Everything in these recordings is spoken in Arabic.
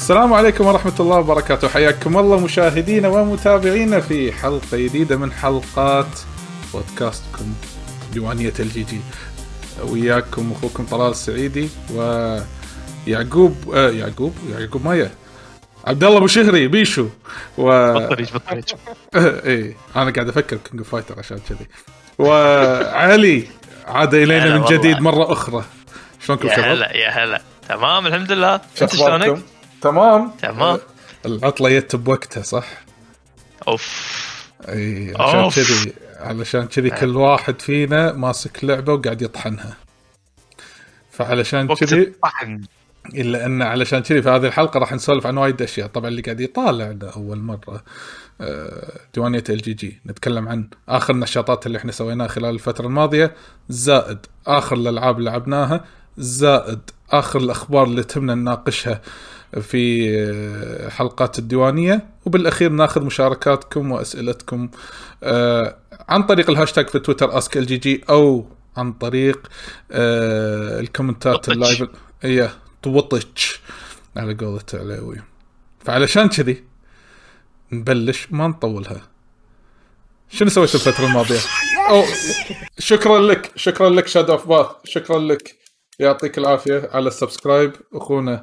السلام عليكم ورحمة الله وبركاته. حياكم الله مشاهدينا ومتابعينا في حلقة جديدة من حلقات بودكاستكم ديوانية الجي. وياكم أخوكم طلال السعيدي ويعقوب يعقوب مايا عبد الله مشهري بيشو بطريج ايه انا قاعد افكر كينج فايتر عشان كذي. وعلي عاد الينا من جديد مرة أخرى. شلونكم شباب؟ يا هلا تمام الحمد لله. انت شلونك؟ تمام. العطلة جت بوقتها صح؟ اوف اي علشان كذي كل واحد فينا ماسك لعبة وقاعد يطحنها. فعلشان كذي إلا أن علشان كذي في هذه الحلقة راح نسولف عن وايد أشياء. طبعا اللي قاعد يطالع أول مرة ديوانية الجي نتكلم عن آخر النشاطات اللي احنا سويناها خلال الفترة الماضية، زائد آخر الألعاب اللي لعبناها، زائد آخر الأخبار اللي تمنا نناقشها في حلقات الديوانية، وبالأخير ناخذ مشاركاتكم وأسئلتكم عن طريق الهاشتاج في تويتر @LGG أو عن طريق الكومنتات اللايف توطش على قولة علوي. فعلشان كذي نبلش ما نطولها. شنو سويت الفترة الماضية؟ شكرا لك شادو اوف باث، شكرا لك، يعطيك العافية على السبسكرايب أخونا.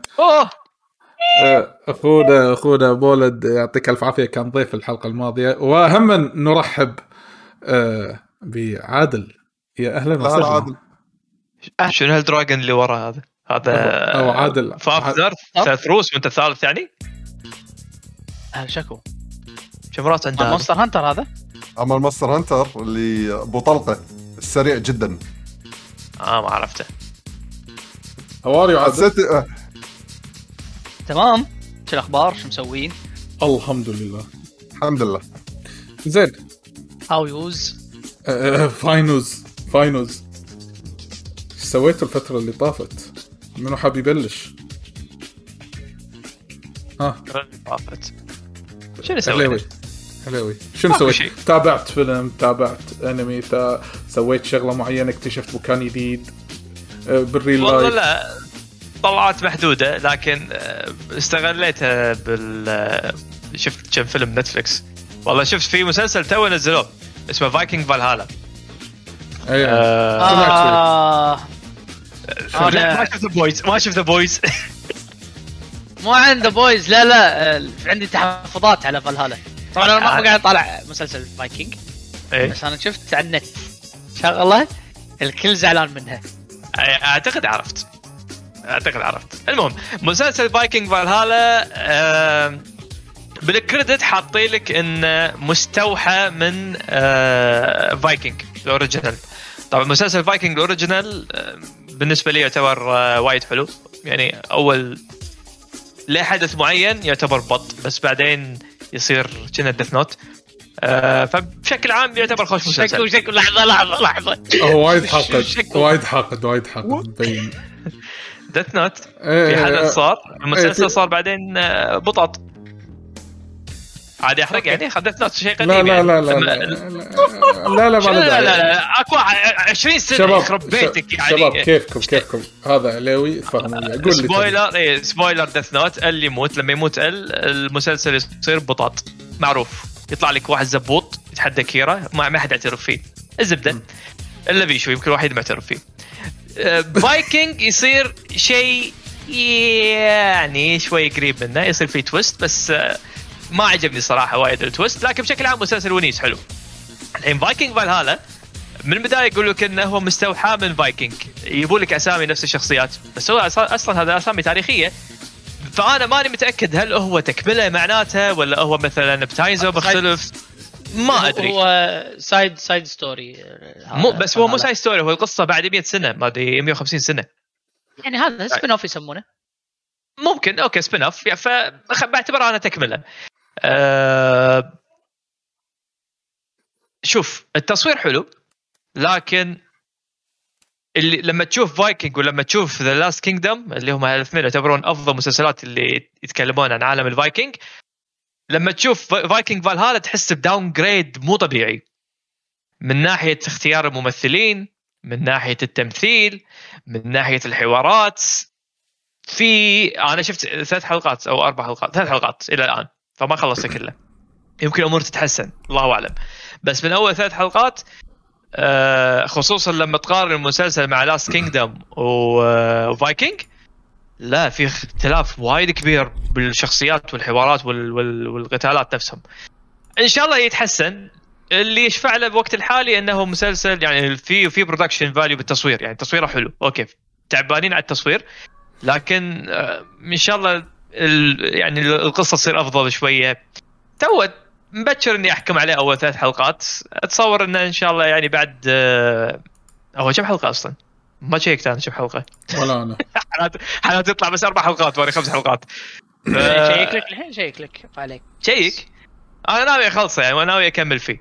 أخونا بولد يعطيك ألف عافية، كان ضيف الحلقة الماضية. وهم نرحب بعادل. يا أهلا وسهلا عادل. شنو هالدراجون اللي ورا هذا أو عادل فافزر ثالث روس وانت الثالث يعني شكو شمرات عند مونستر هانتر. هذا أما المونستر هانتر اللي أبو طلقة السريع جدا. ما عرفته. هواري عادل. تمام. شو الأخبار؟ شو مسوين؟ الحمد لله زين. هاو يوز فاينوز سويت الفترة اللي طافت؟ منو حاب يبلش؟ شنو سويت؟ حلوي. شنو سويت؟ تابعت فيلم، تابعت انمي، سويت شغلة معينة، اكتشفت مكان جديد بالريل لايف؟ والله لا، طلعت محدودة، لكن استغليتها شفت كم فيلم نتفليكس. والله شفت في مسلسل تو نزلوه اسمه فايكنج فالهالا. ما شفت ذا بويز مو عند بويز. لا عندي تحفظات على فالهالا. طبعا انا ما قاعد اطالع مسلسل فايكنج بس انا شفت على النت شغله الكل زعلان منها. اعتقد عرفت. المهم مسلسل فايكنج فالهالا بالكريدت حاطين لك انه مستوحى من فايكنج الاوريجينال. طبعا مسلسل فايكنج الاوريجينال بالنسبه لي يعتبر وايد حلو، يعني اول لا حدث معين يعتبر بط، بس بعدين يصير كنا ديث نوت. فبشكل عام يعتبر خوش مسلسل. شكو لحظه وايد حاقد مبين. ديث نوت في حدث صار المسلسل صار بعدين بطط عادي احرق يعني. خدت ناس شيء قديم. لا اكو 20 سنه يخرب بيتك يعني. شباب كيفكم هذا علوي فهموني. اقول لك سبويلر ديث نوت اللي يموت لما يموت المسلسل يصير بطاط معروف. يطلع لك واحد زبوط يتحدى كيرا ما حد يعترف فيه الزبده الا بيشو، يمكن واحد ما يعترف فيه. فايكنج يصير شيء يعني شوي قريب منه، يصير فيه تويست، بس ما عجبني صراحة وايد التويست. لكن بشكل عام مسلسل ونيس حلو. الحين فايكنج فالهالا من البداية يقول لك انه هو مستوحى من فايكنج، يجيبوا لك اسامي نفس الشخصيات، بس هو اصلا هذا اسامي تاريخية. فانا ماني متأكد هل هو تكملة معناتها ولا هو مثلا بتايزو مختلف، ما ادري. هو سايد ستوري مو بس هو مو سايد ستوري، هو القصة بعد 100 سنة، ما ادري 150 سنة يعني. هذا سبين اوف يسمونه ممكن. اوكي سبين اوف، فبعتبرها انا تكمله. شوف التصوير حلو، لكن اللي لما تشوف فايكنج ولما تشوف ذا لاست كينجدم اللي هم الاثنين يعتبرون افضل مسلسلات اللي يتكلمون عن عالم الفايكنج، لما تشوف فايكنج فالهالا تحس بداون جريد مو طبيعي من ناحية اختيار الممثلين، من ناحية التمثيل، من ناحية الحوارات. في انا شفت 3 حلقات او 4 حلقات، 3 حلقات الى الان، فما خلصت كله. يمكن الامور تتحسن الله اعلم، بس من اول 3 حلقات خصوصا لما تقارن المسلسل مع لاست كينجدم وفايكنج، لا في اختلاف وايد كبير بالشخصيات والحوارات والقتالات نفسهم. ان شاء الله يتحسن. اللي يشفع له بوقت الحالي انه مسلسل يعني في برودكشن فاليو بالتصوير، يعني تصويره حلو، اوكي تعبانين على التصوير، لكن ان شاء الله يعني القصه تصير افضل شويه. تو مبكر اني احكم عليه اول 3 حلقات، اتصور انه ان شاء الله يعني بعد هو كم حلقه اصلا ما شيكت انا كم حلقه ولا انا حالات تطلع بس 4 حلقات ولا 5 حلقات. شيك لك الحين، شيك لك عليك شيك. انا ناوي اخلصه يعني وناوي اكمل فيه.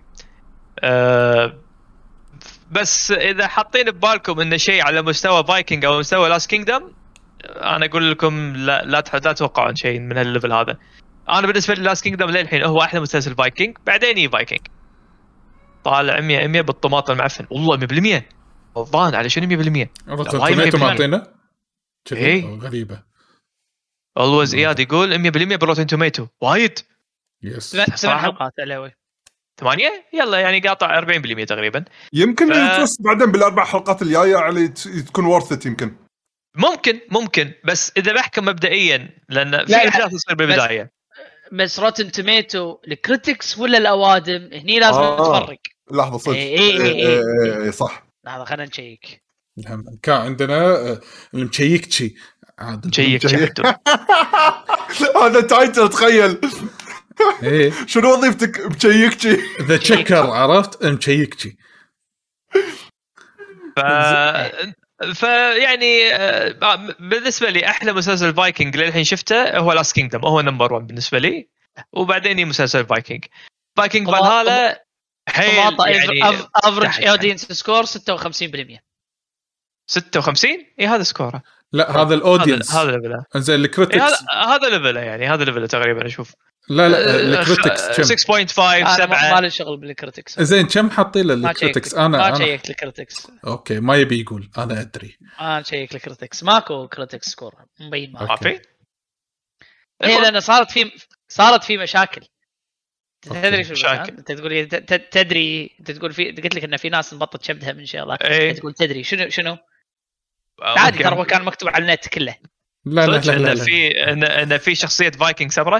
بس اذا حاطين ببالكم انه شيء على مستوى فايكنج او مستوى لاست كينجدم، انا اقول لكم لا تتوقعون شيء من هالليفل هذا. انا بالنسبه لي لاست كينجدم للحين هو احلى مسلسل فايكنج، بعدين فايكنج طالع 100 بالطماطم المعفن والله 100%. غلطان على شنو 100%؟ روتن معطينا ايه غريبه. اولويز اياد يقول 100% بروتين توميتو وايد. يس 7 حلقات علاوي 8 يلا يعني قاطع 40% تقريبا. يمكن يتوسع بعدين بالاربع حلقات الجايه على تكون ورثت يمكن. ممكن بس اذا بحكم مبدئيا لان في احداث تصير بالبدايه. بس روتن توميتو الكريتكس ولا الاوادم هني لازم نتفرق. لحظه صدق اي صح. لحظه خلينا نشيك. كان عندنا المشيكتشي عاد مشيك هذا تايتل تخيل. ايه شنو وظيفتك؟ مشيكتشي ذا تشيكر عرفت مشيكتشي. يعني بالنسبه لي احلى مسلسل فايكنج للحين شفته هو لاست كينجدم، هو نمبر 1 بالنسبه لي، وبعدين مسلسل فايكنج فالهالا حيل يعني افرج اودينس سكور 56%. 56 اي هذا سكوره. لا هذا الاودينس هذا ليفله زين الكريتكس هذا ليفله يعني هذا ليفله تقريبا اشوف. لا الكريتكس 6.5 7 ما له شغل بالكريتكس. زين كم حاطين للكريتكس؟ انا ما شيكت الكريتكس. اوكي ما يبي يقول انا ادري. انا شيك الكريتكس ماكو كريتكس سكور مبين ما في. هي لان صارت في مشاكل. تدري شو مشاكل؟ انت تقول تدري انت تقول في قلت لك ان في ناس انبطت شبدها من شاء الله. تقول تدري شنو عادي ترى كان مكتوب على النت كله. لا ان في شخصيه فايكنج سبره.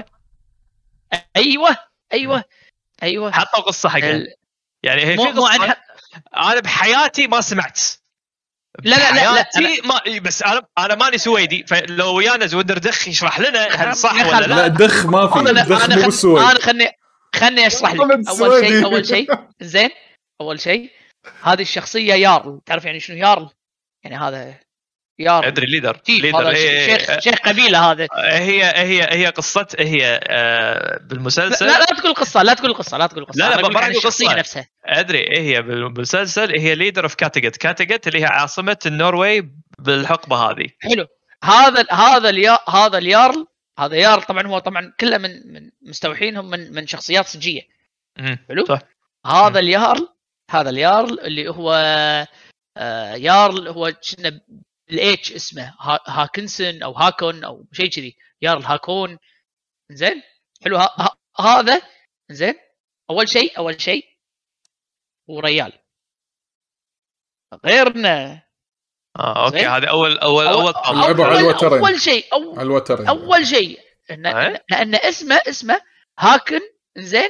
ايوه حطوا قصه حقها يعني هي في قصه انا بحياتي ما سمعت. لا ما بس انا ماني سويدي، فلو ويانا زودر دخ يشرح لنا هل صح ولا لا دخ ما في دخ مو بالسويد. انا خلني اشرح لك اول شيء زين. اول شيء هذه الشخصيه يارل، تعرف يعني شنو يارل؟ يعني هذا يارل ادري ليدر شيخ قبيله. هذا هي قصه هي بالمسلسل. لا تقول قصه لا تقول لا الشخصيه نفسها. ادري هي بالمسلسل هي ليدر اوف كاتيجت اللي هي عاصمه النرويج بالحقبه هذه. حلو. هذا اليارل طبعا هو طبعا كله من مستوحينهم من شخصيات سجيه. حلو صح. هذا اليارل اللي هو يارل هو شنو الاتش اسمه هاكنسون او هاكون او شيء كذي. يارل هاكون زين. حلو. هذا زين. اول شيء هو ريال غيرنا. اوكي هذا اول شيء لان اسمه هاكن زين.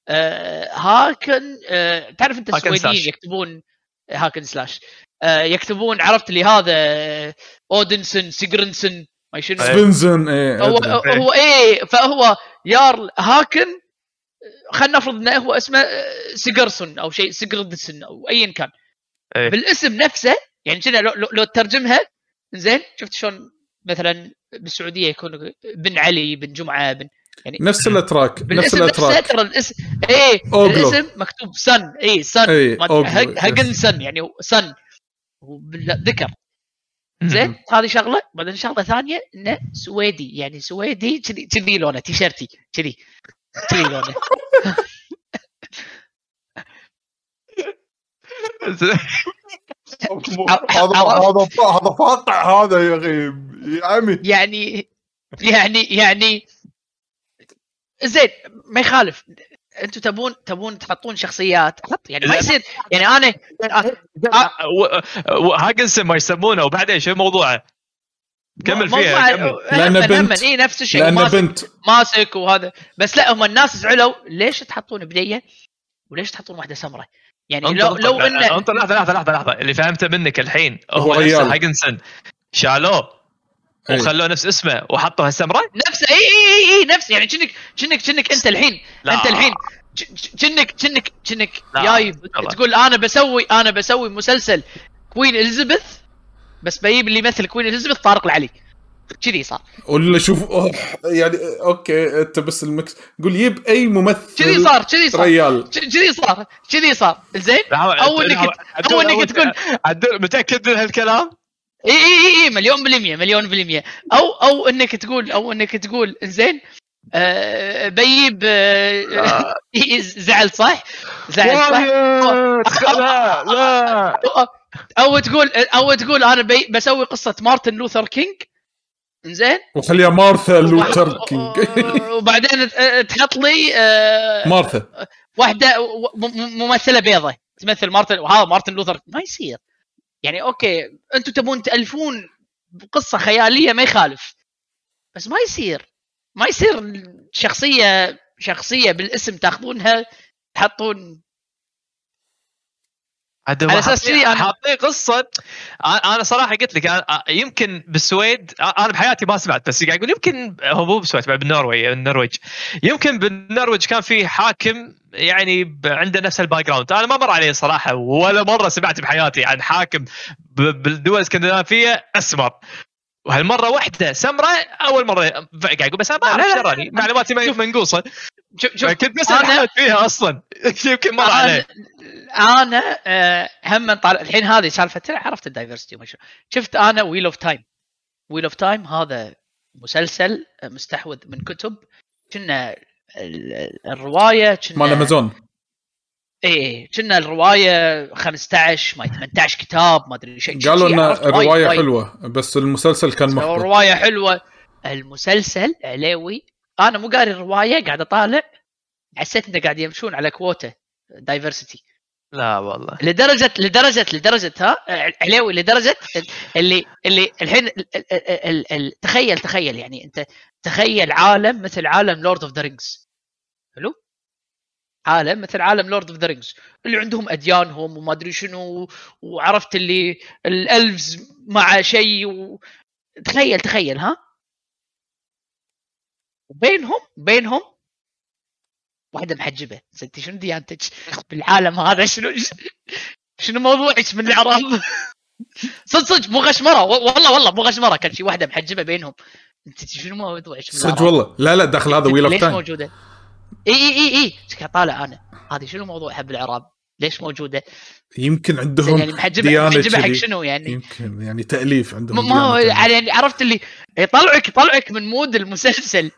هاكن تعرف انت السويديين يكتبون هاكن سلاش يكتبون عرفت لي هذا اودنسن سيجرنسن ما شنو سبنزن هو فهو يارل هاكن. خلينا نفرض انه هو اسمه سيجرسون او شيء سيجردسن او ايا كان. بالاسم نفسه يعني كذا لو تترجمها زين. شفت شلون مثلا بالسعوديه يكون بن علي بن جمعه بن يعني نفس الاتراك ترى الاسم الاسم مكتوب سن سن هاجن سن يعني سن بالذكر زين. هذه شغله. بعدين شغله ثانيه انه سويدي يعني سويدي كذي لونه تيشيرتي كذي لونه. هذا فاقع هذا يا اخي يا عمي يعني زين ما يخالف. انتم تبون تحطون شخصيات حط يعني ما يصير يعني انا هاجنسن ما يسمونه وبعدين شو موضوعه كمل فيها لأن بنت اي نفس الشيء لأن بنت ماسك وهذا بس لا هم الناس زعلوا ليش تحطون بديه وليش تحطون واحده سمراء يعني لو ان انت لحظه اللي فهمته منك الحين هو نفسه هاجنسن شالوه وخلوه نفس اسمه وحطوها السمراء نفس اي نفس يعني كأنك انت الحين كأنك جاي تقول انا بسوي مسلسل كوين إليزابيث بس بجيب اللي يمثل كوين إليزابيث طارق العلي كذي صار ولا شوف يعني اوكي انت بس المكس قول يب اي ممثل كذي صار ريال كذي صار زين او انك تقول متاكد من هالكلام اي مليون بالمية او انك تقول زين بيب زعل صح لا او تقول انا بسوي قصة مارتن لوثر كينج زين وخليها مارثا لوثر كينج وبعدين تحط لي مارثا واحدة ممثلة بيضة تمثل مارتن لوثر ما يصير يعني اوكي انتم تبون تألفون قصة خيالية ما يخالف بس ما يصير شخصية بالاسم تاخذونها تحطون على اساس كذي حاطين قصه. انا صراحه قلت لك يمكن بالسويد انا بحياتي ما سمعت بس قاعد اقول يمكن هو مو بالسويد بالنرويج يمكن بالنرويج كان في حاكم يعني عنده نفس الباك جراوند. انا ما مر عليه صراحه ولا مره سمعت بحياتي عن حاكم بالدول الاسكندنافيه اسمر وهالمره واحده سمراء اول مره قاعد اقول بس انا ما اعرف شراني معلوماتي منقوصه كنت بس احاول فيها اصلا يمكن مر عليه. انا هم طالع الحين هذه سالفه عرفت الدايفرستي ومشو شفت انا ويل اوف تايم هذا مسلسل مستحوذ من كتب كنا الروايه كنا مال امازون ايه كنا الروايه 15 ما 18 كتاب ما ادري شيء قالوا ان الروايه حلوه بس المسلسل كان محبط. الروايه حلوه المسلسل عليوي انا مو قاري الروايه قاعد اطالع حسيت انه قاعد يمشون على كووتا دايفرسيتي. لا والله لدرجه ها عليوي لدرجه اللي الحين تخيل يعني انت تخيل عالم مثل عالم لورد اوف ذا رينجز حلو عالم مثل عالم لورد اوف ذا رينجز اللي عندهم اديانهم وما ادري شنو وعرفت اللي الالفز مع شيء تخيل ها بينهم واحدة محجبة ستي شنو ديانتك بالعالم هذا شنو موضوعك من العرب صدق مو غشمرة والله مو غشمرة كان شي واحدة محجبة بينهم انت شنو موضوعك صدق والله لا داخل هذا ويل اوف تايم ليش موجودة اي طالع انا هذه شنو موضوعها بالعرب ليش موجودة يمكن عندهم يعني محجبة حق شنو يعني يمكن يعني تأليف عندهم ما هو يعني عرفت اللي يطلعك من مود المسلسل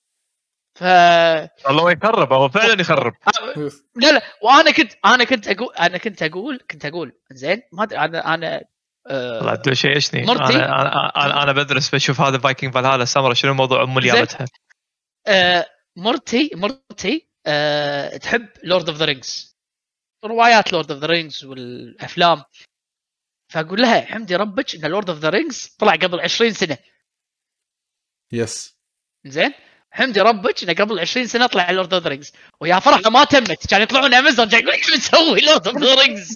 الله يخرب هو فعلا يخرب. لا وانا كنت اقول زين ما ادري انا لا تدري شيء ايشني انا بدرس بشوف هذا فايكنج فالهالا سمرة شنو موضوع مليانتها. مرتي تحب لورد اوف ذا رينجز روايات لورد اوف ذا رينجز والافلام فاقول لها حمدي ربك ان لورد اوف ذا رينجز طلع قبل 20 سنه يس زين حمدي ربك انه قبل 20 سنه طلع لورد اوف ذا رينجز ويا فرحه ما تمت كان يطلعون امازون جاي يقول لك بنسوي لورد اوف ذا رينجز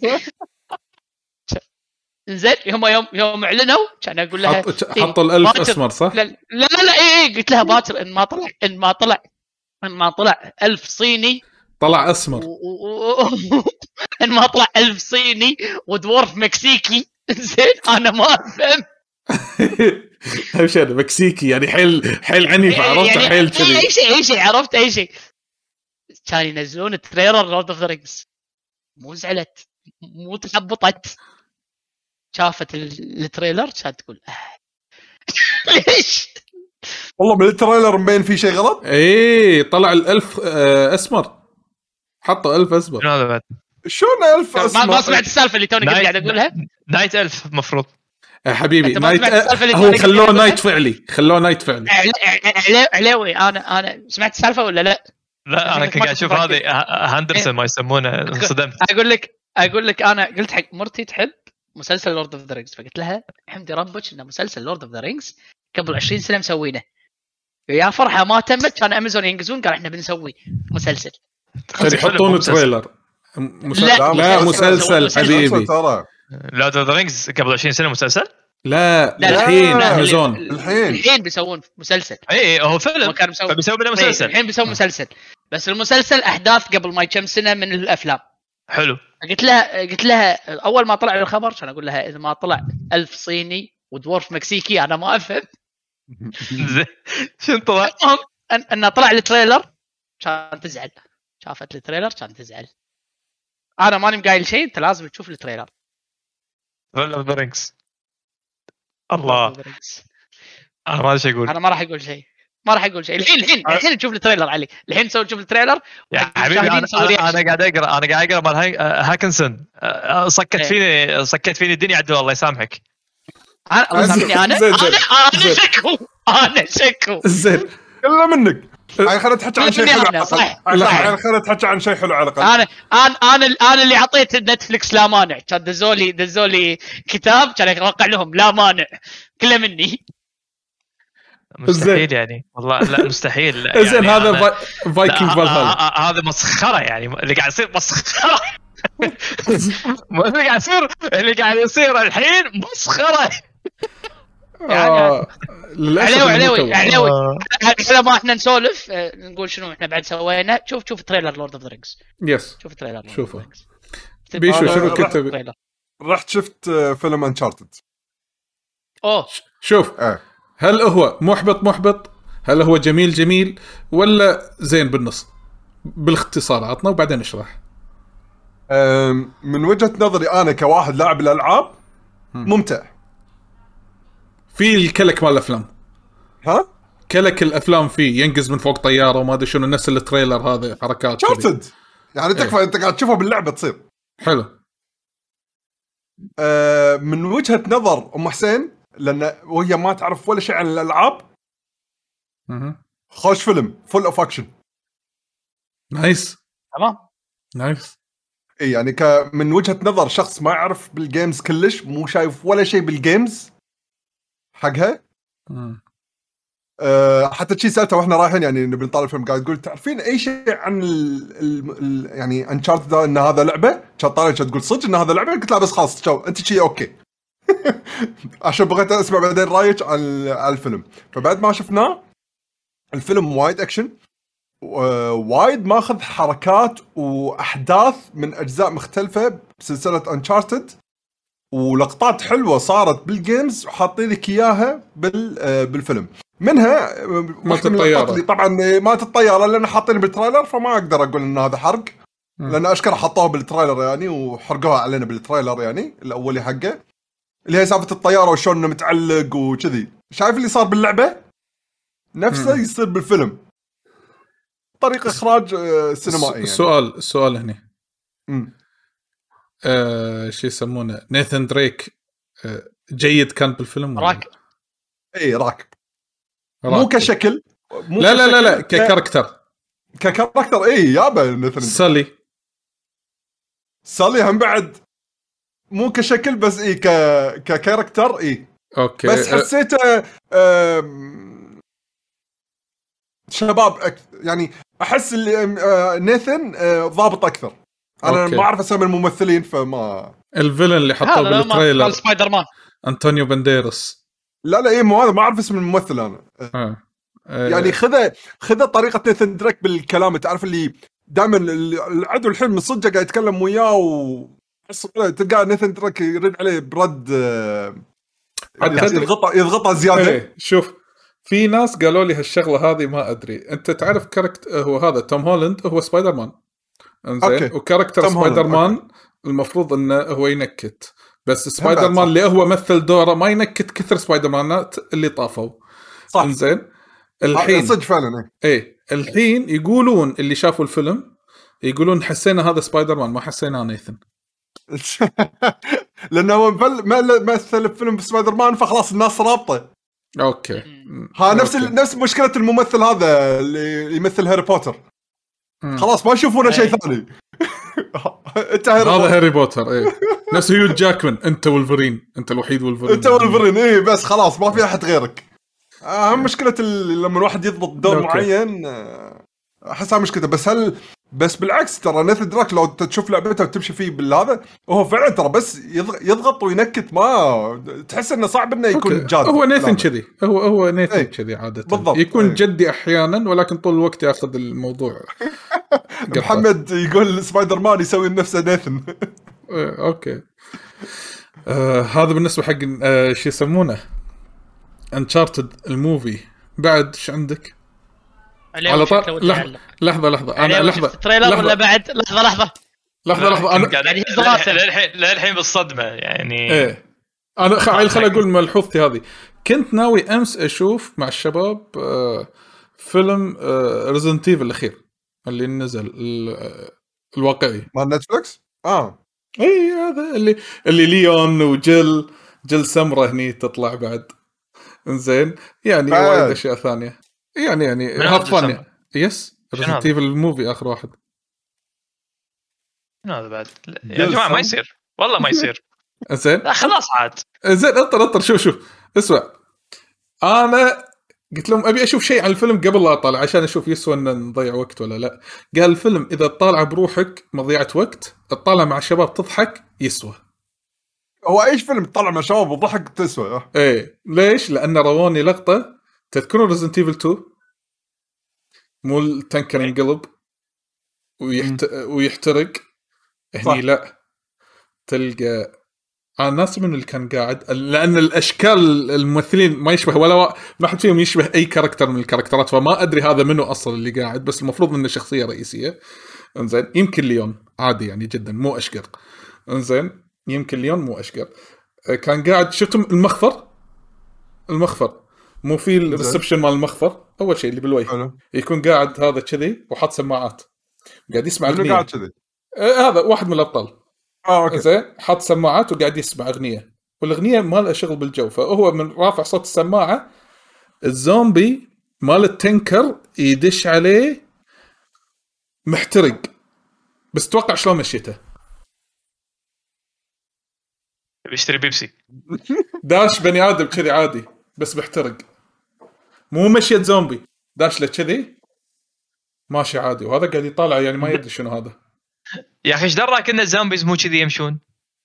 زين يوم اعلنوا كان اقول لها حطوا الالف اسمر صح لا ايه قلت لها باكر ان ما طلع الف صيني طلع اسمر ان ما طلع الف صيني ودورف مكسيكي زين انا ما افهم ايش هذا مكسيكي يعني حيل عنيف عرفت يعني حيل كذي اي شيء عرفت اي شيء كان ينزلون التريلر لورد اوف ذا رينجز مو زعلت مو تحبطت شافت التريلر كانت تقول ليش والله بالتريلر مبين في شيء غلط ايه طلع الالف اسمر حطوا الف اسمر هذا بعد شلون الف اسمر ما سمعت السالفه اللي توني قاعد اقولها نايت الف مفروض يا حبيبي نايت هو خلوه نايت فعلي علاوي انا سمعت السالفه ولا لا؟ لا انا كنت قاعد اشوف هذه هاندرسون ما يسمونه انصدمت. اقول لك انا قلت حق مرتي تحب مسلسل لورد اوف ذا رينجز، فقلت لها حمدي ربك ان مسلسل لورد اوف ذا رينجز قبل 20 سنه مسوينه، يا فرحه ما تمت كان امازون ينقزون قال احنا بنسوي مسلسل يحطون تريلر. لا مسلسل حبيبي. لورد اوف ذا رينجز قبل 20 سنه مسلسل. لا الحين امازون الحين بيسوون مسلسل. اي هو فيلم فبيسوي منه مسلسل. الحين بيسوون مسلسل بس المسلسل احداث قبل ما كم سنه من الافلام. حلو. قلت لها اول ما طلع الخبر كان اقول لها اذا ما طلع 1000 صيني ودورف مكسيكي انا ما افهم. شنو طلع؟ ان طلع التريلر كان تزعل، شافت التريلر كان تزعل. انا ماني مقايل شيء، انت لازم تشوف التريلر. ولا ذا رينجز الله انا ما ادري اقول. انا ما راح اقول شيء الحين تشوف التريلر علي، الحين تشوف التريلر يا حبيبي. انا قاعد اقرا مال هاكنسون. سكت فيني الدنيا عدل الله يسامحك. انا شكو زين كله منك. خلينا نتحكي عن شيء حلو. خلينا نتحكي عن شيء حلو على الاقل. انا اللي اعطيت نتفلكس لا مانع، كان دزولي كتاب كان يوقع لهم لا مانع كله مني. مستحيل يعني والله لا مستحيل. زين يعني هذا فايكنج فالهالا هذا مسخره يعني اللي قاعد يصير مسخره. اللي قاعد يصير الحين مسخره. علوي على ما احنا نسولف نقول شنو احنا بعد سوينا. شوف تريلر لورد اوف ذا رينجز. يس شوف تريلر. شوفه بيشو شنو كنت رحت شفت فيلم انشارتد. شوف هل هو محبط هل هو جميل ولا زين بالنص؟ بالاختصار عطنا وبعدين نشرح. من وجهة نظري انا كواحد لاعب الالعاب ممتع. في الكلك مال الافلام كلك الافلام فيه ينقز من فوق طياره وما ادري شنو نفس التريلر هذا حركات شارتد يعني تكفى انت قاعد تشوفها باللعبه تصير حلو. من وجهة نظر ام حسين لان وهي ما تعرف ولا شيء عن الالعاب خوش فيلم فول اوف اكشن. نايس تمام نايس. اي يعني من وجهة نظر شخص ما يعرف بالجيمز كلش مو شايف ولا شيء بالجيمز حقها. حتى شيء سألته واحنا رايحين يعني نبي نطالع فيلم قاعد تقول تعرفين اي شيء عن يعني انشارتد ان هذا لعبه؟ كان طالع تقول صدق ان هذا لعبه؟ قلت لا بس خلاص شو انت شيء اوكي. عشان بغيت اسمع بعدين رايك عن الفيلم. فبعد ما شفناه الفيلم وايد اكشن وايد ماخذ حركات واحداث من اجزاء مختلفه بسلسله انشارتد ولقطات حلوه صارت بالجيمز وحاطين لك اياها بالفيلم. منها مالت الطياره اللي طبعا مالت الطياره لان حاطين بالتريلر فما اقدر اقول ان هذا حرق لان اشكر حطوها بالتريلر يعني وحرقوها علينا بالتريلر يعني الاولي حقه اللي هي سالفه الطياره وشون انه متعلق وكذي. شايف اللي صار باللعبه نفسه يصير بالفيلم طريقه اخراج سينمائي يعني. السؤال هنا شو يسمونه نيثان دريك جيد كان بالفيلم راكب. اي راكب مو كشكل لا ككاركتر اي يابا نيثان سالي هم بعد مو كشكل بس اي ككاركتر اي اوكي. بس حسيته شباب يعني احس اللي نيثن ضابط اكثر. انا أوكي. ما اعرف اسامي الممثلين فما الفيلن اللي حطوه بالتريلر سبايدر مان أنطونيو بانديروس. لا ايه مو هذا ما اعرف اسم الممثل انا. يعني خذ طريقه نيثن دريك بالكلام تعرف اللي دائما العدو الحين من صدق قاعد يتكلم وياه تلقى نيثن دريك يرد عليه برد يضغطها زياده. شوف في ناس قالوا لي هالشغله هذه ما ادري انت تعرف هو هذا توم هولاند هو سبايدر مان انزين وكاركتر سبايدر مان المفروض انه هو ينكت بس سبايدر مان اللي هو مثل دوره ما ينكت كثر سبايدر مانات اللي طافوا صح انزين. الحين صدق فعلا ايه الحين يقولون اللي شافوا الفيلم يقولون حسينا هذا سبايدر مان ما حسينا نيثن. لانه هو ما مثل فيلم سبايدر مان، فخلاص الناس رابطه. اوكي ها نفس مشكله الممثل هذا اللي يمثل هاري بوتر. خلاص ما يشوفونه شيء ثاني. انت هذا هاري بوتر ايه نفس هيو جاكمان، انت والفرين، انت الوحيد والفرين، انت والفرين ايه، بس خلاص ما في احد غيرك. اهم مشكله لما الواحد يضبط دور معين، احسها مشكلته. بس بالعكس ترى نيثن دراك لو تشوف لعبته وتمشي فيه بالهذا، هو فعلا ترى بس يضغط وينكت، ما تحس انه صعب انه يكون جاد. هو نيثن كذي، هو نيثن كذي عاده بالضبط. يكون جدي احيانا، ولكن طول الوقت ياخذ الموضوع. محمد يقول سبايدر مان يسوي نفسه نيثن. اوكي. هذا بالنسبه حق شو يسمونه انشارتد الموفي. بعد ايش عندك على طول؟ لحظه انا لحظه تريلر ولا بعد؟ لحظه انا يعني للحين بالصدمه يعني. ايه انا خليني اقول ملحوظتي هذه. كنت ناوي امس اشوف مع الشباب فيلم ريزنت ايفل الاخير اللي نزل الواقعي مال نتفلكس. اي هذا اللي ليون وجل سمره هني تطلع بعد. انزين يعني وايد اشياء ثانيه يعني هافاني. يس ريزنت ايفل الموفي اخر واحد. هذا بعد يا جماعه ما يصير، والله ما يصير. زين لا خلاص عاد. زين اطر شوف اسمع. انا قلت لهم ابي اشوف شيء عن الفيلم قبل لا اطلع عشان اشوف يسوى ان نضيع وقت ولا لا. قال الفيلم اذا تطالع بروحك مضيعه وقت، تطالع مع الشباب تضحك يسوى. هو ايش فيلم تطلع مع شباب وضحك تسوى؟ ايه ليش؟ لان رواني لقطه تذكرون ريزنت ايفل 2 مو التنكر ينقلب ويحترق هني. لا تلقى الناس من اللي كان قاعد، لأن الأشكال الممثلين ما يشبه ولا ما حد فيهم يشبه أي كاركتر من الكاركترات، فما أدري هذا منه أصلا اللي قاعد، بس المفروض إنه شخصية رئيسية. إنزين يمكن ليون عادي يعني جدا مو أشقر. إنزين يمكن ليون مو أشقر. كان قاعد شفتم المخفر مو في الريسبشن مال المخفر أول شيء اللي بالوجه يكون قاعد هذا كذي وحط سماعات قاعد يسمع أغنية. هذا واحد من الأبطال. اوكي زين حط سماعات وقاعد يسمع اغنيه، والاغنيه ما لها شغل بالجو، فهو من رافع صوت السماعه الزومبي مال التنكر يدش عليه محترق. بس توقع شلون مشيته؟ بيشتري بيبسي. داش بني ادم كذي عادي بس محترق، مو مشيت زومبي، داش له كذي ماشي عادي، وهذا قاعد يطالع يعني ما يدري شنو هذا. يا اخي ايش دراك ان الزومبيز مو كذي يمشون؟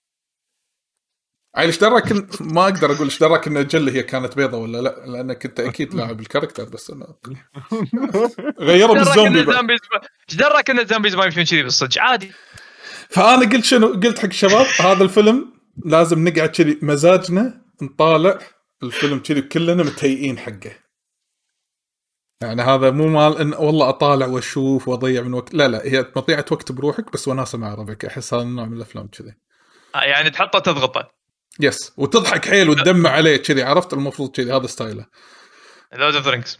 ايش دراك ما اقدر اقول ايش دراك ان جل هي كانت بيضة ولا لا، لانك انت اكيد لاعب الكاركتر، بس انا غيروا بالزومبي. ايش دراك ان الزومبيز ما يمشون كذي بالصدق عادي؟ فانا قلت شنو؟ قلت حق الشباب هذا الفيلم لازم نقعد كذي مزاجنا نطالع الفيلم كذي كلنا متهيئين حقه. يعني هذا مو مال ان والله اطالع واشوف واضيع من وقت، لا هي مضيعه وقت بروحك بس وناسه مع ربك. احس هذا النوع من الافلام كذي يعني تحطه تضغطه يس وتضحك حيل وتدمع عليه كذي، عرفت؟ المفروض كذي هذا ستايله لود اوف درينكس.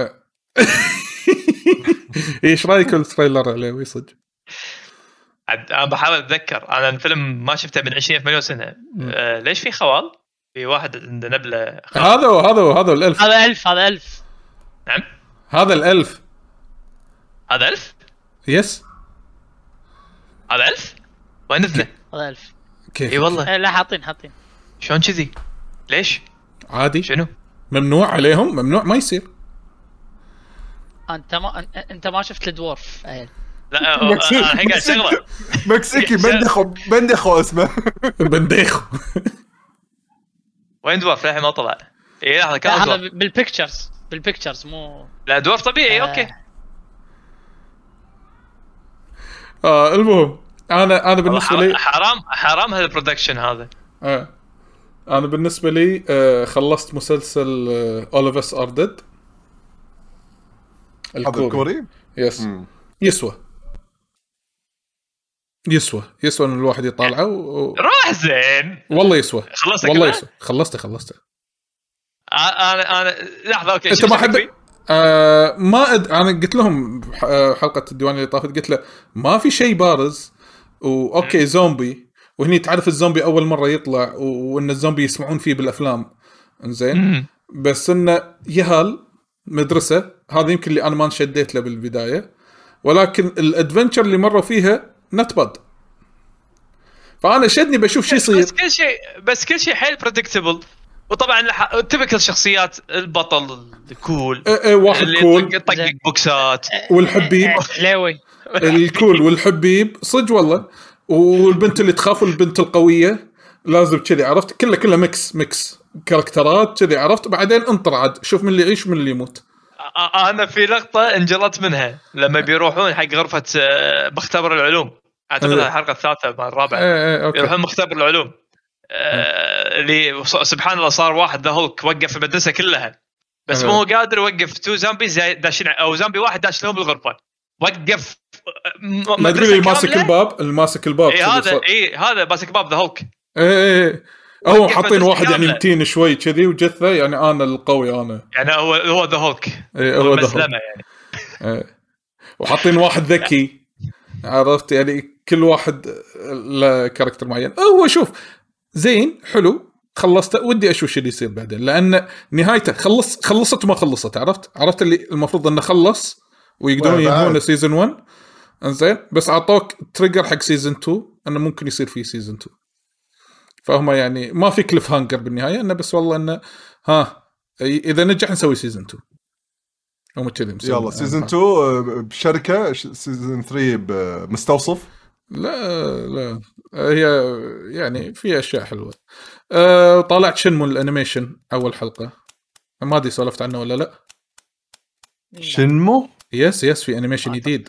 ايش رايك التريلر عليه ويصج؟ انا بحاول اتذكر، انا الفيلم ما شفته من 20 مليون سنه. ليش في خوال؟ في واحد عنده نبله هذا الالف. هذا ألف. نعم هذا الألف. هذا ألف؟ يس هذا ألف؟ وين نزله؟ هذا ألف. كيف؟ اي والله لا حاطين شلون كذي؟ ليش؟ عادي شنو؟ ممنوع عليهم، ممنوع ما يصير. انت ما شفت الدورف لا انا الحين قاعد اشغله مكسيكي بندخو اسمه بندخو. وين دورف؟ الحين ما طلع. اي لحظه كان هذا بالبيكتشرز مو لا دورف طبيعي. اوكي المهم انا بالنسبه لي حرام هذا البرودكشن هذا. انا بالنسبه لي خلصت مسلسل All of Us Are Dead الكوري. يس يسوى ان الواحد يطالعه روح زين والله يسوى. والله يسوى. خلصته انا لحظه. اوكي انت ما حد ما انا قلت لهم حلقه الديوان اللي طافت، قلت له ما في شيء بارز اوكي زومبي وهني تعرف الزومبي اول مره يطلع وان الزومبي يسمعون فيه بالافلام انزين بس انه يهال مدرسه هذا يمكن اللي انا ما انشديت له بالبدايه ولكن الادفنتشر اللي مروا فيها نت باد فانا شدني بشوف شو يصير بس كل شيء حيل بريدكتبل وطبعا تبكل الشخصيات البطل الكول واحد كول يطقق بوكسات والحبيب حلوي الكول والحبيب صدق والله والبنت اللي تخاف والبنت القويه لازم كذي عرفت كله ميكس كاركترات كذي عرفت بعدين انطر عاد شوف من اللي يعيش من اللي يموت. انا في لقطه انجلت منها لما بيروحون حق غرفه مختبر العلوم اعتقد الحلقه الثالثه مع الرابعه يروحون مختبر العلوم اللي سبحان الله صار واحد ذا هولك وقف المدرسه كلها بس مو هو قادر يوقف تو زومبي داشين او زومبي واحد داش لهم بالغرفه وقف مدرسه ماسك الباب هذا ماسك باب ذا هولك هو حاطين واحد يعني متين شوي كذي وجثه يعني انا القوي انا يعني هو ذا هولك هو مسلمه يعني وحاطين واحد ذكي عرفت يعني كل واحد له كاركتر معين. هو شوف زين حلو خلصت ودي اشوف شو اللي يصير بعدين لان نهايته خلصت وما خلصت عرفت اللي المفروض انه خلص ويقدرون ينهون سيزون 1 انزين بس اعطوك تريجر حق سيزون 2 انه ممكن يصير فيه سيزون 2 فهم يعني ما في كليف هانجر بالنهايه انه بس والله انه اذا نجح نسوي سيزون 2 هم كذي يلا سيزون 2 بشركه سيزون 3 بمستوصف لا هي يعني في اشياء حلوه. طالعت شنمو الانيميشن اول حلقه ما ادري سولفت عنه ولا لا. شنمو يس في انيميشن جديد.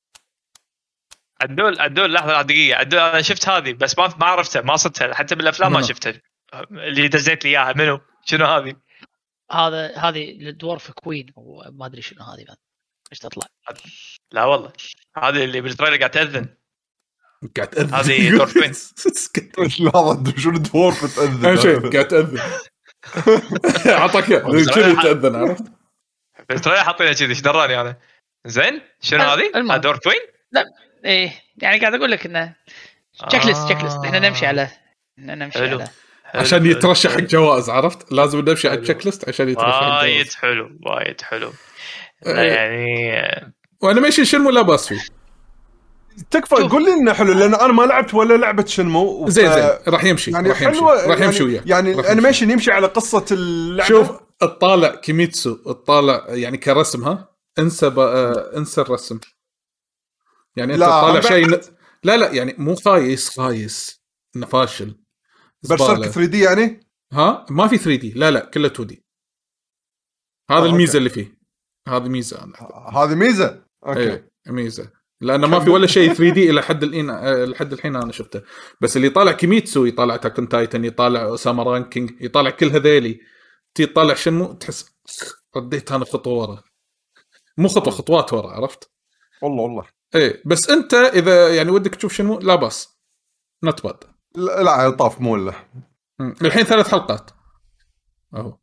عدول لحظه دقيقه عدول انا شفت هذه بس ما عرفتها ما صدتها حتى بالافلام ما شفتها اللي دزيت لي اياها منو شنو هذه هذه الدورف كوين وما ادري شنو هذه ايش تطلع. لا والله هذه اللي بالتريلر قاعد تأذن هذه دورف كوين لا شو الدورف تأذن شيء قاعد تأذن عطاك كذي تأذن عرفت بالتريلر حاطينها كذي ايش دراني انا زين شنو هذه دورف كوين لا ايه يعني قاعد اقول لك انه تشيك ليست احنا نمشي على عشان يترشح حق جوائز عرفت لازم نمشي على التشيك ليست عشان يترشح وايد حلو يعني وانا ماشي شنمو لا باس فيه تكفى قول لي انه حلو لان انا ما لعبت ولا لعبه شنمو زين راح يمشي يعني راح يمشي وياه يعني الانيميشن يمشي على قصه اللعبه. شوف اطالع كيميتسو اطالع يعني كرسمها انسى الرسم يعني انت تطالع شيء لا يعني مو خايس انه فاشل برشلك 3 دي يعني ما في 3 دي لا كله 2 دي هذا الميزه اللي فيه هذه ميزه هذه ميزه اوكي ميزه لانه ما في ولا شيء 3 دي الى لحد الحين انا شفته بس اللي طالع كيميتسو يطالع تاكن تايتن يطالع اوساما رانكينج يطالع كل هذيلي تطالع شنو تحس رديت انا خطوه ورا مو خطوات ورا عرفت والله ايه بس انت اذا يعني ودك تشوف شنو لا باس نوت باد لا طاف مو له الحين 3 حلقات اهو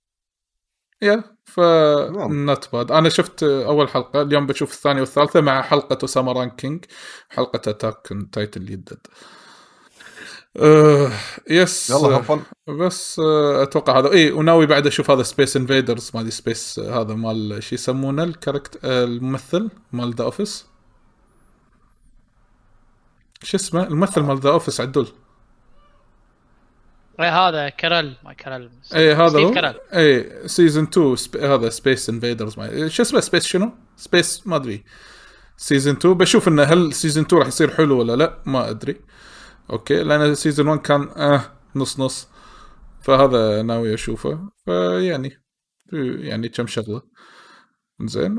نوت باد انا شفت اول حلقه اليوم بشوف الثانيه والثالثه مع حلقه اوساما رانكينج حلقه اتاك تايتن الجديد يس يلا هفن بس اتوقع هذا وناوي بعد اشوف هذا سبيس انفيدرز ما دي سبيس هذا مال شي يسمونه الكاركتر الممثل مال ذا اوفيس شو اسمه الممثل مال ذا اوفيس عدول هذا كارل ما كارل هذا هو سيزون 2 هذا سبيس انفيدرز شو اسمه سبيس شنو سبيس ما ادري سيزون 2 بشوف انه هل سيزون 2 راح يصير حلو ولا لا ما ادري اوكي لان سيزون 1 كان نص فهذا ناوي اشوفه يعني كم شغله زين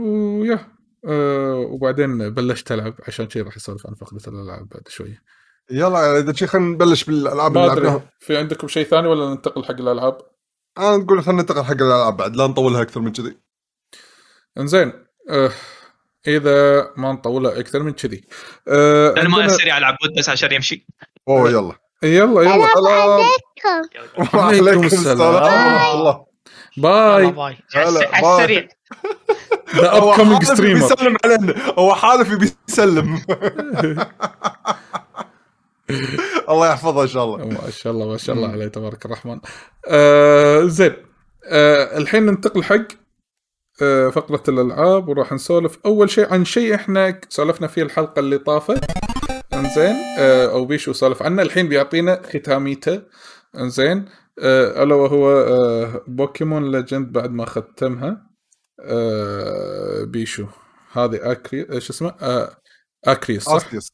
وبعدين بلشت العب عشان شيء راح يسولف عن فقره الالعاب بعد شويه. يلا اذا شيء خلينا نبلش بالالعاب اللي لعبناها. في عندكم شيء ثاني ولا ننتقل حق الالعاب؟ انا نقول خلينا ننتقل حق الالعاب بعد لا نطولها اكثر من كذي. انزين اذا ما نطولها اكثر من كذي انا ما اسري على العبود بس عشان يمشي. يلا وعليكم السلام الله باي على السريع. The upcoming streamer بيسلم علينا هو حالف بيسلم الله يحفظه ان شاء الله. ما شاء الله ما شاء الله عليه تبارك الرحمن. زين. الحين ننتقل حق فقرة الألعاب، وراح نسولف أول شيء عن شيء إحنا سولفنا فيه الحلقة اللي طافت. انزين أو بيشو سولف عنه، الحين بيعطينا ختاميته. انزين ألا وهو بوكيمون ليجند بعد ما ختمها بيشو. هذه ايش اسمه؟ اكريس صح؟ اركيس.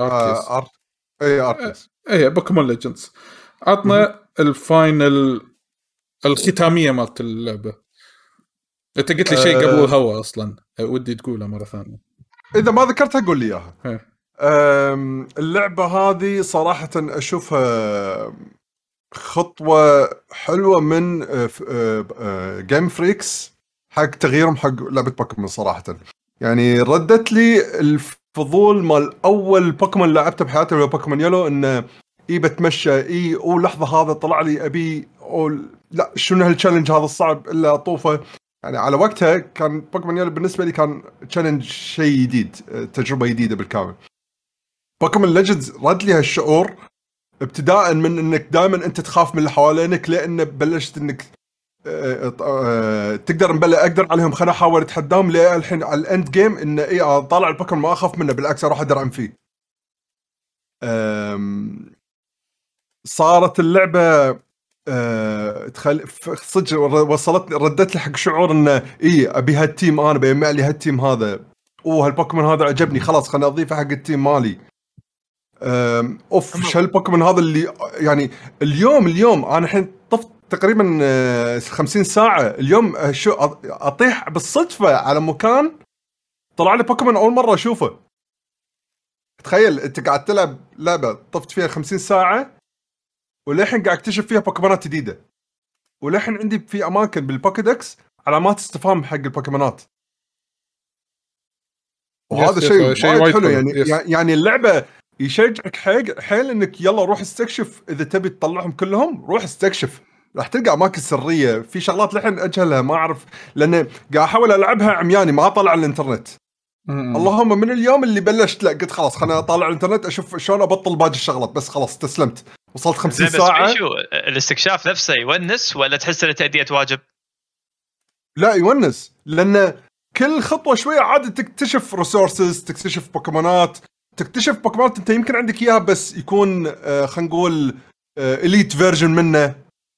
اركيس. اي بوكيمون ليجندز. عطنا الفاينل الختاميه مالت اللعبه. انت قلت لي شيء قبل الهوا اصلا ودي تقوله مره ثانيه. اذا ما ذكرتها قول لي اياها. اللعبه هذه صراحه اشوفها خطوه حلوه من جيم فريكس حق تغييرهم حق لعبه بوكيمون. صراحه يعني ردت لي الفضول مال اول بوكيمون لعبته بحياتي اللي هو بوكيمون يلو، انه بتمشى ولحظه هذا طلع لي ابي لا شنو هالتشالنج هذا الصعب الا اطوفه. يعني على وقتها كان بوكيمون يلو بالنسبه لي كان تشالنج شيء جديد، تجربه جديده بالكامل. بوكيمون ليجندز رد لي هالشعور ابتداء من انك دائما انت تخاف من اللي حوالينك، لان بلشت انك تقدر اقدر عليهم، خليني احاول اتحداهم. الحين على الاند جيم ان طالع البوكيمون ما اخاف منه، بالعكس اروح ادرعم فيه. صارت اللعبه صدق وصلتني، ردت لي حق شعور انه ابي هالتيم، انا بيجمع لي هالتيم هذا، هالبوكيمون هذا عجبني، خلاص خليني اضيفه حق التيم مالي. شو هالبوكيمون هذا اللي يعني اليوم انا الحين طفت تقريبا 50 ساعه اليوم، شو اطيح بالصدفه على مكان طلع لي بوكيمون اول مره اشوفه. تخيل انت قاعد تلعب لعبه طفت فيها 50 ساعه وللحين قاعد اكتشف فيها بوكيمونات جديده، وللحين عندي في اماكن بالبوكيدكس علامات استفهام حق البوكيمونات. وهذا شيء وايد حلو يعني اللعبه يشجعك حيل انك يلا روح استكشف. اذا تبي تطلعهم كلهم روح استكشف، راح تلقى اماكن سريه في شغلات لحين اجهلها ما اعرف، لان قاعد احاول العبها عمياني ما اطلع على الانترنت. اللهم من اليوم اللي بلشت لا قلت خلاص خليني اطلع على الانترنت اشوف شلون ابطل باقي الشغلات، بس خلاص استسلمت. وصلت 50 ساعه. شو الاستكشاف نفسه يونس ولا تحس انه تأدية واجب؟ لا يونس، لان كل خطوه شويه عاد تكتشف ريسورسز، تكتشف بوكيمونات، تكتشف بوكيمونات انت يمكن عندك اياها بس يكون خلينا نقول اليت فيرجن منه.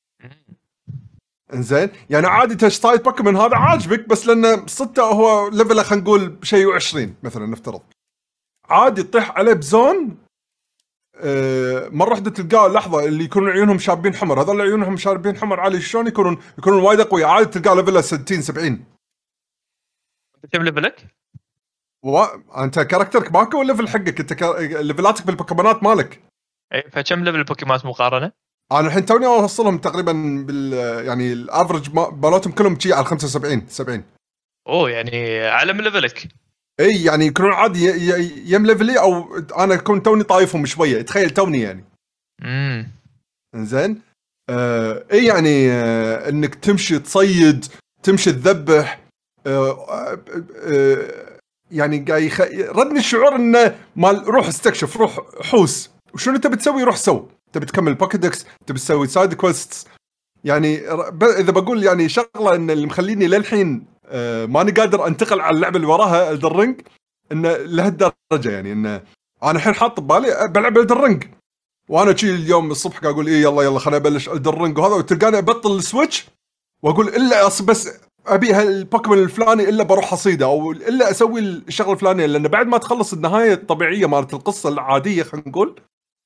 انزين يعني عادي تشتايت بوكيمون هذا عاجبك بس لانه صدته هو ليفله خلينا نقول شيء 20 مثلا نفترض، عادي تطيح عليه بزون مره واحده تلقاه لحظه اللي يكونون عيونهم شابين حمر، هذول عيونهم شابين حمر عالي شلون يكونون وايد قوي، عادي تلقاه ليفله 60 70. كم ليفلك؟ انت كاركترك ماكو ليفل حقك، انت ليفلاتك بالبوكيمونات مالك. اي فكم ليفل البوكيمونات مقارنه؟ انا الحين توني اوصلهم تقريبا يعني الافرج مالتهم كلهم شيء على 75 70. اوه يعني اعلى من ليفلك. اي يعني يكونون عادي يم ليفلي او انا اكون توني طايفهم شويه، تخيل توني يعني. انزين اي يعني انك تمشي تصيد، تمشي تذبح، يعني قاعد ردني الشعور انه مال روح استكشف، روح حوس، وشنو تبي تسوي روح سو، تبي تكمل بوكيدكس، تبي تسوي سايد كويستس. يعني اذا بقول يعني شغله ان اللي مخليني للحين ماني قادر انتقل على اللعبه اللي وراها الدرينج، انه لهالدرجه يعني انه انا الحين حاط ببالي بلعب الدرينج، وانا شي اليوم الصبح قاعد اقول يلا خليني ابلش الدرينج وهذا، وتلقاني ابطل السويتش واقول الا بس ابي هالبوكيمون الفلاني الا بروح اصيده او الا اسوي الشغله الفلانيه، لان بعد ما تخلص النهايه الطبيعيه مالت القصه العاديه خلينا نقول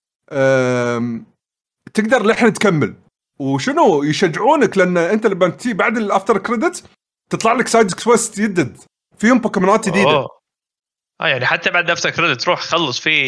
تقدر لحن تكمل. وشنو يشجعونك لان انت لما تجي بعد الافتر كريدت تطلع لك سايد كويست جديد فيهم بوكيمونات جديده. يعني حتى بعد افتر كريدت تروح خلص في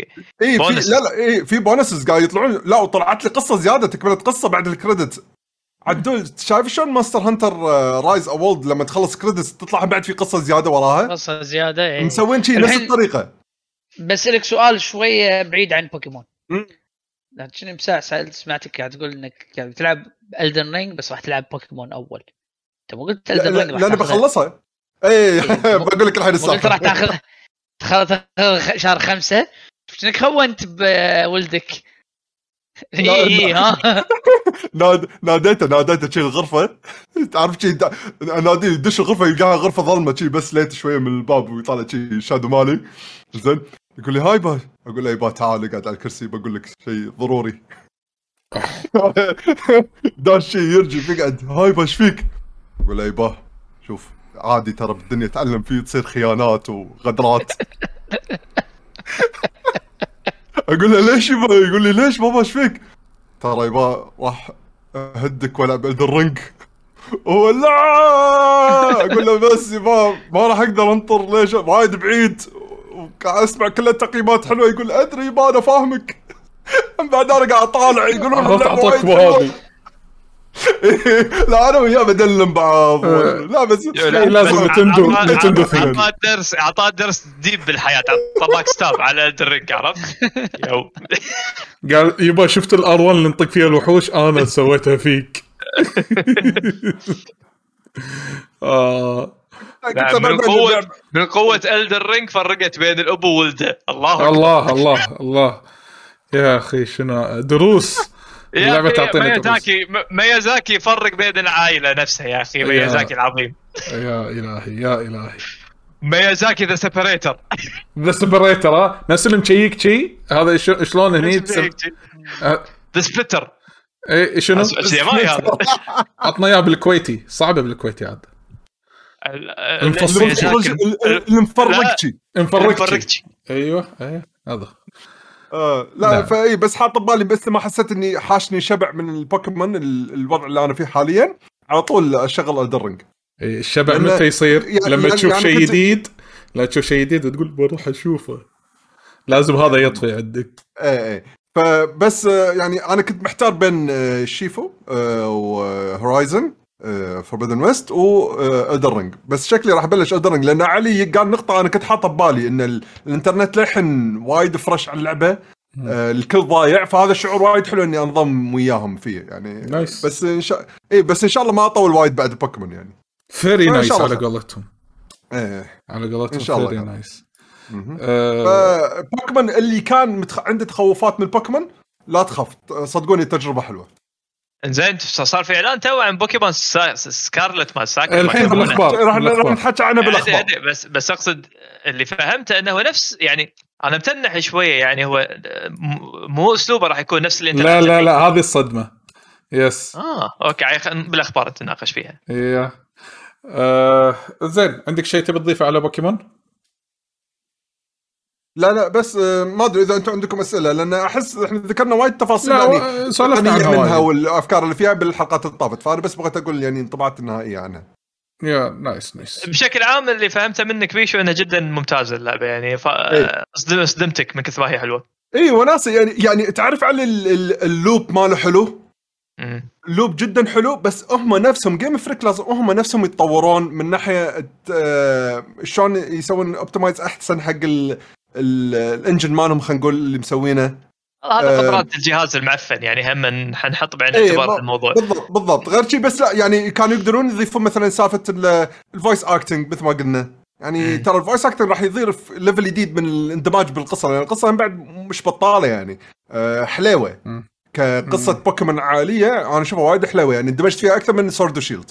في بونسز قاعد يطلعون. لا وطلعت لي قصه زياده، تكمله قصه بعد الكريدت. عدول شايف شلون ماستر هانتر رايز اولد لما تخلص كريدتس تطلع بعد في قصه زياده وراها، قصه زياده مسوين شيء نفس الطريقه. بس لك سؤال شويه بعيد عن بوكيمون. لا شنو مساع سمعتك قاعد تقول انك بتلعب Elden Ring بس راح تلعب بوكيمون اول. انت مو قلت Elden Ring لا انا بخلصها. بقول لك الحين الصح. قلت راح تاخذ شهر 5 شنك خونت بولدك. اي ها ناديته شي الغرفه. تعرف شي نادي يدش الغرفه يلقاها غرفه ظلمه شي بس ليت شويه من الباب ويطلع شي شادو مالي. زين يقول لي هاي با، اقول له يبا تعال قاعد على الكرسي بقول لك شيء ضروري. داش شي يرجع يقعد هاي با ايش فيك؟ اقول له يبا شوف عادي ترى بالدنيا تعلم فيه تصير خيانات وغدرات. اقول له ليش يبا؟ يقول لي ليش بابا ايش فيك؟ ترى يبا راح اهدك والعب الدرينج. ولا اقول له بس يبا ما راح اقدر انطر ليش وايد بعيد وقاعد اسمع كل التقييمات حلوه. يقول ادري يبا انا فاهمك. بعد انا قاعد اطالع يقولون اعطاك بهذه. لا انا وياه بدلم بعض. لا بس لازم نتندو اعطاه درس ديب بالحياه. طباك ستاب على الدرينج عرفت. قال يبا شفت الار1 اللي نطق فيها الوحوش انا سويتها فيك. من قوة ألدر رينج فرقت بين الأب وولده. الله يا أخي شنو دروس اللعبة تعطيني دروس. ميازاكي يفرق بين العائلة نفسها يا أخي. ميازاكي العظيم. يا إلهي ميازاكي ذا سيبريتر. نفس اللي مشيك شي هذا شلون هني ذا سبلتر. ايه شنو هذا عطنا اياه بالكويتي. صعبه بالكويتي عاد. المفرقتي. ايوه هذا. لا فاي بس حاط ببالي بس ما حسيت اني حاشني شبع من البوكيمون الوضع اللي انا فيه حاليا على طول اشغل الدرنج. الشبع متى يصير؟ لما تشوف شيء جديد. لا تشوف شيء جديد وتقول بروح اشوفه. لازم هذا يطفي عندك. ايه فبس يعني انا كنت محتار بين شيفو وهورايزن فوربيدن ويست والدرنج. بس شكلي راح ابلش الدرنج لان علي قال نقطه انا كنت حاطه ببالي ان الانترنت لحن وايد فرش على اللعبه. الكل ضايع فهذا الشعور وايد حلو اني انضم وياهم فيه يعني. نايس. بس بس ان شاء الله ما اطول وايد بعد بوكيمون يعني. فيري نايس على قولتهم. على قولتهم ان شاء الله فيري نايس. بوكيمون اللي كان عنده تخوفات من بوكيمون لا تخاف صدقوني التجربه حلوه. انزين صار في اعلان تو عن بوكيمون سكارلت ما ساكر الحين بالاخبار راح نحكي عنه بالاخبار. بس اقصد اللي فهمته انه هو نفس يعني انا متنح شويه يعني هو مو اسلوبه راح يكون نفس اللي لا هذه الصدمه. يس اوكي بالاخبار نتناقش فيها. زين عندك شيء تبي تضيفه على بوكيمون؟ لا بس ما ادري اذا انتم عندكم اسئله لان احس احنا ذكرنا وايد تفاصيل يعني سولفنا عنها والافكار اللي فيها بالحلقات الطافت. فانا بس بغيت اقول يعني انطباعات النهائيه عنها. يا نايس بشكل عام اللي فهمته منك بيشو انها جدا ممتازه اللعبه يعني صدمتك من كثر ما هي حلوه. اي وناسه يعني تعرف على اللوب ماله حلو. اللوب جدا حلو بس هم نفسهم جيم فريك لازم هم نفسهم يتطورون من ناحيه شلون يسوون اوبتمايز احسن حق الانجن مالهم خلينا نقول اللي مسوينه. هذا قدرات الجهاز المعفن يعني هم حنحط بعين الاعتبار الموضوع. بالضبط غير شيء بس لا يعني كانوا يقدرون يضيفون مثلا سالفه الفويس اكتنج مثل ما قلنا يعني ترى الفويس اكتنج راح يضيف ليفل جديد من الاندماج بالقصه لان القصه هم بعد مش بطاله يعني حلوه كقصه بوكيمون عاليه. انا اشوفها وايد حلوه يعني اندمجت فيها اكثر من سورد وشيلد.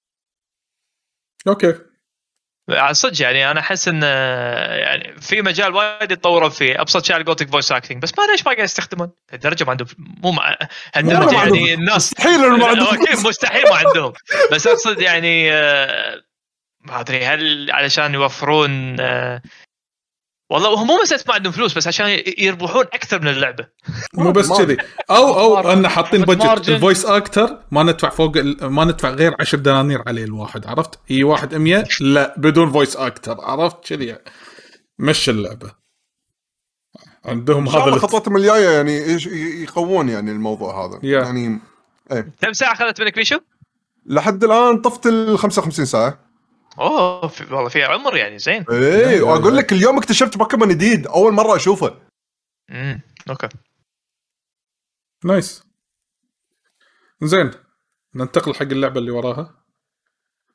اوكي صدق يعني انا احس ان يعني في مجال وايد يتطورون فيه. ابسط شيء الجوتيك فويس اكتنج بس ما ليش ما قاعد يستخدمون الدرجه ما عندهم مو مع هالدرجه يعني الناس مستحيل ما عندهم. بس اقصد يعني ما ادري هل علشان يوفرون والله هم مو مسألة ما عندهم فلوس بس عشان يربحون أكثر من اللعبة. مو بس كذي أو أن حاطين بجت الفويس أكتر ما ندفع فوق ما ندفع غير 10 دنانير عليه الواحد. عرفت هي واحد 100 لا بدون فويس أكتر. عرفت كذي مش اللعبة عندهم هذا خطوتهم الجاية يعني يقوون يعني الموضوع هذا يعني. كم ساعة أخذت منك بيشو؟ لحد الآن طفت 55 ساعة. والله فيها عمر يعني زين. واقول لك اليوم اكتشفت بوكيمون جديد اول مره اشوفه. اوكي نايس. زين ننتقل حق اللعبه اللي وراها.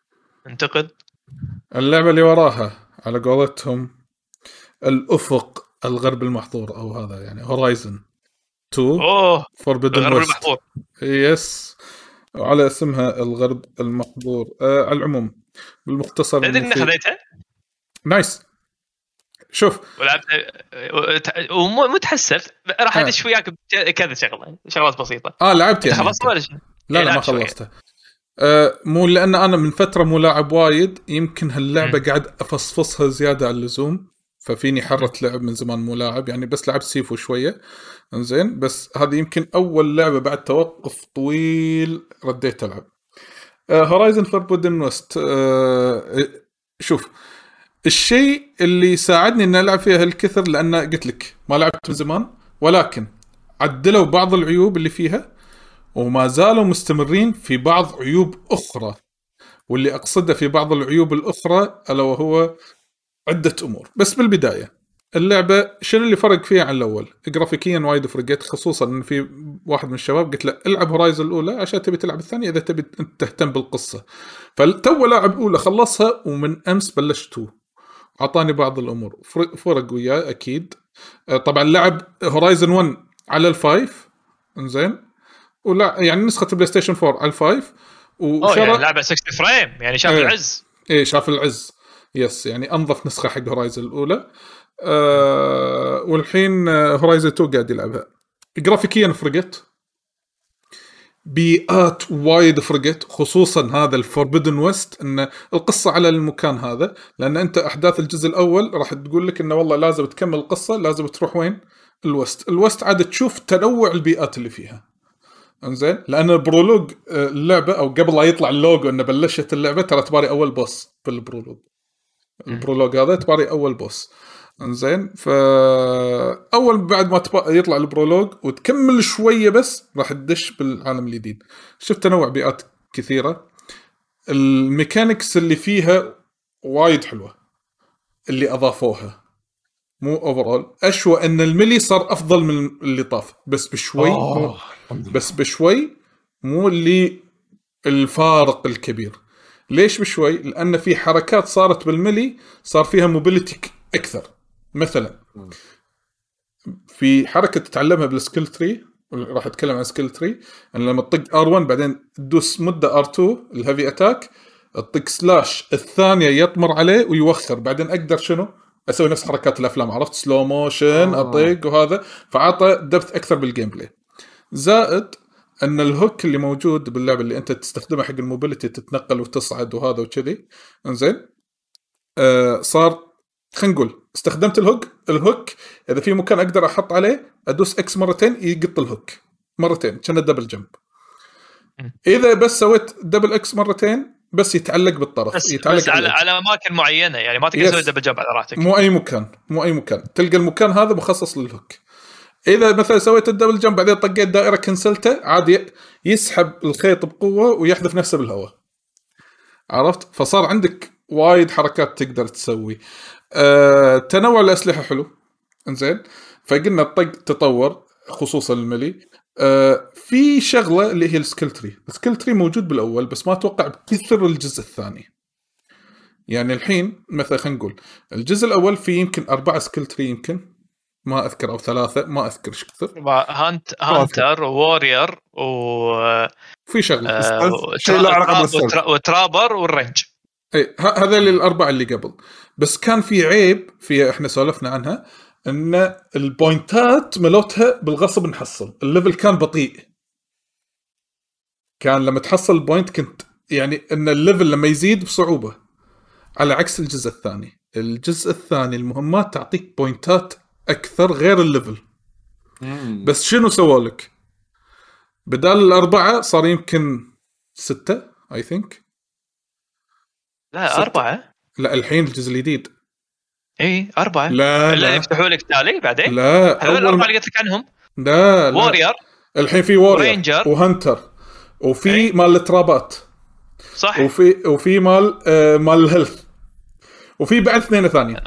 انتقل اللعبه اللي وراها على قولتهم الافق الغرب المحظور او هذا يعني هورايزن 2 فوربيدن ويست. يس، وعلى اسمها الغرب المحظور. على العموم بالمختصر تدري اني خذيتها نايس. شوف ولعبت ومتحسف راح ادش وياك كذا شغلات بسيطه. لعبت يعني خلصت ولا شيء؟ لا ما خلصتها. مو لان انا من فتره مو لاعب وايد، يمكن هاللعبه قاعد افصفصها زياده عن اللزوم، ففيني حرة لعب من زمان مو لاعب يعني، بس لعبت سيفو شويه انزين. بس هذه يمكن اول لعبه بعد توقف طويل رديت العب. هورايزن فوربيدن ويست. شوف الشيء اللي ساعدني ان العب فيها هالكثر، لان قلت لك ما لعبت من زمان، ولكن عدلوا بعض العيوب اللي فيها وما زالوا مستمرين في بعض عيوب اخرى. واللي اقصده في بعض العيوب الاخرى الا وهو عده امور. بس بالبدايه اللعبه شنو اللي فرق فيها عن الاول؟ جرافيكيا وايد فرقت، خصوصا ان في واحد من الشباب قلت له العب هورايزن الاولى عشان تبي تلعب الثانيه اذا تبي تهتم بالقصه. فالتو لاعب اولى خلصها ومن امس بلشت 2، عطاني بعض الامور فرق وياه اكيد. طبعا لعب هورايزن 1 على الفايف انزين، ولا يعني نسخه البلاي ستيشن 4 على الفايف، وشرى يعني لعبه 60 فريم يعني شاف العز. شاف العز يس، يعني انظف نسخه حق هورايزن الاولى. والحين هورايزن 2 قاعد يلعبها. جرافيكيا فرقت، بيئات وايد فرقت، خصوصا هذا الفوربيدن ويست ان القصه على المكان هذا، لان انت احداث الجزء الاول راح تقول لك انه والله لازم تكمل القصه، لازم تروح وين؟ الوست عاد تشوف تنوع البيئات اللي فيها انزين. لان البرولوج اللعبه او قبل لا يطلع اللوجو انه بلشت اللعبه ترى تباري اول بوس في البرولوج هذا تباري اول بوس انزين. فاول بعد ما يطلع البرولوج وتكمل شويه بس راح تدش بالعالم الجديد. شفت تنوع بيئات كثيره، الميكانيكس اللي فيها وايد حلوه اللي اضافوها. مو اوفرول اشوى ان الملي صار افضل من اللي طاف، بس بشوي بس بشوي، مو اللي الفارق الكبير. ليش بشوي؟ لان في حركات صارت بالملي صار فيها موبيليتي اكثر. مثلا في حركه تتعلمها بالسكيل تري، راح اتكلم عن سكيل تري، ان لما تطق R1 بعدين تدوس مده R2 الهيفي اتاك، تطق سلاش الثانيه يطمر عليه ويوخر، بعدين اقدر شنو اسوي نفس حركات الافلام، عرفت؟ سلو موشن اطق وهذا، فعطى دبث اكثر بالجيم بلاي. زائد ان الهوك اللي موجود باللعبه اللي انت تستخدمه حق الموبيليتي تتنقل وتصعد وهذا وكذي انزين. صار خلينا نقول استخدمت الهوك اذا في مكان اقدر احط عليه ادوس اكس مرتين يقط الهوك مرتين كأنه دبل جمب. اذا بس سويت دبل اكس مرتين بس يتعلق بالطرف، يتعلق بس على اماكن معينه يعني ما تقدر تسوي دبل جمب على راحتك. مو اي مكان تلقى المكان هذا مخصص للهوك. اذا مثلا سويت الدبل جمب بعدين طقيت دائره كنسلته عادي يسحب الخيط بقوه ويحذف نفسه بالهواء، عرفت؟ فصار عندك وايد حركات تقدر تسوي. تنوع الاسلحه حلو انزين. فقلنا الطق تطور خصوصا الملي. في شغله اللي هي السكيل تري موجود بالاول بس ما اتوقع بكثر الجزء الثاني. يعني الحين مثلا خلينا نقول الجزء الاول في يمكن 4 سكيل تري، يمكن ما اذكر او 3 ما اذكر ايش كثر. هانتر وورير في شغله وترابر والرنج. اي هذا الاربعه اللي قبل. بس كان في عيب فيها احنا سولفنا عنها، ان البوينتات ملوتها بالغصب نحصل، الليفل كان بطيء. كان لما تحصل البوينت كنت يعني ان الليفل لما يزيد بصعوبه، على عكس الجزء الثاني المهمات تعطيك بوينتات اكثر غير الليفل. بس شنو سووا لك؟ بدال 4 صار يمكن 6 I think. لا 4. لا الحين الجزء الجديد 4. لا يفتحوا لك تالي بعدين. لا هذول 4 اللي قلت لك عنهم. لا وورير الحين في وورير وهانتر وفي مال الترابات صح، وفي مال الهيلث، وفي بعد 2 ثانية.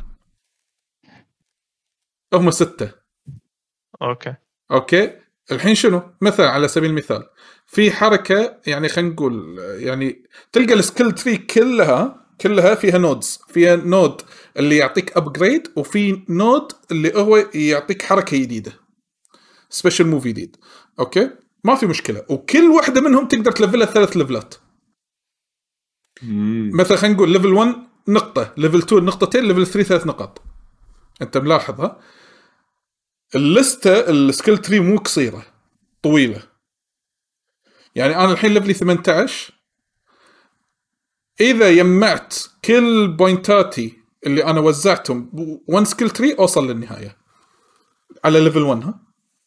هم 6. اوكي الحين شنو مثلا على سبيل المثال في حركة يعني خلينا نقول يعني تلقى السكيل تري كلها فيها نودز، فيها نود اللي يعطيك ابجريد، وفي نود اللي هو يعطيك حركه جديده، سبيشل موف جديد. اوكي ما في مشكله، وكل واحده منهم تقدر تلفلها 3 ليفلات. مثلا خلينا نقول ليفل 1 نقطه، ليفل 2 نقطتين، ليفل 3 3 نقاط. انت ملاحظ ها اللسته السكيل تري مو قصيره، طويله. يعني انا الحين ليفلي 18، اذا يجمعت كل بوينتاتي اللي انا وزعتهم 1 سكيل تري اوصل للنهايه على ليفل 1. ها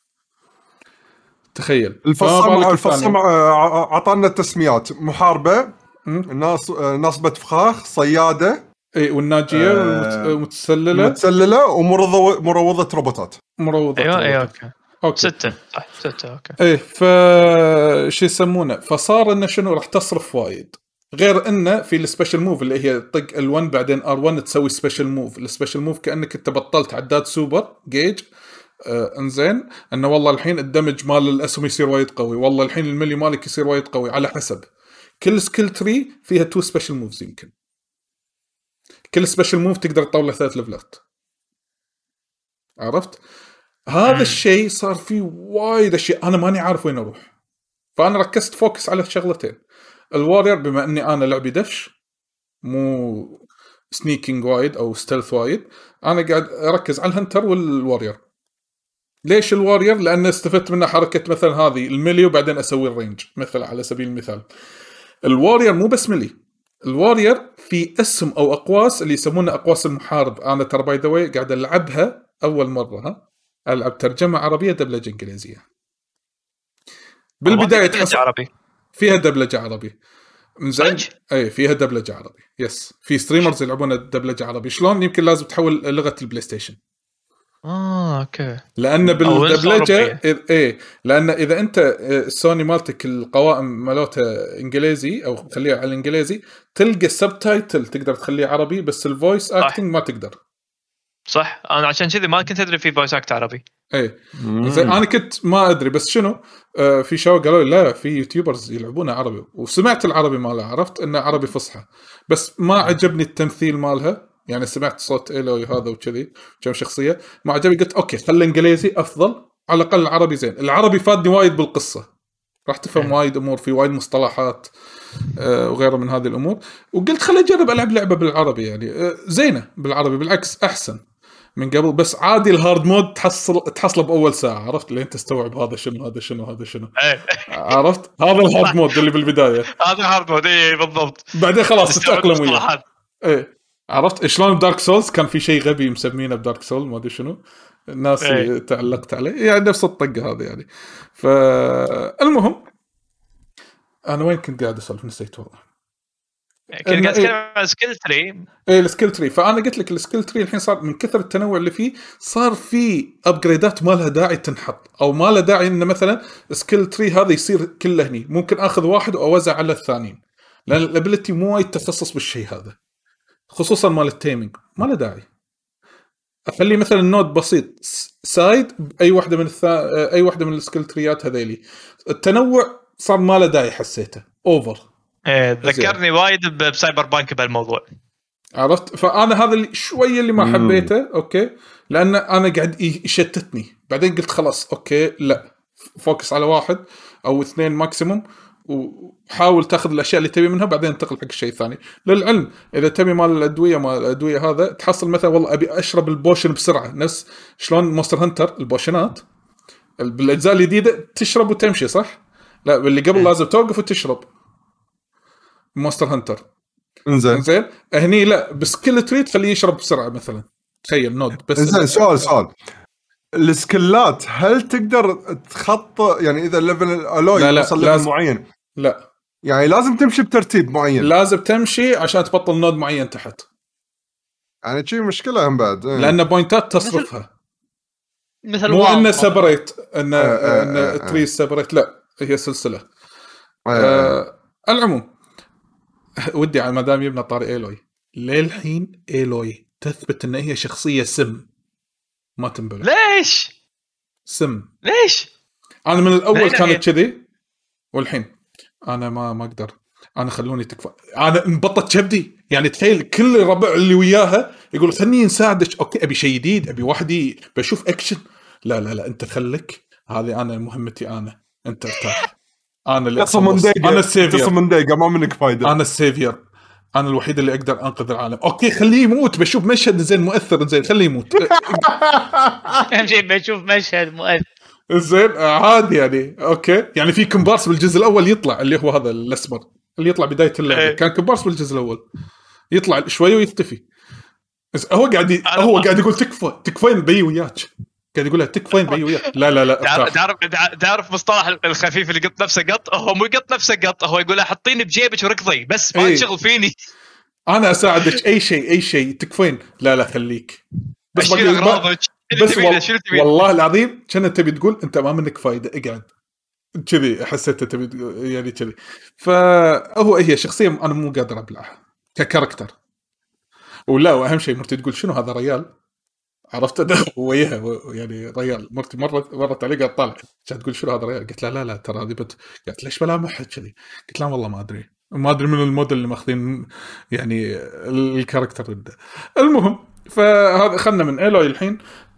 تخيل الفصل عطانا تسميات: محاربه، نصبة فخاخ، صياده، اي والناجيه متسلله ومروضه روبوتات. ايوه اوكي 6 صح 6 اوكي. ايه شو يسمونه، فصار انه شنو راح تصرف وايد، غير انه في السبيشال موف اللي هي طق ال1 بعدين R1 تسوي سبيشال موف. السبيشال موف كانك انت بطلت عداد سوبر جيج. انزين انه والله الحين الدمج مال الاسهم يصير وايد قوي، والله الحين الملي مالك يصير وايد قوي، على حسب. كل سكيل تري فيها 2 سبيشال موفز، يمكن كل سبيشال موف تقدر تطور له 3 ليفلات. عرفت؟ هذا الشيء صار فيه وايد اشياء انا ماني عارف وين اروح، فانا ركزت فوكس على شغلتين. الوارير بما اني انا لعبي دفش مو سنيكينج وايد او ستيلث وايد، انا قاعد اركز على الهنتر والوارير. ليش الوارير؟ لان استفدت منه حركه مثلا هذه الميلي وبعدين اسوي الرينج مثلا، على سبيل المثال. الوارير مو بس ميلي، الوارير في اسم او اقواس اللي يسمونها اقواس المحارب. انا ترى باي ذا واي قاعد العبها اول مره، ها العب ترجمه عربيه دبلجه انجليزيه. بالبدايه دبلجه عربي، فيها دبلجه عربي زين. اي فيها دبلجه عربي، يس. في ستريمرز يلعبون الدبلجه عربي. شلون؟ يمكن لازم تحول لغه البلاي ستيشن. اوكي. لان بالدبلجه ايه، لان اذا انت سوني مالتك القوائم مالتها انجليزي او خليها على الانجليزي، تلقى السبتايتل تقدر تخليه عربي، بس الفويس اكتنج ما تقدر. صح، انا عشان كذي ما كنت ادري في فويس اكت عربي. ايه زين انا كنت ما ادري، بس شنو في شو قالوا لي لا في يوتيوبرز يلعبونه عربي، وسمعت العربي ماله، عرفت انه عربي فصحى، بس ما عجبني التمثيل مالها. يعني سمعت صوت إيلوي هذا وكذي كم شخصيه ما عجبني، قلت اوكي خلي انجليزي افضل، على الاقل العربي زين. العربي فادني وايد بالقصه، راح تفهم وايد امور، في وايد مصطلحات وغيره من هذه الامور. وقلت خلي اجرب العب لعبه بالعربي، يعني زينه بالعربي، بالعكس احسن من قبل. بس عادي الهارد مود تحصله باول ساعه، عرفت لين تستوعب هذا شنو هذا شنو هذا شنو. عرفت هذا الهارد مود اللي بالبدايه، هذا الهارد مود اي بالضبط. بعدين خلاص تتاقلم وياه. ايه عرفت شلون دارك سولز كان في شيء غبي مسمينه بدارك سول ما ادري شنو، الناس تعلقت عليه، يعني نفس الطقه هذه يعني. فالمهم انا وين كنت قاعد اسولف؟ نسيت والله. كنت قاعد اتكلم عن سكيل تري. ايه السكيل تري. فانا قلت لك السكيل تري الحين صار من كثر التنوع اللي فيه، صار في ابجريدات ما لها داعي تنحط، او ما لها داعي ان مثلا سكيل تري هذا يصير كله هني، ممكن اخذ واحد واوزع على الثانيين، لان الابيليتي مو وايد تخصص بالشيء هذا، خصوصا مال التيمينج ما له داعي. اخلي مثلا نود بسيط سايد اي واحده من اي واحده من السكيل تريات هذيلي. التنوع صار ما له داعي، حسيته اوفر. ذكرني وايد بسايبر بانك بالموضوع، عرفت؟ فانا هذا اللي شويه اللي ما حبيته. اوكي لان انا قاعد يشتتني. بعدين قلت خلاص اوكي لا، فوكس على واحد او اثنين ماكسيموم، وحاول تاخذ الاشياء اللي تبي منها، بعدين انتقل حق الشيء الثاني. للعلم اذا تبي مال الادويه هذا تحصل مثلا والله ابي اشرب البوشن بسرعه، نفس شلون مونستر هانتر البوشنات بالاجزاء الجديده تشرب وتمشي صح، لا اللي قبل لازم توقف وتشرب مونستر هانتر. انزين هني لا، بس كل تريد خليه يشرب بسرعه مثلا، تخيل نود بس. انزين سؤال السكلات هل تقدر تخط يعني اذا الليفل الالوي يوصل ليفل معين؟ لا يعني لازم تمشي بترتيب معين، لازم تمشي عشان تبطل نود معين تحت. يعني شيء مشكله هم بعد لان بوينتات تصرفها مثل مو انه سيبريت ان تري سيبريت، لا هي سلسله. العموم ودي على ما دام يبنى طاري ايلوي، للحين ايلوي تثبت ان هي شخصيه سم ما تنبلع. ليش سم؟ ليش؟ انا من الاول كانت كذي، والحين انا ما اقدر. انا خلوني تكفى، انا انبطت كبدي. يعني تخيل كل الربع اللي وياها يقول خلني نساعدك، اوكي ابي شيء جديد، ابي وحدي بشوف اكشن. لا لا لا انت خليك، هذه انا مهمتي، انا انت ارتاح. انا اللي اخلص، انا السيفير، تصل من دقيقه ما منك فايده. انا السيفير، انا الوحيد اللي اقدر انقذ العالم. اوكي خليه يموت، بشوف مشهد زين مؤثر، زين خليه يموت. اهم شيء بشوف مشهد مؤثر زين عادي يعني. اوكي يعني في كومبارس بالجزء الاول يطلع، اللي هو هذا الاسمر اللي يطلع بدايه اللعبه، كان كومبارس بالجزء الاول يطلع شوي ويختفي. هو قاعد يقول تكفين بي وياك، قاعد يقول لها تكفين بي وياك. لا لا لا تعرف مصطلح الخفيف اللي قط نفسه قط، هو مو يقط نفسه قط، هو يقول لها حطيني بجيبك وركضي بس ما تشغل فيني، انا اساعدك اي شيء تكفين. لا لا خليك بس بس والله العظيم كانت تبي تقول انت ما منك فايده اقعد كذي، حسيت تبي يعني كذي. فهو هي شخصيه انا مو قادر ابلعها ككاركتر. ولا واهم شيء مرتي تقول شنو هذا ريال، عرفت ده وياها يعني ريال. مرتي مرت علي قالت طالع كانت تقول شنو هذا ريال، قلت لا لا لا ترى هذه قالت ليش ملامحها كذي، قلت لا والله ما ادري من الموديل اللي ماخذين يعني الكاركتر ده. المهم فهذا خلنا من ايلوي الحين.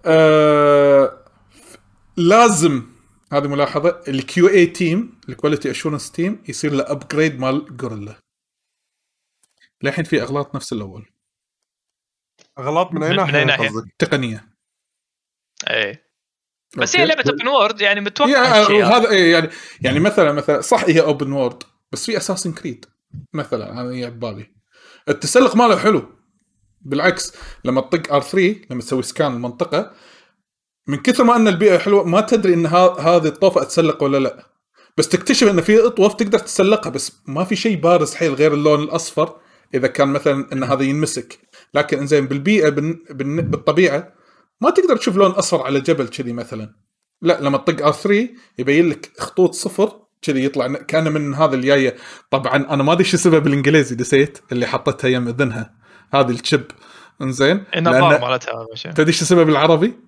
لازم هذه ملاحظه، الكيو اي تيم الكواليتي اشورنس تيم يصير له ابجريد مال غوريلا. للحين في اغلاط نفس الاول. اغلاط من اي ناحيه قصدك؟ تقنيه. ايه بس هي لعبه اوبن وورد يعني متوقع هذا إيه يعني مثلا صح هي اوبن وورد بس في اساسن كريد مثلا، انا هي ببالي التسلق ماله حلو. بالعكس لما تطق R3 لما تسوي سكان المنطقه، من كثر ما ان البيئه حلوه ما تدري ان هذه الطوفه اتسلق ولا لا، بس تكتشف ان في اطواف تقدر تتسلقها بس ما في شيء بارز حيل غير اللون الاصفر اذا كان مثلا ان هذا ينمسك. لكن انزين بالبيئه بالطبيعه ما تقدر تشوف لون اصفر على جبل كذي مثلا. لا لما تطق R3 يبين لك خطوط صفر كذي يطلع كان من هذا الجايه. طبعا انا ما ادري شو السبب بالانجليزي نسيت اللي حطتها يم اذنها هذه الشب. انزين تدري شو السبب بالعربي؟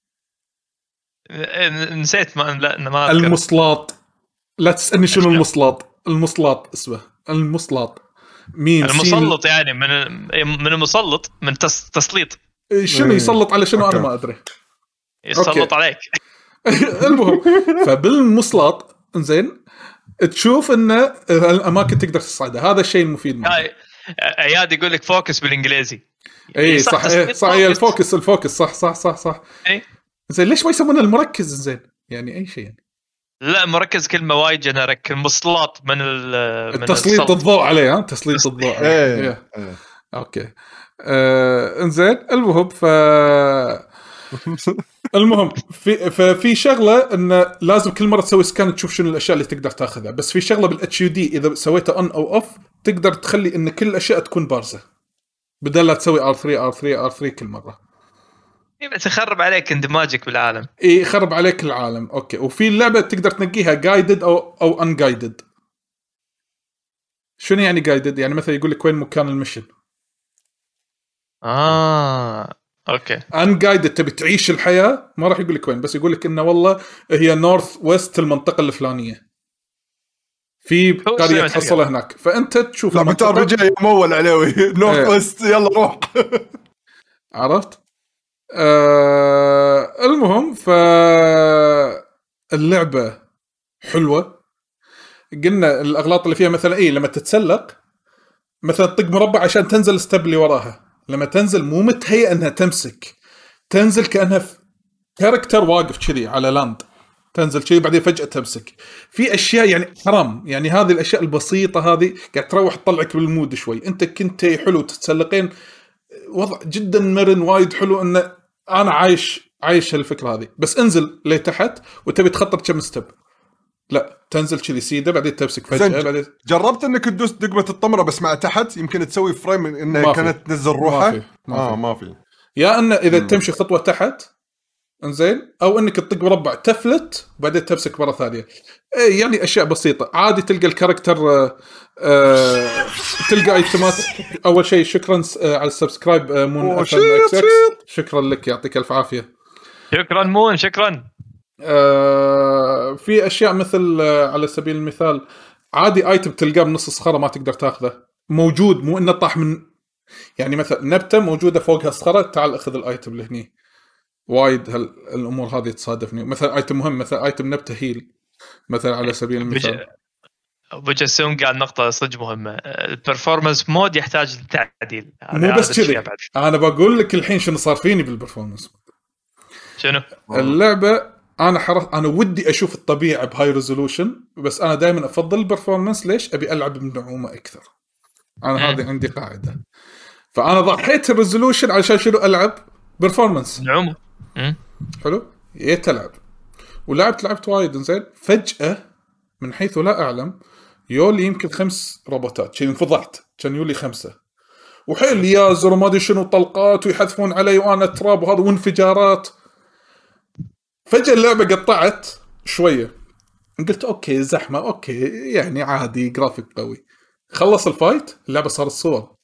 نسيت ما المصلاط. لا تسألني شنو المصلاط اسمه المصلاط ميم المسلط يعني من المسلط من تسليط. شنو يسلط على شنو؟ أنا ما أدري. يسلط عليك. المهم فبالمصلاط انزين تشوف ان الاماكن تقدر تصعدها، هذا الشيء المفيد معه. عياد يقول لك فوكس بالانجليزي. اي صح الفوكس صح اي زين ليش ما يسمونه المركز؟ زين يعني اي شيء يعني. لا مركز كلمه وايد جنريك. المصلات من تسليط الضوء عليه. تسليط الضوء عليه. اوكي انزين المهم المهم في شغله ان لازم كل مره تسوي سكان تشوف شنو الاشياء اللي تقدر تاخذها. بس في شغله بالاتش يو دي اذا سويتها اون او اوف تقدر تخلي ان كل الاشياء تكون بارزه بدل لا تسوي R3 كل مره. بس يخرب عليك اندماجك بالعالم. يخرب عليك العالم. اوكي وفي اللعبه تقدر تنقيها جايدد او ان جايدد. شنو يعني جايدد؟ يعني مثلا يقول لك وين مكان المشن. اوكي ان جايدد تبي تعيش الحياه ما راح يقول لك وين، بس يقول لك انه والله هي نورث ويست المنطقه الفلانيه في قريه تحصلها هناك، فانت تشوف لا بتعرف جاي مول عليوي نورث ويست يلا روح. عرفت؟ المهم اللعبة حلوة. قلنا الأغلاط اللي فيها مثلا لما تتسلق مثلا تطق مربع عشان تنزل ستيب اللي وراها، لما تنزل مو متهيئ أنها تمسك، تنزل كأنها كاركتر واقف كذي على لاند، تنزل كذي بعدين فجأة تمسك. في أشياء يعني حرام يعني هذه الأشياء البسيطة هذه قاعد تروح تطلعك بالمود شوي. أنت كنت حلو تتسلقين وضع جدا مرن وايد حلو أنه أنا عايش الفكرة هذه. بس انزل لتحت وتبي تخطر كم ستيب لا تنزل كذي سيده بعدين تمسك فجأة. بعدين جربت انك تدوس دقمة الطمرة بس مع تحت يمكن تسوي فريم انها كانت تنزل روحها. ما في يا ان اذا تمشي خطوة تحت انزين او انك تطق مربع تفلت وبعدين تمسك مرة ثانية. يعني اشياء بسيطة عادي. تلقى الكاركتر تلقى ايتمات. اول شيء شكرا على السبسكرايب مون شكرا لك يعطيك الف عافية. شكرا مون شكرا. في اشياء مثل على سبيل المثال عادي ايتم تلقاه بنص صخره ما تقدر تاخذه موجود، مو انه طاح من يعني مثلا نبته موجوده فوقها صخره تعال اخذ الايتم اللي هني. وايد الامور هذه تصادفني. مثلا ايتم مهم مثلا ايتم نبته هيل مثلا على سبيل المثال. بجسم قاعد نقطه صدق مهمه. البرفورمانس مود يحتاج تعديل. مو بس كذي، انا بقول لك الحين شنو صار فيني بالبرفورمانس. شنو اللعبه انا ودي اشوف الطبيعه بهاي ريزولوشن، بس انا دائما افضل البرفورمانس. ليش؟ ابي العب بنعومه اكثر. انا هذه عندي قاعده، فانا ضحيت الريزولوشن علشان شنو؟ العب برفورمانس نعومه. حلو. يتلعب لعبت وايد زين. فجاه من حيث لا اعلم يولي يمكن 5 روبوتات شيء، انفضحت. كان يولي 5 وحيل يازر وما ادري شنو طلقات ويحذفون علي وانا تراب وهذا وانفجارات. فجاه اللعبه قطعت شويه، قلت اوكي زحمه اوكي يعني عادي جرافيك قوي. خلص الفايت اللعبه صارت صور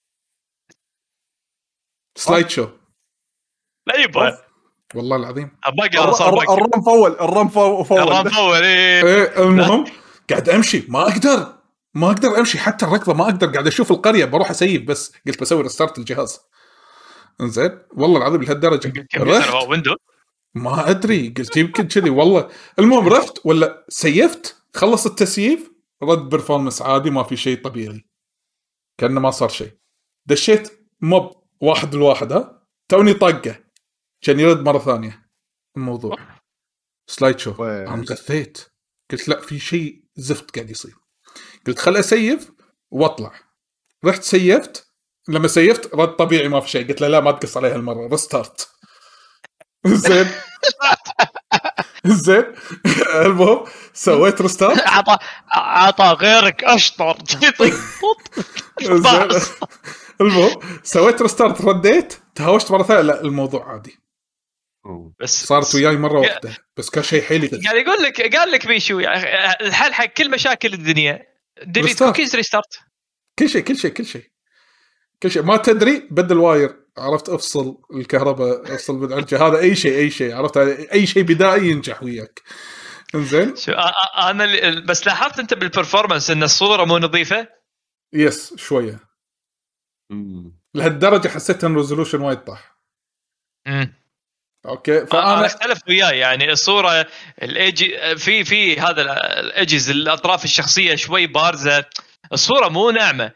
سلايد شو. لا يبا والله العظيم الرم فول إيه المهم قاعد امشي ما اقدر امشي حتى الركضه ما اقدر. قاعد اشوف القريه بروح اسيب، بس قلت بسوي ريستارت الجهاز. انزين والله العظيم لهالدرجه رحت ويندو ما ادري، قلت يمكن كذي والله. المهم رحت ولا سيفت، خلص التسييف رد برفورمانس عادي ما في شيء طبيعي كأنه ما صار شيء. دشيت موب واحد الواحد ها توني طقه كان يرد مره ثانيه الموضوع سلايد شو. انا غثيت قلت لا في شيء زفت قاعد يصير. قلت خل اسيف واطلع. رحت سيفت، لما سيفت رد طبيعي ما في شيء. قلت له لا ما تقص عليها المره ريستارت. زين زين المهم سويت ريستارت. عطى غيرك اشطر. المهم سويت ريستارت رديت تهاوشت مره ثانيه. لا الموضوع عادي بس صارت وياي مره واحده بس كان شيء حيلي. قاعد يقول لك قال لك بيشو الحل حق كل مشاكل الدنيا ديليت كوكيز ريستارت. كل شيء ما تدري بدل واير عرفت افصل الكهرباء افصل بالعرجه هذا اي شيء عرفت اي شيء بدائي ينجح وياك. انزين انا بس لاحظت انت بالبرفورمانس ان الصوره مو نظيفه. يس شويه لهالدرجه حسيت ان الريزولوشن وايد طاح. اوكي فانا اختلف وياي يعني الصوره الايجي في هذا الايجز الاطراف الشخصيه شوي بارزه، الصوره مو ناعمه.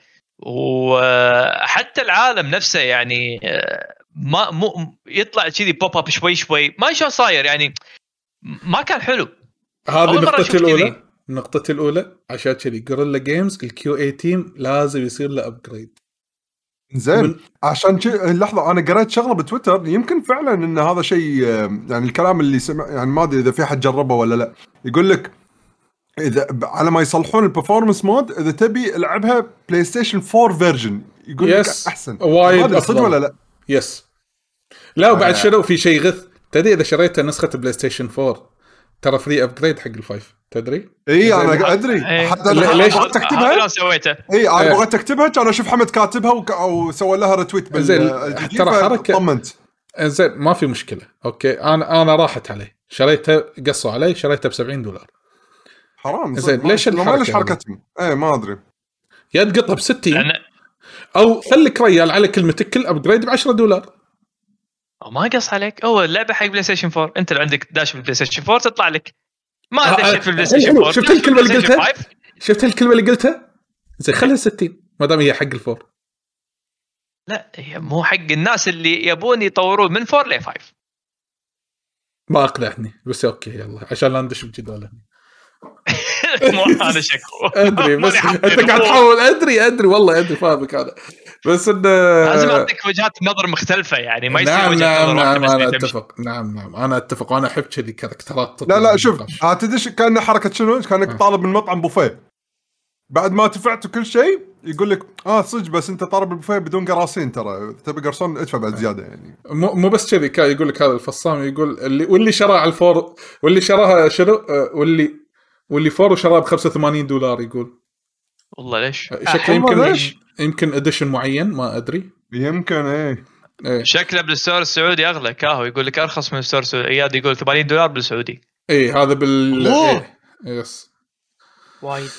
وحتى العالم نفسه يعني ما مو يطلع كذي بوب اب شوي ما شو صاير يعني ما كان حلو. هذه نقطتي الاولى عشان كذي غوريلا جيمز الكيو اي تيم لازم يصير له ابجريد. زين عشان لحظه انا قرأت شغله بتويتر يمكن فعلا ان هذا شيء يعني الكلام اللي سمع يعني ما ادري اذا في حد جربه ولا لا. يقول لك اذا على ما يصلحون البرفورمانس مود اذا تبي العبها بلاي ستيشن 4 فيرجن يقول لك احسن وايد افضل ولا لا. يس لا وبعد شنو في شيء غث تدري اذا شريت نسخه بلاي ستيشن 4 ترى فري ابجريد حق الفايف تدري. اي انا ادري حتى ليش تكتبها انا سويتها. اي انا بغيت اكتبها كان اشوف حمد كاتبها او سوى لها ريتويت ترى حركه طمنت. زين ما في مشكله اوكي انا راحت علي شريتها قصوا علي شريتها $70 حرام. زين ليش حركتهم اي ما ادري يا تقطها ب60 او خليك ريال على كلمتك كل ابجريد $10. ما قص عليك هو اللعبه حق بلاي ستيشن 4 انت لو عندك داش بالبلاي ستيشن 4 تطلع لك ما دشيت في البلاي ستيشن 4. شفت الكلمه اللي قلتها زين خليها 60 ما دام هي حق الفور. لا هي مو حق الناس اللي يبون يطورون من 4 ل 5. ما اقنعني بس اوكي يلا عشان لا ندش بجدال. مو انا شكو ادري بس انت قاعد تحاول ادري والله ادري فاهمك هذا بس ان لازم اعطيك وجهات نظر مختلفه يعني ما يصير وجهه نظر واحده. انا اتفق نعم انا اتفق وانا احب كذي كاركترات. لا شوف هتدش كان حركه شنو كانك طالب من مطعم بوفيه بعد ما دفعت كل شيء يقول لك صدق بس انت طالب البوفيه بدون قراصين ترى تبي قرصون ادفع بعد زياده يعني مو بس كذي كان يقول لك هذا الفصام يقول واللي شراه على الفور واللي شراها شنو واللي فور شراه $85 يقول والله ليش شكله يمكن اديشن معين ما ادري يمكن ايه. شكله بالستور السعودي اغلى كاهو يقول لك ارخص من الستور السعودي اياد يقول $80 بالسعودي. ايه هذا يس وايد.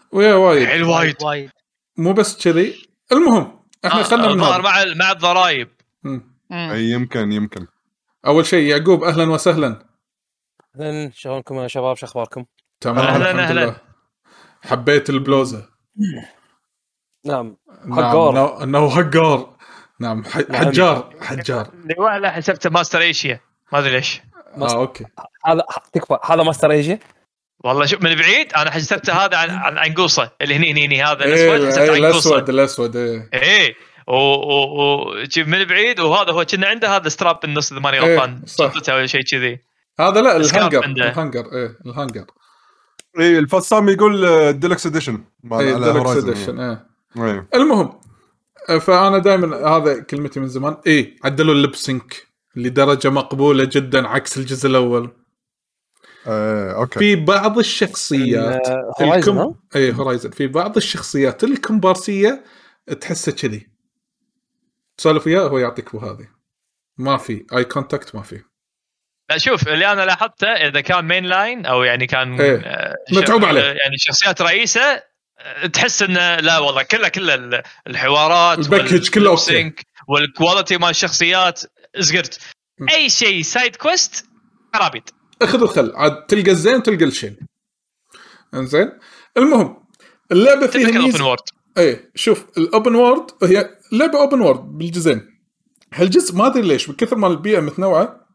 ويا وايد حلو وايد. مو بس كذي. المهم احنا خلنا من هذا مع الضرايب. اي يمكن اول شيء يعقوب اهلا وسهلا. اهلا شلونكم يا شباب؟ شو اخباركم؟ تمام الحمد لله. حبيت البلوزه؟ نعم حقار. انه حقار. نعم حجار لا حسبته ماستر ايشيا ما ادري ليش. اوكي هذا تكفى هذا ماستر ايجي. والله شوف من بعيد انا حسبته هذا عن عنقوصه اللي هني هذا الاسود الاسود ايه من بعيد وهذا هو كنا عنده هذا ستراب بالنص اذا ماني غلطان شنطته ولا شيء كذي. هذا لا الهانجر ايه الفصام يقول ديلكس اديشن ديلكس اديشن المهم فانا دائما هذا كلمتي من زمان عدلوا اللبسينك لدرجه مقبوله جدا عكس الجزء الاول. اوكي في بعض الشخصيات هورايزن في بعض الشخصيات الكمبارسيه تحسه كذي تسولف وياه هو يعطيك وهذه ما في اي كونتاكت ما في. لا شوف اللي انا لاحظته اذا كان مين لاين او يعني كان متعوب عليه يعني شخصيات رئيسه تحس انه لا والله كله الحوارات الباكج كله اوكي والكواليتي مال الشخصيات زقرت. اي شيء سايد كويست عرابيد اخذ وخل عاد تلقى الزين تلقى الشين. انزين المهم اللعبه فيها ميزه شوف الاوبن وورد هي لعبه اوبن وورد بالجزئين. هالجزء ما ادري ليش بكثر ما البيئه متنوعه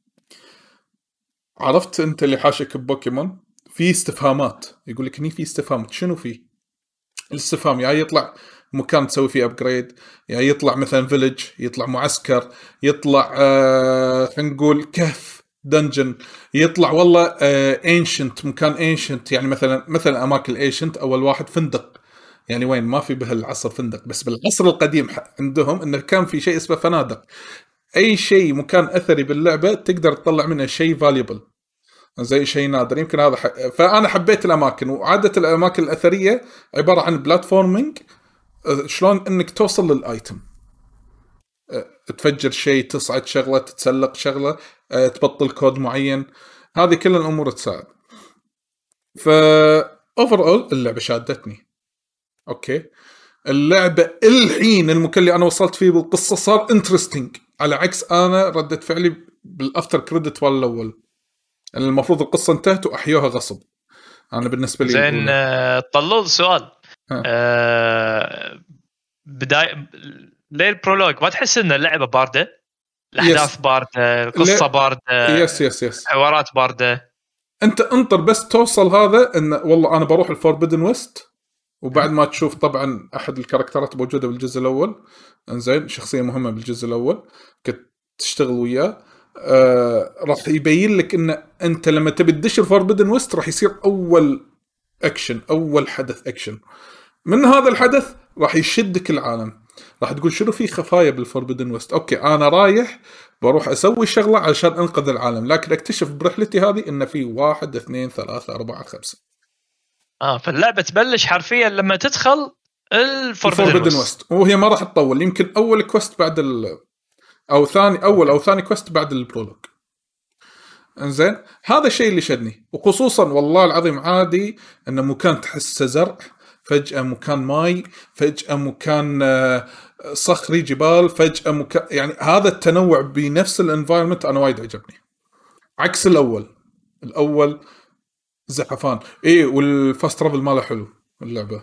عرفت انت اللي حاشك ببوكيمون في استفهامات يقول لك هني في استفهامات شنو فيه الاستفهام يا يطلع مكان تسوي فيه ابجريد يا يطلع مثلا فيلج يطلع معسكر يطلع خلينا نقول كهف دنجن يطلع والله انشنت مكان انشنت يعني مثلا اماكن انشنت اول واحد فندق يعني وين ما في بهالعصر فندق بس بالعصر القديم عندهم انه كان في شيء اسمه فنادق. اي شيء مكان اثري باللعبه تقدر تطلع منه شيء فاليبل زي شيء نادر يمكن هذا فانا حبيت الاماكن وعاده الاماكن الاثريه عباره عن بلاتفورمينج شلون انك توصل للايتم تفجر شيء تصعد شغله تتسلق شغله تبطل كود معين هذه كل الامور تساعد. اوفر اللعبه شادتني اوكي. اللعبه الحين المكان اللي انا وصلت فيه بالقصه صار انترستينج على عكس انا ردت فعلي بالافتر كريدت والاول المفروض القصه انتهت واحيوها غصب. انا بالنسبه لي زين طلول سؤال بدايه ليه البرولوج ما تحس ان اللعبه بارده الاحداث بارده القصه بارده يس حوارات بارده انت انطر بس توصل هذا ان والله انا بروح الفوربيدن ويست وبعد ما تشوف طبعا احد الكاركترات موجوده بالجزء الاول انزين شخصيه مهمه بالجزء الاول كنت تشتغل وياه راح يبين لك ان انت لما تبي تدش الفوربيدن ويست راح يصير اول اكشن اول حدث اكشن من هذا الحدث راح يشدك العالم راح تقول شنو في خفايا بالفوربيدن ويست اوكي انا رايح بروح اسوي شغله عشان انقذ العالم لكن اكتشف برحلتي هذه ان في 1 2 3 4 5 فاللعبه تبلش حرفيا لما تدخل الفوربيدن ويست وهي ما راح تطول يمكن اول كويست بعد او ثاني كويست بعد البرولوج. انزين هذا الشيء اللي شدني وخصوصا والله العظيم عادي انه مكان تحسه زرع فجأة مكان ماي فجأة مكان صخري جبال فجأة مكان يعني هذا التنوع بنفس الانفايرمنت انا وايد عجبني عكس الاول زحفان والفاست ترافل ماله حلو اللعبة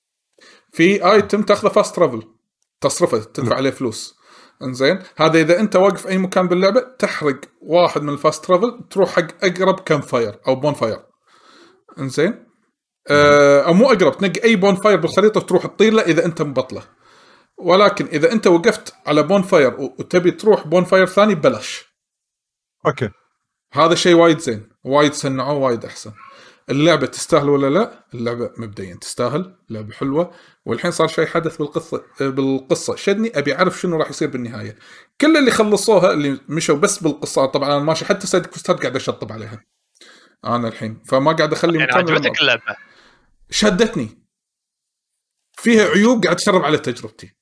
في ايتم تاخذه فاست ترافل تصرفه تدفع عليه فلوس انزين هذا اذا انت واقف اي مكان باللعبه تحرق واحد من الفاست ترافل تروح حق اقرب كامب فاير او بون فاير انزين او مو اقرب تنقي اي بون فاير بالخريطه تروح تطير له اذا انت مبطله ولكن اذا انت وقفت على بون فاير وتبي تروح بون فاير ثاني ببلاش اوكي هذا شيء وايد زين وايد سنعوه وايد احسن. اللعبه تستاهل ولا لا؟ اللعبه مبدئيا تستاهل لعبه حلوه والحين صار شيء حدث بالقصه شدني ابي اعرف شنو راح يصير بالنهايه. كل اللي خلصوها اللي مشوا بس بالقصه طبعا انا ماشي حتى سايد كوستات قاعد اشطب عليها انا الحين فما قاعد اخلي يعني عجبتك اللعبه شدتني فيها عيوب قاعد تخرب على تجربتي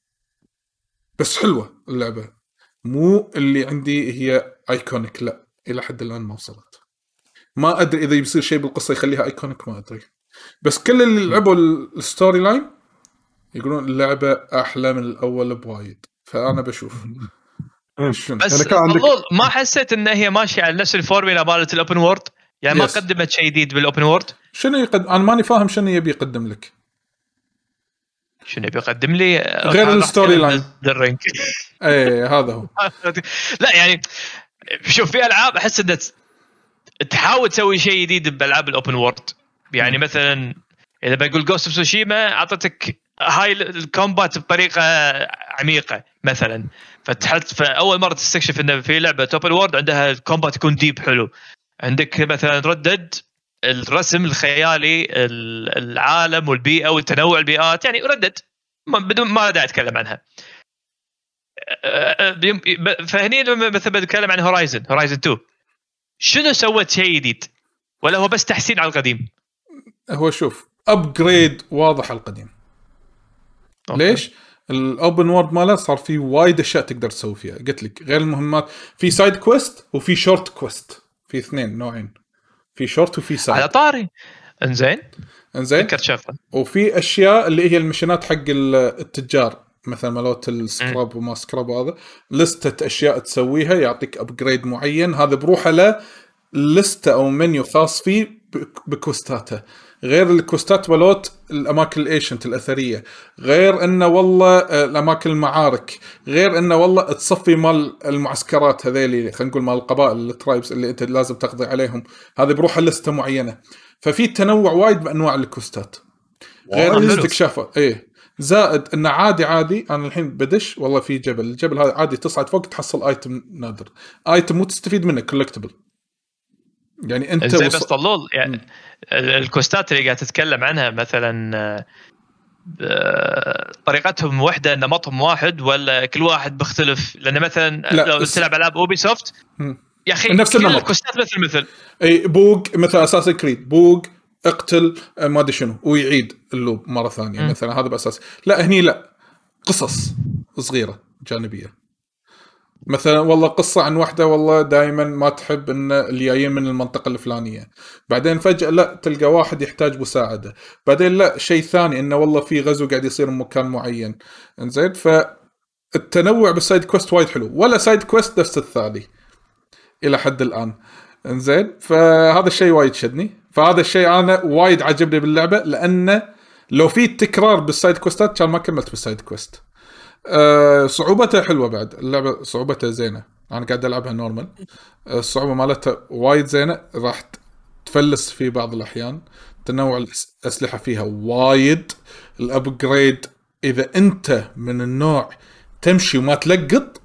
بس حلوه اللعبه مو اللي عندي هي ايكونيك لا الى حد الان ما وصلت ما ادري اذا يصير شيء بالقصه يخليها ايكونيك ما ادري بس كل اللي لعبوا الستوري لاين يقولون اللعبه احلى من الاول بوايد. فانا بشوف بس ما حسيت ان هي ماشيه على نفس الفورمولا مالت الاوبن وورد، يعني ما قدمت شيء جديد بالاوبن وورد. شنو انا ماني فاهم شنو يبي يقدم لك، شنو يبي يقدم لي غير الستوري لاين الرينج. ايه هذا هو. لا يعني شوف في العاب احس انها تحاول تسوي شيء جديد بالالعاب الاوبن وورد، يعني مثلا اذا بقول جوست اوف سوشيما اعطتك هاي الكومبات بطريقه عميقه مثلا، فتحت فاول مره تستكشف انه في لعبه اوبن وورد عندها الكومبات يكون ديب حلو. عندك مثلا ردد الرسم الخيالي، العالم والبيئه والتنوع البيئات، يعني ردد بدون ما داعي اتكلم عنها. فهني لما مثلا بتكلم عن هورايزن 2 شنو سوت شيء جديد ولا هو بس تحسين على القديم؟ هو شوف ابجريد واضح على القديم. ليش؟ الاوبن وورد ماله صار فيه وايد اشياء تقدر تسوي فيها. قلت لك غير المهمات في سايد كويست وفي شورت كويست، في اثنين نوعين، في شورت وفي سايد. على طاري انزين وفي اشياء اللي هي المشينات حق التجار مثلا مالوت السكراب وما سكراب، هذا لستة اشياء تسويها يعطيك ابجريد معين، هذا بروحه له لستة او منيو خاص فيه بكوستاته، غير الكوستات مالوت الاماكن الايشنت الاثريه، غير انه والله الاماكن المعارك، غير انه والله تصفي مال المعسكرات هذيلي خلينا نقول مال القبائل الترايبس اللي انت لازم تقضي عليهم، هذه بروحه لسته معينه. ففي تنوع وايد بانواع الكوستات غير الاستكشافات. ايه زائد انه عادي انا الحين بدش والله في جبل، الجبل هذا عادي تصعد فوق تحصل ايتم نادر، ايتم مو تستفيد منه كولكتبل. يعني انت بس طلول يعني الكوستات اللي قاعد تتكلم عنها مثلا طريقتهم وحده، نمطهم واحد ولا كل واحد بيختلف؟ لان مثلا لو تلعب العاب اوبي سوفت يا اخي نفس النمط، الكوستات مثل اي بوق مثلا اساسا كريد بوق اقتل ما ادري شنو ويعيد اللوب مره ثانيه مثلا، هذا باساس. لا هني لا، قصص صغيره جانبيه مثلا والله قصة عن واحدة والله دائما ما تحب ان اللي جايين من المنطقة الفلانية، بعدين فجأة لا تلقى واحد يحتاج مساعدة، بعدين لا شيء ثاني انه والله في غزو قاعد يصير بمكان معين. انزين فالتنوع بالسايد كويست وايد حلو، ولا سايد كويست نفس الثاني الى حد الان. انزين فهذا الشيء وايد شدني، فهذا الشيء انا وايد عجبني باللعبة، لانه لو في تكرار بالسايد كويستات كان ما كملت بالسايد كويست. صعوبتها حلوة، بعد اللعبة صعوبتها زينة، أنا قاعد ألعبها نورمال، الصعوبة مالتها وايد زينة، راح تفلس في بعض الأحيان، تنوع الأسلحة فيها وايد، الأبجريد إذا أنت من النوع تمشي وما تلقط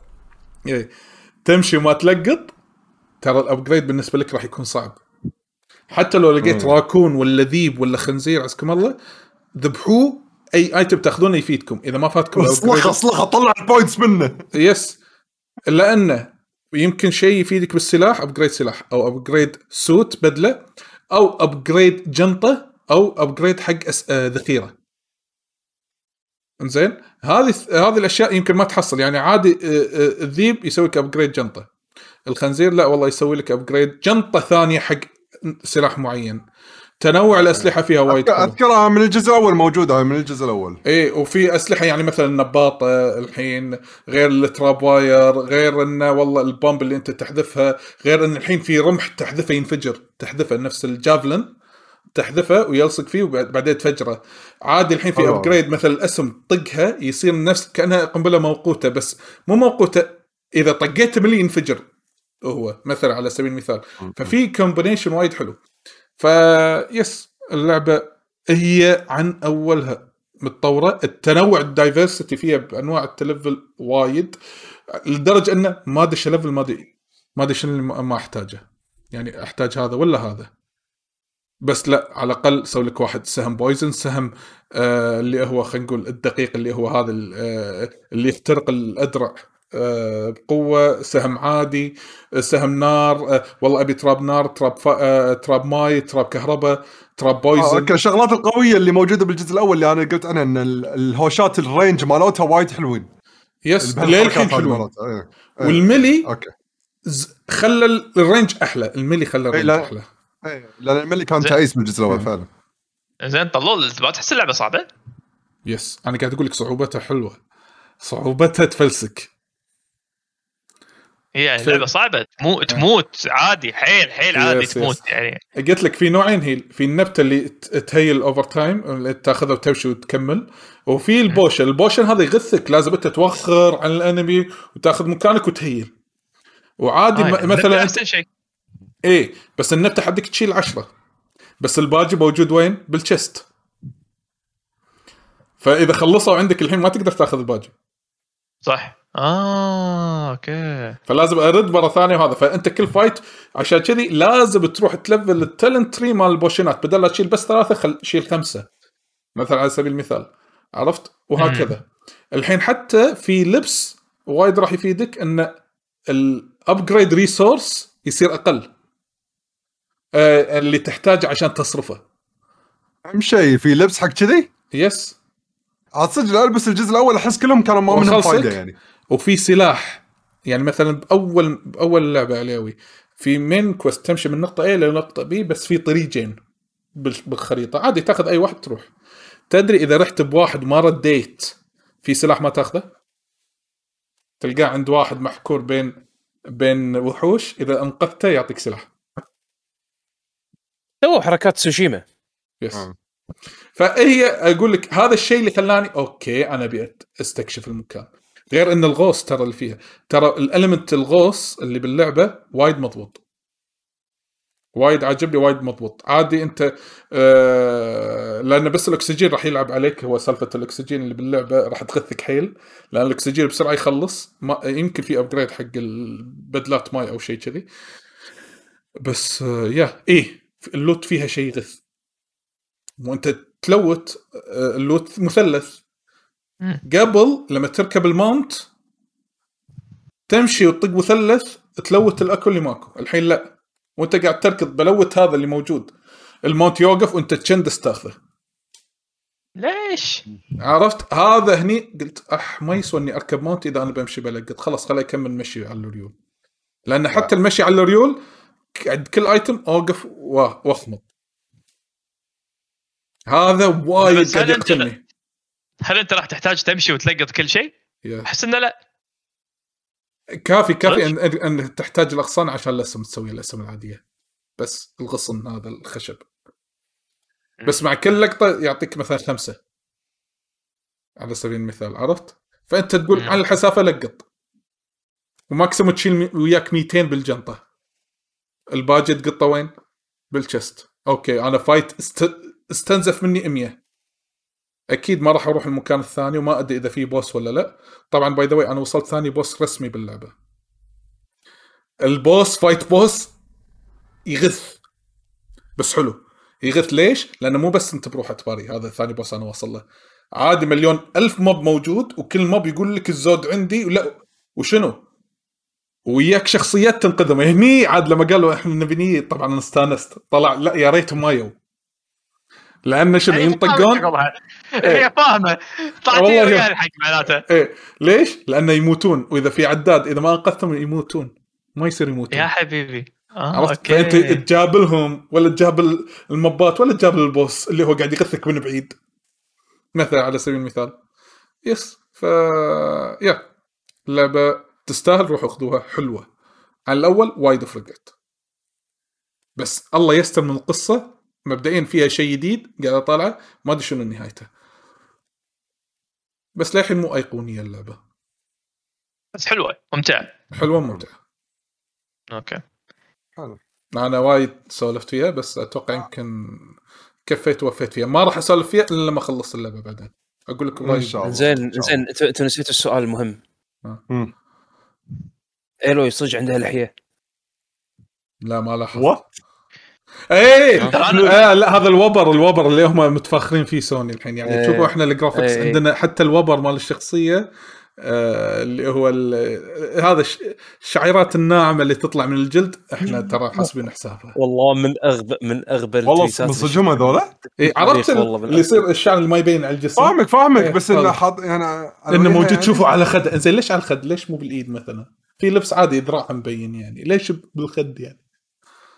ترى الأبجريد بالنسبة لك راح يكون صعب، حتى لو لقيت راكون ولا ذيب ولا خنزير عزكم الله ذبحوه، اي ايتم تاخذونه يفيدكم، اذا ما فاتكم اصلخ طلع البوينتس منه يس، الا انه يمكن شيء يفيدك بالسلاح، ابجريد سلاح او ابجريد سوت بدله او ابجريد جنطه او ابجريد حق ذخيره. انزين هذه الاشياء يمكن ما تحصل، يعني عادي الذيب يسوي لك ابجريد جنطه، الخنزير لا والله يسوي لك ابجريد جنطه ثانيه حق سلاح معين. تنوع الأسلحة فيها وايد، أذكرها من الجزء الأول، موجودة من الجزء الأول. إيه وفي أسلحة يعني مثلا النباطة الحين، غير التراب واير، غير إنه والله البومب اللي أنت تحذفها، غير إن الحين في رمح تحذفه ينفجر، تحذفه نفس الجافلن تحذفه ويلصق فيه وبعدين تفجره عادي. الحين في أبجريد مثل الأسم طقها يصير نفس كأنها قنبلة موقوتة، بس مو موقوتة، إذا طقيت ملي ينفجر هو مثلا على سبيل المثال. ففي كومبينيشن وايد حلو. فيس اللعبة هي عن أولها متطورة، التنوع الدايفرسيتي فيها بأنواع التلفل وايد، لدرجة أنه ما دش ليفل ما دش اللي ما أحتاجه، يعني أحتاج هذا ولا هذا، بس لا على الأقل سوي لك واحد سهم بويزن، سهم اللي هو خلينا نقول الدقيق اللي هو هذا اللي يخترق الأدرع بقوة، سهم عادي، سهم نار، والله أبي تراب نار، تراب ماي، تراب كهرباء، تراب بويزن. الشغلات القوية اللي موجودة بالجزء الأول اللي أنا قلت عنها إن الهوشات الرينج مالوتها وايد حلوين. يس للحين حلوين. والملي خلى الرينج أحلى، الملي خلى الرينج أحلى. لأن الملي كان تعيس بالجزء الأول فعلا. زين طلول ما تحس اللعبه صعبه؟ يس انا قاعد اقول لك صعوبتها حلوه، صعوبتها تفلسك. هي اللعبه صعبه تموت عادي، حيل عادي تموت يعني. قلت لك في نوعين، هي في النبته اللي تهيل اوفر تايم اللي تاخذها وتمشي وتكمل، وفي البوشن هذا يغثك، لازم انت توخر عن الانمي وتاخذ مكانك وتهيل. وعادي مثلا احسن شيء ايه، بس النبته حدك تشيل 10، بس الباجي موجود وين؟ بالشست. فاذا خلصوا عندك الحين ما تقدر تاخذ الباجي. صح. اوكي. فلازم ارد مره ثانيه وهذا. فانت كل فايت عشان كذي لازم تروح تلفل التالنت تري مال البوشنات، بدل لا تشيل بس 3 شيل 5 مثلا على سبيل المثال، عرفت؟ وهكذا. الحين حتى في لبس وايد راح يفيدك ان الابجريد ريسورس يصير اقل اللي تحتاج عشان تصرفه. اهم شيء في لبس حق كذي. يس عاد صدق البس الجزء الاول احس كلهم كانوا ما منهم فايده يعني. وفي سلاح يعني مثلا باول لعبه عليوي في مين كويست تمشي من نقطه A لنقطه B، بس في طريقين بالخريطه، عادي تاخذ اي واحد تروح. تدري اذا رحت بواحد ما رديت في سلاح ما تاخذه، تلقاه عند واحد محكور بين وحوش، اذا انقذته يعطيك سلاح. تو حركات سوشيما. يس فهي اقول لك هذا الشيء اللي خلاني اوكي انا بيت استكشف المكان. غير ان الغوص ترى اللي فيها، ترى الاليمنت الغوص اللي باللعبه وايد مضبوط، وايد عجبني، وايد مضبوط. عادي انت لان بس الاكسجين راح يلعب عليك، هو سالفه الاكسجين اللي باللعبه راح تغثك حيل، لان الاكسجين بسرعه يخلص. يمكن في ابجريد حق البدلات ماي او شيء كذي، بس اللوت فيها شيء غث. وانت تلوت اللوت مثلث قبل لما تركب الماونت تمشي وتطق مثلث تلوت الاكل اللي ماكو. الحين لا، وانت قاعد تركض بلوت هذا اللي موجود، الماونت يوقف وانت تشندس تاخذه. ليش؟ عرفت؟ هذا هني قلت ما يسوى اني اركب ماونت اذا انا بمشي بلقط، خلاص خلي اكمل مشي على الريول، لان حتى المشي على الريول عند كل ايتم اوقف واخمط. هذا وايد قاعد يقتلني. هل انت راح تحتاج تمشي وتلقط كل شيء؟ احس انه لا، كافي ان تحتاج الاغصان عشان الاسم تسوي الاسم العاديه، بس الغصن هذا الخشب بس مع كل لقطه يعطيك مثلا 5 على سبيل المثال، عرفت؟ فانت تقول على الحسافه لقط، وماكسيموم تشيل وياك 200 بالجنطه. الباجي تقطه وين؟ بالشست. اوكي انا فايت استنزف مني 100، اكيد ما راح اروح المكان الثاني وما ادري اذا في بوس ولا لا. طبعا باي ذا واي انا وصلت ثاني بوس رسمي باللعبه. البوس فايت بوس يغث، بس حلو يغث. ليش؟ لانه مو بس انت بروح تباري، هذا ثاني بوس انا وصل له، عادي 1,000,000 موب موجود، وكل موب يقول لك الزود عندي ولا وشنو، وياك شخصيات تنقذهم. هني عاد لما قالوا احنا نبني طبعا انا استانست، طلع لا يا ريتهم ما يو، لأن شنو ينطقون. هي فاهمة طلعت ريال حق معناته. ليش؟ لأنه يموتون، وإذا في عداد إذا ما أنقذتهم يموتون، ما يصير يموتون يا حبيبي. أوكي. فأنت تجابلهم ولا تجابل المبات ولا تجابل البوس اللي هو قاعد يغثك من بعيد مثلا على سبيل المثال. يس اللعبة تستاهل، روحوا خذوها، حلوة. على الأول وايد فرقت، بس الله يستر من القصة مبدئيا فيها شيء جديد قاعد طالعه، ما ادري شنو نهايته، بس للحين مو ايقونيه اللعبه، بس حلوه ممتعه. اوكي حلو. انا وايد سولفت فيها، بس اتوقع يمكن كفيت ووفيت فيها، ما راح اسولف فيها الا لما اخلص اللعبه بعدين اقول لكم ان شاء الله. زين انت نسيت السؤال المهم. ايلوي صج عندها لحيه؟ لا ما لاحظت. لا هذا الوبر اللي هم متفاخرين فيه سوني الحين يعني. تشوفوا احنا الجرافيكس عندنا حتى الوبر مال الشخصيه اللي هو هذا الشعيرات الناعمه اللي تطلع من الجلد، احنا ترى حاسبين حسابها. والله من اغبى والله مصجهم هذولا. عرفت اللي يصير الشعر اللي ما يبين على الجسم. فاهمك بس انه حاط يعني انه موجود تشوفه على خد. زين ليش على الخد؟ ليش مو بالايد مثلا؟ في لبس عادي ذراعها مبين يعني، ليش بالخد يعني؟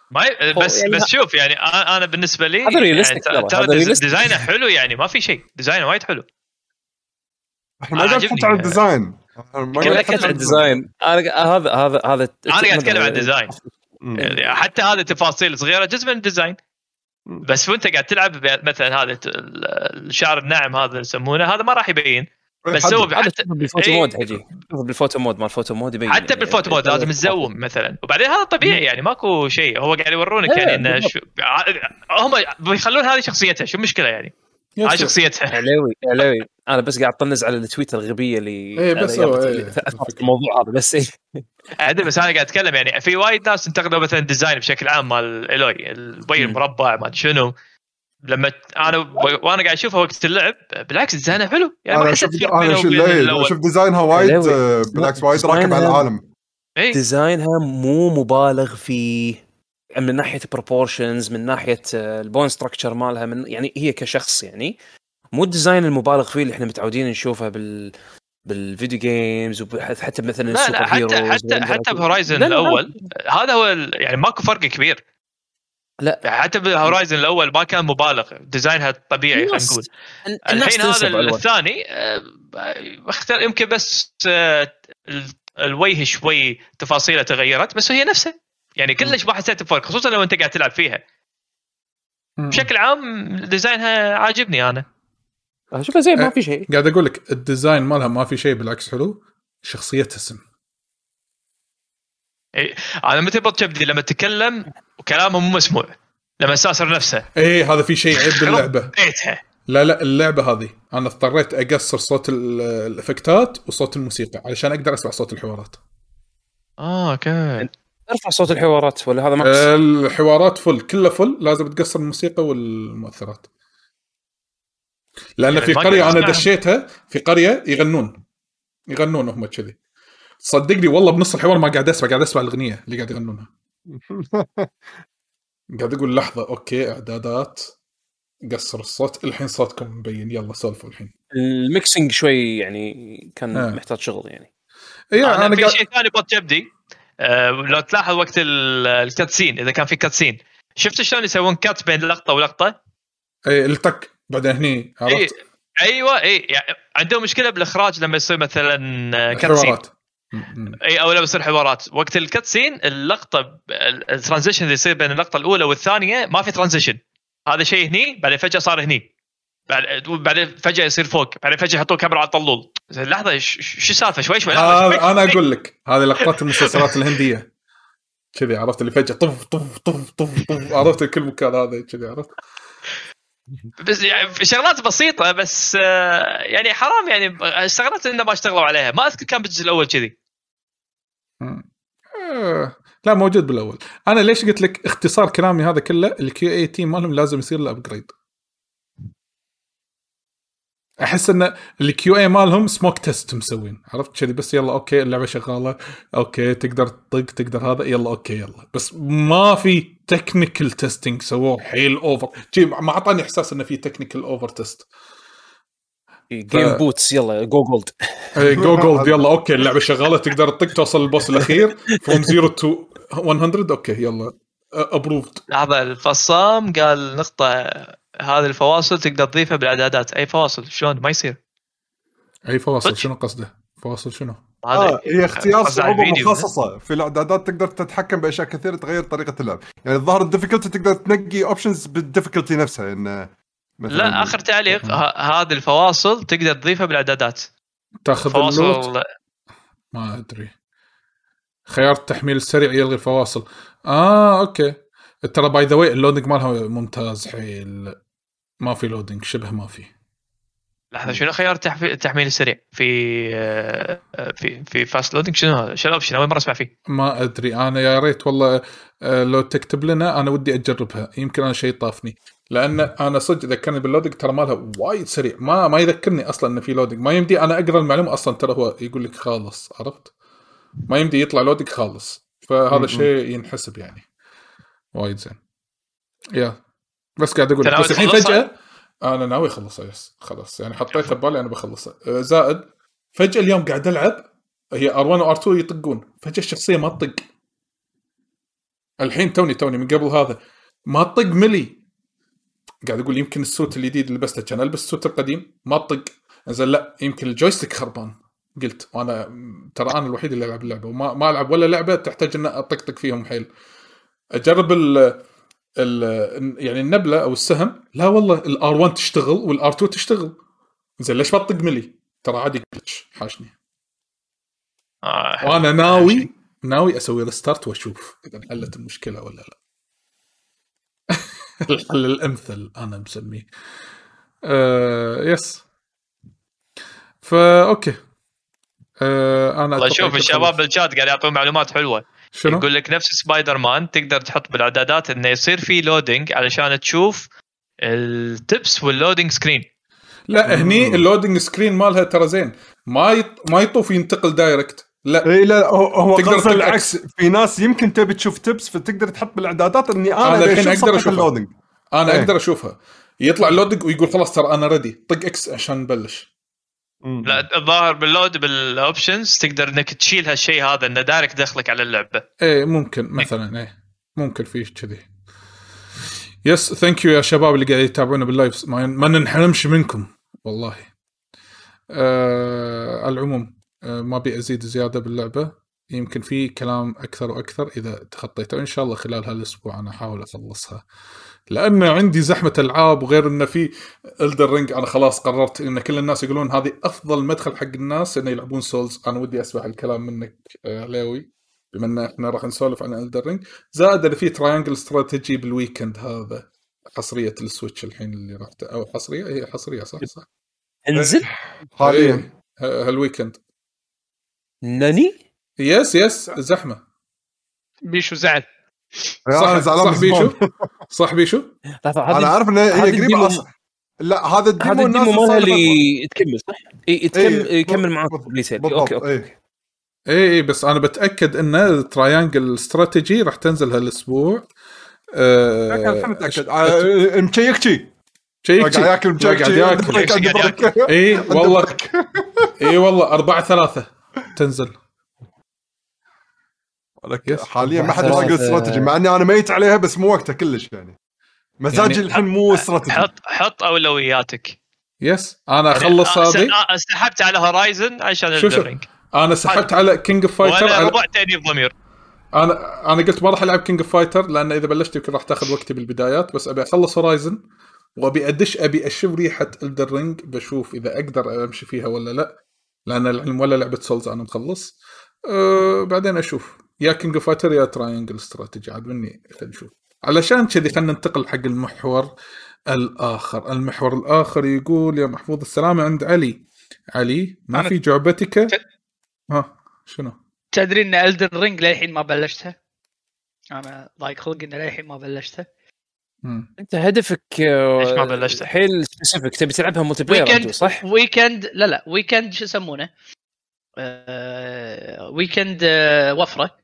بس يعني بس شوف يعني انا بالنسبه لي هذا ريالستيك يعني هذا ريالستيك. ديزاينه حلو يعني ما في شيء ديزاينه وايد حلو. احنا ما قاعد نحكي عن الديزاين ما قاعد كلك نحكي عن الديزاين. هذا انا قاعد اتكلم عن الديزاين. يعني حتى هذه تفاصيل صغيره جزء من الديزاين. بس وانت قاعد تلعب مثلا هذا الشعر الناعم هذا يسمونه هذا ما راح يبين. بس هو حتى بالفوتو مود حجي بالفوتو مود مال الفوتو مود يبين حتى بالفوتو مود لازم تزوم مثلا. وبعدين هذا طبيعي يعني ماكو شيء. هو قاعد يورونك يعني ان هم بيخلون هذه شخصيتها شو المشكله يعني هاي شخصيتها. علوي انا بس قاعد اطنز على التويتر الغبيه اللي بس الموضوع هذا بس بس انا قاعد اتكلم يعني في وايد ناس انتقدوا مثلا الديزاين بشكل عام مال الوي البي المربع ما شنو. لما وانا قاعد اشوفه وقت اللعب بالعكس ديزاينه حلو يعني ما حسيت فرق بينه وبين الاول. شوف ديزاينها وايد بالعكس وايد راكب على العالم. ديزاينها مو مبالغ فيه من ناحيه بروبورشنز من ناحيه البون ستراكشر مالها من يعني هي كشخص يعني مو الديزاين المبالغ فيه اللي احنا متعودين نشوفه بالفيديو جيمز وحتى مثلا السوبر هيروز حتى بهورايزن الاول هذا هو يعني ماكو فرق كبير. لا حتى بالهورايزن الاول ما كان مبالغ ديزاينها طبيعي خلينا نقول. الحين هذا الثاني اختار يمكن بس الوجه شوي تفاصيله تغيرت بس هي نفسها يعني كلش ما حسيت بفرق خصوصا لو انت قاعد تلعب فيها. بشكل عام ديزاينها عاجبني انا اشوفها زي ما في شيء. قاعد اقول لك الديزاين مالها ما في شيء بالعكس حلو. شخصيتها سم انا متى بتبدي لما تتكلم وكلامه مو مسموع لما اساسر نفسه هذا في شيء عيب باللعبه. لا اللعبه هذه انا اضطريت اقصر صوت الافكتات وصوت الموسيقى علشان اقدر اسمع صوت الحوارات. اوكي ارفع صوت الحوارات ولا هذا ماكس؟ الحوارات فل كله فل لازم تقصر الموسيقى والمؤثرات لان يعني في قريه انا دشيتها في قريه يغنون هم كذي صدقني والله بنص الحوار ما قاعد اسمع الاغنيه اللي قاعد يغنونها. قاعد اقول لحظه اوكي اعدادات قصر الصوت الحين صوتكم مبين يلا سولفوا الحين. الميكسينج شوي يعني كان محتاج شغل يعني. انا في شيء ثاني بتبدي لو تلاحظ وقت الكاتسين اذا كان في كاتسين شفت شلون يسوون كات بين لقطه ولقطه التك بعدين هني عرفت. ايوه يعني عندهم مشكله بالاخراج لما يصير مثلا كاتسين او لما يصير حوارات وقت الكاتسين اللقطه الترانزيشن اللي يصير بين اللقطه الاولى والثانيه ما في ترانزيشن. هذا شيء هني بعدين فجاه صار هني بعدين فجاه يصير فوق بعدين فجاه يحطوا كاميرا على الطلول. لحظه شو السالفه شوي انا اقول لك هذه لقطات المسلسلات الهنديه كذي عرفت اللي فجاه طف طف طف طف طف عرفت كل مكان هذا كذي عرفت. بس يعني شغلات بسيطه بس يعني حرام يعني استغربت انه ما اشتغلوا عليها. ما اذكر كان بالجزء الاول كذي. لا موجود بالاول. انا ليش قلت لك اختصار كلامي هذا كله الكيو اي تيم مالهم لازم يصير له ابجريد. احس ان الكيو اي مالهم سموك تيست مسوين عرفت كذي بس يلا اوكي اللعبه شغاله اوكي تقدر تطق تقدر هذا يلا اوكي يلا بس ما في تكنيكال تيستينج سووه حيل اوفر جي ما اعطاني احساس انه في تكنيكال اوفر تيست. جيم بوتس يلا جو جولد جو جولد يلا اوكي اللعبه شغاله تقدر تطق توصل للبوس الاخير فروم 0 تو 100 اوكي يلا ابروفد. لحظه الفصام قال نقطه هذه الفواصل تقدر تضيفها بالاعدادات. اي فواصل شلون ما يصير اي فواصل شنو قصده فواصل شنو هي اختيار صعوبه مخصصه في الاعدادات تقدر تتحكم باشياء كثيره تغير طريقه اللعب. يعني الظاهر الديفيكولتي تقدر تنقي اوبشنز بالديفيكولتي نفسها ان لا اخر تعليق هذه الفواصل تقدر تضيفها بالاعدادات تاخذ اللوت ما ادري خيار التحميل السريع يلغي الفواصل. اوكي ترى باي ذا واي اللودنج مالها ممتاز حيل ما في لودنج شبه ما في. لحظه شنو خيار التحميل السريع في فاست لودنج شنو هذا شنو الاوبشن اول مره اسمع فيه ما ادري انا يا ريت والله لو تكتب لنا انا ودي اجربها يمكن انا شيء طافني لان انا صدق ذكرني باللودنج ترى مالها وايد سريع ما يذكرني اصلا ان في لودنج ما يمدي انا اقرا المعلومه اصلا ترى هو يقول لك خالص عرفت ما يمدي يطلع لودنج خالص فهذا شيء ينحسب يعني وايد زين يا بس قاعد اقول بس الحين فجاه انا ناوي اخلصها يس خلاص يعني حطيتها ببالي انا بخلصها زائد فجاه اليوم قاعد العب هي R1 و R2 يطقون فجاه الشخصيه ما تطق الحين توني من قبل هذا ما طق ملي، قاعد اقول يمكن السوت الجديد اللي لبسته كان البس السوت القديم ما طق، نزل لا يمكن الجويستيك خربان. قلت وانا ترى انا الوحيد اللي العب اللعبه وما العب ولا لعبه تحتاج ان اطقطق فيهم حيل. اجرب يعني النبله او السهم، لا والله الار1 تشتغل والار2 تشتغل. زين ليش بطق ملي؟ ترى عادي جلتش حاشني. وانا ناوي اسوي ريستارت واشوف اذا انحلت المشكله ولا لا. الحل الامثل انا مسميه. يس فا اوكي. انا والله شوف الشباب بالشات قاعد يعطون معلومات حلوه. شنو؟ يقول لك نفس سبايدر مان تقدر تحط بالاعدادات انه يصير في لودينج علشان تشوف التبس واللودينج سكرين. لا هني اللودينج سكرين مالها ترى زين، ما يطوف ينتقل دايركت. لا اي لا هو قصد العكس. في ناس يمكن تبي تشوف تبس فتقدر تحط بالاعدادات اني انا الحين اقدر اشوف اللودينج. انا اقدر اشوفها يطلع اللودينج ويقول خلاص ترى انا ريدي، طق اكس عشان نبلش. لا الظاهر باللود بالاوبشنز تقدر انك تشيل هالشيء هذا انه دايركت دخلك على اللعبه. ايه ممكن مثلا ممكن فيه كذي. يس ثانك يو يا شباب اللي قاعد يتابعونا باللايف، ما ننحرمش منكم والله. العموم ما بيزيد زياده باللعبه، يمكن في كلام اكثر واكثر اذا تخطيته. ان شاء الله خلال هالاسبوع انا احاول اخلصها، لأن عندي زحمة ألعاب، وغير إن في إلدر رينج أنا خلاص قررت إن كل الناس يقولون هذه أفضل مدخل حق الناس إنه يلعبون سولز. أنا ودي أسمع الكلام منك علاوي بما إن إحنا راح نسولف عن إلدر رينج. زائد اللي فيه تراينجل استراتيجي بالويكند هذا حصرية السويتش الحين اللي راح أو حصرية، هي حصرية صح انزل حاليا هالويكند. ناني يس زحمة. بيشو زعل. صح بيشو انا عارف ان هي قريبه اصلا. لا هذا الديمو مالها اللي تكمل صح. يكمل معاك بليسيل. اوكي اي بس انا بتاكد ان تراينجل استراتيجي راح تنزل هالاسبوع. كان متاكد مشيك قاعد ياكل اي والله 4/3 تنزل. حاليا ما حد يلاقي استراتيجي، مع اني انا ميت عليها بس مو وقتها كلش يعني. مزاجي الحين مو استراتيجي. حط اولوياتك. يس انا اخلص هذه. سحبت على هورايزن عشان الدرينج. انا سحبت على كينج اوف فايتر على ربع تاني بضمير. انا قلت ما راح العب كينج اوف فايتر لان اذا بلشت يمكن راح تاخذ وقتي بالبدايات، بس ابي اخلص هورايزن وابي ابي اشوف ريحه الدر رينج، بشوف اذا اقدر امشي فيها ولا لا، لان العلم ولا لعبه سولز انا مخلص. بعدين اشوف يا كينج اوف فايتر يا تراينجل استراتيجي عاد مني. خلينا نشوف. علشان كذي خلينا ننتقل حق المحور الاخر. المحور الاخر يقول يا محفوظ السلامه عند علي ما في جعبتك. شنو تدري ان ألدن رينج للحين ما بلشتها؟ انا ضايق خلق ان للحين ما بلشتها. انت هدفك ليش ما بلشتها؟ حيل سبيسيفيك، تبي تلعبها ملتي بلاير صح؟ ويكند لا ويكند شو يسمونه ويكند وفره.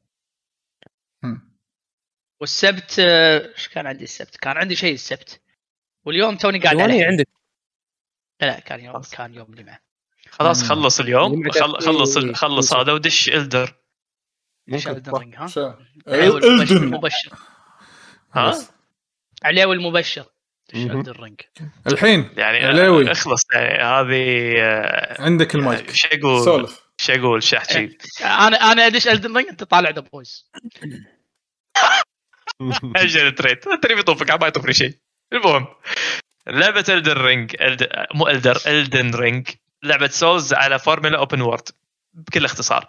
والسبت ايش كان عندي السبت؟ كان عندي شيء السبت، واليوم توني قاعد عليه. عندك لا كان يوم جمعه. خلاص خلص اليوم خلص هذا ودش إلدر. ايش إلدر رينج المبشر عليوي المبشر إلدر رينج الحين يعني عليوي. اخلص يعني هذه عندك المايك. شو اقول شحكي. انا ادش إلدر رينج انت طالع ذا بويز. اجل تريد انت اللي بيطوفك ما يطوفني شيء. المهم لعبه إلدر رينج مو إلدن رينج، لعبة سولز على فورمولا اوبن وورد بكل اختصار.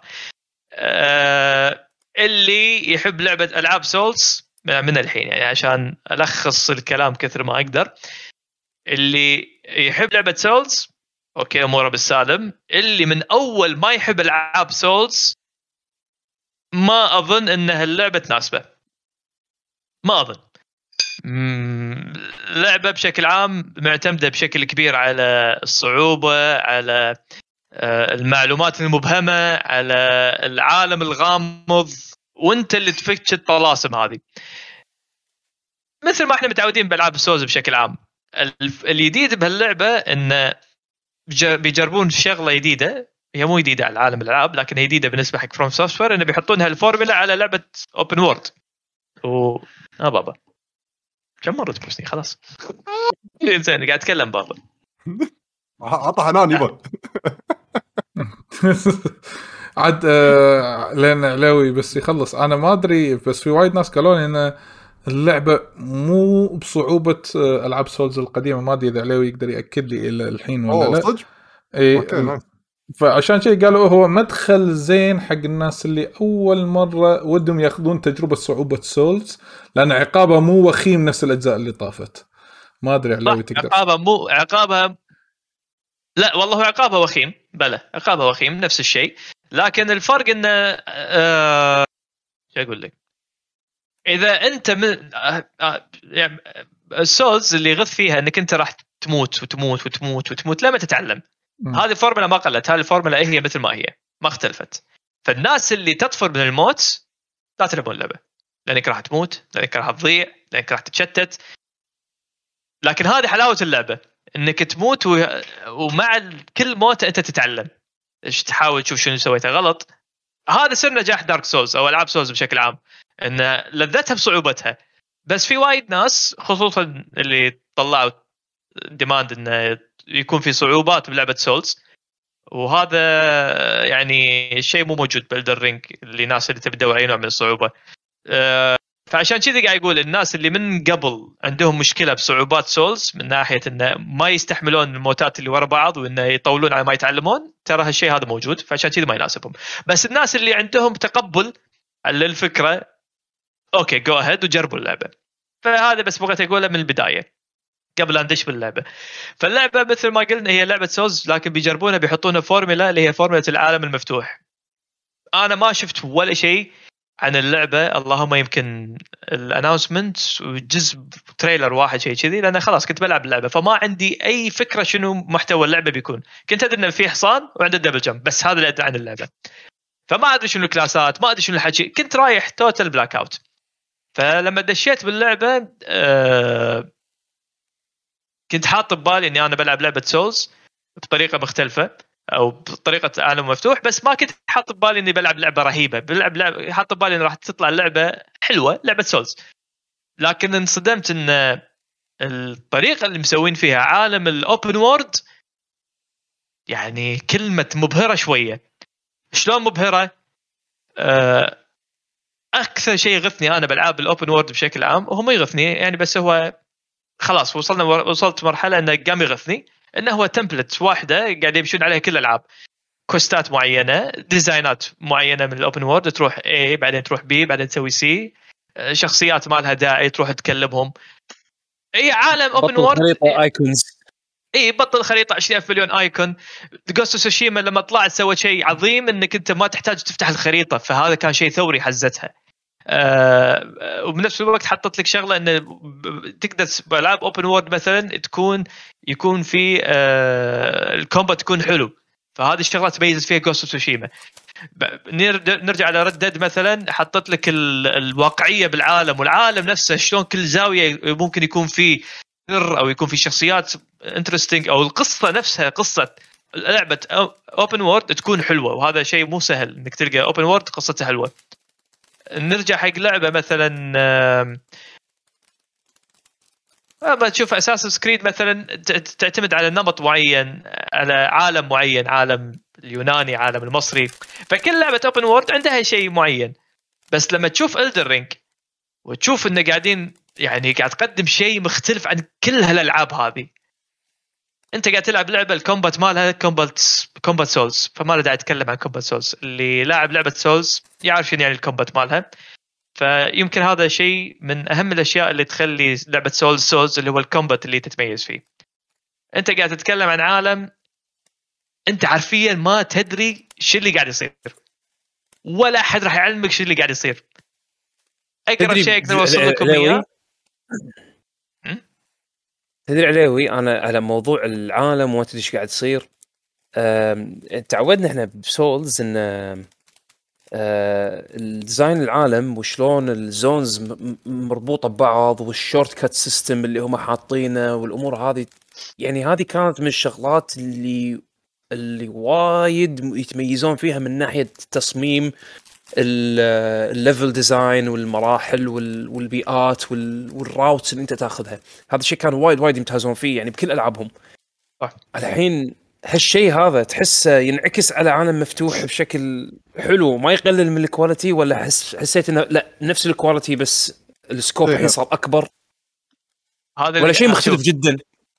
اللي يحب لعبة ألعاب سولز من الحين يعني عشان ألخص الكلام كثر ما أقدر، اللي يحب لعبة سولز أوكي أموره بالسالم. اللي من أول ما يحب ألعاب سولز ما أظن أن هاللعبة تناسبه، ما أظن. لعبة بشكل عام معتمدة بشكل كبير على الصعوبة، على المعلومات المبهمة، على العالم الغامض، وانت اللي تفكش الطلاسم هذه مثل ما احنا متعودين بألعاب السولز بشكل عام. الجديد بهاللعبة ان بيجربون شغلة جديدة، هي مو جديدة على عالم الألعاب لكن هي جديدة بالنسبة حق فروم سوفتوير، انه بيحطونها الفورمولا على لعبة اوبن وورد. بابا كم مرة تبوسني خلاص. زين قاعد اتكلم بابا. عطى حنان يبا. عاد لان علاوي بس يخلص انا ما ادري، بس في وايد ناس قالوا لي ان اللعبه مو بصعوبه العاب سولز القديمه. ما ادري اذا علاوي يقدر ياكد لي الى الحين ولا لا. صدق اي فعشان شيء قالوا هو مدخل زين حق الناس اللي اول مره ودهم ياخذون تجربه صعوبه سولز، لان عقابها مو وخيم نفس الاجزاء اللي طافت. ما ادري علاوي تقدر. عقابها لا والله عقابها وخيم، بلى عقابها وخيم نفس الشيء، لكن الفرق انه شو اقول لك، اذا انت من يعني السولز اللي يغث فيها انك انت راح تموت وتموت وتموت وتموت لما تتعلم. هذه الفورمولا ما قلت، هذه الفورمولا هي مثل ما هي ما اختلفت. فالناس اللي تطفر من الموت لا تلعبون اللعبه، لانك راح تموت، لانك راح تضيع، لانك راح تتشتت. لكن هذه حلاوه اللعبه، انك تموت ومع كل موت انت تتعلم ايش، تحاول تشوف شنو سويته غلط. هذا سر نجاح دارك سولز او العاب سولز بشكل عام، ان لذتها بصعوبتها. بس في وايد ناس خصوصا اللي طلعوا ديماند انه يكون في صعوبات بلعبه سولز، وهذا يعني شيء مو موجود بالدر رينج اللي ناس اللي تبدأ اي نوع من الصعوبه. فعشان كذا قاعد يقول الناس اللي من قبل عندهم مشكله بصعوبات سولز من ناحيه انه ما يستحملون الموتات اللي ورا بعض وانه يطولون على ما يتعلمون، ترى هالشيء هذا موجود، فعشان كذا ما يناسبهم. بس الناس اللي عندهم تقبل على الفكره اوكي جو اهيد وجربوا اللعبه. فهذا بس بغيت اقوله من البدايه قبل ان ندش باللعبه. فاللعبه مثل ما قلنا هي لعبه سولز، لكن بيجربونها بيحطونها فورمولا اللي هي فورمولا العالم المفتوح. انا ما شفت ولا شيء عن اللعبه، اللهم يمكن الاناونسمنت وجزء تريلر واحد شيء كذي، لان خلاص كنت بلعب اللعبه فما عندي اي فكره شنو محتوى اللعبه بيكون. كنت ادري انه في حصان وعنده دبل جمب، بس هذا اللي ادري عن اللعبه. فما ادري شنو الكلاسات، ما ادري شنو الحكي، كنت رايح توتال بلاك اوت. فلما دشيت باللعبه كنت حاط ببالي اني انا بلعب لعبه سولز بطريقه مختلفه او بطريقه عالم مفتوح، بس ما كنت حاط ببالي اني بلعب لعبه رهيبه. بلعب لعبه حاط ببالي ان راح تطلع لعبه حلوه، لعبه سولز. لكن انصدمت ان الطريقه اللي مسوين فيها عالم الاوبن وورد يعني كلمه مبهره شويه. شلون مبهره؟ اكثر شيء يغثني انا بالعاب الاوبن وورد بشكل عام، وهو ما يغثني يعني، بس هو خلاص وصلت مرحله انه قام يغثني، انه هو تمبلت واحده قاعد يمشون عليها كل الالعاب، كوستات معينه، ديزاينات معينه من الاوبن وورد، تروح A بعدين تروح B بعدين تسوي C، شخصيات ما لها داعي تروح تكلمهم. اي عالم اوبن وورد خريطه ايكونز، اي بطل خريطه 20,000 مليون ايكون. جوست اوف تسوشيما لما طلعت سوت شيء عظيم انك انت ما تحتاج تفتح الخريطه، فهذا كان شيء ثوري حزتها. وبنفس الوقت حطت لك شغله ان تقدر بالعاب اوبن وورد مثلا يكون في الكومبات تكون حلو، فهذه الشغلات تميزت فيها جوست اوف تسوشيما. نرجع على ردد مثلا، حطت لك الواقعيه بالعالم، والعالم نفسه شلون كل زاويه ممكن يكون فيه سر او يكون في شخصيات انترستينج، او القصه نفسها قصه لعبه اوبن وورد تكون حلوه، وهذا شيء مو سهل انك تلقى اوبن وورد قصته حلوه. نرجع حق لعبه مثلا ما تشوف اساس كريد مثلا تعتمد على نمط معين، على عالم معين، عالم اليوناني، عالم المصري، فكل لعبه اوبن وورد عندها شيء معين. بس لما تشوف إلدر رينج وتشوف انه قاعدين يعني قاعد تقدم شيء مختلف عن كل هالالعاب هذه، انت قاعد تلعب لعبه الكومبات مالها كومبات سولز، فما له داعي اتكلم عن كومبات سولز. اللي لاعب لعبه سولز يعرف شنو يعني الكومبات مالها. فيمكن هذا شيء من اهم الاشياء اللي تخلي لعبه سولز اللي هو الكومبات اللي تتميز فيه. انت قاعد تتكلم عن عالم انت حرفيا ما تدري شو اللي قاعد يصير، ولا احد راح يعلمك شو اللي قاعد يصير. اقرب شيء اقدر اوصل لكم اياه. تدري عليوي انا على موضوع العالم وما تدري ايش قاعد يصير. تعودنا احنا بسولز ان الديزاين العالم وشلون الزونز مربوطه ببعض، والشورت كات سيستم اللي هم حاطينه والامور هذه، يعني هذه كانت من الشغلات اللي وايد يتميزون فيها من ناحيه التصميم الليفل ديزاين والمراحل والبيئات والراوتس اللي انت تاخذها. هذا الشيء كان وايد يمتازون فيه يعني بكل العابهم. الحين هالشيء هذا تحسه ينعكس على عالم مفتوح بشكل حلو، ما يقلل من الكواليتي، ولا حسيت انه لا نفس الكواليتي بس السكوب الحين صار اكبر؟ هذا ولا شيء مختلف جدا.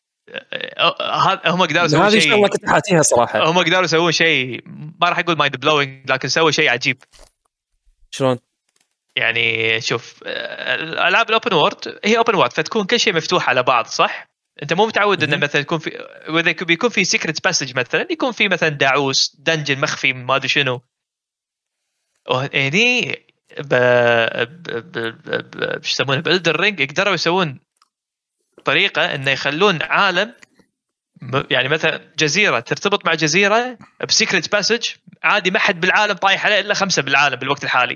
هم قدروا يسوون شيء، هذه شغله كنت حاتيها صراحه. هم قدروا يسوون شيء ما راح اقول مايند بلوينج، لكن سووا شيء عجيب. شلون؟ يعني شوف، الالعاب الاوبن وورد هي اوبن وورد، فتكون كل شيء مفتوح على بعض، صح؟ انت مو متعود انه مثلا يكون في، واذا بيكون في سيكريت باسج مثلا، يكون في مثلا داعوس دنجن مخفي ما ادري شنو. هني ايش يسمونه بإلدر رينج، قدروا يسوون طريقه انه يخلون عالم يعني مثلا جزيره ترتبط مع جزيره بسيكريت باسج عادي، ما حد بالعالم طايح عليه الا 5 بالعالم بالوقت الحالي.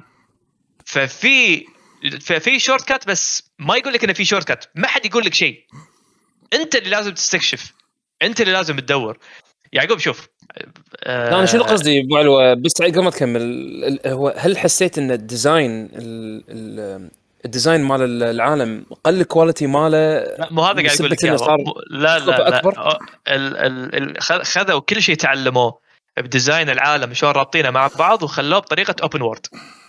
ففي شورت كات، بس ما يقول لك انه في شورت كات، ما حد يقول لك شيء، انت اللي لازم تستكشف، انت اللي لازم تدور. يعقوب شوف، انا شنو قصدي ابو علوه، بس قبل ما تكمل، هو هل حسيت ان الديزاين مال العالم قل الكواليتي ماله؟ مو هذا قاعد اقول لك لا خذوا كل شيء تعلموه بديزاين العالم شلون رابطينه مع بعض وخلوه بطريقه اوبن وورد.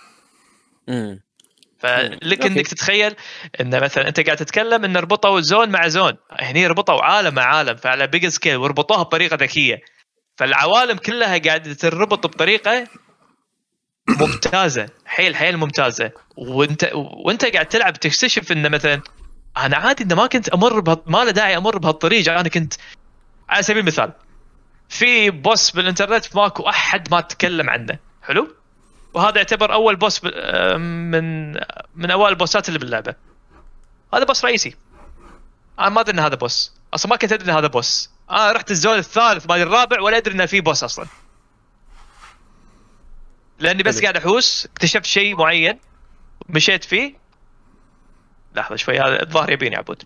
فلك انك تتخيل ان مثلا انت قاعد تتكلم ان ربطوا زون مع زون، هني ربطوا عالم مع عالم فعلى بيج سكيل وربطوها بطريقه ذكيه، فالعوالم كلها قاعده تربط بطريقه ممتازه، حيل ممتازه. وانت قاعد تلعب تكتشف ان مثلا انا عادي ان ما كنت امر ما له داعي امر بهالطريق. انا كنت على سبيل المثال في بوس بالانترنت ماكو احد ما تكلم عنه، حلو، وهذا يعتبر اول بوس من اوائل البوسات اللي باللعبه. هذا بوس رئيسي، انا ما ادري ان هذا بوس اصلا، ما كنت ادري ان هذا بوس. انا رحت الزون الثالث ما الرابع ولا ادري ان في بوس اصلا، لاني بس قاعد احوس اكتشفت شيء معين مشيت فيه. لحظه شوي، هذا الظاهر يبيني عبود.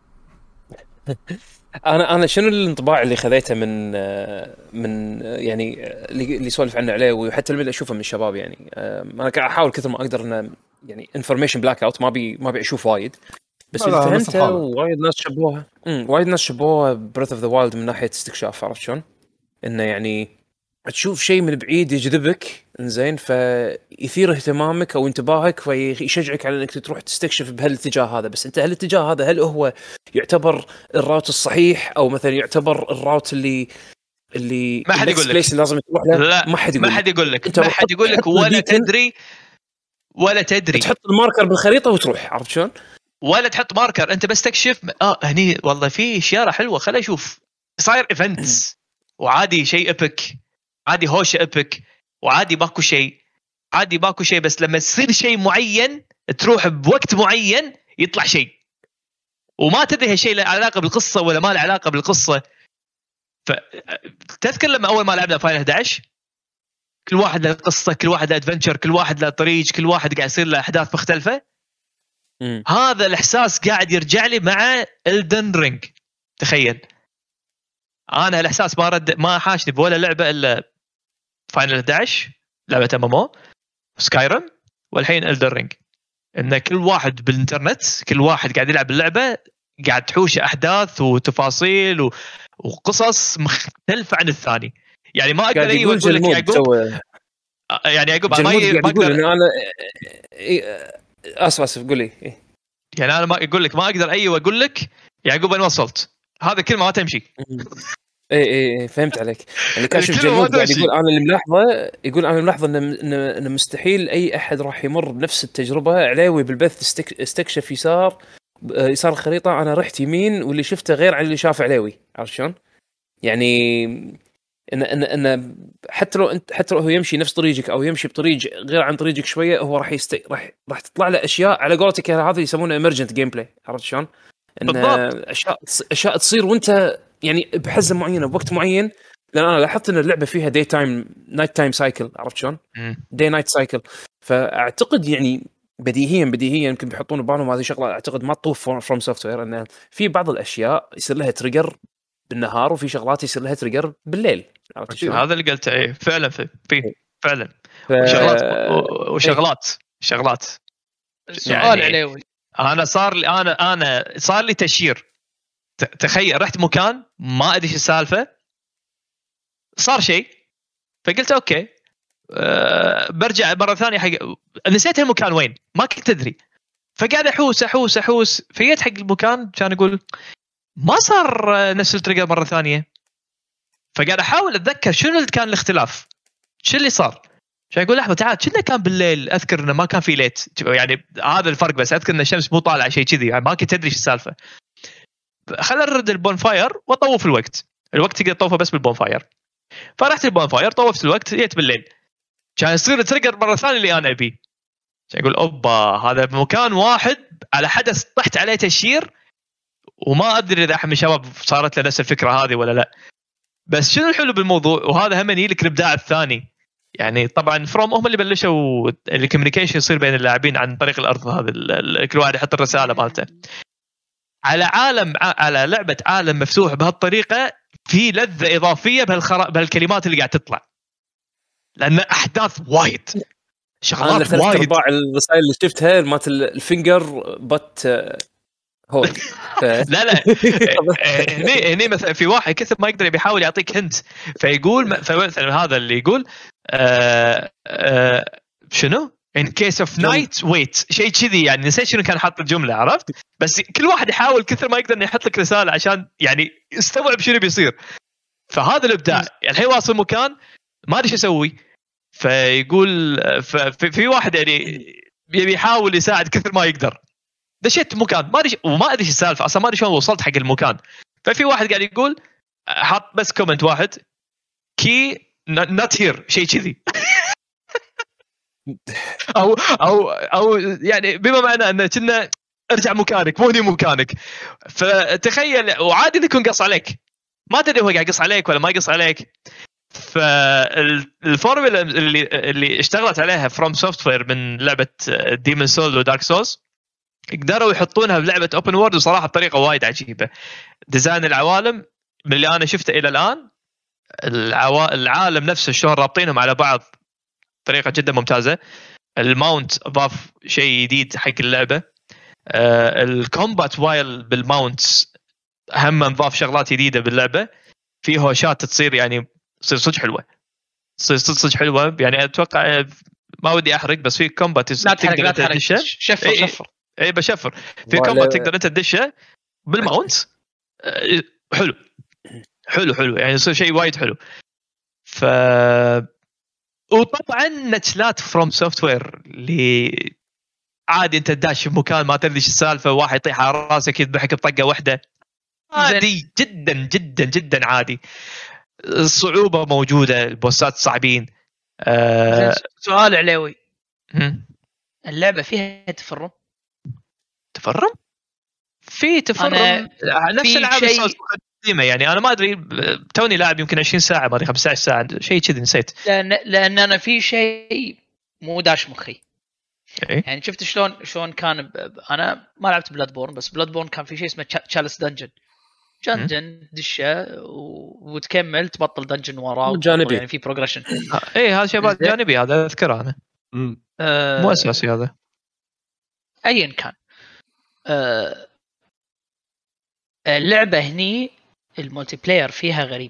انا شنو الانطباع اللي خذيته من يعني اللي سولف عنه عليه، وحتى اللي اشوفه من الشباب يعني. انا قاعد احاول كثر ما اقدر ان يعني انفورميشن بلاك اوت، ما ابي اشوف وايد، بس اللي فهمته وايد ناس شبوها بريث اوف ذا وايلد من ناحيه استكشاف. عرفت شلون؟ انه يعني تشوف شيء من بعيد يجذبك، انزين، فيثير اهتمامك او انتباهك، فيشجعك على انك تروح تستكشف بهالاتجاه هذا. بس انت هالاتجاه هذا هل هو يعتبر الراوت الصحيح، او مثلا يعتبر الراوت اللي ما حد يقول لك لازم تروح له؟ لا، ما حد يقول لك ولا تدري تحط الماركر بالخريطه وتروح. عرفت شلون؟ ولا تحط ماركر، انت بس تكشف. هني والله في اشاره حلوه، خليني اشوف. صاير ايفنتس وعادي شيء ابيك، عادي هوشه ابيك، وعادي ماكو شيء، عادي ماكو شيء، بس لما يصير شيء معين تروح بوقت معين يطلع شيء، وما تدري هالشيء له علاقه بالقصه ولا ما له علاقه بالقصه. فتذكر لما اول ما لعبنا فاينل 11، كل واحد له قصه، كل واحد له ادفنتشر، كل واحد له طريق، كل واحد قاعد يصير له احداث مختلفه. هذا الاحساس قاعد يرجع لي مع إلدن رينج. تخيل انا الاحساس ما حاشني بولا لعبه الا فاينل 11، لعبه MMO، سكايرم، والحين إلدن رينج. ان كل واحد بالانترنت، كل واحد قاعد يلعب اللعبه قاعد تحوش احداث وتفاصيل وقصص مختلفه عن الثاني. يعني ما اقدر اقول لك يعقوب، يعني يعقوب ما اقدر انا اسف قولي. يعني انا ما اقول لك، ما اقدر اقول لك يعقوب انا وصلت، هذا كلمه ما تمشي. اي فهمت عليك. يعني كاشف جنود قاعد يقول انا اللي ملاحظه ان مستحيل اي احد راح يمر بنفس التجربه. علاوي بالبث استكشف يسار الخريطه، انا رحت يمين واللي شفته غير عن اللي شاف علاوي. عرفت شلون؟ يعني ان حتى لو هو يمشي نفس طريقك او يمشي بطريق غير عن طريقك شويه، هو راح تطلع له اشياء على قولتك هذا يسمونه emergent gameplay. عرفت شلون؟ ان اشياء تصير وانت يعني بحزه معينه بوقت معين. لان انا لاحظت ان اللعبه فيها داي تايم نايت تايم سايكل. عرفت شلون؟ داي نايت سايكل. فاعتقد يعني بديهيا يمكن بيحطون ببالهم هذه شغله اعتقد ما تطوف فروم سوفت وير، انه في بعض الاشياء يصير لها تريجر بالنهار، وفي شغلات يصير لها تريجر بالليل. عرفت شلون؟ هذا اللي قلته. ايه فعلا في فعلا شغلات السؤال عليوي انا صار لي تشير. تخيل رحت مكان ما ادري ايش السالفه، صار شيء فقلت اوكي برجع مره ثانيه حق نسيت المكان وين، ما كنت ادري. فقاعد احوس فجيت حق المكان كان اقول ما صار نفس التريجر مره ثانيه. فقاعد احاول اتذكر شنو اللي كان الاختلاف، شو اللي صار. عشان اقول لحظه تعال كنا كان بالليل، اذكر انه ما كان في ليت يعني هذا الفرق، بس اذكر ان الشمس مو طالعه شيء كذي يعني ما كنت ادري ايش السالفه. خلينا نرد البون فاير واطوف الوقت تقدر تطوفه بس بالبون فاير. فرحت البون فاير طوفت الوقت، جيت بالليل كان يصير التريجر مره ثانيه اللي انا ابي. يقول اوبا هذا بمكان واحد على حدث طحت عليه تشير، وما ادري اذا احد من الشباب صارت له نفس الفكره هذه ولا لا. بس شنو الحلو بالموضوع، وهذا هم يجي لك الابداع الثاني يعني. طبعا فروم هم اللي بلشوا الكوميونيكيشن يصير بين اللاعبين عن طريق الارض، هذا كل واحد يحط الرساله مالته على لعبه عالم مفتوح بهالطريقه. في لذه اضافيه بهالكلمات اللي قاعد تطلع، لان احداث وايد شغلات وايد. 3/4 الرسائل اللي شفتها مالت الفينجر بط هول لا هني مثلا في واحد كثر ما يقدر بيحاول يعطيك هنت، فيقول مثلا هذا اللي يقول شنو in case of night wait شيء كذي يعني. نسيت شنو كان حاط الجمله، عرفت؟ بس كل واحد يحاول كثر ما يقدر انه يحط لك رساله عشان يعني يستوعب شنو بيصير. فهذا الابداع. الحين واصل مكان ما ادري ايش اسوي، فيقول في واحد يعني بيحاول يساعد كثر ما يقدر. دشيت مكان ما ادري وما ادري ايش السالفه اصلا، ما ادري شلون وصلت حق المكان. ففي واحد قاعد يقول حط بس كومنت واحد كي نوت هير شيء كذي او يعني بما معنى انه كنا ارجع مكانك مو هني مكانك. فتخيل وعادي يكون قص عليك، ما تدري هو قاعد يقص عليك ولا ما يقص عليك. فالفورمولا اللي اشتغلت عليها فروم سوفتوير من لعبه ديمون سول ودارك سولز يقدروا يحطونها بلعبه اوبن وورد، وصراحه بطريقه وايد عجيبه. ديزاين العوالم من اللي انا شفته الى الان، العالم نفسه شلون رابطينهم على بعض طريقه جدا ممتازه. الماونت ضاف شيء جديد حق اللعبه. الكومبات وايل بالماونت هم نضاف شغلات جديده باللعبه. في هوشات تصير يعني تصير صدق حلوه، تصير صدق حلوه يعني. اتوقع ما ودي احرق، بس في كومبات تقدر تدشه شفر اي بشفر في كومبات تقدر انت تدشه بالماونت. حلو يعني يصير شيء وايد حلو. وطبعا نتشلات فروم سوفتوير اللي عادي انت داش في مكان ما تدري ايش السالفه، واحد يطيح على راسك يذبحك بطقه واحده، عادي جدا جدا جدا عادي. الصعوبه موجوده، البوسات صعبين. سؤال عليوي، اللعبه فيها تفرم في تفرم نفس العاب القديمه يعني. انا ما ادري توني لاعب يمكن 20 ساعه ما ادري 15 ساعه شيء كذا نسيت. لان انا في شيء مو داش مخي يعني. شفت شلون كان انا ما لعبت بلاد بورن، بس بلاد بورن كان في شيء اسمه تشالس دنجن دشه وتكمل تبطل دنجن وراه جانبي يعني في بروجريشن. ايه هذا شيء جانبي، هذا اذكره انا مو اساسي هذا. ايا كان اللعبه هني المولتي بلاير فيها غريب،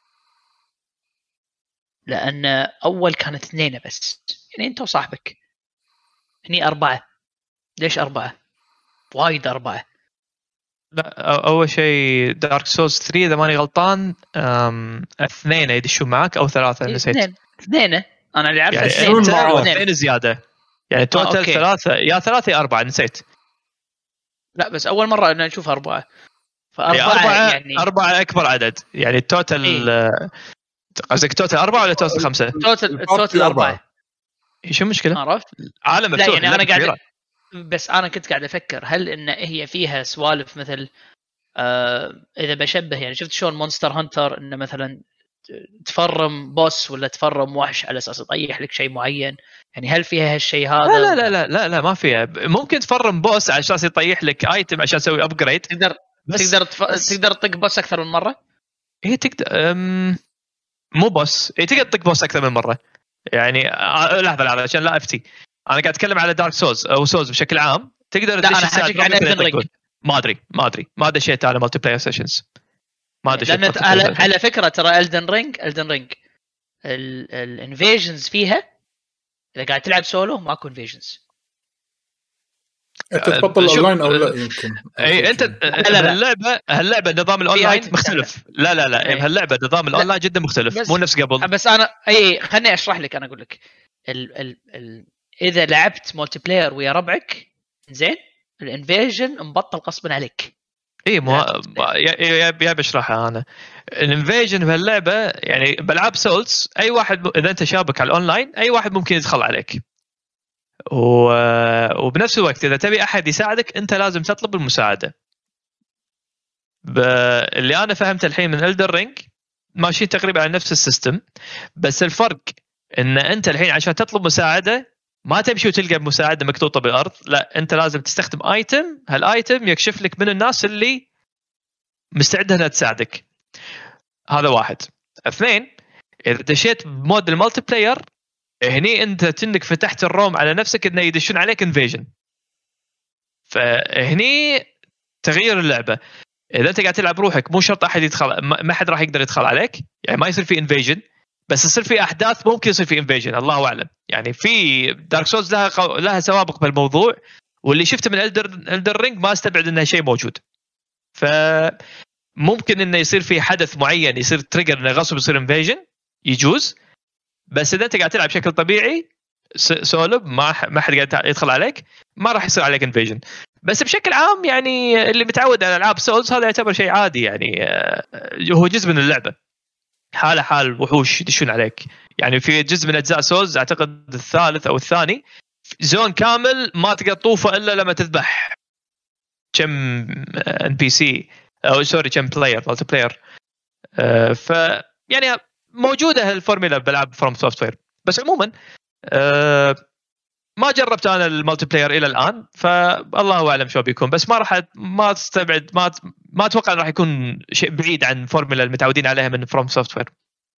لان اول كانت 2 بس يعني انت وصاحبك. هني 4. ليش 4؟ وايد 4. لا اول شيء دارك سولز 3 اذا ماني غلطان 2 يدشوا معك او 3 نسيت. 2 انا اللي عارفه يعني 2 زياده يعني توتال 3 يا 3 يا 4 نسيت. لا بس اول مره انا اشوف 4 4 يعني 4 اكبر عدد يعني التوتال. قصدك توتال 4 ولا توتال 5؟ توتال 4. ايش المشكله؟ عرفت عالم مفتوح يعني انا قاعد بس انا كنت قاعد افكر هل ان هي فيها سوالف مثل اذا بشبه يعني شفت شلون مونستر هانتر انه مثلا تفرم بوس ولا تفرم وحش على اساس يطيح لك شيء معين يعني. هل فيها هالشيء هذا؟ لا لا لا لا لا ما فيها. ممكن تفرم بوس على اساس يطيح لك ايتم عشان تسوي ابجريد. تقدر تطق بوس اكثر من مره. هي تقدر مو بوس، هي تقدر تطق بوس اكثر من مره يعني لحظه عشان لا افتي، انا قاعد اتكلم على دارك سولز او سولز بشكل عام. تقدر لا انا حاجيك عن Elden Ring. ما دشيت على مالتي بلاير سيشنز، ما دشيت على فكره ترى Elden Ring الانفيجنز فيها اذا قاعد تلعب سولو ماكو انفيجنز. انت تبطل اونلاين او لا يمكن اي انت هاللعبه نظام الاونلاين مختلف. لا بهاللعبه نظام الاونلاين جدا مختلف، مو نفس قبل. بس انا خلني اشرح لك. انا اقول لك اذا لعبت مولتي بلاير ويا زين الانفيجن مبطل غصبا عليك. اي يا بشرحها انا. الانفيجن بهاللعبه يعني بالعاب سولز اي واحد اذا انت شابك على الاونلاين اي واحد ممكن يدخل عليك، وبنفس الوقت اذا تبي احد يساعدك انت لازم تطلب المساعده. اللي انا فهمت الحين من Elden Ring ماشيين تقريبا على نفس السيستم، بس الفرق ان انت الحين عشان تطلب مساعده ما تمشي وتلقى مساعده مكتوطه بالارض، لا انت لازم تستخدم ايتم، هالايتم يكشف لك من الناس اللي مستعده انها تساعدك. هذا واحد. اثنين، اذا دشيت بمود المالتي بلاير هني انت تنك فتحت الروم على نفسك انه يدشون عليك انفيجن، فهني تغيير اللعبه. اذا انت قاعد تلعب روحك مو شرط احد يدخل، ما حد راح يقدر يدخل عليك، يعني ما يصير في انفيجن، بس يصير في احداث ممكن يصير في انفيجن الله اعلم. يعني في دارك سولز لها سوابق بالموضوع، واللي شفته من Elden Ring ما استبعد انه شيء موجود. فممكن انه يصير في حدث معين يصير تريجر انه غصب يصير انفيجن، يجوز. بس اذا انت قاعد تلعب بشكل طبيعي سولو ما حد قاعد يدخل عليك ما راح يصير عليك انفيجن. بس بشكل عام يعني اللي متعود على العاب سولز هذا يعتبر شيء عادي، يعني هو جزء من اللعبه، حال وحوش يدشون عليك. يعني في جزء من اجزاء سولز اعتقد الثالث او الثاني زون كامل ما تقدر تطوفه الا لما تذبح كم NPC او سوري كم بلاير مالتي بلاير. ف يعني موجوده هالفورمولا بالعاب فروم سوفت وير. بس عموما ما جربت انا المالتي بلاير الى الان، فالله اعلم شو بيكون. بس ما تستبعد ما اتوقع انه راح يكون شيء بعيد عن فورمولا المتعودين عليها من فروم سوفت وير.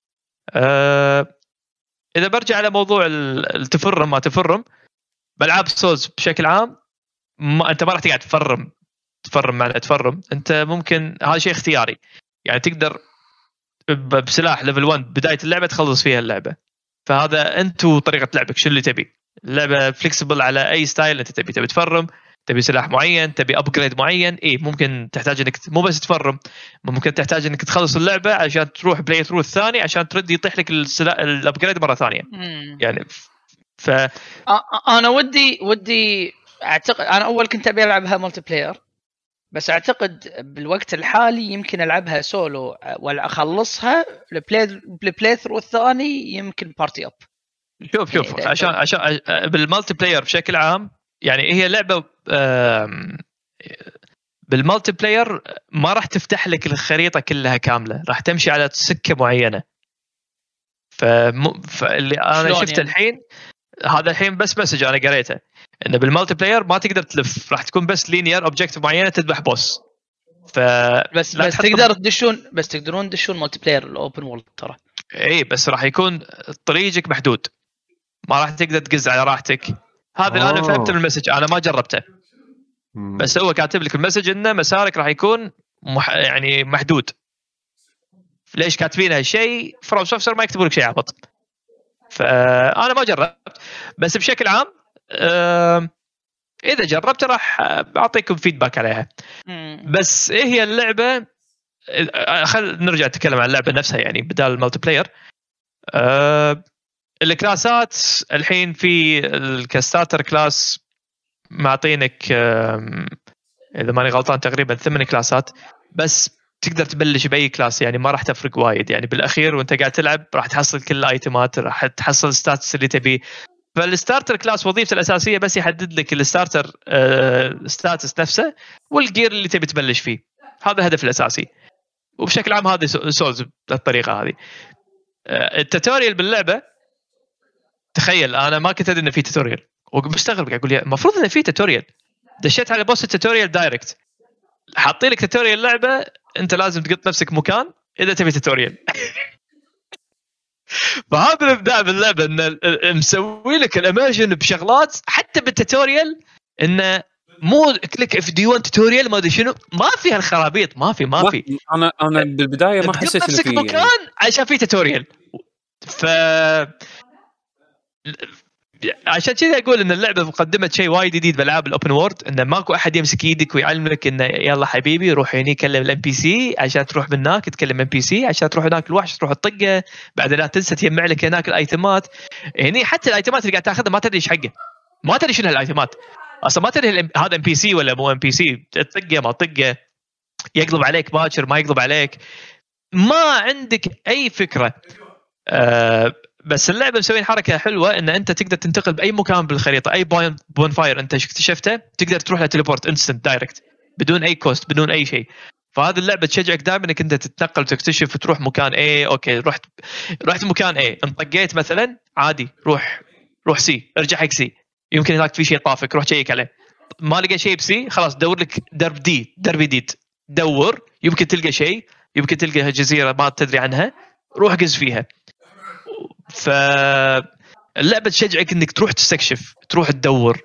اذا برجع على موضوع التفرم ما تفرم بالعاب سولز بشكل عام، انت ما راح تقعد تفرم معنى تفرم. انت ممكن هذا شيء اختياري، يعني تقدر بسلاح ليفل 1 بدايه اللعبه تخلص فيها اللعبه. فهذا انت وطريقه لعبك شو اللي تبي. اللعبه فليكسبل على اي ستايل انت تبي تفرم، تبي سلاح معين، تبي ابجريد معين. ممكن تحتاج انك مو بس تفرم، ممكن تحتاج انك تخلص اللعبه عشان تروح بلاي ثرو الثاني عشان ترد يطيح لك الابجريد مره ثانيه. يعني انا ودي اعتقد انا اول كنت ابي العبها مالتي بلاير، بس اعتقد بالوقت الحالي يمكن العبها سولو ولا اخلصها البلاي ثرو الثاني يمكن بارتي اب. شوف عشان بالمالتي بلاير بشكل عام يعني هي لعبه بالمالتي بلاير ما راح تفتح لك الخريطه كلها كامله، راح تمشي على سكه معينه. فاللي انا شفت يعني الحين هذا الحين بس مسج انا قريته انه بالمالتي بلاير ما تقدر تلف، راح تكون بس لينير اوبجكتيف معينه تذبح بوس. بس تقدر تدشون، بس تقدرون تدشون مالتي بلاير الاوبن وورلد ترى. بس راح يكون طريقك محدود، ما راح تقدر تقز على راحتك. هذا اللي انا فهمت من المسج، انا ما جربته بس هو كاتب لك المسج انه مسارك راح يكون يعني محدود. ليش كاتبين هالشيء؟ فروم سوفت وير ما يكتبوا لك شيء عبط. فانا ما جربت، بس بشكل عام اذا جربت راح اعطيكم فيدباك عليها. بس هي اللعبه خل نرجع نتكلم عن اللعبه نفسها يعني بدال المالتي بلاير. الكلاسات الحين في الكستارتر كلاس معطينك اذا ماني غلطان تقريبا 8 كلاسات، بس تقدر تبلش باي كلاس، يعني ما راح تفرق وايد. يعني بالاخير وانت قاعد تلعب راح تحصل كل الايتمات، راح تحصل ستاتس اللي تبي. فالستارتر كلاس وظيفته الاساسيه بس يحدد لك الستارتر ستاتس نفسه والجير اللي تبي تبلش فيه. هذا الهدف الاساسي، وبشكل عام هذه سولز بالطريقه هذه. التوتوريال باللعبه تخيل انا ما كنت ادري انه في توتوريال، ومستغرب قاعد اقول يا المفروض انه في توتوريال. دشيت على بوست التوتوريال دايركت، حاطين لك توتوريال لعبه انت لازم تقط نفسك مكان اذا تبي توتوريال. فهذا الابداع باللعبه ان مسوي لك الاماجن بشغلات حتى بالتوتوريال انه مو كليك اف دي 1 توتوريال ما ادري شنو ما في هالخرابيط ما في انا بالبدايه ما حسيت انه في مكان يعني. عشان في توتوريال عشان كذا اقول ان اللعبه قدمت شيء وايد جديد بالالعاب الاوبن وورد انه ماكو احد يمسك يدك ويعلمك انه يلا حبيبي روح هني كلم الام بي سي عشان تروح من هناك تكلم ام بي سي عشان تروح هناك الوحش تروح تطقه بعد لا تنسى تجمع لك هناك الايتمات هني حتى الايتمات اللي قاعد تاخذها ما تدري ايش حقه ما تدري شنو هالايتمات اصلا ما تدري هذا ام بي سي ولا مو ام بي سي تطقه ما تطقه يقلب عليك باكر ما يقلب عليك ما عندك اي فكره بس اللعبه مسوين حركه حلوه ان انت تقدر تنتقل باي مكان بالخريطه اي بون فاير انت اكتشفته تقدر تروح له تليبورت انستنت دايركت بدون اي كوست بدون اي شيء فهذه اللعبه تشجعك دائما انك انت تتنقل وتكتشف وتروح مكان A اوكي رحت مكان A انطقيت مثلا عادي روح سي ارجع حق سي يمكن هناك في شيء طافك روح شيك عليه ما لقى شيء بسي خلاص دور لك درب جديد دور يمكن تلقى شيء يمكن تلقى جزيره ما تدري عنها روح قز فيها فاللعبة تشجعك انك تروح تستكشف تروح تدور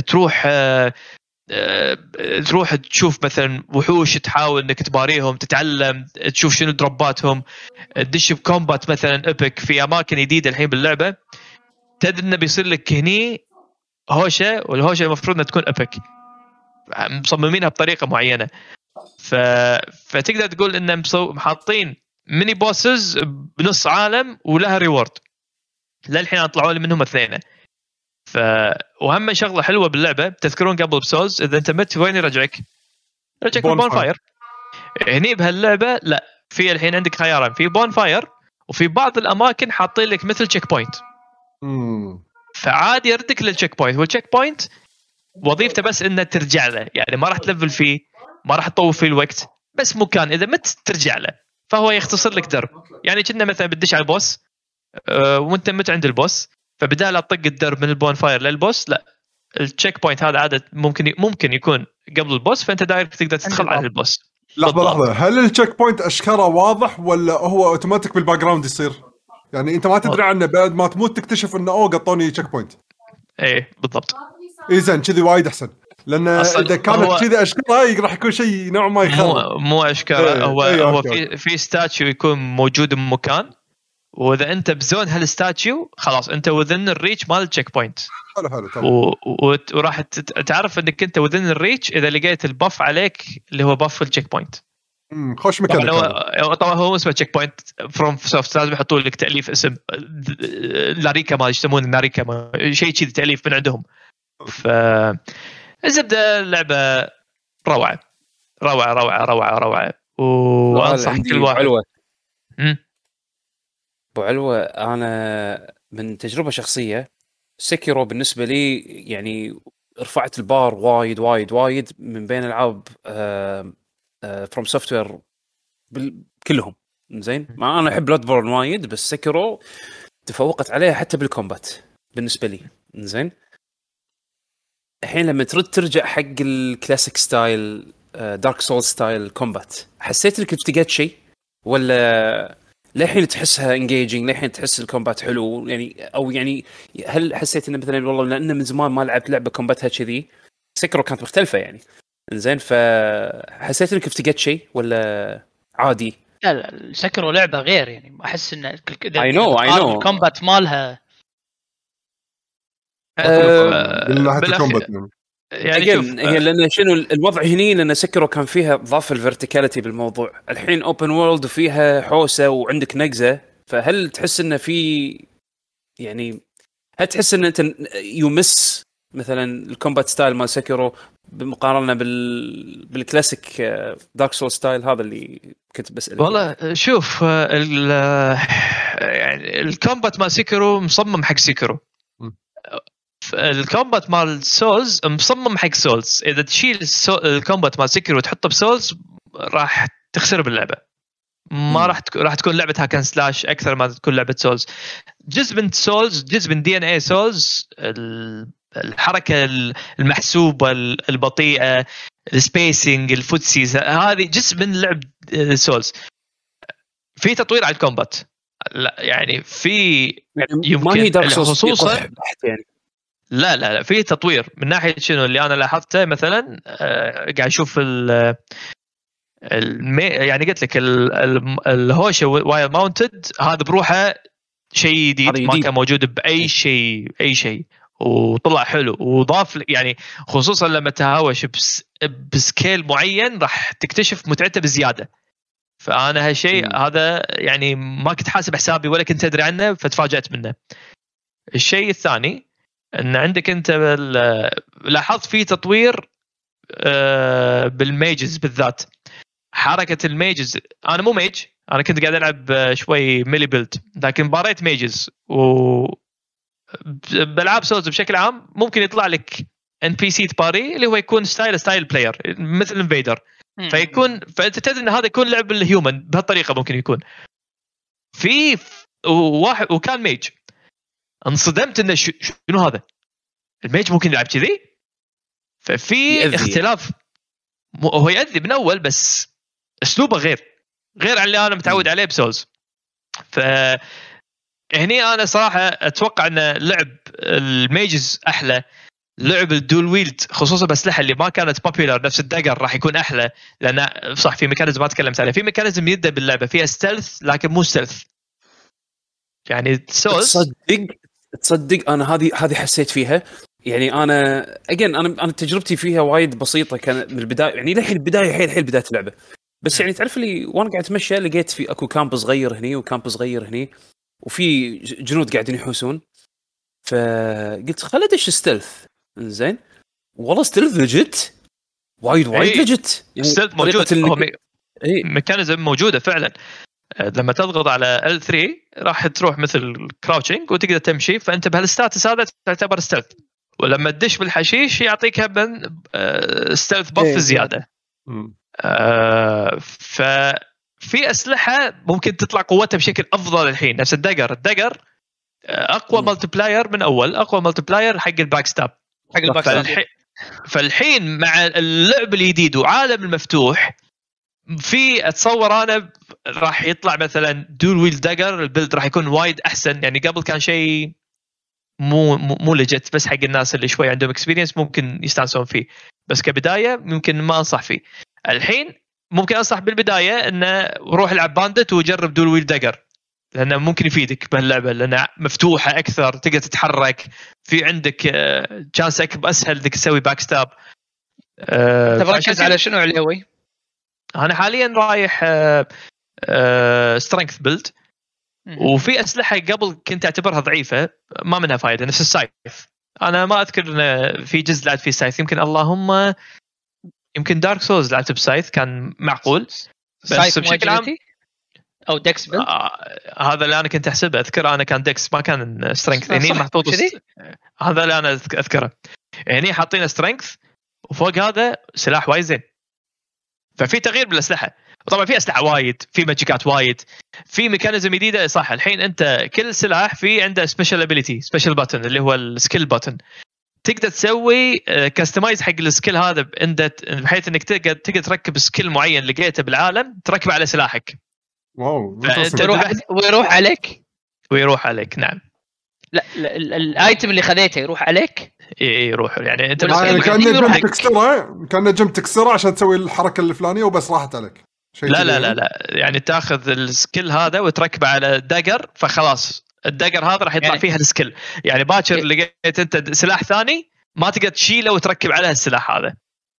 تروح تشوف مثلا وحوش تحاول انك تباريهم تتعلم تشوف شنو دروباتهم تدش بكومبات مثلا ايبك في اماكن جديدة الحين باللعبة تدري انه بيصير لك هني هوشة والهوشة المفروض انها تكون ايبك مصممينها بطريقة معينة فتقدر تقول انهم محاطين ميني بوسز بنص عالم ولها ريورد للحين طلعوا لي منهم اثنين وهم شغله حلوه باللعبه تذكرون قبل بسولز اذا انت مت وين يرجعك بون فاير هني بهاللعبه لا في الحين عندك خيارين في بون فاير وفي بعض الاماكن حاطين لك مثل تشيك بوينت فعادي يردك للتشيك بوينت والتشيك بوينت وظيفته بس انه ترجع له يعني ما راح تلفل فيه ما راح تطول فيه الوقت بس مكان اذا مت ترجع له فهو يختصر لك درب يعني كنا مثلا بدش على البوس وانت مت عند البوس فبدال اطق الدرب من البون فاير للبوس لا التشيك بوينت هذا عاده ممكن يكون قبل البوس فانت دايركت تقدر تدخل على البوس لحظه هل التشيك بوينت اشكره واضح ولا هو اوتوماتيك بالباك جراوند يصير يعني انت ما تدري عنه بعد ما تموت تكتشف انه قطوني تشيك بوينت ايه بالضبط اذا كذي وايد احسن لان اذا كانت كذي اشكره راح يكون شيء نوع ما يخرب مو اشكره هو في ستاتيو يكون موجود بمكان واذا انت بزون هالستاتيو خلاص انت وذن الريتش مال التشيك بوينت حلو وراح تعرف انك انت وذن الريتش اذا لقيت البف عليك اللي هو بف التشيك بوينت خوش مكان طبعا هو اسمه تشيك بوينت فروم سوفت لازم يحطوا لك تاليف اسم لاريكا ما يسمونه ناريكا ما شيء كذي تاليف من عندهم الزبده اللعبه روعه وانصح كل واحد ابو علوه انا من تجربه شخصيه سكيرو بالنسبه لي يعني رفعت البار وايد من بين العاب فروم سوفت وير كلهم زين ما انا احب بلاد بورن وايد بس سكيرو تفوقت عليها حتى بالكومبات بالنسبه لي زين الحين لما ترجع حق الكلاسيك ستايل دارك سول ستايل كومبات حسيت انك افتقدت شيء ولا لحين تحسها انجيجينج لحين تحس الكومبات حلو يعني او يعني هل حسيت انه مثلا والله لان من زمان ما لعبت لعبه كومباتها كذي سكرو كانت مختلفه يعني زين فحسيت انك افتقدت شيء ولا عادي لا سكرو لعبه غير يعني احس ان اي نو الكومبات مالها يعني شوف هي لان شنو الوضع هني لان سكرو كان فيها ضاف الفيرتيكاليتي بالموضوع الحين اوبن وورلد وفيها حوسه وعندك نقزه فهل تحس انه في يعني هل تحس ان انت يمس مثلا الكومبات ستايل مال سكرو بمقارنه بالكلاسيك دارك سول ستايل هذا اللي كنت بسأل والله شوف يعني الكومبات مال سكرو مصمم حق سكرو الكومبات مال سولز مصمم حق سولز اذا تشيل الكومبات مال سكر وتحطه بسولز راح تخسر باللعبه ما راح تكون لعبه هاكن سلاش اكثر ما تكون لعبه سولز جزء من سولز جزء من دي ان اي سولز الحركه المحسوبه البطيئه السبيسنج الفوتسيز هذه جزء من لعب سولز في تطوير على الكومبات لا يعني في يعني ما هي دارك سولز خصوصا يعني. لا في تطوير من ناحيه شنو اللي انا لاحظته مثلا. قاعد اشوف يعني قلت لك الهوشه واير ماونتد هذا بروحه شيء جديد ما كان موجود باي شيء وطلع حلو وضاف يعني خصوصا لما تهاوش بسكيل معين راح تكتشف متعته بزياده. فانا هالشيء هذا يعني ما كنت حاسب حسابي ولا كنت ادري عنه فتفاجأت منه. الشيء الثاني ان عندك انت لاحظت في تطوير بالميجز بالذات. حركه الميجز انا مو ميج انا كنت قاعد العب شوي ميلي بيلد لكن باريت ميجز و بالعاب سولز بشكل عام ممكن يطلع لك ان بي سي تباري اللي هو يكون ستايل بلاير مثل انفيدر فانت تدري ان هذا يكون لعب الهيومن بهالطريقه ممكن يكون في واحد وكان ميج انصدمت انه شنو هذا الميج ممكن يلعب كذي. ففي اختلاف هو يأذي من اول بس اسلوبه غير عن اللي انا متعود عليه بسولز. فهني انا صراحه اتوقع ان لعب الميجز احلى لعب الدول ويلد خصوصا باسلحه اللي ما كانت بوبيلر نفس الدقر راح يكون احلى لان صح في ميكانيزم ما تكلمت عليه في ميكانيزم يبدا باللعبه فيها ستيلث لكن مو ستيلث يعني سولز تصدق انا هذه حسيت فيها يعني انا انا تجربتي فيها وايد بسيطه كان من البدايه يعني للحين البدايه حيل بدايه اللعبه بس يعني تعرف لي وانا قاعد اتمشى لقيت في اكو كامب صغير هني وكامب صغير هني وفي جنود قاعدين يحوسون فقلت خل ادش ستيلث زين والله ستيلث لجت وايد لجت يعني ستيلث موجود ميكانيزم موجوده فعلا. لما تضغط على L3 راح تروح مثل كراوتشنج وتقدر تمشي فانت بهالستاتس هذا تعتبر ستيلث ولما تدش بالحشيش يعطيك هبن ستيلث بف زياده. ففي اسلحه ممكن تطلع قوتها بشكل افضل الحين نفس الدقر اقوى مالتي بلاير من اول اقوى مالتي بلاير حق الباك ستاب فالحين مع اللعب الجديد وعالم المفتوح في اتصور انا راح يطلع مثلا دول ويل دقر البيلد راح يكون وايد احسن. يعني قبل كان شيء مو لجت بس حق الناس اللي شوي عندهم اكسبيرينس ممكن يستانسون فيه بس كبدايه ممكن ما انصح فيه. الحين ممكن انصح بالبدايه انه روح العب باندت وجرب دول ويل دقر لانه ممكن يفيدك بهاللعبه لانها مفتوحه اكثر تقدر تتحرك في عندك تشانس اسهل انك تسوي باك ستاب. انت مركز على شنو علوي؟ انا حاليا رايح سترينث بيلد وفي اسلحه قبل كنت اعتبرها ضعيفه ما منها فايده نفس السايف. انا ما اذكر ان في جزء لعبت فيه سايف يمكن دارك سولز لعبت بسايف كان معقول بس بشكل عام او ديكس بيلد هذا اللي انا كنت احسبه اذكر انا كان ديكس ما كان سترينث هني محطوط هذا اللي انا اذكره هني حاطين سترينث وفوق هذا سلاح وايد زين. ففي تغيير بالاسلحه طبعا في اسلحه وايد في ماجيكات وايد في ميكانيزم جديده صح. الحين انت كل سلاح في عنده سبيشال ابيليتي سبيشال باتن اللي هو السكيل باتن تقدر تسوي كاستمايز حق السكيل هذا بحيث انك تقدر تركب سكيل معين لقيته بالعالم تركبه على سلاحك. واو ويروح عليك نعم. لا الايتم اللي خذيته يروح عليك يروح يعني انت كان نجم تكسره عشان تسوي الحركه الفلانيه وبس راحت عليك لا يعني تاخذ السكيل هذا وتركبه على دقر فخلاص الدقر هذا راح يطلع يعني فيها السكيل يعني باكر لقيت انت سلاح ثاني ما تقدر تشيله وتركب عليه السلاح هذا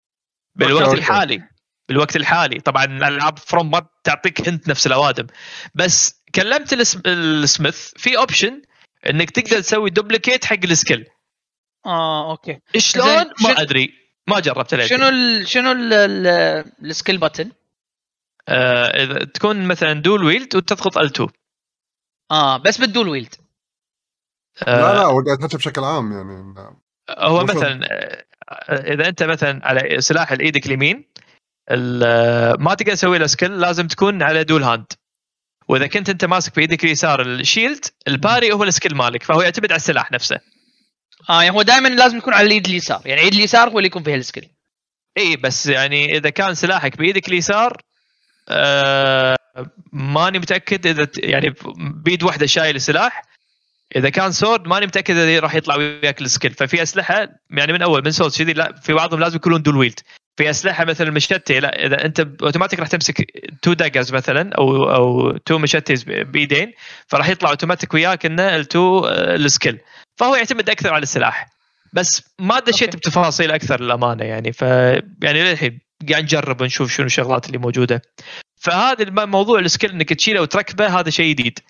بالوقت الحالي. طبعا الالعاب فروم ما تعطيك هنت نفس الاوادم بس كلمت السميث في اوبشن انك تقدر تسوي دوبليكيت حق السكيل. اوكي شلون ما ادري ما جربت ليه. شنو السكيل باتن؟ اذا تكون مثلا دول ويلد وتضغط L2 بس بالدول ويلد لا هو قاعد يحكي بشكل عام يعني هو مثلا اذا انت مثلا على سلاح الايدك اليمين ما تقدر تسوي له سكيل لازم تكون على دول هاند واذا كنت انت ماسك بايدك اليسار الشيلد الباري هو السكيل مالك فهو يعتمد على السلاح نفسه. يعني هو دائما لازم يكون على اليد اليسار يعني اليد اليسار هو اللي يكون فيها السكيل. اي بس يعني اذا كان سلاحك بايدك اليسار ماني متاكد اذا يعني بيد واحده شايل السلاح. اذا كان سورد ماني متاكد اذا راح يطلع وياك السكيل. ففي اسلحه يعني من اول من سورد كذي لا، في بعضهم لازم يكونون دول ويلد. في اسلحه مثل المشتة لا، اذا انت اوتوماتيك راح تمسك 2 داجرز مثلا او 2 مشتيز بايدين، فراح يطلع اوتوماتيك وياك انه ال2 السكيل. فهو يعتمد اكثر على السلاح، بس ما دشيت بتفاصيل اكثر للامانه يعني. يعني للحين قاعد نجرب ونشوف شنو الشغلات اللي موجوده. فهذا الموضوع السكيل انك تشيله وتركبه هذا شيء جديد.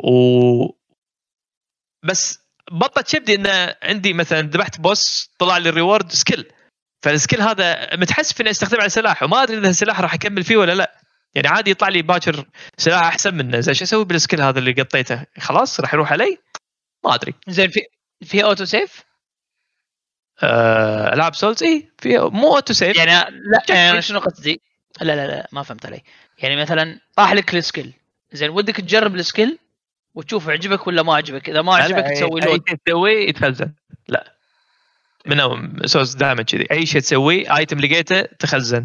بس بطت شبدي انه عندي مثلا ذبحت بوس طلع لي الريورد سكيل، فالسكيل هذا متحسف اني استخدمه على سلاح وما ادري اذا السلاح راح اكمل فيه ولا لا. يعني عادي يطلع لي باكر سلاح احسن منه، زين شو اسوي بالسكيل هذا اللي قطيته؟ خلاص راح يروح علي ما ادري. زين في اوتو سيف العاب سولز اي في مو اوتو سيف يعني. لا يعني شنو قصدي؟ لا ما فهمت علي. يعني مثلا طاح لك السكيل، زين ودك تجرب السكيل وتشوف عجبك ولا ما عجبك. اذا ما عجبك تسوي له تسوي يتخزن. لا من سوس دائما كذي، اي شيء تسويه ايتم لقيته تخزن.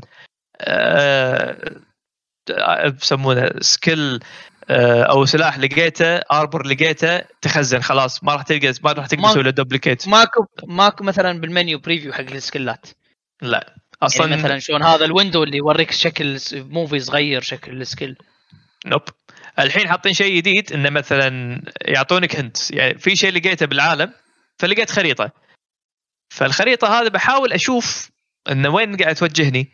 بسمونه سكيل او سلاح لقيته، اربر لقيته تخزن. خلاص ما راح تلقى، ما راح تقدر تسوي له دوبليكيت. ماكو مثلا بالمنيو بريفيو حق السكيلات. لا اصلا يعني مثلا شلون هذا الويندو اللي يوريك شكل موفي صغير شكل السكيل. نوب. الحين حاطين شيء جديد انه مثلا يعطونك هنت. يعني في شيء لقيته بالعالم فلقيت خريطه، فالخريطه هذه بحاول اشوف انه وين قاعد توجهني.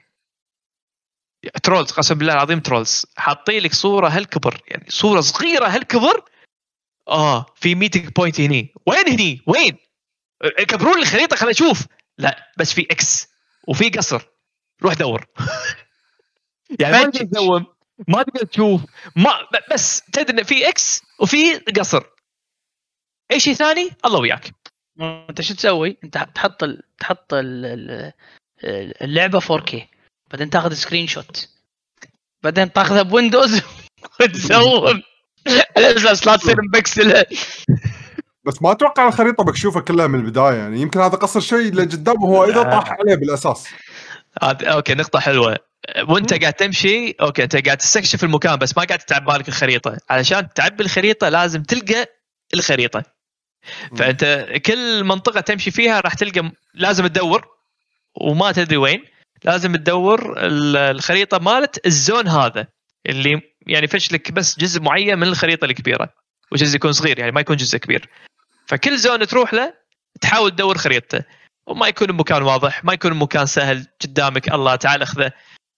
ترولز قسم بالله العظيم ترولز حاطين لك صوره هالكبر، يعني صوره صغيره هالكبر. في ميتنج بوينت هني. وين كبروا لي الخريطه خليني اشوف. لا بس في اكس وفي قصر، روح دور. يعني ما تقدر تدوم، ما تقدر تشوف، ما بس تدري ان في اكس وفي قصر. اي شيء ثاني الله وياك. انت شو تسوي؟ انت تحط اللعبه 4K، بعدين تاخذ سكرين شوت، بعدين تاخذها بويندوز وتزوم على اساس لا تصير مبكسله. بس ما اتوقع الخريطه بكشوفها كلها من البدايه، يعني يمكن هذا قصر شيء لقدام وهو اذا طاح عليه بالاساس. اوكي نقطه حلوه. وانت قاعد تمشي اوكي انت قاعد تستكشف المكان بس ما قاعد تتعب بالك الخريطه. علشان تعبي الخريطه لازم تلقى الخريطه. فانت كل منطقه تمشي فيها راح تلقى، لازم تدور وما تدري وين. لازم تدور الخريطه مالت الزون هذا اللي يعني فشلك بس جزء معين من الخريطه الكبيره، وجزء يكون صغير يعني ما يكون جزء كبير. فكل زون تروح له تحاول تدور خريطته، وما يكون المكان واضح، ما يكون المكان سهل قدامك الله تعال اخذه.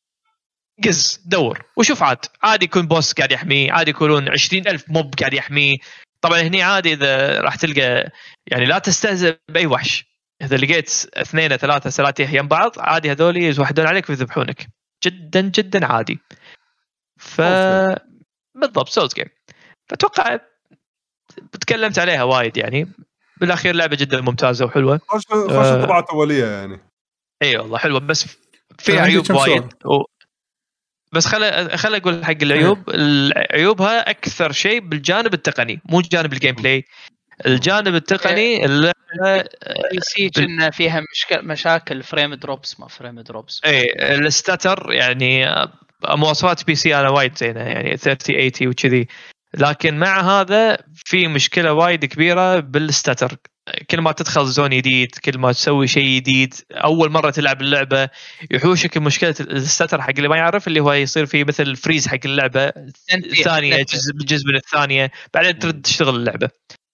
قز دور وشوف. عادي يكون بوس قاعد يحميه، عادي يكونون 20,000 موب قاعد يحميه. طبعا هني عادي اذا راح تلقى يعني لا تستهزئ باي وحش. اذا لقيت 2 3 سلاتيح يم بعض عادي هذول يوحدون عليك ويذبحونك جدا جدا عادي. بالضبط سولز جيم. فتوقع تكلمت عليها وايد يعني. بالاخير لعبه جدا ممتازه وحلوه. خوش طبعات اوليه يعني. اي والله حلوه بس فيها عيوب وايد. بس خل اقول حق العيوب. عيوبها اكثر شيء بالجانب التقني مو جانب الجيم بلاي. الجانب التقني اللعبه يصير ان فيها مشاكل فريم دروبس. ما فريم دروبس اي الستاتر يعني مواصفات بي سي انا وايد زينه يعني 3080 وكذي، لكن مع هذا في مشكله وايد كبيره بالستاتر. كل ما تدخل زون جديد، كل ما تسوي شيء جديد، اول مره تلعب اللعبه يحوشك مشكله الستاتر. حق اللي ما يعرف اللي هو يصير فيه مثل فريز حق اللعبه الثانيه جزء من الثانيه بعدين ترد تشتغل اللعبه.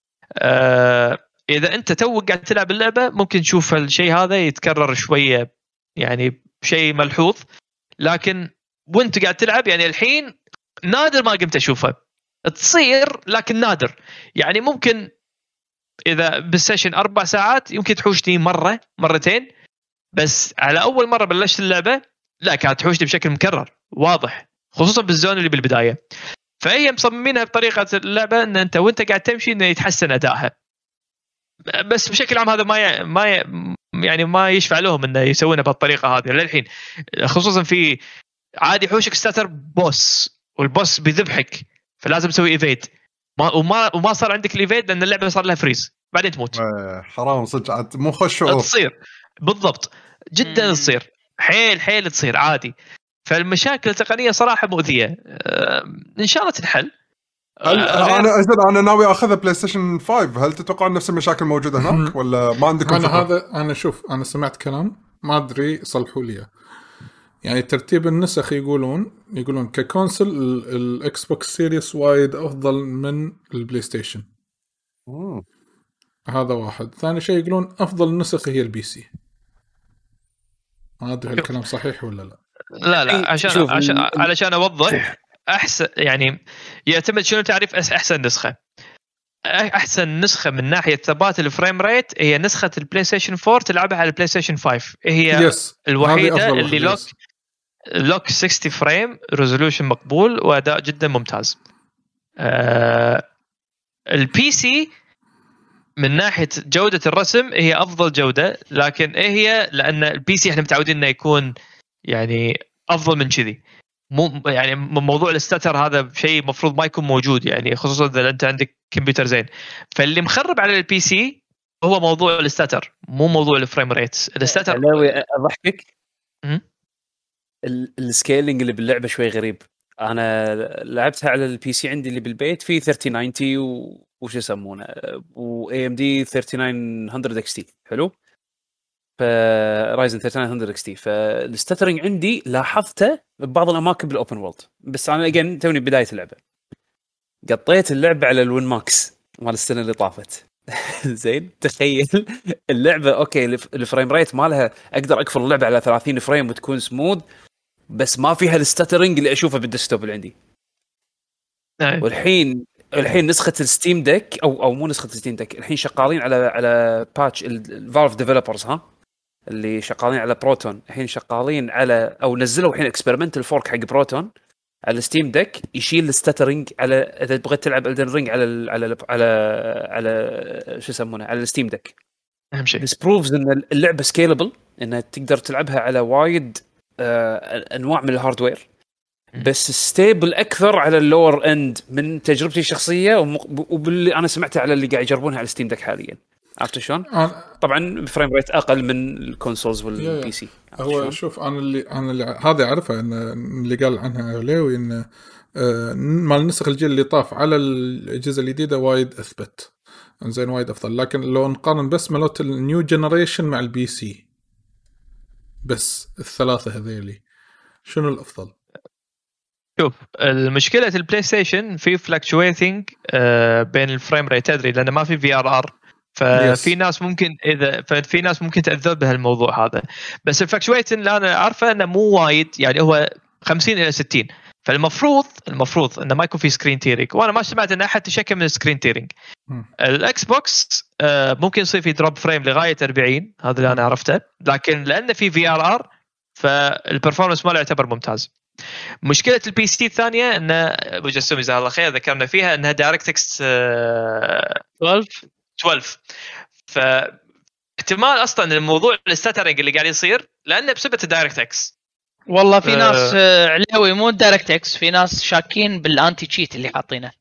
اذا انت توك قاعد تلعب اللعبه ممكن تشوف الشيء هذا يتكرر شويه يعني شيء ملحوظ، لكن وانت قاعد تلعب يعني الحين نادر ما قمت اشوفه. تصير لكن نادر يعني. ممكن اذا بالسيشن 4 ساعات يمكن تحوشني مره مرتين، بس على اول مره بلشت اللعبه لا كانت تحوشني بشكل مكرر واضح، خصوصا بالزون اللي بالبدايه. فهي مصممينها بطريقه اللعبه ان انت وانت قاعد تمشي انه يتحسن ادائها. بس بشكل عام هذا ما يشفع لهم انه يسوونه بهالطريقه هذه للحين. خصوصا في عادي حوشك ستاتر بوس والبوس بيذبحك فلازم تسوي ايفيد، وما صار عندك الايفيد لان اللعبه صار لها فريز بعدين تموت. حرام صدق مو خوش شعور تصير بالضبط جدا. تصير حيل تصير عادي. فالمشاكل التقنيه صراحه مؤذيه. ان شاء الله تنحل. انا ناوي اخذها بلاي ستيشن 5. هل تتوقع نفس المشاكل موجوده هناك ولا ما عندكم فكره؟ انا شوف، انا سمعت كلام ما ادري صلحوا لي، يعني ترتيب النسخ يقولون ككونسل الاكس بوكس سيريس وايد افضل من البلاي ستيشن. هذا واحد. ثاني شيء يقولون افضل نسخ هي البي سي. ما ادري الكلام صحيح ولا لا. لا علشان اوضح احسن، يعني يعتمد شنو تعريف احسن نسخه. احسن نسخه من ناحيه ثبات الفريم ريت هي نسخه البلاي ستيشن 4 تلعبها على البلاي ستيشن 5. هي الوحيده اللي لوك 60 فريم، ريزولوشن مقبول، واداء جدا ممتاز. البي سي من ناحيه جوده الرسم هي افضل جوده، لكن هي لان البي سي احنا متعودين انه يكون يعني افضل من كذي. مو يعني موضوع الستاتر هذا شيء مفروض ما يكون موجود، يعني خصوصا اذا انت عندك كمبيوتر زين. فاللي مخرب على البي سي هو موضوع الستاتر، مو موضوع الفريم ريت. الستاتر اضحكك السكيلينج اللي باللعبه شوي غريب. انا لعبتها على البي سي عندي اللي بالبيت في 3090 وش يسمونه واي ام دي 3900 اكس تي. حلو. فرايزن 3900 اكس تي. فالستاترنج عندي لاحظته ببعض الاماكن بالاوبن وورلد، بس انا اجين توني بدايه اللعبه قطيت اللعبه على الوين ماكس مال السنه اللي طافت. زين تخيل اللعبه اوكي الفريم ريت مالها اقدر اقفل اللعبه على 30 فريم وتكون سموث، بس ما فيها الستاترنج اللي اشوفه بالديسكتوب اللي عندي. والحين نسخه الستيم ديك او مو نسخه الستيم ديك، الحين شغالين على باتش الفالف ديفلوبرز اللي شغالين على بروتون. الحين شغالين على او نزلوا الحين اكسبيرمنتال فورك حق بروتون على الستيم ديك يشيل الستاترنج على اذا بغيت تلعب الدن رينج على شو يسمونه على الستيم ديك. اهم شيء this proves ان اللعبه سكيلبل، انها تقدر تلعبها على وايد انواع من الهاردوير، بس ستيبل اكثر على اللور اند من تجربتي الشخصيه وباللي انا سمعته على اللي قاعد يجربونها على ستيم ديك حاليا. عرفت شلون؟ طبعا فريم ريت اقل من الكونسولز والبي سي. هو شوف انا اللي هذا اعرفه ان اللي قال عنها ليوي ان مال نسخ الجيل اللي طاف على الاجهزه الجديده وايد اثبت زين وايد افضل. لكن لو نقارن بس مالوت النيو جنريشن مع البي سي بس الثلاثه هذيلي شنو الافضل؟ شوف المشكله البلاي ستيشن في فلكتويتنج بين الفريم ريت، تدري لانه ما في في ار ففي ناس ممكن في ناس ممكن تأذى بهالموضوع هذا. بس الفلكتويتن اللي انا عارفه انه مو وايد، يعني هو 50 الى 60. فالمفروض انه ما يكون في سكرين تيرينج، وانا ما سمعت ان احد تشكى من السكرين تيرينج. الاكس بوكس ممكن يصير في دروب فريم لغايه 40، هذا اللي انا عرفته، لكن لانه في في ار فالبرفورمانس ماله يعتبر ممتاز. مشكله البي سي الثانيه ان ابو جسوم جزاه الله خير ذكرنا فيها انها دايركت اكس 12. فاحتمال اصلا الموضوع الستاترنج اللي قاعد يصير لانه بسبب الدايركت اكس. والله في ناس علاوي مو دايركت اكس، في ناس شاكين بالانتي تشيت اللي حاطينه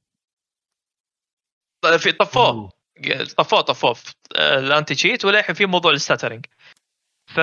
في طفوه الانتي تشيت، ولا في موضوع الستاترنج. ف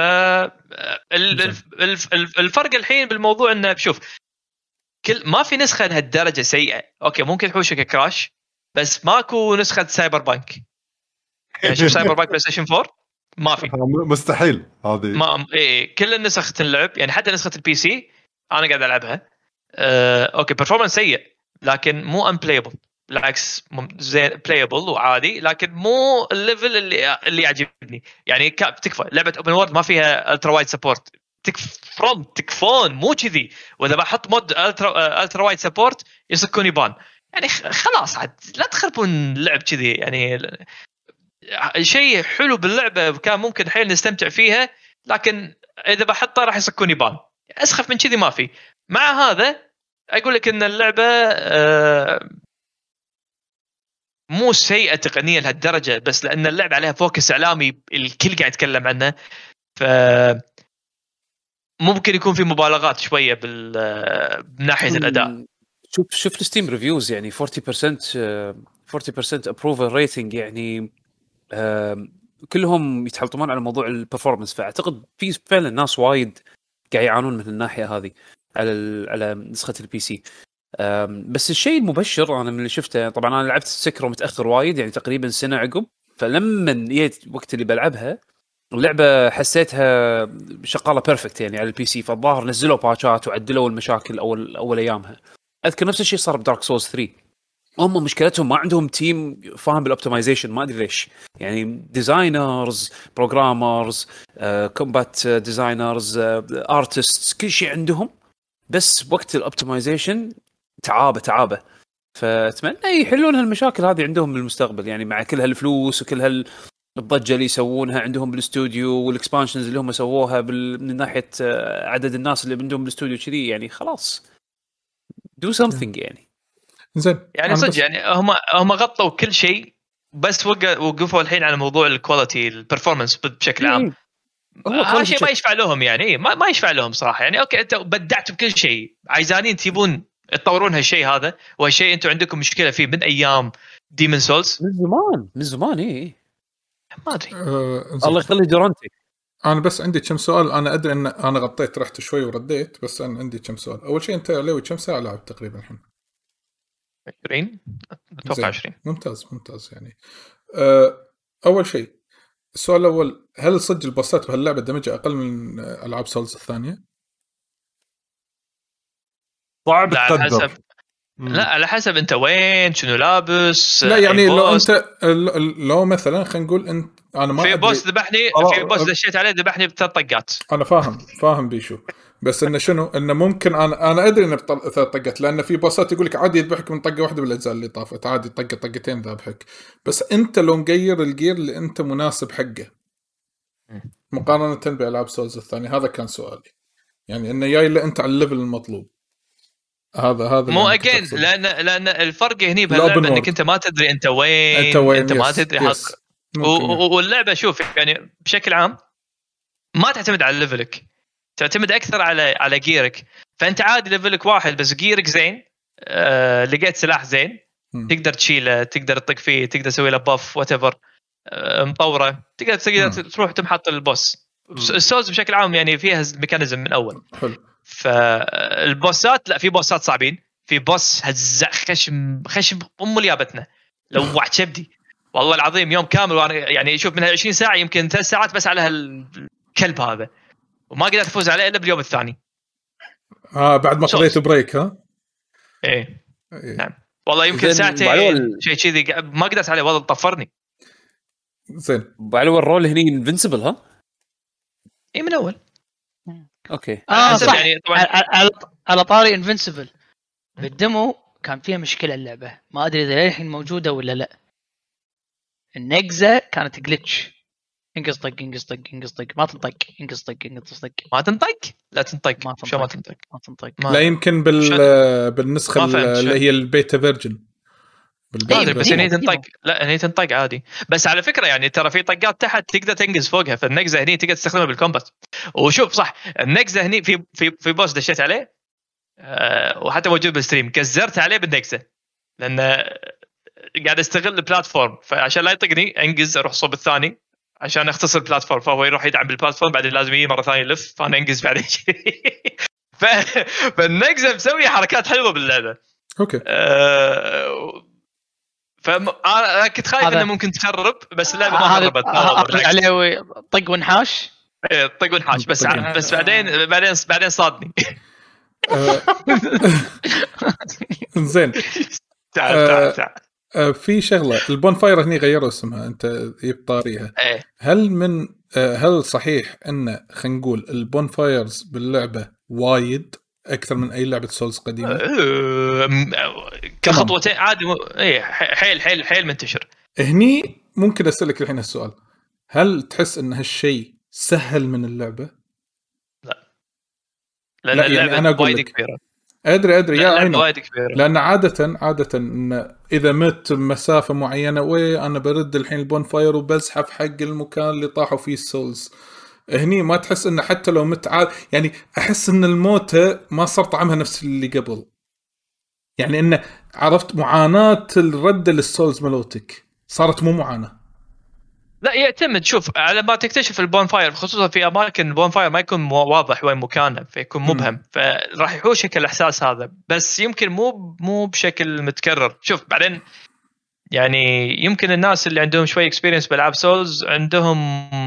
الفرق الحين بالموضوع انه شوف ما في نسخه لهالدرجه سيئه. اوكي ممكن تحوشك كراش، بس ماكو نسخه سايبر بانك. يعني شوف سايبر بانك بلاي ستيشن 4 ما في، مستحيل هذه. ما كل النسخ تنلعب، يعني حتى نسخه البي سي انا قاعد العبها اوكي برفورمانس سيء لكن مو انبلايبل، بالعكس زين بلايبل وعادي، لكن مو الليفل اللي يعجبني. يعني تكفى لعبه اوبن وورد ما فيها الترا وايد سبورت، تكفون مو كذي، واذا بحط مود الترا وايد سبورت يسكوني بان. يعني خلاص عاد لا تخربون اللعب كذي. يعني شيء حلو باللعبه كان ممكن حيل نستمتع فيها، لكن اذا بحطه راح يسكوني بان. اسخف من كذي ما في. مع هذا اقول لك ان اللعبه مو سيئه تقنيا لهالدرجه، بس لان اللعبه عليها فوكس اعلامي الكل قاعد يتكلم عنه، ف ممكن يكون في مبالغات شويه بناحيه الاداء. شوف الستيم ريفيوز، يعني 40% approval rating، يعني كلهم يتحلطمون على موضوع البرفورمانس. فاعتقد في فعلا ناس وايد قاعد يعانون من الناحيه هذه. على نسخه البي سي. بس الشيء المبشر انا من اللي شفته، طبعا انا لعبت سكرو متاخر وايد يعني تقريبا سنه عقب، فلما جيت وقت اللي بلعبها اللعبه حسيتها شغاله بيرفكت يعني على البي سي. فالظاهر نزلوا باتشات وعدلوا المشاكل اول ايامها. اذكر نفس الشيء صار بدارك سولز 3. هم مشكلتهم ما عندهم تيم فاهم بالاوبتمايزيشن، ما ادري ليش يعني. ديزاينرز، بروجرامرز، كومبات ديزاينرز، ارتستس، كل شيء عندهم، بس وقت الاوبتمايزيشن تعابه. فاتمنى يحلون هالمشاكل هذه عندهم بالمستقبل يعني، مع كل هالفلوس وكل الضجه اللي يسوونها عندهم بالاستوديو والاكسبانشنز اللي هم سووها من ناحيه عدد الناس اللي عندهم بالاستوديو كذي يعني. خلاص do something يعني. زين يعني صدق يعني هم غطوا كل شيء، بس وقفوا الحين على موضوع الكواليتي البرفورمانس بشكل عام. هذا شيء ما يشفع لهم يعني، ما يشفع لهم صراحه يعني. اوكي انتوا بدعتوا بكل شيء، عايزانين تبون تطورون هالشيء هذا، وهالشيء انتوا عندكم مشكله فيه من ايام ديمون سولز من زمان ايه ما ادري. الله يخلي دورانتي. انا بس عندي كم سؤال. انا ادري ان انا غطيت رحت شوي ورديت، بس انا عندي كم سؤال. اول شيء انت علوي كم ساعه لعب تقريبا الحين؟ 20 اتوقع 20. ممتاز يعني. اول شيء السؤال الاول، هل صدق البوسات بهاللعبه دمجها اقل من العاب سولز الثانيه؟ صعب لا على تقدر. حسب. لا على حسب انت وين شنو لابس. لا يعني لو انت لو مثلا خلينا نقول انت انا ما في بوس ذبحني، في بوس دشيت عليه ذبحني بثلاث طقات. انا فاهم بيشو، بس انه شنو انه ممكن انا ادري انه ثلاث طقات، لان في بوسات يقول لك عادي يذبحك من طقه واحده بالاجزاء اللي طافت، عادي طقتين ذابحك. بس انت لو مغير الجير اللي انت مناسب حقه مقارنه بالعاب سولز الثانيه، هذا كان سؤالي يعني، انه جاي اللي انت على الليفل المطلوب. هذا مو اجين، لان الفرق هنا بهاللعبه انك انت ما تدري انت وين انت ما تدري حق. واللعبه شوف يعني بشكل عام ما تعتمد على ليفلك، تعتمد اكثر على جيرك. فانت عادي ليفلك واحد بس جيرك زين، لقيت سلاح زين تقدر تشيله، تقدر تطق فيه، تقدر تسوي له باف وات ايفر، مطوره، تقدر تروح تمحط البوس. السولز بشكل عام يعني فيها ميكانيزم من اول. حلو. فالبوسات لا، في بوسات صعبين، في بوس هزع خشم ام ليابتنا لوع كبدي والله العظيم يوم كامل. وانا يعني شوف من 20 ساعه يمكن 3 ساعات بس على هالكلب هذا، وما قدرت افوز عليه الا باليوم الثاني. بعد ما قضيت بريك. ها ايه نعم والله يمكن ساعتين شيء كذي ما قدرت عليه والله طفرني. زين بعلو الرول هني انفنسبل. ها ايه من اول. اوكي صح يعني طبعا على طاري انفنسبل بالدمو كان فيها مشكله اللعبه، ما ادري اذا الحين موجوده ولا لا. النجزه كانت جلitch، انقص طق ما تنطق، انقص طق ما تنطق، لا تنطق شو ما تنطق لا يمكن بالنسخه اللي هي البيتا فيرجن بس هني تنطق. لا هني تنطق عادي، بس على فكره يعني ترى في طقات تحت تقدر تنقز فوقها. فالنقزه هني تقدر تستخدمها بالكومبات. وشوف صح النقزه هني في بوس دشيت عليه وحتى موجود بالستريم، كزرت عليه بالنقزه لان قاعد استغل البلاتفورم، فعشان لا يطقني انقز اروح صوب الثاني عشان اختصر البلاتفورم، فهو يروح يدعم بالبلاتفورم بعدين لازم يجي مره ثانيه يلف، فانا انقز بعدين فالنقزه مسوي حركات حلوه باللعبه. اوكي فأنا كنت خايف إنه ممكن تخرب، بس اللعبة ما خربت. عليه طق ونحاش. طق ونحاش بس بعدين صادني. زين تعال. في شغلة البون فاير هني غيروا اسمها، أنت يبطاريها. هل صحيح إن خلينا نقول البون فايرز باللعبة وايد أكثر من أي لعبة سولز قديمة؟ كخطوتين عادي. إيه حيل منتشر. هني ممكن أسألك الحين السؤال، هل تحس إن هالشيء سهل من اللعبة؟ لا يعني أنا أقول لك كبيرة. أدري يا عيني، لأن عادة إن إذا مت مسافة معينة أنا برد الحين البون فاير وبزحف حق المكان اللي طاحوا فيه السولز. هني ما تحس إن حتى لو مت يعني أحس إن الموتة ما صار طعمها نفس اللي قبل، يعني إنه عرفت معاناة الرد للسولز ملوتك صارت مو معاناة. لا يعتمد، شوف على ما تكتشف البون فاير، خصوصا في اماكن البون فاير ما يكون واضح وين مكانه، فيكون مبهم، فراح يحوشك الاحساس هذا، بس يمكن مو بشكل متكرر. شوف بعدين يعني يمكن الناس اللي عندهم شوي اكسبيرينس بالعاب سولز عندهم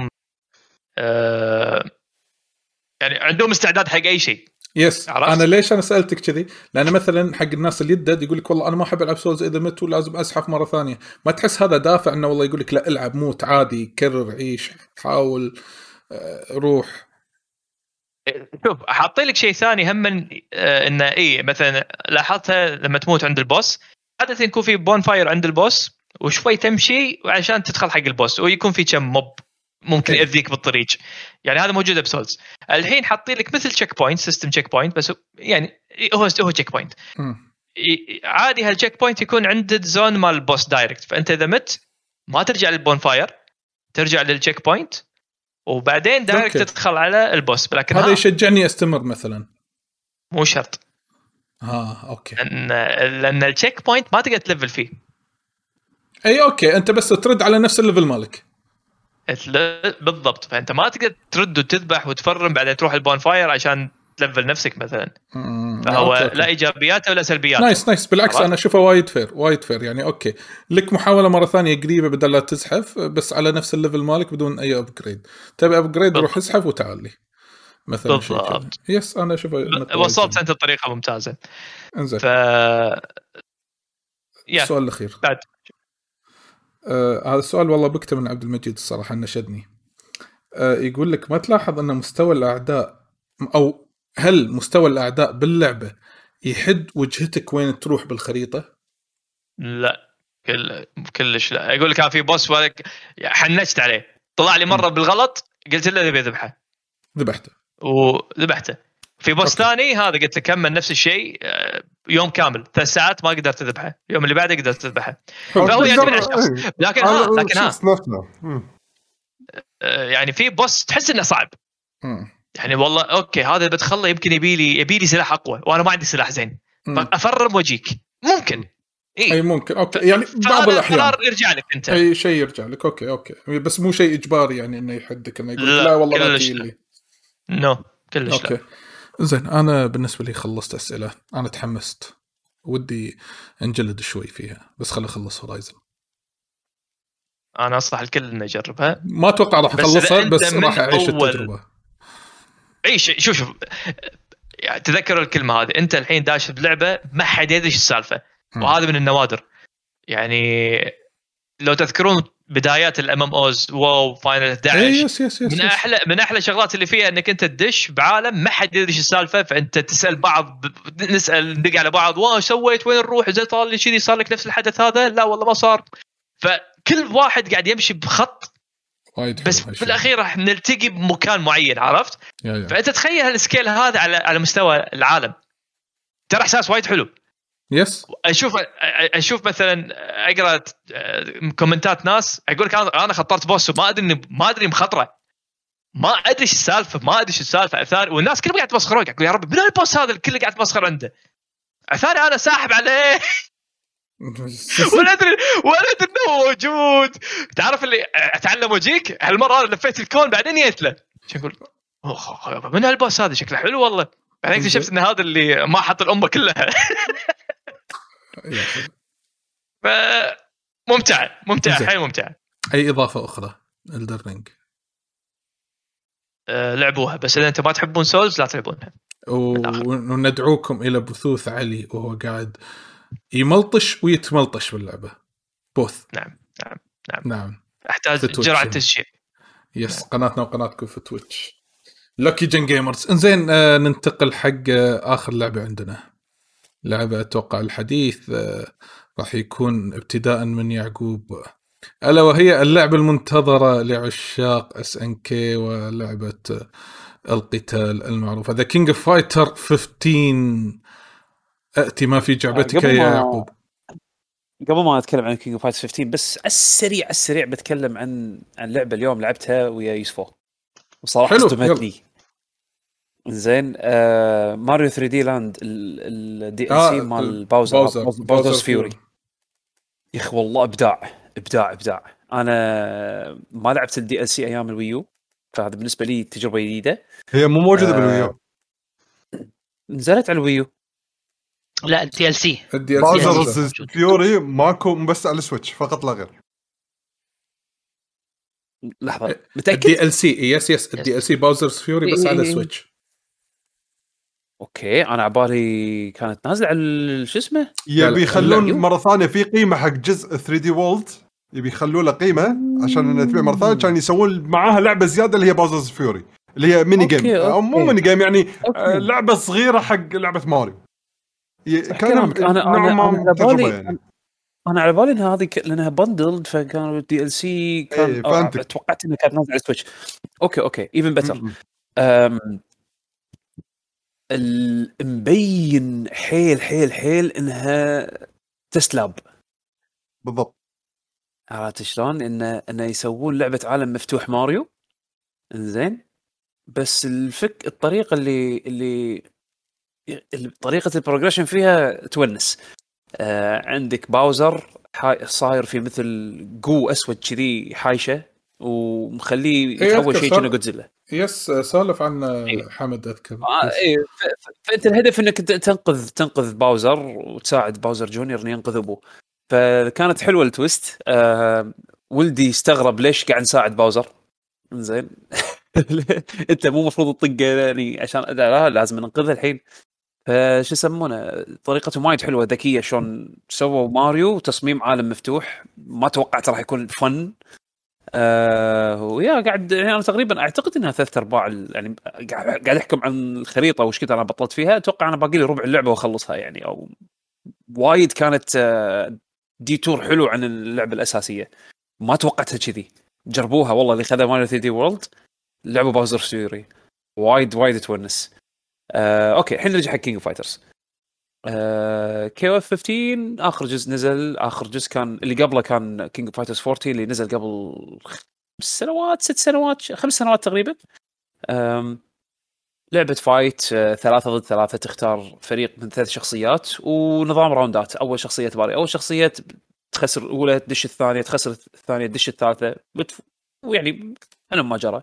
يعني عندهم استعداد حق اي شيء. يس انا ليش انا سالتك كذي؟ لان مثلا حق الناس اللي يدد يقول لك والله انا ما احب العب سولز، اذا مت لازم اسحف مره ثانيه. ما تحس هذا دافع انه والله يقول لك لا العب، موت عادي، كرر، عيش، حاول، روح. شوف حاطين لك شيء ثاني هم انه اي مثلا لاحظتها لما تموت عند البوس عاده يكون في بون فاير عند البوس وشوي تمشي عشان تدخل حق البوس، ويكون في كم موب ممكن يأذيك بالطريق. يعني هذا موجود بسولز. الحين حاطين لك مثل تشيك بوينت، سيستم تشيك بوينت، بس يعني هو تشيك بوينت عادي. هالتشيك بوينت يكون عند الزون مال البوس دايركت، فانت اذا مت ما ترجع للبون فاير، ترجع للتشيك بوينت وبعدين دايركت تدخل على البوس. لكن هذا يشجعني استمر مثلا؟ مو شرط. اوكي. لان التشيك بوينت ما تقدر تلفل فيه. اي اوكي، انت بس ترد على نفس الليفل مالك بالضبط، فانت ما تقدر ترد وتذبح وتفرم بعدين تروح البون فاير عشان تلفل نفسك مثلا. فهو أوكي. لا ايجابيات ولا سلبيات. نايس بالعكس انا اشوفه وايد فير يعني. اوكي لك محاوله مره ثانيه قريبه بدل لا تزحف، بس على نفس الليفل مالك بدون اي ابجريد. تبي ابجريد روح اسحف وتعال لي مثلا شيء كذا. يس انا اشوفه وصلت انت الطريقه ممتازه. انزين السؤال الاخير بعد هذا السؤال والله بكتب من عبد المجيد الصراحه نشدني. يقول لك ما تلاحظ ان مستوى الاعداء، او هل مستوى الاعداء باللعبه يحد وجهتك وين تروح بالخريطه؟ لا كلش لا. يقول لك كان في بوس حنشت عليه، طلع لي مره بالغلط قلت له ذبي ذبحه، وذبحته. في بوس ثاني هذا قلت له كمل نفس الشيء يوم كامل 3 ساعات ما قدرت تذبحه، اليوم اللي بعده قدرت تذبحه. فهو يعتمد على الشخص. لكن يعني في بوس تحس انه صعب يعني والله اوكي هذا بدخله يمكن يبي لي سلاح اقوى وانا ما عندي سلاح زين، فافرم وجيك ممكن اي ممكن اوكي يعني بعض الاحيان قرار يرجع لك انت، اي شيء يرجع لك. اوكي بس مو شيء اجباري يعني انه يحدك انه يقول لا والله لا تجي لي كلش اوكي لا. زين انا بالنسبه لي خلصت اسئله، انا تحمست ودي انجلد شوي فيها، بس خلي اخلص هورايزن. انا انصح الكل انه يجربها. ما اتوقع راح اخلصها بس راح اعيش التجربه. عيش شوف يعني تذكروا الكلمه هذه، انت الحين داش بلعبه ما حد يدري ايش السالفه، وهذا من النوادر. يعني لو تذكرون بدايات الام ام اوز واو فاينل 11 من احلى شغلات اللي فيها انك انت تدش بعالم ما حد يدري ايش السالفه، فانت تسال بعض، نسال ندق على بعض، واو سويت وين نروح، زي طال لي كذي، صار لك نفس الحدث هذا، لا والله ما صار. فكل واحد قاعد يمشي بخط بس في الاخير راح نلتقي بمكان معين، عرفت؟ فانت تخيل هالسكيل هذا على مستوى العالم، ترى احساس وايد حلو. يس اشوف مثلا اقرا كومنتات ناس يقول لك انا خطرت بوس وما ادري مخطره، ما ادري ايش السالفه عثار، والناس كلهم قاعد تمسخرون، يقول يا رب من البوس هذا الكل قاعد تمسخر عنده، عثاري انا ساحب عليه ولا ادري انه موجود. تعرف اللي اتعلم وجيك هالمره انا لفيت الكون بعدين جيت له شو اقول من البوس هذا شكله حلو والله، بعدين اكتشفت ان هذا اللي ما حط الامه كلها. ممتع حيل ممتع. اي اضافه اخرى إلدر رينج لعبوها، بس اذا انتم ما تحبون سولز لا تلعبونها. وندعوكم الى بثوث علي وهو قاعد يملطش ويتملطش باللعبه بوث. نعم احتاج جرعه تشجيع. يس قناتنا وقناتكم في تويتش لوكي جن جيمرز. انزين ننتقل حق اخر لعبه عندنا، لعبه اتوقع الحديث راح يكون ابتداء من يعقوب، الا وهي اللعبه المنتظره لعشاق SNK ولعبه القتال المعروفه ذا كينج اوف فايتر 15. اتي ما في جعبتك يا يعقوب. قبل ما اتكلم عن كينج اوف فايتر 15 بس السريع بتكلم عن لعبه اليوم لعبتها ويا يوسفو وصراحه استمتعتني. زين ماريو 3 دي لاند الدي ال سي مال باوزرز فيوري، يا اخي والله ابداع. انا ما لعبت الدي ال سي ايام الويو، فهذا بالنسبه لي تجربه جديده. هي مو موجوده بالويو، نزلت على الويو. لا الدي ال سي باوزرز فيوري ماكو، بس على السويتش فقط لا غير. لحظه متاكد؟ الدي ال سي يس الدي ال سي باوزرز فيوري بس على السويتش. اوكي انا عبالي كانت نازله على شو اسمه. يبي يخلون مره ثانيه في قيمه حق جزء 3 دي وولد، يبي يخلوا له قيمه عشان تبيع مره ثانيه، كان يسوون معاها لعبه زياده اللي هي باوزرز فيوري، اللي هي ميني جيم او مو ميني جيم يعني لعبه صغيره حق لعبه ماريو. كان انا تجربه يعني. انا على بالي انها هذه لانها بندلد، فكانوا الدي ال سي كان توقعت انها كانت نازله على السويتش. اوكي ايفن بيتر. المبين حيل انها تسلاب بالضبط. عرفت شلون انه يسوون لعبه عالم مفتوح ماريو انزين، بس الطريقه اللي طريقه البروجريشن فيها تونس. عندك باوزر صاير في مثل قو اسود كذي حايشه ومخليه يتحول شيء كأنه جودزيلا. يس سولف عن حمد اذكر. فانت الهدف انك تنقذ باوزر وتساعد باوزر جونيور انه ينقذ ابوه. فكانت حلوه التويست. ولدي استغرب ليش قاعد نساعد باوزر زين. انت مو مفروض تطقه يعني عشان لا لازم ننقذه الحين. فش يسمونه طريقتهم وايد حلوه ذكيه شلون سووا ماريو وتصميم عالم مفتوح. ما توقعت راح يكون فن. ويا قاعد يعني انا تقريبا اعتقد انها 3/4 يعني قاعد احكم عن الخريطه وش كذا انا بطلت فيها. اتوقع انا باقي لي ربع اللعبه واخلصها يعني، او وايد كانت ديتور حلو عن اللعبه الاساسيه. ما توقعتها كذي. جربوها والله اللي خذا ماريو 3 دي وورلد لعبوا باوزر فيوري وايد تونس. اوكي الحين نرجع حق كينج اوف فايترز. كي اف 15 اخر جزء نزل. اخر جزء كان اللي قبله كان كينج اوف فايترز 14 اللي نزل قبل 6 سنوات 5 سنوات تقريبا. لعبة فايت 3 ضد 3. تختار فريق من 3 شخصيات ونظام راوندات. أول شخصية تباري أول شخصية تخسر الأولى تدش الثانية، تخسر الثانية تدش الثالثة ويعني أنا ما جرى.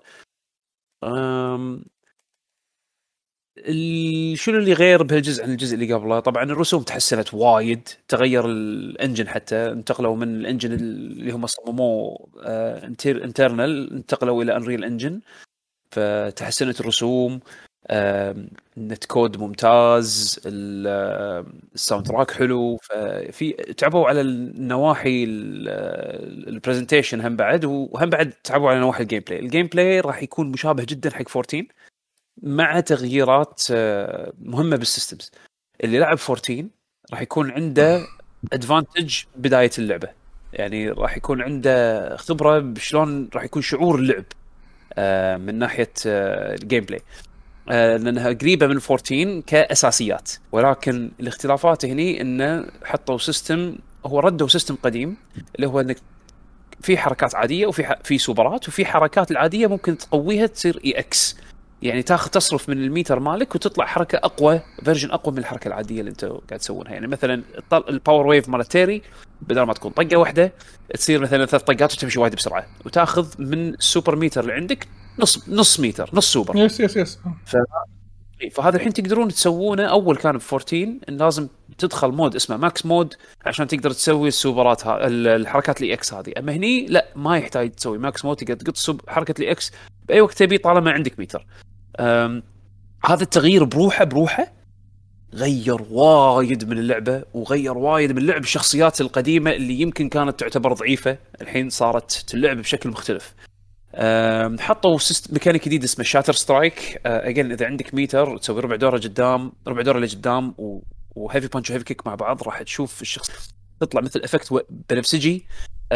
شنو اللي غير بهالجزء عن الجزء اللي قبله؟ طبعا الرسوم تحسنت وايد، تغير الانجن، حتى انتقلوا من الانجن اللي هم صمموه انترنال انتقلوا إلى أنريل انجن، فتحسنت الرسوم. النت كود ممتاز، الساوند تراك حلو. في تعبوا على النواحي البرزنتيشن هم بعد، وهم بعد تعبوا على نواحي الجيم بلاي راح يكون مشابه جدا حق 14 مع تغييرات مهمة بالسيستمز. اللي لعب 14 راح يكون عنده ادفانتج بداية اللعبة، يعني راح يكون عنده خبرة بشلون راح يكون شعور اللعب من ناحية الجيم بلاي، لأنها قريبة من 14 كأساسيات. ولكن الاختلافات هني إنه حطوا سيستم، هو ردوا سيستم قديم اللي هو إنك في حركات عادية وفي سوبرات، وفي حركات العادية ممكن تقويها تصير EX، يعني تصرف من الميتر مالك وتطلع حركة أقوى، فيرجن أقوى من الحركة العادية اللي أنت قاعد تسوونها. يعني مثلا الباور ويف مال تيري بدل ما تكون طقة واحدة تصير مثلا 3 طقات وتمشي وايد بسرعة، وتاخذ من السوبر ميتر اللي عندك نص ميتر، نص سوبر. يس فهذا الحين تقدرون تسوونه. أول كان ب 14 إن لازم تدخل مود اسمه ماكس مود عشان تقدر تسوي السوبرات الحركات اللي اكس هذه. اما هني لا، ما يحتاج تسوي ماكس مود، تقدر تقط حركه اللي اكس باي وقت تبي طالما عندك ميتر. هذا التغيير بروحه غير وايد من اللعبه، وغير وايد من لعب الشخصيات القديمه اللي يمكن كانت تعتبر ضعيفه، الحين صارت تلعب بشكل مختلف. حطوا ميكانيك جديد اسمه شاتر سترايك. اجين اذا عندك ميتر تسوي ربع دوره قدام ربع دوره لقدام وهيفي بانش وهيفي كيك مع بعض، راح تشوف الشخص تطلع مثل افكت بنفسجي.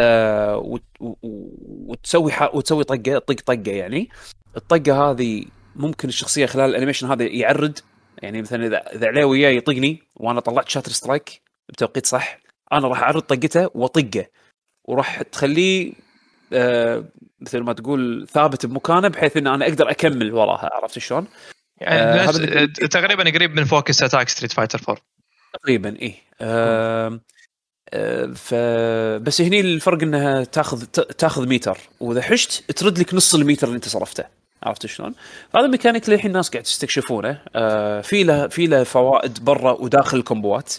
وتسوي طقه يعني الطقه هذه ممكن الشخصيه خلال الانيميشن هذا يعرض، يعني مثلا اذا عليه وياه يطقني وانا طلعت شاتر سترايك بتوقيت صح، انا راح اعرض طقته واطقه، وراح تخليه مثل ما تقول ثابت بمكانه بحيث ان انا اقدر اكمل وراها. عرفت شلون؟ يعني تقريبا قريب من فوكس اتاك ستريت فايتر 4 تقريبا. ايه بس هني الفرق انها تاخذ متر، واذا حشت ترد لك نص المتر اللي انت صرفته. عرفت شلون؟ هذا الميكانيك اللي الحين الناس قاعد تستكشفونه. في له فوائد برا وداخل الكومبوات.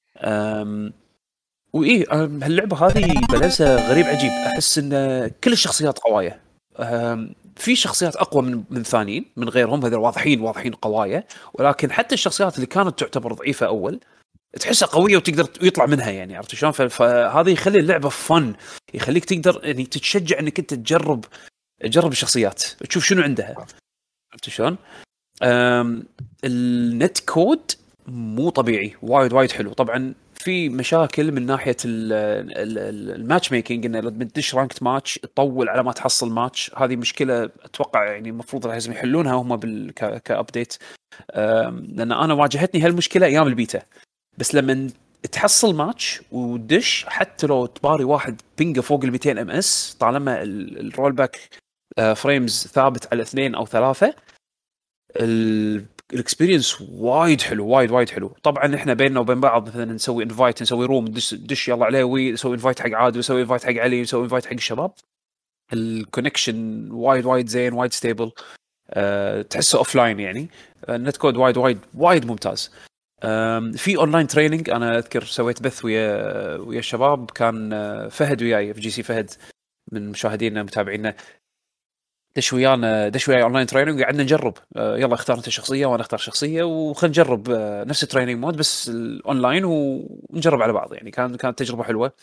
وايه هاللعبه هذه بلسها غريب عجيب. احس ان كل الشخصيات قوايه. في شخصيات اقوى من ثانيين من غيرهم، هذول واضحين قوايه، ولكن حتى الشخصيات اللي كانت تعتبر ضعيفه اول تحسها قويه وتقدر يطلع منها يعني. عرفت شلون؟ فهذا يخلي اللعبه فن، يخليك تقدر يعني تتشجع انك انت تجرب الشخصيات تشوف شنو عندها. عرفت شلون؟ النت كود مو طبيعي، وايد حلو. طبعا في مشاكل من ناحيه الماتش ميكينج، ان لما تدش رانكت ماتش تطول على ما تحصل ماتش. هذه مشكله اتوقع يعني المفروض لازم يحلونها هم كابديت، لان انا واجهتني هالمشكله ايام البيتا. بس لما تحصل ماتش ودش، حتى لو تباري واحد بينجا فوق ال 200 ام اس، طالما الرول باك فريمز ثابت على 2 أو 3، الاكسبيرينس وايد حلو، وايد حلو. طبعا احنا بيننا وبين بعض مثلا نسوي انفايت، نسوي روم، دش يلا عليه، نسوي انفايت حق عادل، نسوي انفايت حق علي، نسوي انفايت حق الشباب. الكونكشن وايد زين، وايد ستيبل. تحسه اوف لاين يعني. النت كود وايد ممتاز. في اونلاين تريننج. انا اذكر سويت بث ويا الشباب، كان فهد وياي في جي سي فهد من مشاهدينا متابعينا، دش وياي اونلاين تريننج وقعدنا نجرب. يلا اختار انت شخصيه وانا اختار شخصيه وخلينا نجرب نفس التريننج مود بس الاونلاين ونجرب على بعض يعني. كانت تجربه حلوه.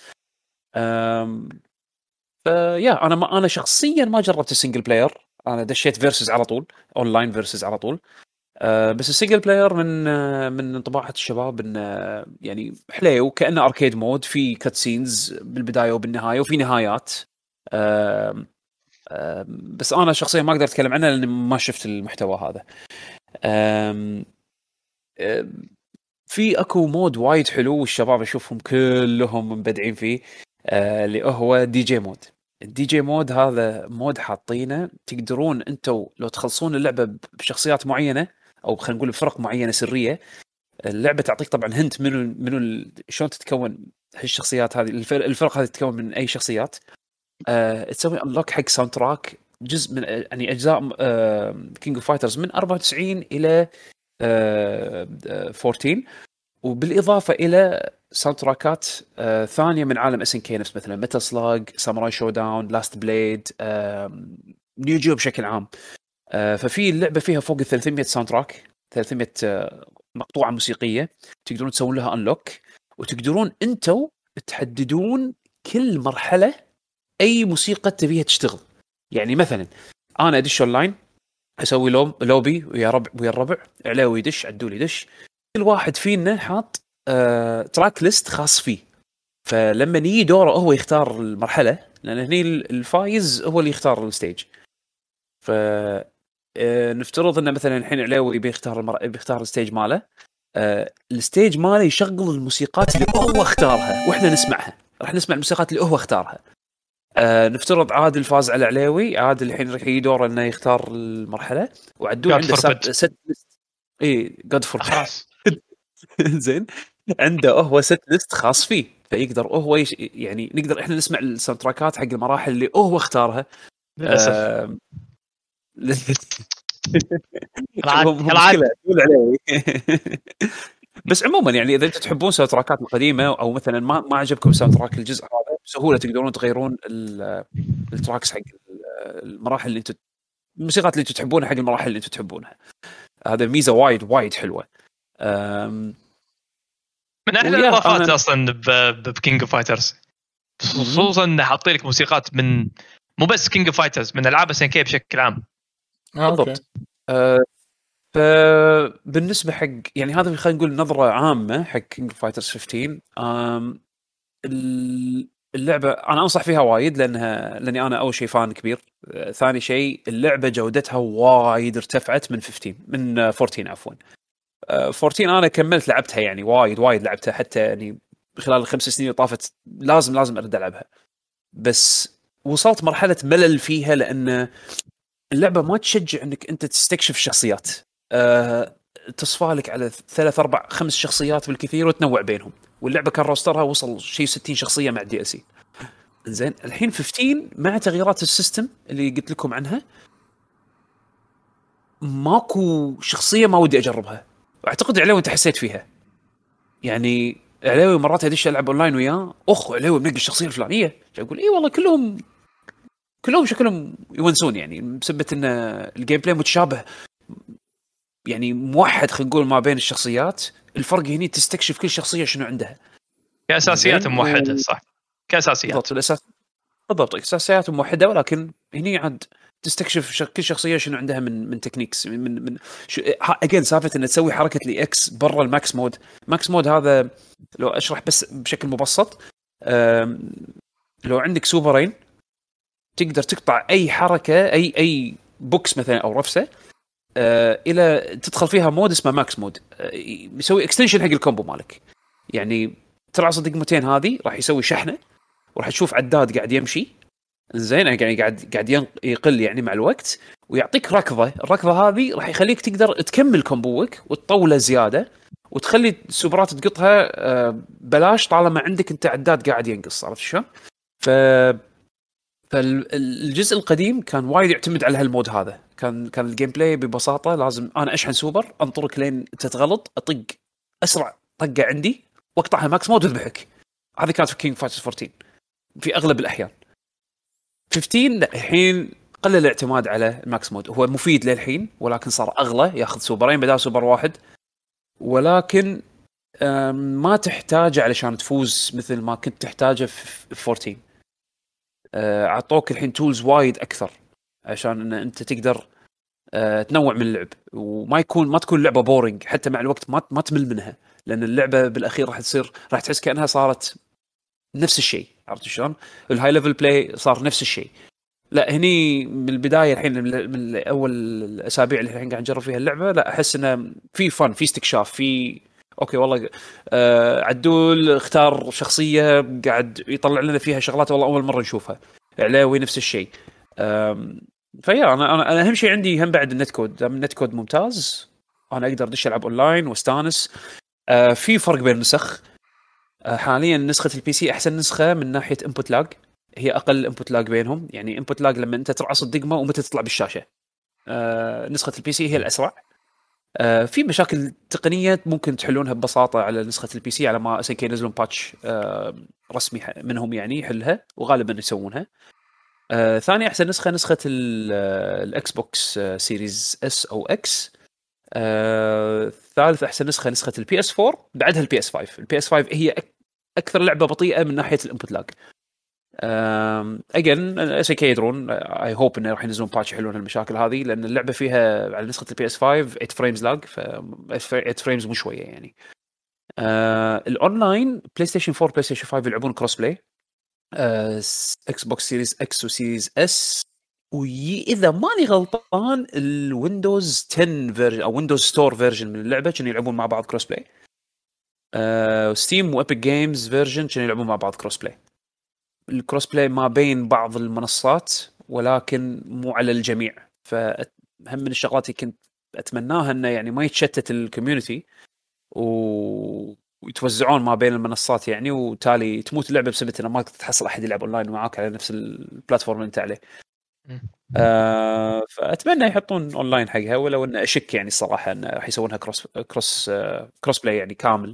فيا انا شخصيا ما جربت السنجل بلاير. انا دشيت فيرسز على طول، اونلاين فيرسز على طول. بس السنجل بلاير من انطباعات الشباب انه يعني حلو، كأنه اركيد مود، في كات سينز بالبدايه وبالنهايه وفي نهايات. بس انا شخصيا ما اقدر اتكلم عنه لاني ما شفت المحتوى هذا. في اكو مود وايد حلو والشباب اشوفهم كلهم مبدعين فيه، اللي هو دي جي مود. الدي جي مود هذا مود حاطينه تقدرون انتم لو تخلصون اللعبه بشخصيات معينه، او خلينا نقول بفرق معينه سريه. اللعبه تعطيك طبعا هنت منو شلون تتكون هالشخصيات هذه. الفرق هذه تتكون من اي شخصيات. تسوي انلوك حق ساوند تراك، جزء من يعني اجزاء كينج اوف فايترز من 94 الى 14، وبالاضافه الى ساوند تراكات ثانيه من عالم اس ان كي، نفس مثلا ميتال سلاج، ساموراي شو داون، لاست بليد، نيو جيو بشكل عام. ففي اللعبه فيها فوق 300 ساوند تراك، 300 مقطوعه موسيقيه تقدرون تسوون لها انلوك، وتقدرون انتم تحددون كل مرحله اي موسيقى تبيها تشتغل. يعني مثلا انا ادش اونلاين، اسوي لوبي ويا الربع، علاوي يدش، عدول يدش، كل واحد فينا حاط تراك ليست خاص فيه. فلما يجي دوره هو يختار المرحله، لان هني الفايز هو اللي يختار الستيج. ف نفترض ان مثلا الحين علاوي بيختار الستيج ماله. الستيج ماله يشغل الموسيقات اللي هو اختارها واحنا نسمعها، راح نسمع الموسيقات اللي هو اختارها. نفترض عادل فاز على علاوي، عادل الحين راح يدور انه يختار المرحله، وعدول عنده ست ليست. اي جاد فور خلاص زين، عنده هو ست ليست خاص فيه، فيقدر هو يعني نقدر احنا نسمع الساوند تراكات حق المراحل اللي هو اختارها. للاسف بس عموما يعني اذا انتم تحبون ساوند تراكات القديمه، او مثلا ما عجبكم ساوند تراك الجزء هذا، بسهوله تقدرون تغيرون التراكس حق المراحل اللي انتم، الموسيقات اللي انتم تحبونها حق المراحل اللي انتم تحبونها. هذا ميزه وايد حلوه. من احلى الاضافات اصلا بكينج اوف فايترز، خصوصا انه حاطين لك موسيقات من مو بس كينج اوف فايترز، من العاب اس ان كي بشكل عام. بالضبط. فبالنسبه حق يعني هذا خلينا نقول نظره عامه حق كينج اوف فايترز 15. اللعبه انا انصح فيها وايد لاني انا اول شيء فان كبير. ثاني شيء اللعبه جودتها وايد ارتفعت من 14 عفوا. 14 انا كملت لعبتها يعني وايد لعبتها، حتى يعني خلال ال5 سنين اللي طافت لازم ارد العبها. بس وصلت مرحله ملل فيها، لان اللعبه ما تشجع انك انت تستكشف الشخصيات. تصفى لك على 3 4 5 شخصيات بالكثير وتنوع بينهم. واللعبه كان روسترها وصل شيء 60 شخصيه مع الدي ال سي. زين الحين 15 مع تغييرات السيستم اللي قلت لكم عنها ماكو شخصيه ما ودي اجربها. اعتقد علاوي انت حسيت فيها، يعني علاوي مرات ادش العب اونلاين وياه علاوي منقي الشخصيه الفلانيه، اقول اي والله كلهم شكلهم يونسون، يعني بسبب ان الجيم بلاي متشابه، يعني موحد خلينا نقول ما بين الشخصيات. الفرق هنا تستكشف كل شخصيه شنو عندها كاساسيات موحده صح، كاساسيات بالضبط اساسيات موحده، ولكن هني عاد تستكشف كل شخصيه شنو عندها من تكنيكس من اجين سالفه ان تسوي حركه لي اكس برا الماكس مود. ماكس مود هذا لو اشرح بس بشكل مبسط، لو عندك سوبرين تقدر تقطع اي حركه اي بوكس مثلا او رفسه الى تدخل فيها مود اسمه ماكس مود، يسوي اكستنشن حق الكومبو مالك. يعني ترى صدقمتين هذه راح يسوي شحنه وراح تشوف عداد قاعد يمشي زين، يعني قاعد يقل يعني مع الوقت، ويعطيك ركضه. الركضه هذه راح يخليك تقدر تكمل كومبوك وتطوله زياده وتخلي السوبرات تقطها بلاش طالما عندك انت عداد قاعد ينقص. عرفت شلون؟ فالجزء القديم كان وايد يعتمد على هالمود هذا. كان الجيم بلاي ببساطه لازم انا اشحن سوبر، انطرك لين تتغلط، اطق اسرع طقه عندي واقطعها ماكس مود واذبحك. هذه كانت في كينج فايترز 14 في اغلب الاحيان. 15 لا، الحين قلل الاعتماد على الماكس مود. هو مفيد للحين ولكن صار اغلى، ياخذ سوبرين بدل سوبر واحد، ولكن ما تحتاجه علشان تفوز مثل ما كنت تحتاجه في 14. عطوك الحين تولز وايد اكثر عشان ان انت تقدر تنوع من اللعب، وما تكون لعبه بورينج حتى مع الوقت، ما تمل منها، لان اللعبه بالاخير راح تحس كانها صارت نفس الشيء. عرفت شلون؟ الهاي ليفل بلاي صار نفس الشيء. لا هني من البدايه الحين من اول الاسابيع اللي الحين قاعد نجرب فيها اللعبه، لا احس انه في فن، في استكشاف، في اوكي والله عدول اختار شخصيه قاعد يطلع لنا فيها شغلات والله اول مره نشوفها. علاوي نفس الشيء. فيا انا اهم شيء عندي هم بعد النت كود. النت كود ممتاز، انا اقدر ادش العب اونلاين واستانس. في فرق بين النسخ. حاليا نسخه البي سي احسن نسخه من ناحيه انبوت لاج، هي اقل انبوت لاج بينهم. يعني انبوت لاج لما انت ترعص الدقمه ومتى تطلع بالشاشه. نسخه البي سي هي الاسرع. في مشاكل تقنيه ممكن تحلونها ببساطه على نسخه البي سي، على ما اسكي ينزلون باتش رسمي منهم يعني يحلها، وغالبا يسوونها. ثاني احسن نسخه الاكس بوكس سيريز اس او اكس. ثالث احسن نسخه البي اس 4، بعدها البي اس 5. البي اس 5 هي اكثر لعبه بطيئه من ناحيه الانبوت لاج. اجين اس كي يدرون، اي هوب انه راح ينزلون باتش يحلون المشاكل هذه، لان اللعبه فيها على نسخه البي اس 5 8 فريمز لاج، ف 8 فريمز مو شويه يعني. الاونلاين بلاي ستيشن 4 بلاي ستيشن 5 يلعبون كروس بلاي، اكس بوكس سيريز اكس وسيريز اس، واذا ماني غلطان الويندوز 10 فيرجن او ويندوز ستور فيرجن من اللعبه كانوا يلعبون مع بعض كروس بلاي. ستيم وابيك جيمز فيرجن كانوا يلعبون مع بعض كروس بلاي. الكروس بلاي ما بين بعض المنصات ولكن مو على الجميع، فهم من الشغلات اللي كنت اتمناها انه يعني ما يتشتت الكوميونتي ويتوزعون ما بين المنصات يعني، وتالي تموت اللعبه بسبب انه ما تحصل احد يلعب اونلاين معاك على نفس البلاتفورم اللي انت عليه. فاتمنى يحطون اونلاين حقها، ولو ان اشك يعني الصراحه انه راح يسوونها كروس بلاي يعني كامل.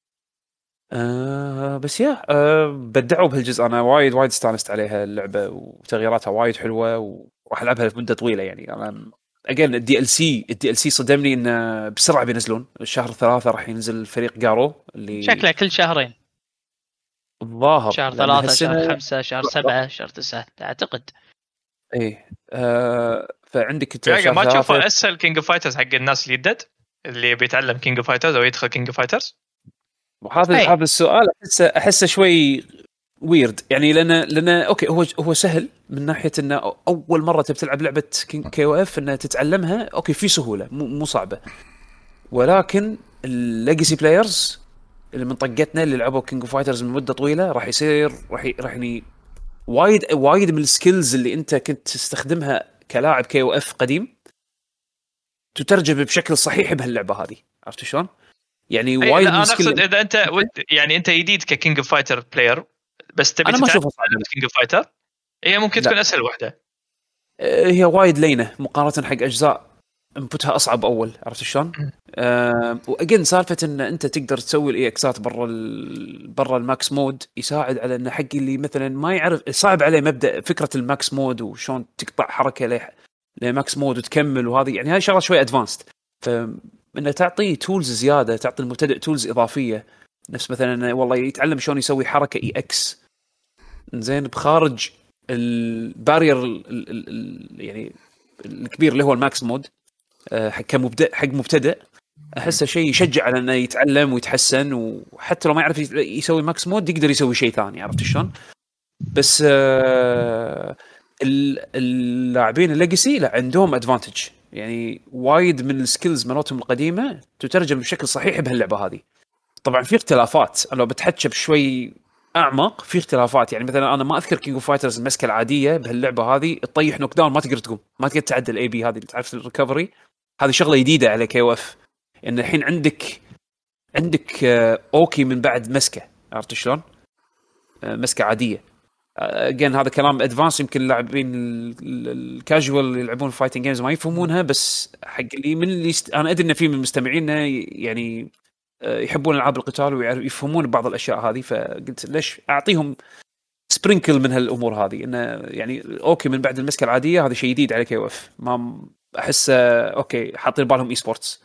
بس بدعوا بهالجزء. انا وايد استانست عليها اللعبه وتغييراتها وايد حلوه، وراح العبها لمده طويله يعني. انا اجين الدي ال سي صدمني انه بسرعه بينزلون. الشهر 3 راح ينزل فريق جارو اللي شكله كل شهرين الظاهر، شهر 3 شهر 5 شهر 7 شهر 9 اعتقد. ايه فعندك انت ما تشوف اسهل كينج فايترز حق الناس اللي يدد اللي بيتعلم كينج فايترز او يدخل كينج فايترز؟ هذا السؤال احسه شوي ويرد يعني، لان اوكي هو سهل من ناحيه انه اول مره تلعب لعبه كي او اف انها تتعلمها اوكي في سهوله مو صعبه، ولكن الليجاسي بلايرز اللي من طقتنا اللي لعبوا كينج فايترز من مده طويله راح يعني وايد من السكيلز اللي انت كنت تستخدمها كلاعب كي او اف قديم تترجم بشكل صحيح بهاللعبه هذه. عرفت شلون؟ يعني وايد انا اقصد اذا انت يعني انت جديد ككينج اوف فايتر بلاير بس تبي تتعلم كينج اوف فايتر، هي ممكن تكون اسهل واحده. هي وايد لينه مقارنه حق اجزاء انبوتها اصعب اول، عرفت شلون؟ واجين سالفه ان انت تقدر تسوي الاي اكسات برا الماكس مود يساعد على ان حق اللي مثلا ما يعرف، صعب عليه مبدا فكره الماكس مود وشلون تقطع حركه لماكس مود وتكمل، وهذه يعني هاي شغله شوي ادفانسد. فانه تعطيه تولز زياده، تعطي المبتدئ تولز اضافيه، نفس مثلا والله يتعلم شلون يسوي حركه اي اكس زين بخارج البارير يعني الكبير اللي هو الماكس مود. حق مبتدئ احسه شيء يشجع على انه يتعلم ويتحسن، وحتى لو ما يعرف يسوي ماكس مود يقدر يسوي شيء ثاني، عرفت شلون؟ بس اللاعبين الليجسي لا عندهم ادفانتج، يعني وايد من السكيلز مالتهم القديمه تترجم بشكل صحيح بهاللعبه هذه. طبعا في اختلافات، لو بتحكي بشوي اعمق في اختلافات. يعني مثلا انا ما اذكر كينج اوف فايترز المسكه العاديه بهاللعبه هذه تطيح نوك داون ما تقدر تقوم، ما تقدر تعدل الاي بي، هذه تعرف الريكفري، هذه شغله جديده على كي او اف، ان الحين عندك اوكي من بعد مسكه، عرفت شلون؟ مسكه عاديه. اجين هذا كلام ادفانس، يمكن اللاعبين الكاجوال اللي يلعبون فايتنج جيمز ما يفهمونها، بس حق اللي من اللي انا ادري ان في من مستمعينا يعني يحبون العاب القتال ويفهمون بعض الاشياء هذه، فقلت ليش اعطيهم سبرينكل من هالامور هذه، انه يعني اوكي من بعد المسكه العاديه، هذا شيء جديد على كي او اف، ما احس اوكي حاطين بالهم اي سبورتس.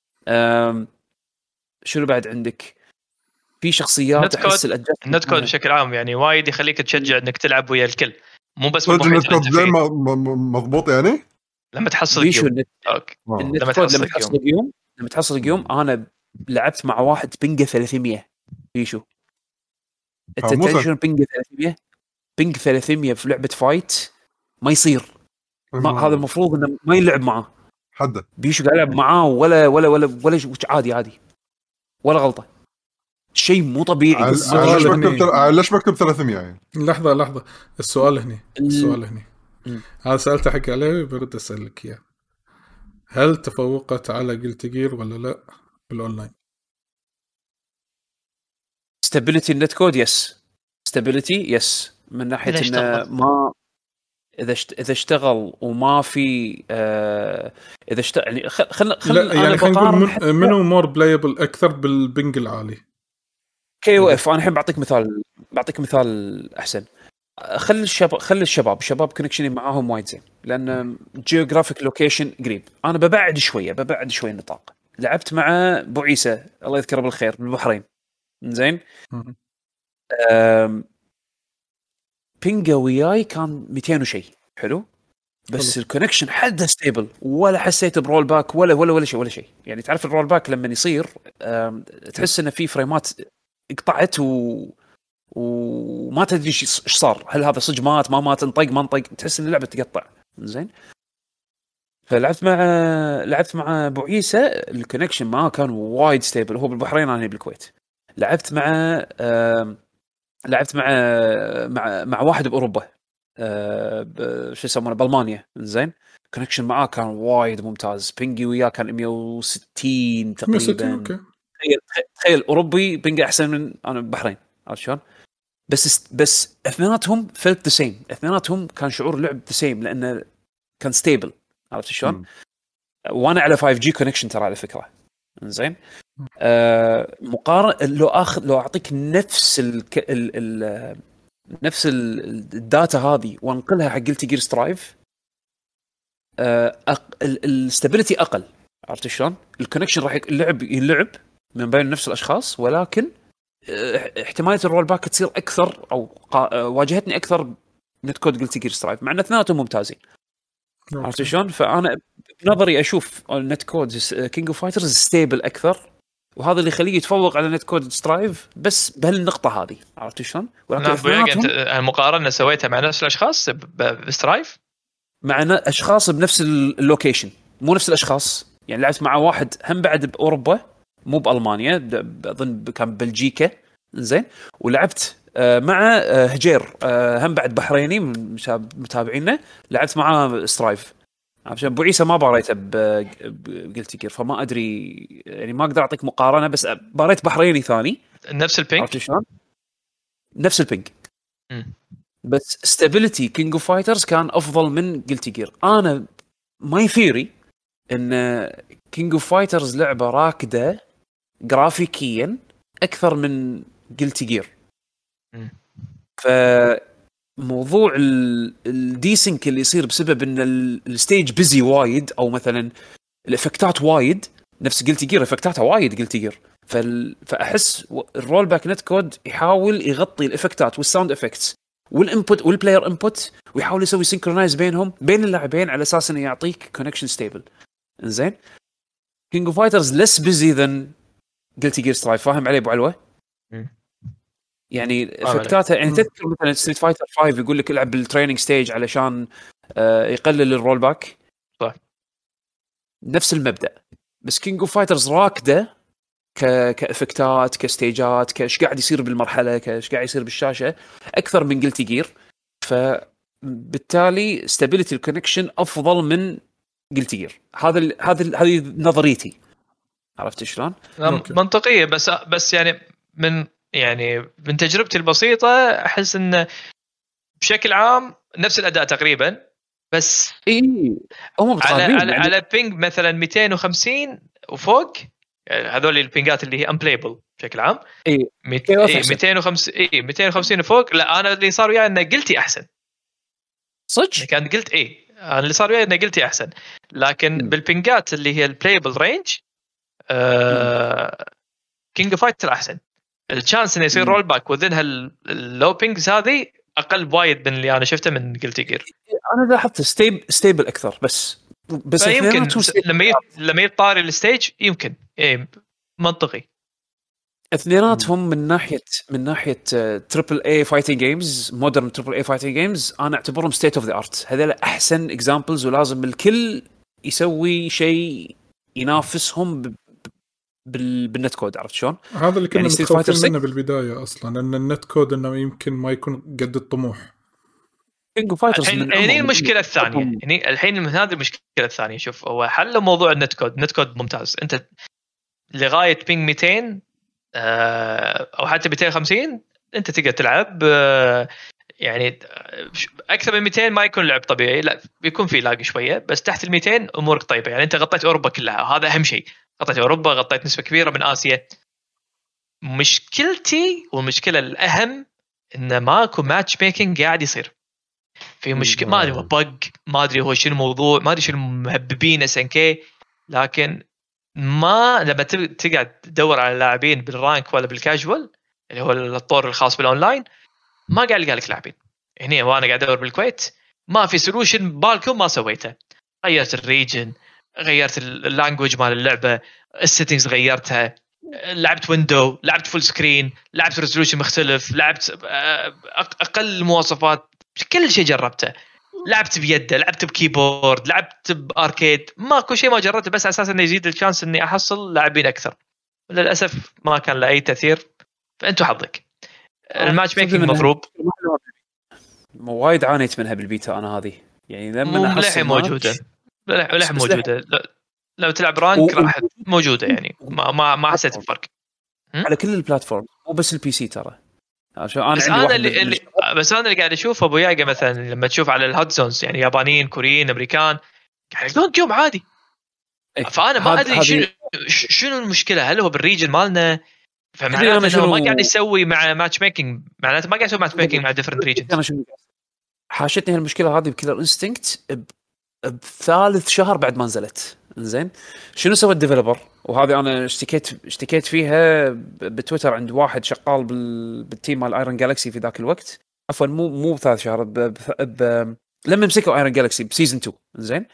شنو بعد عندك؟ في شخصيات احس النت كود بشكل عام يعني وايد يخليك تشجع انك تلعب ويا الكل، مو بس النت كود زين مضبوط يعني لما تحصل اليوم. اوكي لما تحصل اليوم انا لعبت مع واحد بينجا 300 بيشو. انت تعرف شنو بينجا 300؟ بينج 300 في لعبه فايت ما يصير، هذا المفروض انه ما يلعب معه حد بيشو قاعد يلعب معاه ولا عادي ولا غلطه، شيء مو طبيعي. ليش بكتب 300 يعني؟ لحظه السؤال هني هذا سألت حق عليه برد اسالك اياه، هل تفوقت على جلت جير ولا لا بالاونلاين؟ ستابيليتي النت كود يس من ناحيه انه ما اذا اشتغل وما في اذا اشتغل يعني خلينا نقول منو مور بلايبل اكثر بالبنج العالي؟ كي او اف. انا الحين بعطيك مثال احسن. خلي الشباب كونكشني معاهم وايد زين، لان جيوغرافيك لوكيشن قريب. انا ببعد شويه النطاق. لعبت مع ابو عيسى الله يذكره بالخير بالبحرين زين. بينجا وياي كان 200 وشيء حلو، بس الكونكشن حده ستيبل، ولا حسيت برول باك ولا شيء. يعني تعرف الرول باك لما يصير تحس انه في فريمات قطعت وما تدري ايش صار، هل هذا صج مات ما انطق ما انطق، تحس ان اللعبه تقطع زين. فلعبت مع ابو عيسى الكونكشن ما كان وايد ستيبل، هو بالبحرين انا بالكويت. لعبت مع واحد باوروبا شو يسمونه بالمانيا زين. كونكشن معاه كان وايد ممتاز، بينجي وياه كان 160 تقريبا. تخيل اوروبي بينجي احسن من انا بالبحرين، عرفت شلون؟ بس اثنيناتهم فلت ذا سيم، اثنيناتهم كان شعور اللعب ذا سيم لانه كان ستيبل، عرفت شلون؟ وانا على 5G كونكشن ترى على فكره زين. مقارن لو اعطيك نفس نفس الداتا هذه وانقلها حق جلتي جير سترايف، الستابيليتي اقل، عرفت شلون؟ الكونكشن راح يلعب من بين نفس الاشخاص، ولكن احتماليه الرول باك تصير اكثر او واجهتني اكثر نت كود جلتي جير سترايف، مع ان اثنيناتهم ممتازين، عرفت شلون؟ فانا بنظري اشوف النت كود كينج اوف فايترز ستيبل اكثر، وهذا اللي يخليه يتفوق على نت كود سترايف بس بهالنقطه هذه، عرفت شلون؟ ولكن انت المقارنه سويتها مع نفس الاشخاص بسترايف، مع اشخاص بنفس اللوكيشن، مو نفس الاشخاص. يعني لعبت مع واحد هم بعد باوروبا مو بالمانيا، اظن كان بلجيكا زين. ولعبت مع هجير هم بعد بحريني متابعيننا، لعبت معاه سترايف. عشان ابو عيسى ما باريته بقلت جير، فما ادري يعني ما اقدر اعطيك مقارنه، بس باريت بحريني ثاني نفس البينج، عرفت شلون؟ نفس البينج. بس ستابيليتي كينج اوف فايترز كان افضل من قلت جير. انا ماي ثيوري ان كينج اوف فايترز لعبه راكده جرافيكيا اكثر من قلت جير. فموضوع الديسنك اللي يصير بسبب ان الستيج بيزي وايد، او مثلا الافكتات وايد، نفس قلت جير افكتاتها وايد قلت جير. فاحس الرول باك نت كود يحاول يغطي الافكتات والساوند افكتس والانبوت والبلاير انبوت، ويحاول يسوي سينكرونايز بينهم بين اللاعبين على اساس انه يعطيك كونكشن ستيبل. انزين كينج اوف فايترز ليس بيزي ذن قلت جير سترايف، فاهم علي ابو علوه؟ يعني افكتاتها يعني تذكر مثلا ستريت فايتر 5 يقول لك العب بالتريننج ستيج علشان يقلل الرول باك، صح؟ نفس المبدا. بس كينج اوف فايترز راكده كافكتات كستيجات كايش قاعد يصير بالمرحله كايش قاعد يصير بالشاشه اكثر من قلت جير. فبالتالي ستابيليتي الكونكشن افضل من قلت جير. هذه نظريتي، عرفت شلون؟ منطقيه. بس يعني من تجربتي البسيطه احس ان بشكل عام نفس الاداء تقريبا، بس هم على بينج مثلا 250 وفوق، يعني هذول البينجات اللي هي unplayable بشكل عام. 250 وفوق. لا انا اللي صار وياي انه قلتي احسن صدق. كان قلت انا اللي صار وياي انه قلتي احسن، لكن بالبينجات اللي هي البلايبل رينج كينج فايتر احسن. الشانس انه يصير رول باك وذن هاللو بينجز هذه اقل بوايد من اللي انا شفته من قلت جير. انا لاحظت ستيبل اكثر، بس يمكن لما يطاري الستيج يمكن منطقي. اثنيناتهم من ناحيه تريبل اي فايتنج جيمز، مودرن تريبل اي فايتنج جيمز، انا اعتبرهم ستيت اوف ذا ارت. هذول احسن اكزامبلز، ولازم الكل يسوي شيء ينافسهم بالنت كود، عرفت شلون؟ هذا اللي كنا يعني متخوفين منه بالبدايه اصلا، ان النت كود انه يمكن ما يكون قد الطموح. كينج اوف فايترز يعني المشكله الثانيه، يعني الحين من هذه المشكله الثانيه. شوف، هو حل موضوع النت كود ممتاز. انت لغايه بينج 200 او حتى 250 انت تقدر تلعب. يعني اكثر من 200 ما يكون لعب طبيعي، لا بيكون في لاج شويه، بس تحت ال 200 امورك طيبه. يعني انت غطيت اوروبا كلها، هذا اهم شيء. غطيت اوروبا، غطيت نسبه كبيره من اسيا. مشكلتي والمشكله الاهم ان ماكو ماتش ميكنج قاعد يصير. في مشكله ما ادري هو بق، ما ادري هو شنو الموضوع، ما ادري شنو مهببين اس ان كي، لكن ما لما تقعد تدور على لاعبين بالرانك ولا بالكاجوال اللي هو الطور الخاص بالاونلاين، ما قاعد يلقى لك لاعبين. هنا وانا قاعد ادور بالكويت ما في سولوشن بالكم ما سويته. غيرت الريجن، غيرت اللانجويج مال اللعبه، السيتنجز غيرتها، لعبت ويندو، لعبت فول سكرين، لعبت ريزولوشن مختلف، لعبت اقل مواصفات، كل شيء جربته. لعبت بيده، لعبت بكيبورد، لعبت باركيد، ماكو شيء ما جربته، بس اساسا انه يزيد الشانس اني احصل لاعبين اكثر. للاسف ما كان له اي تاثير. فانتوا حظك. الماتش ميكنج مضروب، وايد عانيت منها بالبيتا انا هذه. يعني لما احصل موجوده موجوده، لو تلعب رانك راح موجوده. يعني ما حسيت بفرق على كل البلاتفورم، مو بس البي سي ترى. عشان انا بس انا اللي قاعد اشوف ابو ياقه مثلا لما تشوف على الهوت زونز، يعني يابانيين كوريين امريكان قاعد يلعبون جيم عادي. فانا ما ادري شنو المشكله. هل هو بالريجن مالنا؟ فمعناته انه ما قاعد يسوي مع ماتش ميكنج، معناته ما قاعد يسوي ماتش ميكنج مع ديفرنت ريجنز. حاشتني هالمشكله هذه بكيلر انستنكت بثالث شهر بعد ما نزلت. زين شنو سوى الديفلوبر؟ وهذه انا اشتكيت فيها بتويتر عند واحد شغال بالتيم مال ايرون جالكسي في ذاك الوقت. عفوا مو بثالث شهر، لما مسكوا ايرون جالكسي بسيزن 2. زين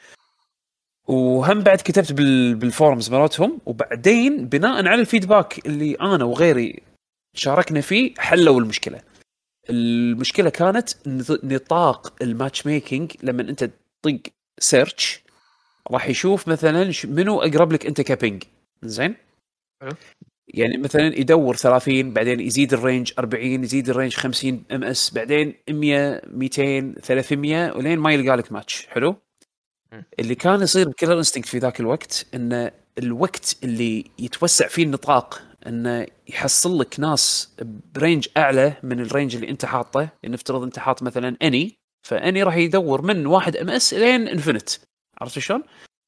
وهم بعد كتبت بالفورمز مالتهم، وبعدين بناء على الفيدباك اللي انا وغيري شاركنا فيه حلوا المشكله كانت نطاق الماتش ميكينج. لما انت تطق سيرش راح يشوف مثلا منو اقرب لك انت كبينج. زين يعني مثلا يدور 30، بعدين يزيد الرينج 40، يزيد الرينج 50 ام اس، بعدين 100 200 300 ولين ما يلقى لك ماتش حلو. اللي كان يصير بكيلر انستنكت في ذاك الوقت ان الوقت اللي يتوسع فيه النطاق انه يحصل لك ناس برينج اعلى من الرينج اللي انت حاطه. نفترض انت حاط مثلا اني، فاني راح يدور من 1 MS لين انفنت، عرفت شلون؟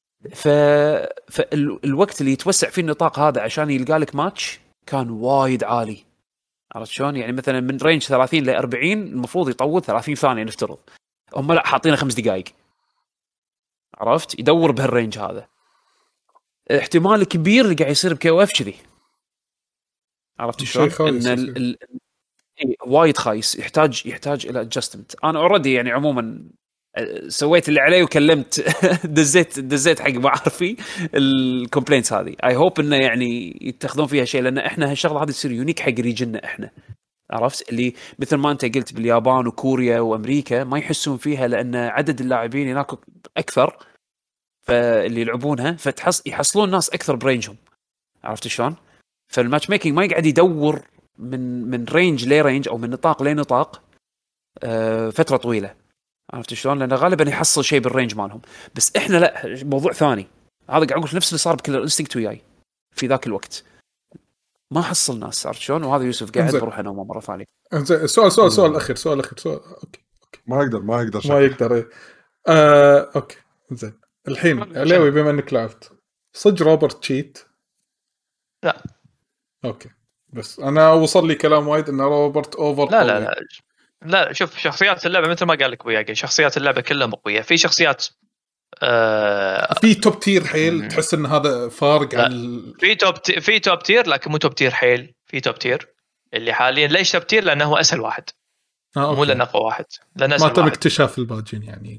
فالوقت اللي يتوسع فيه النطاق هذا عشان يلقى لك ماتش كان وايد عالي، عرفت شلون؟ يعني مثلا من رينج 30 ل 40 المفروض يطول 30 ثانيه نفترض، هم لا حاطينه 5 دقائق، عرفت؟ يدور بهالرينج هذا. احتمال كبير اللي قاعد يصير بكي او اف كذي، عرفت شلون؟ ان وايد خايس، يحتاج الى ادجستمنت. انا اوريدي يعني عموما سويت اللي علي وكلمت دزيت حق معارفي الكومبلينتس هذه. اي هوب انه يعني يتخذون فيها شيء، لان احنا هالشغله هذه تصير يونيك حق ريجننا احنا، عرفت؟ اللي مثل ما انت قلت باليابان وكوريا وامريكا ما يحسون فيها لان عدد اللاعبين هناك اكثر فاللي يلعبونها، يحصلون ناس اكثر برينجهم، عرفت شلون؟ فالماتش ميكينج ما يقعد يدور من رينج لرينج او من نطاق لنطاق فتره طويله، عرفت شلون؟ لانه غالبا يحصل شيء بالرينج مالهم. بس احنا لا، موضوع ثاني. هذا قاعد اقول نفس اللي صار بكيلر انستنكت وياي في ذاك الوقت، ما حصل ناس، عرفت شلون؟ وهذا يوسف قاعد بروح انا مره ثانيه. سؤال اخير اوكي ما يقدر ما يقدر اوكي زين. الحين عليوي بما انك لعبت صج روبرت تشيت؟ لا اوكي، بس انا وصل لي كلام وايد ان روبرت اوفر. لا شوف، شخصيات اللعبه مثل ما قال لك وياك، شخصيات اللعبه كلها مقويه. في شخصيات في توب تير حيل، تحس ان هذا فارق عن في توب تير لكن مو توب تير حيل. في توب تير اللي حاليا ليش توب تير؟ لانه هو اسهل واحد، مو لانه اقوى واحد، لانه ما تم اكتشاف الباجين يعني.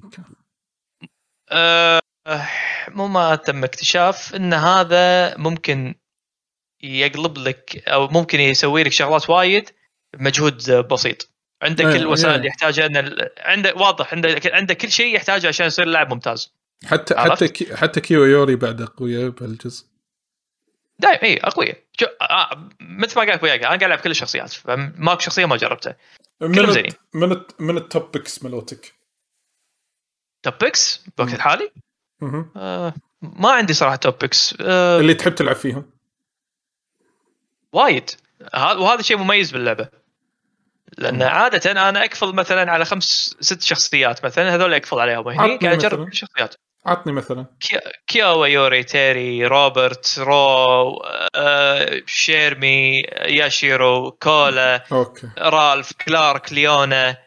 مو ما تم اكتشاف ان هذا ممكن يقلب لك او ممكن يسوي لك شغلات وايد بمجهود بسيط. عندك كل الوسائل يحتاجها، ان عنده واضح عنده كل شيء يحتاجه عشان يصير لاعب ممتاز. حتى كيو يوري بعد اقوياء بهالجزء دايم. اي اقوياء. مثل ما قال وياك، انا قاعد العب كل الشخصيات، فماكو شخصيه ما جربتها. من التوب بيكس ملوتك. توب بيكس بوقت الحالي ما عندي صراحه توب بيكس. اللي تحب تلعب فيهم وايد. وهذا شيء مميز باللعبه، لأن عادة أنا أكفل مثلا على 5-6 شخصيات مثلا، هذول أكفل عليهم. هني قاعد أجرب الشخصيات. عطني مثلا كيو يوري، تيري، روبرت، رو، شيرمي، ياشيرو، كولا، رالف، كلارك، ليونا.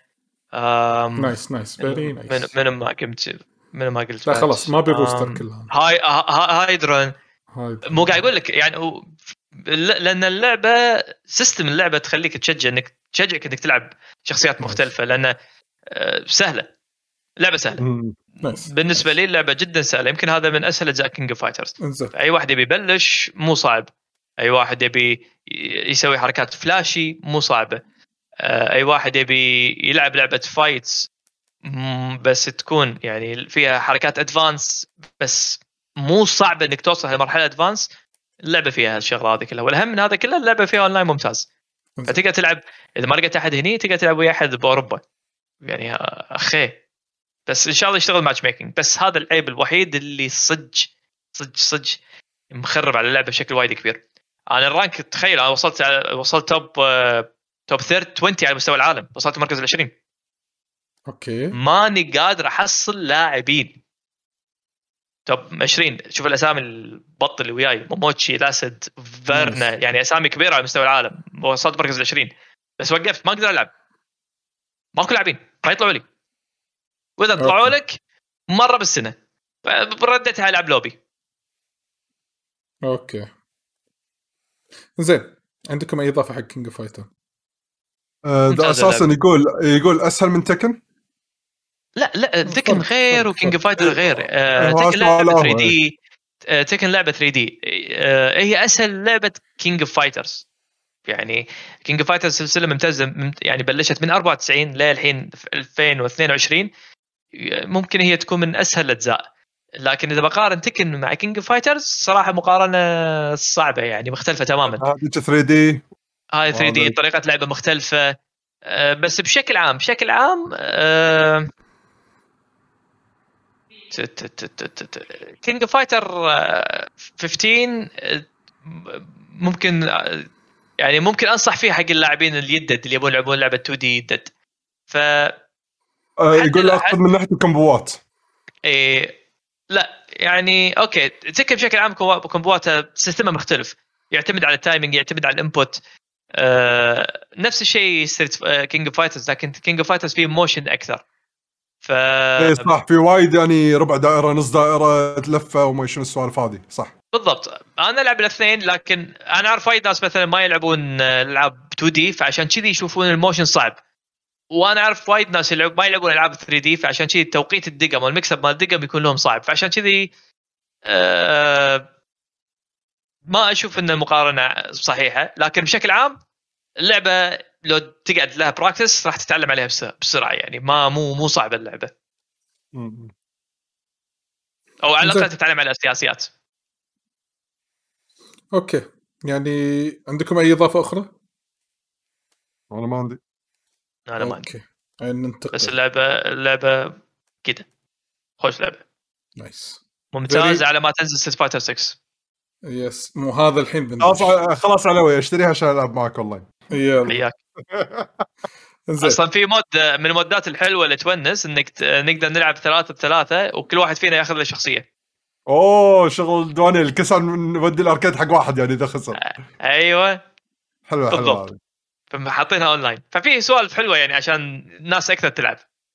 نايس فيري نايس. من ما قلت لا خلاص ما بيبوستر كلها. هايدرون. مو قاعد أقول لك يعني لأن اللعبة سيستم اللعبة تخليك تشجعك انك تلعب شخصيات مختلفة، لأن سهلة، لعبة سهلة. بالنسبة لي اللعبة جدا سهلة، يمكن هذا من أسهل أجزاء كينج اوف فايترز. أي واحد يبي يبلش مو صعب، أي واحد يبي يسوي حركات فلاشي مو صعبة، أي واحد يبي يلعب لعبة فايتس بس تكون يعني فيها حركات أدفانس بس مو صعبة انك توصل لمرحلة أدفانس، اللعبة فيها هالشغلة هذه كلها. والأهم من هذا كله اللعبة فيها أونلاين ممتاز، فتقدر تلعب إذا ما لقيت أحد هني تقدر تلعب ويا أحد بأوروبا يعني أخي. بس إن شاء الله يشتغل ماتش ميكينج. بس هذا العيب الوحيد اللي صج مخرب على اللعبة بشكل وايد كبير. أنا الرانك تخيل أنا وصلت توب 20 على مستوى العالم، وصلت المركز 20. أوكي ماني قادر أحصل لاعبين توب 20. شوف الأسامي البط اللي وياي، موموتشي، لاسد، فيرنا، يعني أسامي كبيرة على مستوى العالم. وصلت مركز 20 بس وقفت، ما أقدر ألعب، ماكو لاعبين ما يطلعوا لي، وإذا طلعوا لك مرة بالسنة بردتها ألعب لوبي. أوكي زين، عندكم أي إضافة حق كينج اوف فايتر؟ ده أساسا يقول أسهل من تكن. لا تكن غير وكينج اوف فايتر غير. تكن لعبة 3D، تكن لعبة 3D هي أسهل لعبة كينج اوف فايترز. يعني كينج اوف فايترز سلسلة ممتازة، يعني بلشت من 94 للحين في 2022، ممكن هي تكون من أسهل الأجزاء. لكن إذا بقارن تكن مع كينج اوف فايترز صراحة مقارنة صعبة، يعني مختلفة تماما. هذه 3D، هاي 3D طريقة لعبة مختلفة. بس بشكل عام كينج اوف فايتر 15 ممكن يعني ممكن انصح فيه حق اللاعبين اليدد اللي يبون يلعبون لعبه 2 دي يدد. ف يقول لا اخذ من ناحيه الكمبوات. لا يعني اوكي تكن بشكل عام كومبوات سيستمه مختلف، يعتمد على التايمينج، يعتمد على الانبوت. نفس الشيء كينج اوف فايترز، لكن كينج اوف فايترز فيه موشن اكثر. اي صح، في وايد يعني ربع دائره نص دائره لفه وما شنو السوالف هذه. صح بالضبط. انا العب الاثنين، لكن انا اعرف وايد ناس مثلا ما يلعبون العاب 2 دي فعشان كذي يشوفون الموشن صعب، وانا اعرف وايد ناس ما يلعبون العاب 3 دي فعشان كذي توقيت الدقم والمكسب مال الدقم بيكون لهم صعب. فعشان كذي ما اشوف ان المقارنه صحيحه. لكن بشكل عام اللعبه لو تقعد لها براكتس راح تتعلم عليها بسرعه، يعني ما مو صعبه اللعبه، او على الاقل تتعلم على الاساسيات. اوكي، يعني عندكم اي اضافه اخرى؟ انا ما عندي. انا ما عندي. ننتقل. بس اللعبه كده خوش لعبه، نايس ممتاز على ما تنزل ستريت فايتر 6. يس مو هذا الحين خلاص علوي اشتريها عشان العب معك اونلاين. يلا اصلا في مود من المودات الحلوه اللي تونس انك نقدر نلعب 3-3 وكل واحد فينا ياخذ له شخصيه. اوه شغل دواني الكسر نودي الاركاد حق واحد يعني اذا خسر. ايوه حلوه بالضبط. فحاطينها اونلاين ففي سوالف حلوه يعني عشان ناس اكثر تلعب.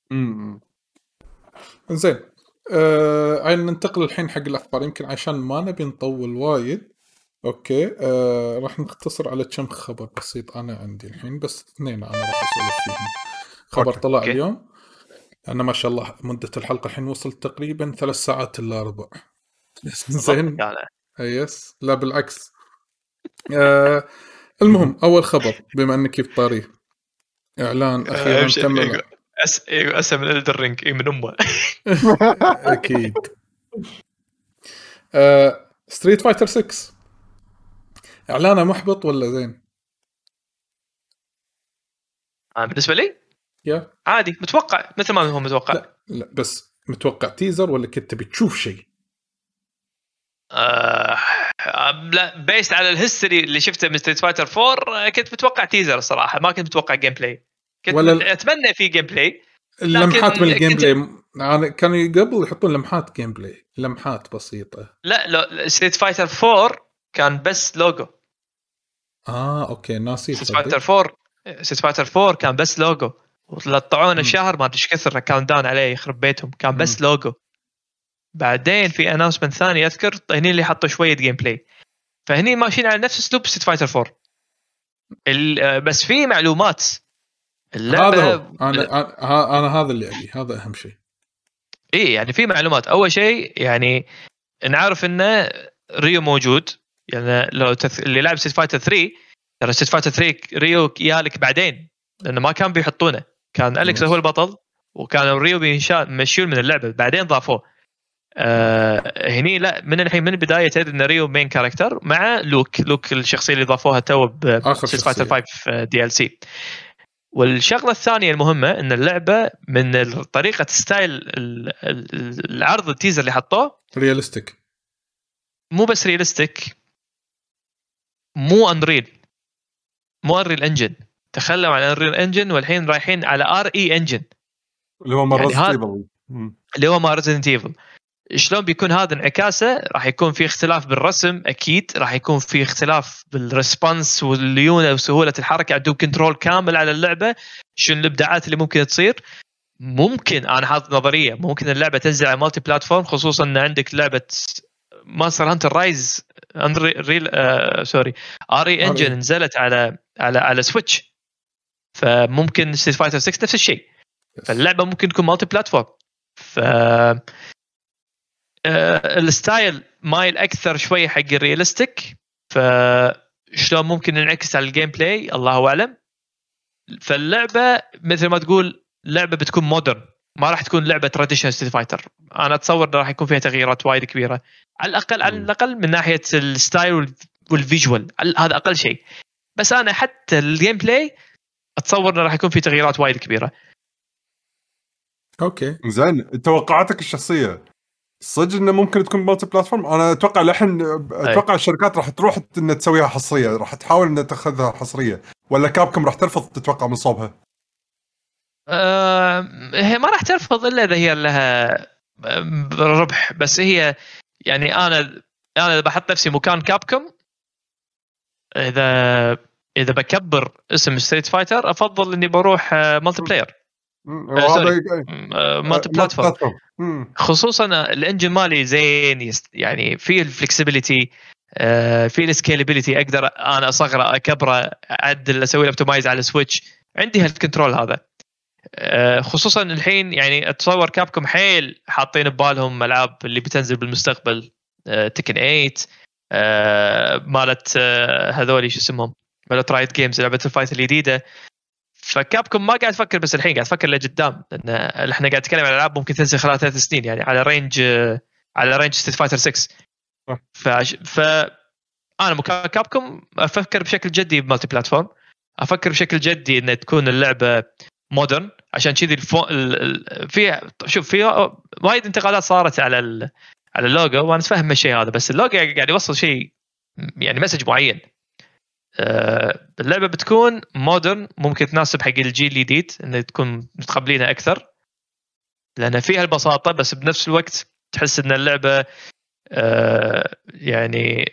زين عين ننتقل الحين حق الاخبار يمكن عشان ما نبي نطول وايد. اوكي راح نختصر على كم خبر بسيط انا عندي الحين، بس اثنين انا راح اسولف فيهم. خبر طلع اليوم، انا ما شاء الله مده الحلقه الحين وصلت تقريبا 3 ساعات الا ربع. زين يس لا بالعكس. المهم اول خبر بما انك جبت طاري، اعلان اخيرا تم اسم من الدر رينج من امه. اكيد. ستريت فايتر 6 اعلانه محبط ولا زين؟ بالنسبه لي عادي، متوقع مثل ما هو متوقع. لا بس متوقع تيزر ولا كنت بتشوف شيء؟ لا بيست على الهيستوري اللي شفته من ستريت فايتر 4 كنت متوقع تيزر الصراحه، ما كنت متوقع جيم بلاي. كنت اتمنى في جيم بلاي، لمحات من الجيم بلاي. يعني كانوا قبل يحطون لمحات جيم بلاي، لمحات بسيطه. لا ستريت فايتر 4 كان بس لوجو. اوكي ناسي. ستريت فايتر 4 كان بس لوجو، وطلعونا الشهر ما ادري ايش كثر كاونت داون عليه يخرب بيتهم، كان بس لوجو. بعدين في اناونسمنت ثاني اذكر هني اللي حطوا شويه جيم بلاي، فهني ماشيين على نفس اسلوب ستريت فايتر 4 بس في معلومات اللعبه. انا هذا اللي ابي، هذا اهم شيء. ايه يعني في معلومات. اول شيء يعني نعرف ان ريو موجود، يعني لو اللي لعب ستريت فايتر 3 ترى ستريت فايتر 3 ريو يالك بعدين، لانه ما كان بيحطونه، كان أليكس هو البطل وكان ريو مشيون من اللعبه، بعدين ضافوه. هني لا من الحين من البدايه تدري ان ريو مين كاركتر مع لوك الشخصيه اللي ضافوها تو بستريت فايتر 5 دي ال سي. والشغله الثانيه المهمه ان اللعبه من طريقه ستايل العرض التيزر اللي حطوه رياليستيك، مو بس رياليستيك، مو انريل انجن، تخلوا عن انريل انجن والحين رايحين على ار اي انجن اللي هو ما ريزيدنت ايفل. شلون بيكون هذا انعكاسه؟ راح يكون في اختلاف بالرسم اكيد، راح يكون في اختلاف بالريسبونس والليونه وسهوله الحركه، عندهم كنترول كامل على اللعبه. شنو الابداعات اللي ممكن تصير؟ ممكن انا حاط نظريه ممكن اللعبه تنزل على مالتي بلاتفورم، خصوصا ان عندك لعبه ماستر هانتر رايز اري انجن نزلت على سويتش، فممكن ستريت فايتر 6 نفس الشيء. فاللعبه ممكن تكون مالتي بلاتفورم. ف الستايل مايل اكثر شوي حق الرياليستيك، فشلون ممكن ننعكس على الجيم بلاي الله اعلم. فاللعبه مثل ما تقول لعبه بتكون مودرن، ما راح تكون لعبه تراديشنال ستريت فايتر. انا اتصور راح يكون فيها تغييرات وايد كبيره، على الاقل من ناحيه الستايل والفيجوال، هذا اقل شيء. بس انا حتى الجيم بلاي اتصور راح يكون في تغييرات وايد كبيره. اوكي زين، توقعاتك الشخصيه صدق انه ممكن تكون مالتي بلاتفورم. انا اتوقع الحين اتوقع الشركات راح تروح ان تسويها حصريه، راح تحاول ان تاخذها حصريه، ولا كابكم راح ترفض تتوقع من صوبها؟ هي ما راح ترفض الا اذا هي لها ربح. بس هي يعني انا بحط نفسي مكان كابكم، اذا بكبر اسم ستريت فايتر افضل اني بروح مالتي بلاير، مالتي بلاتفورم. خصوصا الانجن مالي زين، يعني فيه الفلكسبيليتي، فيه السكيلابيليتي، اقدر انا اصغره اكبره اعدل اسوي له اوبتمايز على السويتش، عندي هالكنترول هذا. خصوصا الحين يعني اتصور كابكم حيل حاطين ببالهم العاب اللي بتنزل بالمستقبل، تكن 8 مالت هذول شو اسمهم، مالت رايت جيمز، لعبه الفايت الجديده. فكابكم ما قاعد تفكر بس الحين، قاعد تفكر لقدام، لان احنا قاعد نتكلم عن العاب ممكن تنزل خلال 3 سنين، يعني على رينج ستريت فايتر 6. ف انا مكان كابكم افكر بشكل جدي بمالتي بلاتفورم، افكر بشكل جدي ان تكون اللعبه مودرن. عشان كذي في وايد انتقادات صارت على اللوجو، وانا اتفهم الشيء هذا، بس اللوجو قاعد يوصل شيء، يعني مسج معين. اللعبه بتكون مودرن، ممكن تناسب حق الجيل الجديد، ان تكون متقبلينها اكثر لان فيها البساطه، بس بنفس الوقت تحس ان اللعبه يعني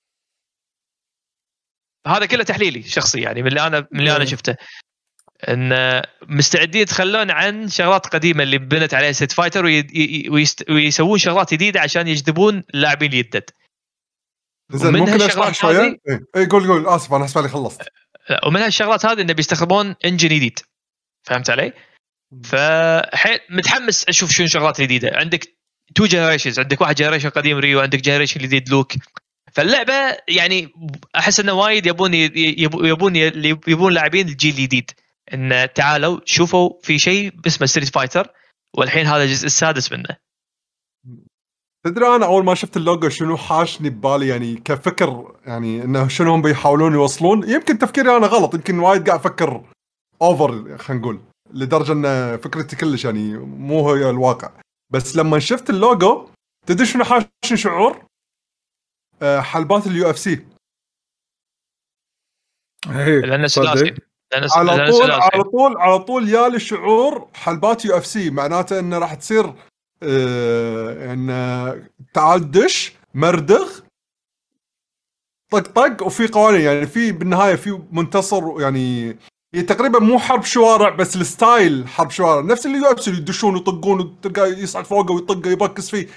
هذا كله تحليلي شخصي، يعني من اللي انا شفته، ان مستعدين يتخلون عن شغلات قديمه اللي بنت عليها ستريت فايتر ويسوون شغلات جديده عشان يجذبون اللاعبين الجدد. ممكن اشرح شويه؟ اي قول اسف انا حسب لي خلصت. ومن هالشغلات هذه انه بيستخدمون انجن جديد، فهمت علي؟ فحين متحمس اشوف شنو شغلات جديده. عندك 2 جنريشنز، عندك واحد جنريشن قديم ريو، عندك جنريشن جديد لوك. فاللعبه يعني احس انه وايد يبون لاعبين الجيل الجديد ان تعالوا شوفوا في شيء اسمه ستريت فايتر، والحين هذا الجزء السادس منه. تدري انا اول ما شفت اللوجو شنو حاشني ببالي، يعني كفكر، يعني انه شنو هم بيحاولون يوصلون. يمكن تفكيري انا غلط، يمكن وايد قاعد افكر اوفر خلينا نقول، لدرجه ان فكرتي كلش يعني مو هي الواقع. بس لما شفت اللوجو تدري شنو حاشني شعور؟ حلبات اليو اف سي. لان سلاسل على طول يالي شعور حلبات يو اف سي، معناته انه راح تصير ان تعال دش مردغ طق وفي قوانين، يعني في بالنهايه في منتصر، يعني هي تقريبا مو حرب شوارع بس الستايل حرب شوارع، نفس اللي يو اف سي يدشون ويطقون وتلقى يصعد فوقه ويطقه يبكس فيه.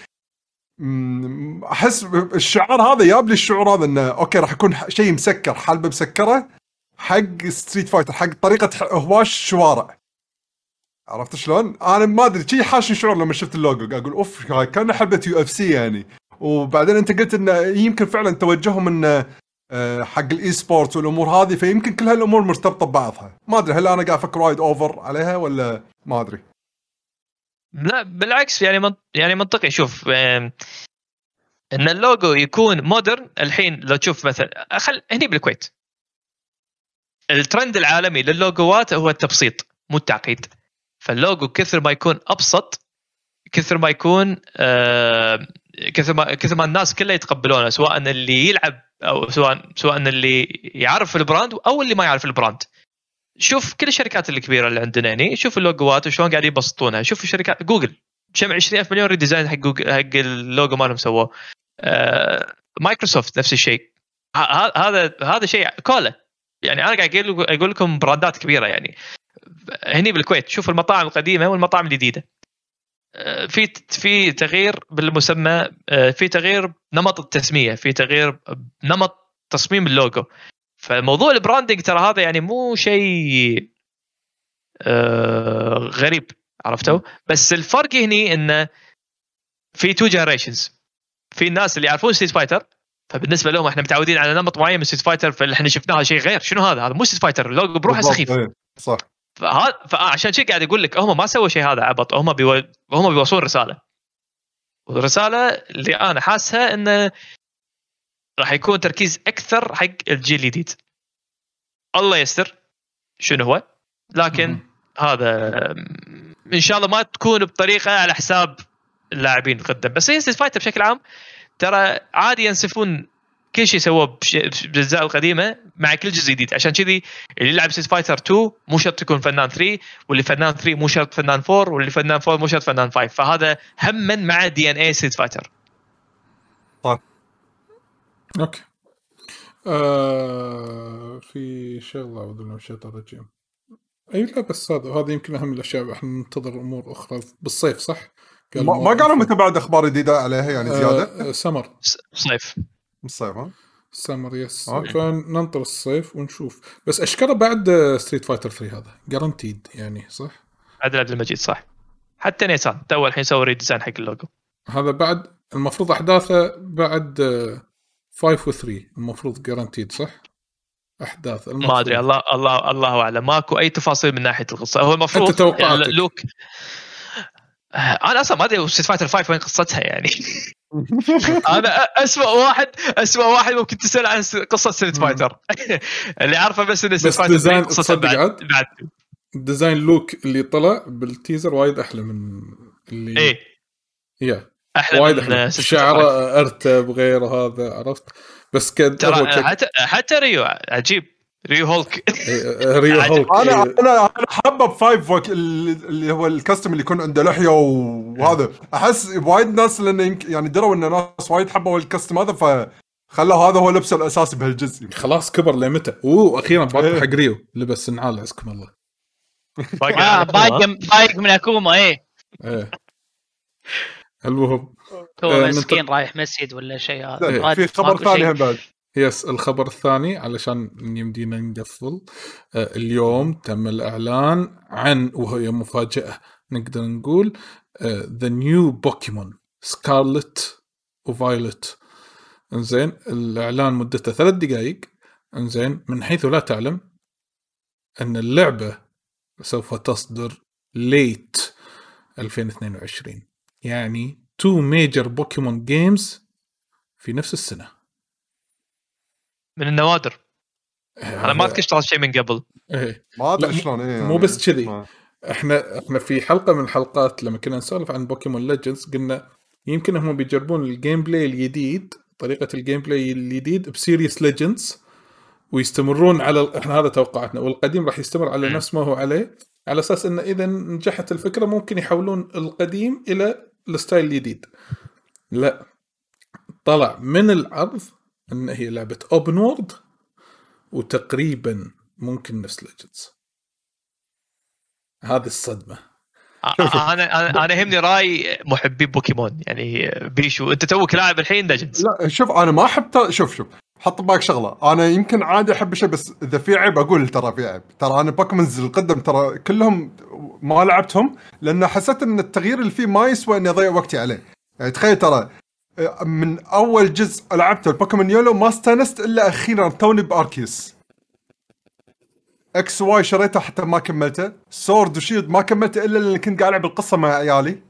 احس الشعار هذا يابلي الشعور هذا انه اوكي راح يكون شيء مسكر، حلبه مسكره حق ستريت فايتر، حق طريقه هواش شوارع. عرفت شلون؟ انا ما ادري شيء حاشني شعور لما شفت اللوجو، اقول اوف كان حلبه يو اف سي يعني. وبعدين انت قلت انه يمكن فعلا توجههم انه حق الاي سبورت والامور هذه، فيمكن كل هالامور مرتبطه ببعضها. ما ادري هل انا قاعد افكر وايد اوفر عليها ولا ما ادري. لا بالعكس، يعني منطقي. شوف ان اللوجو يكون مودرن. الحين لو تشوف مثلا هني بالكويت الترند العالمي للوجوات هو التبسيط مو التعقيد. فاللوجو كثر ما يكون ابسط كثر ما يكون كثر ما الناس كلها يتقبلونه، سواء اللي يلعب او سواء اللي يعرف البراند او اللي ما يعرف البراند. شوف كل الشركات الكبيره اللي عندنا هنا، شوف اللوجوات وشلون قاعد يبسطونها. شوف الشركات جوجل جمع 20,000 مليون ريديزاين حق اللوجو مالهم سووه. مايكروسوفت نفس الشيء. هذا شيء كولا. يعني انا قاعد اقول لكم براندات كبيره. يعني هني بالكويت شوف المطاعم القديمه والمطاعم الجديده، في تغيير بالمسمى، في تغيير نمط التسميه، في تغيير نمط تصميم اللوجو. فموضوع البراندنج ترى هذا يعني مو شيء غريب، عرفتوا؟ بس الفرق هني انه في 2 جنريشنز. في الناس اللي يعرفون ستريت فايتر، فبالنسبه لهم احنا متعودين على نمط معين من ستريت فايتر، فاللي احنا شفناه شيء غير. شنو هذا مو ستريت فايتر، اللوجو بروحه سخيف. صح. فعشان شيء قاعد اقول لك هم ما سووا شيء هذا عبط، هم بيوصلون رساله. والرساله اللي انا حاسها انه راح يكون تركيز اكثر حق الجيل الجديد. الله يستر شنو هو، لكن هذا ان شاء الله ما تكون بطريقه على حساب اللاعبين قدام. بس هي ستريت فايتر بشكل عام ترى عادي ينسفون كل شيء سووه بالأجزاء القديمة مع كل جزء جديد. عشان كذي اللي يلعب ستريت فايتر 2 مو شرط يكون فنان 3، واللي فنان 3 مو شرط فنان 4، واللي فنان 4 مو شرط فنان 5. فهذا هم مع دي ان اي ستريت فايتر. طيب اوكي. في شغله بدنا مشيت الرجيم. اي لا بس هذا يمكن اهم الاشياء. احنا ننتظر امور اخرى بالصيف صح؟ ما قالوا متى بعد اخبار جديده عليها يعني زياده؟ سمر صيف الصيف ها سمر يس. فننطر الصيف ونشوف. بس اشكره بعد ستريت فايتر 3 هذا جارانتيد يعني صح؟ عبد المجيد صح. حتى نيسان تو الحين سوى ريديزاين حق اللوجو. هذا بعد المفروض احداثه بعد 5 و 3 المفروض جارانتيد صح؟ احداث المفروض. ما ادري الله اعلم. ماكو اي تفاصيل من ناحيه القصه. هو المفروض توقعاتك. لوك انا اصلا ما ادري ستريت فايتر 5 وين قصتها يعني. انا اسوأ واحد ممكن تسال عن قصه ستريت فايتر. اللي عارفه بس ان ستريت فايتر قصه بعد الديزاين لوك اللي طلع بالتيزر وايد احلى من اللي ايه يا احلى وايد من احلى. شعره ارتب غير هذا عرفت. بس حتى ريو عجيب. ريو هولك. ريو هولك. انا حابب 5 اللي هو الكاستم اللي يكون عنده لحيه وهذا. احس وايد ناس لان يعني دروا ان ناس وايد حبوا الكاستم هذا فخلوا هذا هو لبسه الاساسي بهالجزء. خلاص كبر لمتى. اخيرا باقي حق ريو لبس النعال عزكم الله. بايق من اكوما ايه. المهم هو مسكين رايح مسجد ولا شيء. في خبر ثاني هم بعد. يس الخبر الثاني علشان يمدينا ندفل. اليوم تم الإعلان عن وهي مفاجأة نقدر نقول The New Pokemon Scarlet وViolet. انزين الإعلان مدته 3 دقائق. انزين من حيث لا تعلم أن اللعبة سوف تصدر ليت 2022 يعني 2 major Pokemon games في نفس السنة. من النوادر. انا ما اذكر اشتغلت شيء من قبل. ما ادري شلون مو بس كذي. احنا في حلقه من الحلقات لما كنا نسولف عن بوكيمون ليجندز قلنا يمكن هم بيجربون الجيم بلاي الجديد طريقه الجيم بلاي الجديد بسيريس ليجندز ويستمرون على احنا هذا توقعاتنا. والقديم راح يستمر على نفس ما هو عليه على اساس انه اذا نجحت الفكره ممكن يحولون القديم الى الستايل الجديد. لا طلع من العرض ان هي لعبه اوبن وورد وتقريبا ممكن نفس ليجندز. هذه الصدمه. انا يهمني راي محبي بوكيمون يعني بيشو. انت توك لاعب الحين ليجندز. لا شوف انا ما احب شوف حط بالك شغله. انا يمكن عادي احب شيء بس اذا في عيب اقول ترى في عيب. ترى انا بوكيمونز القدم ترى كلهم ما لعبتهم لان حسيت ان التغيير اللي فيه ما يسوى اني اضيع وقتي عليه. يعني تخيل ترى من اول جزء لعبته البوكيمون يولو ما استانست الا اخيرا توني باركيوس. اكس واي شريته حتى ما كملته. سورد وشيلد ما كملته الا اللي كنت قاعد العب القصه مع عيالي.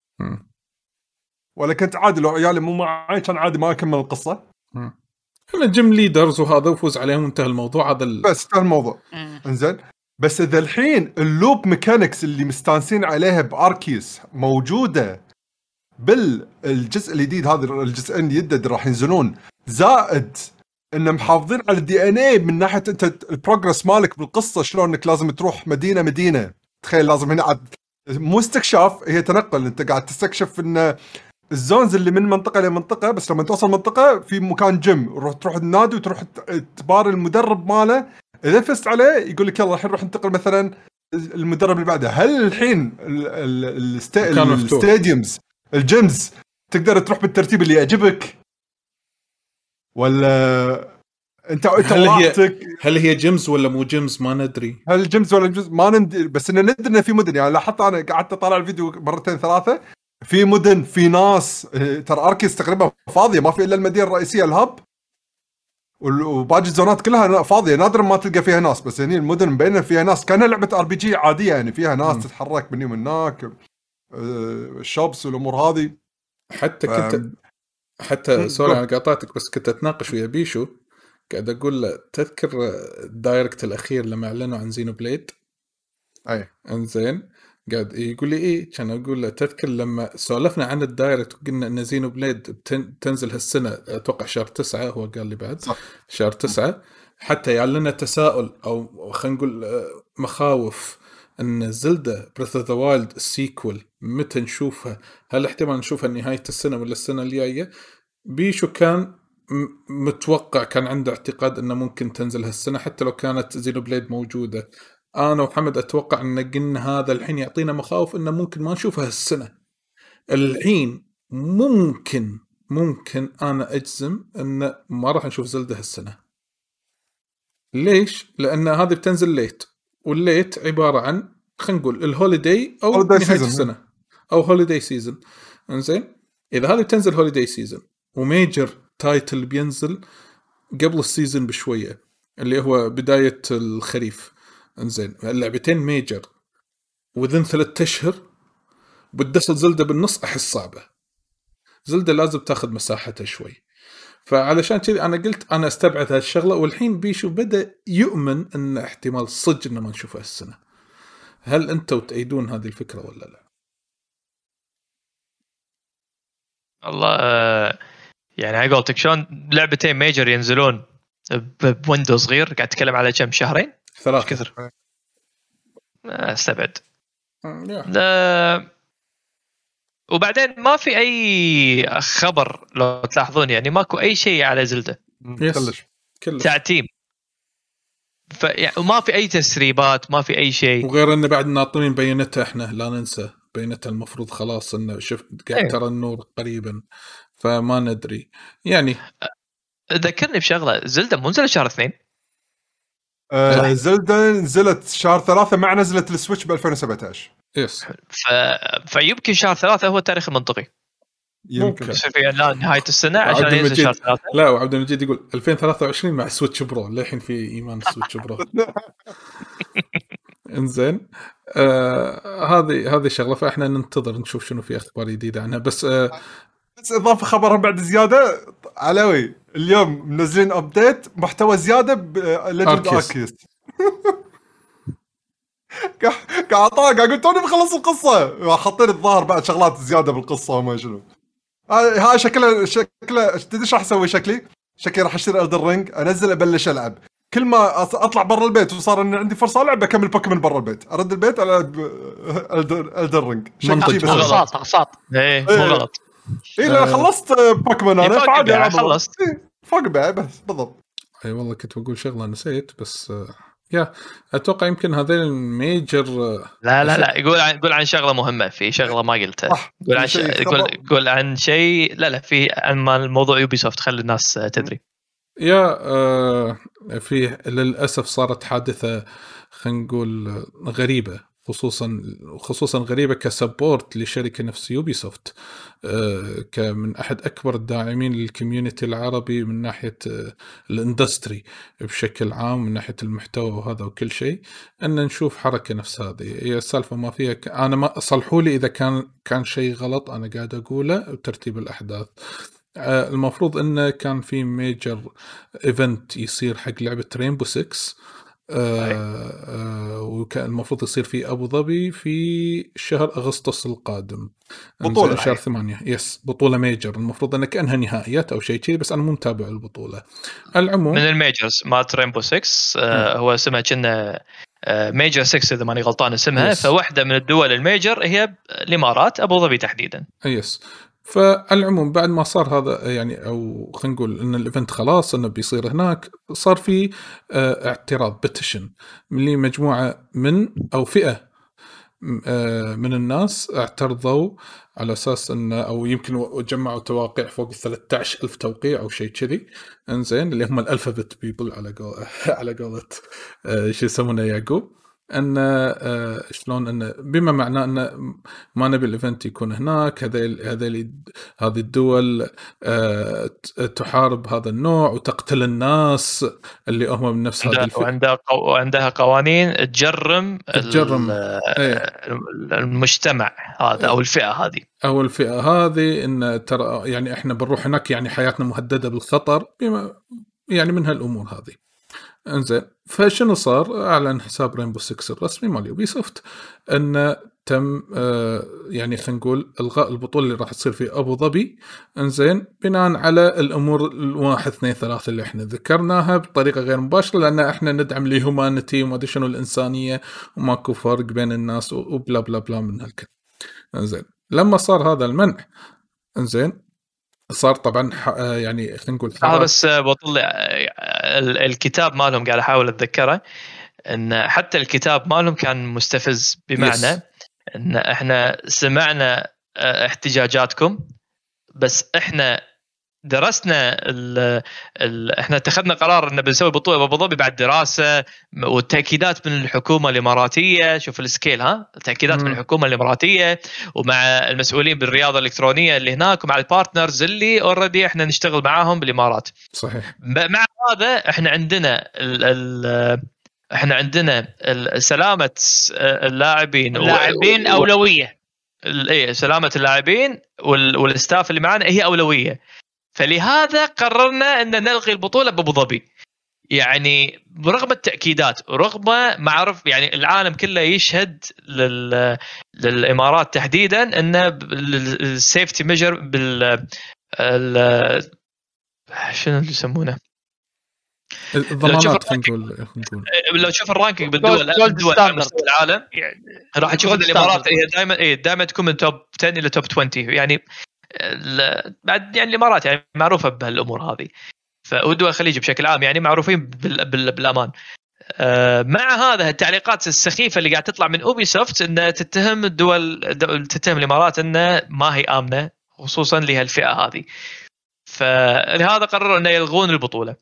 ولا كنت عادي لو عيالي مو معي كان عادي ما اكمل القصه. انا جيم ليدرز وهذا وفوز عليهم انتهى الموضوع. هذا بس انتهى الموضوع. انزين بس اذا الحين اللوب ميكانكس اللي مستانسين عليها باركيوس موجوده بالجزء الجديد هذا الجزئين الجدد راح ينزلون زائد ان محافظين على الدي ان اي من ناحيه انت البروجرس مالك بالقصه شلون انك لازم تروح مدينه. تخيل لازم هنا مو استكشاف هي تنقل. انت قاعد تستكشف ان الزونز اللي من منطقه لمنطقه بس لما توصل منطقه في مكان جيم تروح النادي وتروح تبار المدرب ماله. اذا فزت عليه يقول لك يلا الحين نروح ننتقل مثلا المدرب اللي بعده. هل الحين الستاديومز الجيمز تقدر تروح بالترتيب اللي يعجبك ولا انت هل هي جيمز ولا مو جيمز ما ندري. هل جيمز ولا جيمز ما ندري بس ان ندري ان في مدن. يعني لاحظت انا قعدت اطالع الفيديو مرتين ثلاثه في مدن في ناس. ترى اركيس تقريبا فاضيه ما في الا المدينه الرئيسيه الهب وباقي الزونات كلها فاضيه. نادر ما تلقى فيها ناس بس هني المدن مبينه فيها ناس. كانها لعبه ار بي جي عاديه يعني فيها ناس تتحرك من يم هناك الشوبس والامور هذه. حتى سوري انا قاطعتك بس كنت اتناقش ويا بيشو قاعد اقول له تذكر الدايركت الاخير لما اعلنوا عن زينو بليد. اي انزين قاعد يقول لي ايه، كان اقول له تذكر لما سولفنا عن الدايركت وقلنا ان زينو بليد تنزل هالسنه اتوقع شهر 9، هو قال لي بعد صح. شهر 9 حتى يعني لنا تساؤل او خلينا نقول مخاوف ان زلدة بريث اوف ذا وايلد السيكول متى نشوفها، هل احتمال نشوفها نهايه السنه ولا السنه الجايه؟ بيشو كان متوقع، كان عنده اعتقاد انه ممكن تنزل هالسنه حتى لو كانت زينو بليد موجوده. انا وحمد اتوقع ان قلنا هذا الحين يعطينا مخاوف انه ممكن ما نشوفها هالسنه. الحين ممكن انا اجزم ان ما راح نشوف زلدة هالسنه. ليش؟ لان هذه بتنزل ليت، والليت عباره عن خلينا نقول الهوليداي او هوليداي نهايه سيزن. السنه او هوليداي سيزن. انزين اذا هذه بتنزل هوليداي سيزن وميجر تايتل بينزل قبل السيزن بشويه اللي هو بدايه الخريف، انزين اللعبتين ميجر وذن 3 أشهر بتدخل زلدة بالنص، أحس صعبة. زلدة لازم تاخذ مساحتها شوي، فعلشان كذي أنا قلت أنا استبعد هالشغلة. والحين بيشو بدأ يؤمن أن احتمال صدق أنه ما نشوفها السنة. هل أنتوا تأيدون هذه الفكرة ولا لا؟ الله يعني على قولتك شلون لعبتين ميجر ينزلون بويندو صغير، قاعد تتكلم على كم شهرين 3 كثر. استبعد. لا. لا. وبعدين ما في اي خبر لو تلاحظون، يعني ماكو اي شيء على زلدة كلش تعتيم، وما في اي تسريبات، ما في اي شيء. وغير انه بعد ناطرين بينته، احنا لا ننسى بينته المفروض خلاص انه شفت قاعد ترى النور قريبا، فما ندري يعني. ذكرني بشغله، زلدة مو نزلت شهر 2. زلدة نزلت شهر 3 مع نزلة السويتش ب 2017. يس. فيمكن شهر 3 هو التاريخ المنطقي. يمكن لا نهاية السنة عشان ينزل شهر 3. لا، وعبد المجيد يقول 2023 مع سويتش برو، للحين في ايمان سويتش برو. انزين هذه شغله، فاحنا ننتظر نشوف شنو في اخبار جديده عنها. بس اضافه خبرها بعد زياده علوي، اليوم منزلين ابديت محتوى زياده بليجند اركيس. قاعد اقول توني بخلص القصه، حاطين الظاهر بعد شغلات زياده بالقصه وما شنو. هاي شكله تدري ايش راح اسوي؟ شكلي راح اشتري الدر رينج، انزل ابلش العب. كل ما اطلع برا البيت وصار ان عندي فرصه العب، اكمل بوكيمون برا البيت، ارد البيت العب الدر رينج. غلط. ايه مو غلط. اي لا خلصت بوكيمون انا فعادي خلصت فوق بس بالضبط. اي والله كنت بقول شغله نسيت، بس يا اتوقع يمكن هذين الميجر. لا يقول عن شغله مهمه، في شغله ما قلتها. يقول عن شيء لا في عن الموضوع يوبي سوفت، خلي الناس تدري. يا في للاسف صارت حادثه خلينا نقول غريبه، خصوصا غريبه كسبورت لشركه نفس يوبي سوفت، كمن احد اكبر الداعمين للكوميونتي العربي من ناحيه الاندستري بشكل عام، من ناحيه المحتوى وهذا وكل شيء، ان نشوف حركه نفس هذه. هي السالفه ما فيها انا ما صلحوا لي اذا كان شيء غلط انا قاعد اقوله وترتيب الاحداث. المفروض انه كان في ميجر ايفنت يصير حق لعبه رينبو 6، وكان المفروض يصير في أبو ظبي في شهر أغسطس القادم، بطولة شهر 8. يس بطولة ميجر، المفروض أنها كأنها نهائيات أو شيء كذي، بس أنا مو متابع البطولة. العموم من الميجرز مالت رينبو 6 هو اسمها كنا ميجر 6 إذا ماني غلطان اسمها. فواحدة من الدول الميجر هي الإمارات، أبو ظبي تحديدا. يس. فالعموم بعد ما صار هذا يعني، او خلينا نقول ان الايفنت خلاص انه بيصير هناك، صار في اعتراض بيتيشن لمجموعه من او فئه من الناس اعترضوا على اساس انه، او يمكن جمعوا توقيع فوق 13,000 توقيع او شيء كذي. انزين اللي هم الالفابت بيبل على قولة شو يسمونه يعقوب، ان شلون ان بما معناه ان ما نبي الايفنت يكون هناك. هذه الدول تحارب هذا النوع وتقتل الناس اللي هم من نفس هذه الفئة، وعندها قوانين تجرم المجتمع هذا او الفئة هذه ان ترى يعني احنا بنروح هناك يعني حياتنا مهددة بالخطر، بما يعني من هالامور هذه. انزين فشنو صار؟ اعلن حساب رينبو 6 الرسمي مال يوبي سوفت ان تم يعني خلينا نقول الغاء البطوله اللي راح تصير في ابو ظبي، انزين بناء على الامور الواحد اثنين ثلاثه اللي احنا ذكرناها بطريقه غير مباشره، لان احنا ندعم الهيومانيتي وما ادري شنو الانسانيه وماكو فرق بين الناس وبلا بلا بلا من هالكلام. انزين لما صار هذا المنع، انزين صار طبعا يعني خلينا نقول بس بطلع الكتاب مالهم قاعد احاول اتذكره، ان حتى الكتاب مالهم كان مستفز، بمعنى ان احنا سمعنا احتجاجاتكم، بس احنا درسنا احنا اتخذنا قرار ان بنسوي بطوله ابو ظبي بعد دراسه والتاكيدات من الحكومه الاماراتيه. شوف السكيل، تاكيدات من الحكومه الاماراتيه ومع المسؤولين بالرياضه الالكترونيه اللي هناك ومع البارتنرز اللي اوريدي احنا نشتغل معاهم بالامارات. صحيح. مع هذا احنا عندنا سلامه اللاعبين اولويه. سلامه اللاعبين والستاف اللي معنا هي اولويه، فلهذا قررنا ان نلغي البطوله بابو ظبي. يعني برغم التاكيدات ورغم ما اعرف، يعني العالم كله يشهد للامارات تحديدا ان السيفتي ميجر شنو اللي يسمونه، الضمانات. نقول لو تشوف الرانكينج بالدول على مستوى العالم راح تشوف ان الامارات هي دائما تكون من توب 10 الى توب 20. يعني بعد يعني الامارات يعني معروفه بهالامور هذه، ودول الخليج بشكل عام يعني معروفين بالامان. مع هذا التعليقات السخيفه اللي قاعد تطلع من اوبي سوفت ان تتهم تتهم الامارات انه ما هي امنه، خصوصا لهالفئه هذه، فلهذا قرروا انه يلغون البطوله.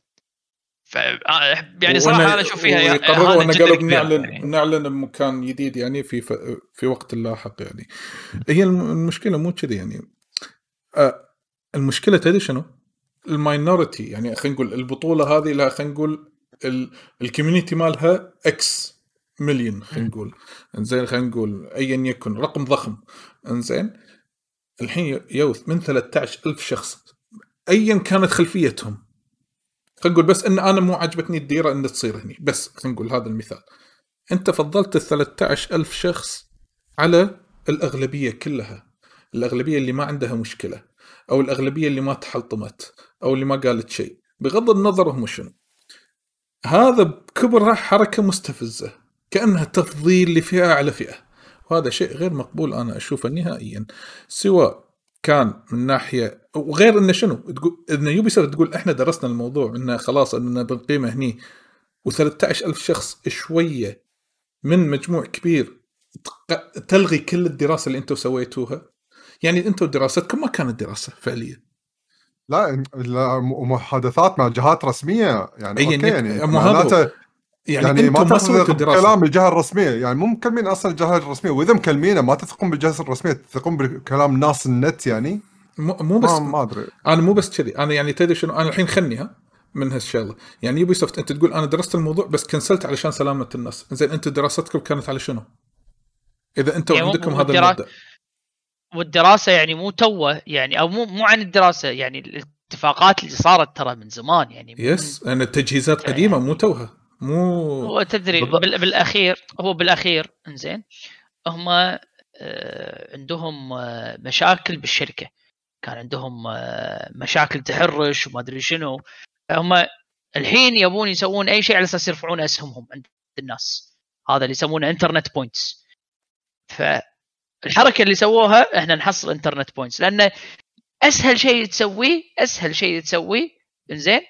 يعني صراحه انا اشوف فيها قرروا ان قالوا نعلن بمكان جديد يعني في وقت لاحق. يعني هي المشكله مو كذا، يعني المشكله تدري شنو؟ الماينورتي. يعني خلينا نقول البطوله هذه لها خلينا نقول الكوميونتي مالها اكس مليون، خلينا نقول انزين، خلينا نقول ايا يكن رقم ضخم. انزين الحين يوث من 13,000 شخص ايا كانت خلفيتهم، خلينا نقول بس ان انا مو عجبتني الديره ان تصير هني، بس خلينا نقول هذا المثال. انت فضلت 13,000 شخص على الاغلبيه كلها، الاغلبيه اللي ما عندها مشكله، او الاغلبيه اللي ما تحلطمت، او اللي ما قالت شيء، بغض النظر هم شنو. هذا بكبرها حركه مستفزه، كانها تفضيل لفئه على فئه، وهذا شيء غير مقبول انا اشوفه نهائيا. سواء كان من ناحيه وغير انه شنو تقول ان يوبيسوفت تقول احنا درسنا الموضوع انه خلاص اننا بنقيمه هني، و13,000 شخص شويه من مجموع كبير تلغي كل الدراسه اللي انتم سويتوها. يعني انتم دراستكم ما كانت دراسه فعليا، لا محادثات مع جهات رسميه يعني اوكي، يعني ما تصدق كلام الجهه الرسميه، يعني مو مكلمين اصلا الجهه الرسميه، واذا مكلمينه ما تثقون بالجهه الرسميه، تثقون بكلام ناس النت. يعني مو بس ما ادري، انا مو بس كذي، انا يعني تدري شنو، انا الحين خلنيها من هالشغله. يعني يوبيسوفت انت تقول انا درست الموضوع بس كنسلت علشان سلامه الناس، زين انت دراستكم كانت على شنو اذا انتم يعني عندكم هذا المبدا؟ والدراسه يعني مو توه يعني، او مو عن الدراسه، يعني الاتفاقات اللي صارت ترى من زمان يعني. يس انا التجهيزات قديمه يعني مو توها، مو هو تدري بالاخير انزين هم عندهم مشاكل بالشركه، كان عندهم مشاكل تحرش وما ادري شنو. هم الحين يبون يسوون اي شيء على اساس يرفعون اسهمهم عند الناس، هذا اللي يسمونه انترنت بوينتس. فالحركه اللي سووها احنا نحصل انترنت بوينتس، لانه اسهل شيء تسويه انزين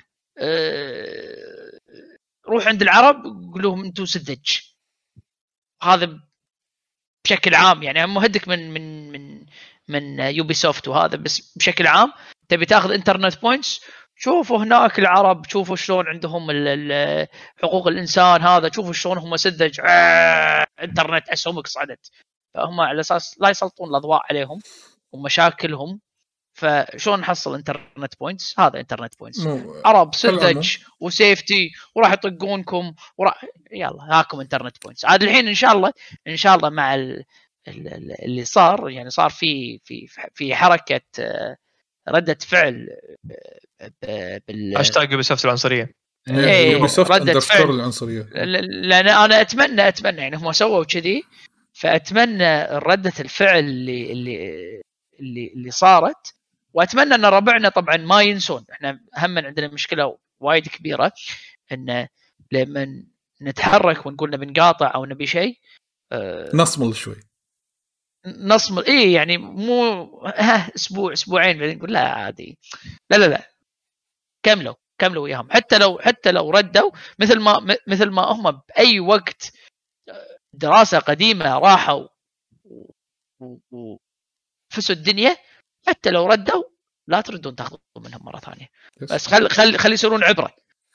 روح عند العرب قول لهم انتم سذج. هذا بشكل عام يعني هم هدك من يوبي سوفت وهذا، بس بشكل عام تبي تاخذ انترنت بوينتس، شوفوا هناك العرب، شوفوا شلون عندهم حقوق الانسان، هذا شوفوا شلون هم سذج، انترنت اسهمك صعدت. فهم على اساس لا يسلطون الاضواء عليهم ومشاكلهم، فشون نحصل انترنت بوينتس؟ هذا انترنت بوينتس، عرب سذج وسيفتي وراح يطقونكم يلا هاكم انترنت بوينتس. عاد الحين ان شاء الله مع اللي صار، يعني صار في حركه رده فعل هاشتاج يوبيسوفت العنصريه. يوبيسوفت _العنصريه. لان انا اتمنى يعني هم سووا كذي، فاتمنى ردة الفعل اللي صارت، واتمنى ان ربعنا طبعا ما ينسون. احنا هم عندنا مشكله وايد كبيره ان لما نتحرك ونقول نبي نقاطع او نبي شيء نصمل شوي، نصمل ايه يعني مو اسبوع اسبوعين بعدين نقول لا عادي، لا كملوا وياهم. حتى لو ردوا مثل ما هم باي وقت دراسه قديمه راحوا وفسوا الدنيا، حتى لو ردوا لا تردون تاخذون منهم مره ثانيه. بس خلي يصيرون عبره،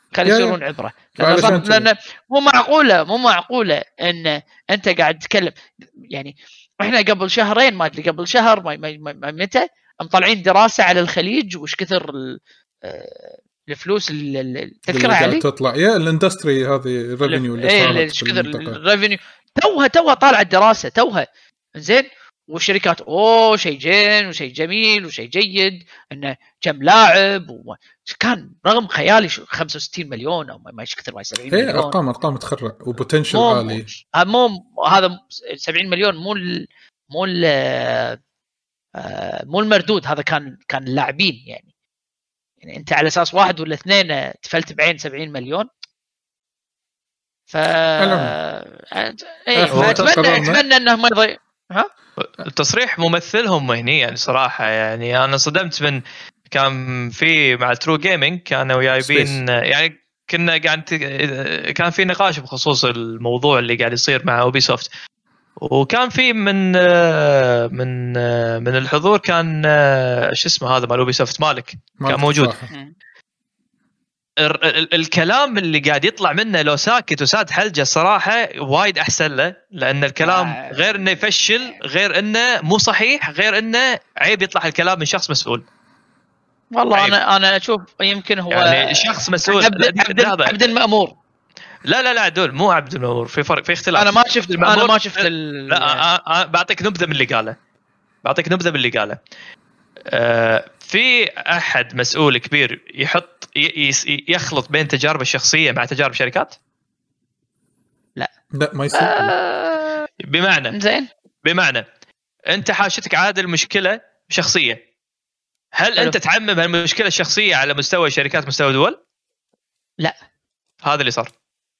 لأن مو معقوله ان انت قاعد تتكلم. يعني احنا قبل شهرين ما ادري قبل شهر متى مطلعين دراسه على الخليج وش كثر الفلوس اللي تذكرها علي تطلع يا الاندستري هذه الريفينيو اللي صارت في الريفينيو توها طالعه الدراسه توها زين. والشركات شيء جين وشيء جميل وشيء جيد انه كم لاعب كان رقم خيالي 65 مليون او ما اكثر ما 70 مليون. ارقام تخرع وبوتنشل عالي. مو هذا 70 مليون مو المردود، هذا كان اللاعبين يعني انت على اساس واحد ولا اثنين تفلت بعين 70 مليون. اتمنى انه ما يضيع. التصريح ممثلهم هني يعني صراحه، يعني انا صدمت من كان في مع ترو جيمنج كانوا جايبين يعني كان في نقاش بخصوص الموضوع اللي قاعد يصير مع اوبي سوفت، وكان في من الحضور كان شو اسمه هذا مال اوبي سوفت مالك كان موجود. الكلام اللي قاعد يطلع منه لو ساكت وساد حلجه صراحه وايد احسن له، لان الكلام غير انه يفشل، غير انه مو صحيح، غير انه عيب يطلع الكلام من شخص مسؤول. والله عيب. انا اشوف يمكن هو يعني شخص مسؤول عبد المأمور. لا دول مو عبد المأمور، في فرق، في اختلاف. انا ما شفت لا بعطيك نبذه من اللي قاله. في احد مسؤول كبير يخلط بين تجاربه الشخصيه مع تجارب شركات؟ لا ما يصير. بمعنى انت حاشتك عادل مشكله شخصيه، هل انت تعمم هالمشكله الشخصيه على مستوى شركات مستوى دول؟ لا، هذا اللي صار.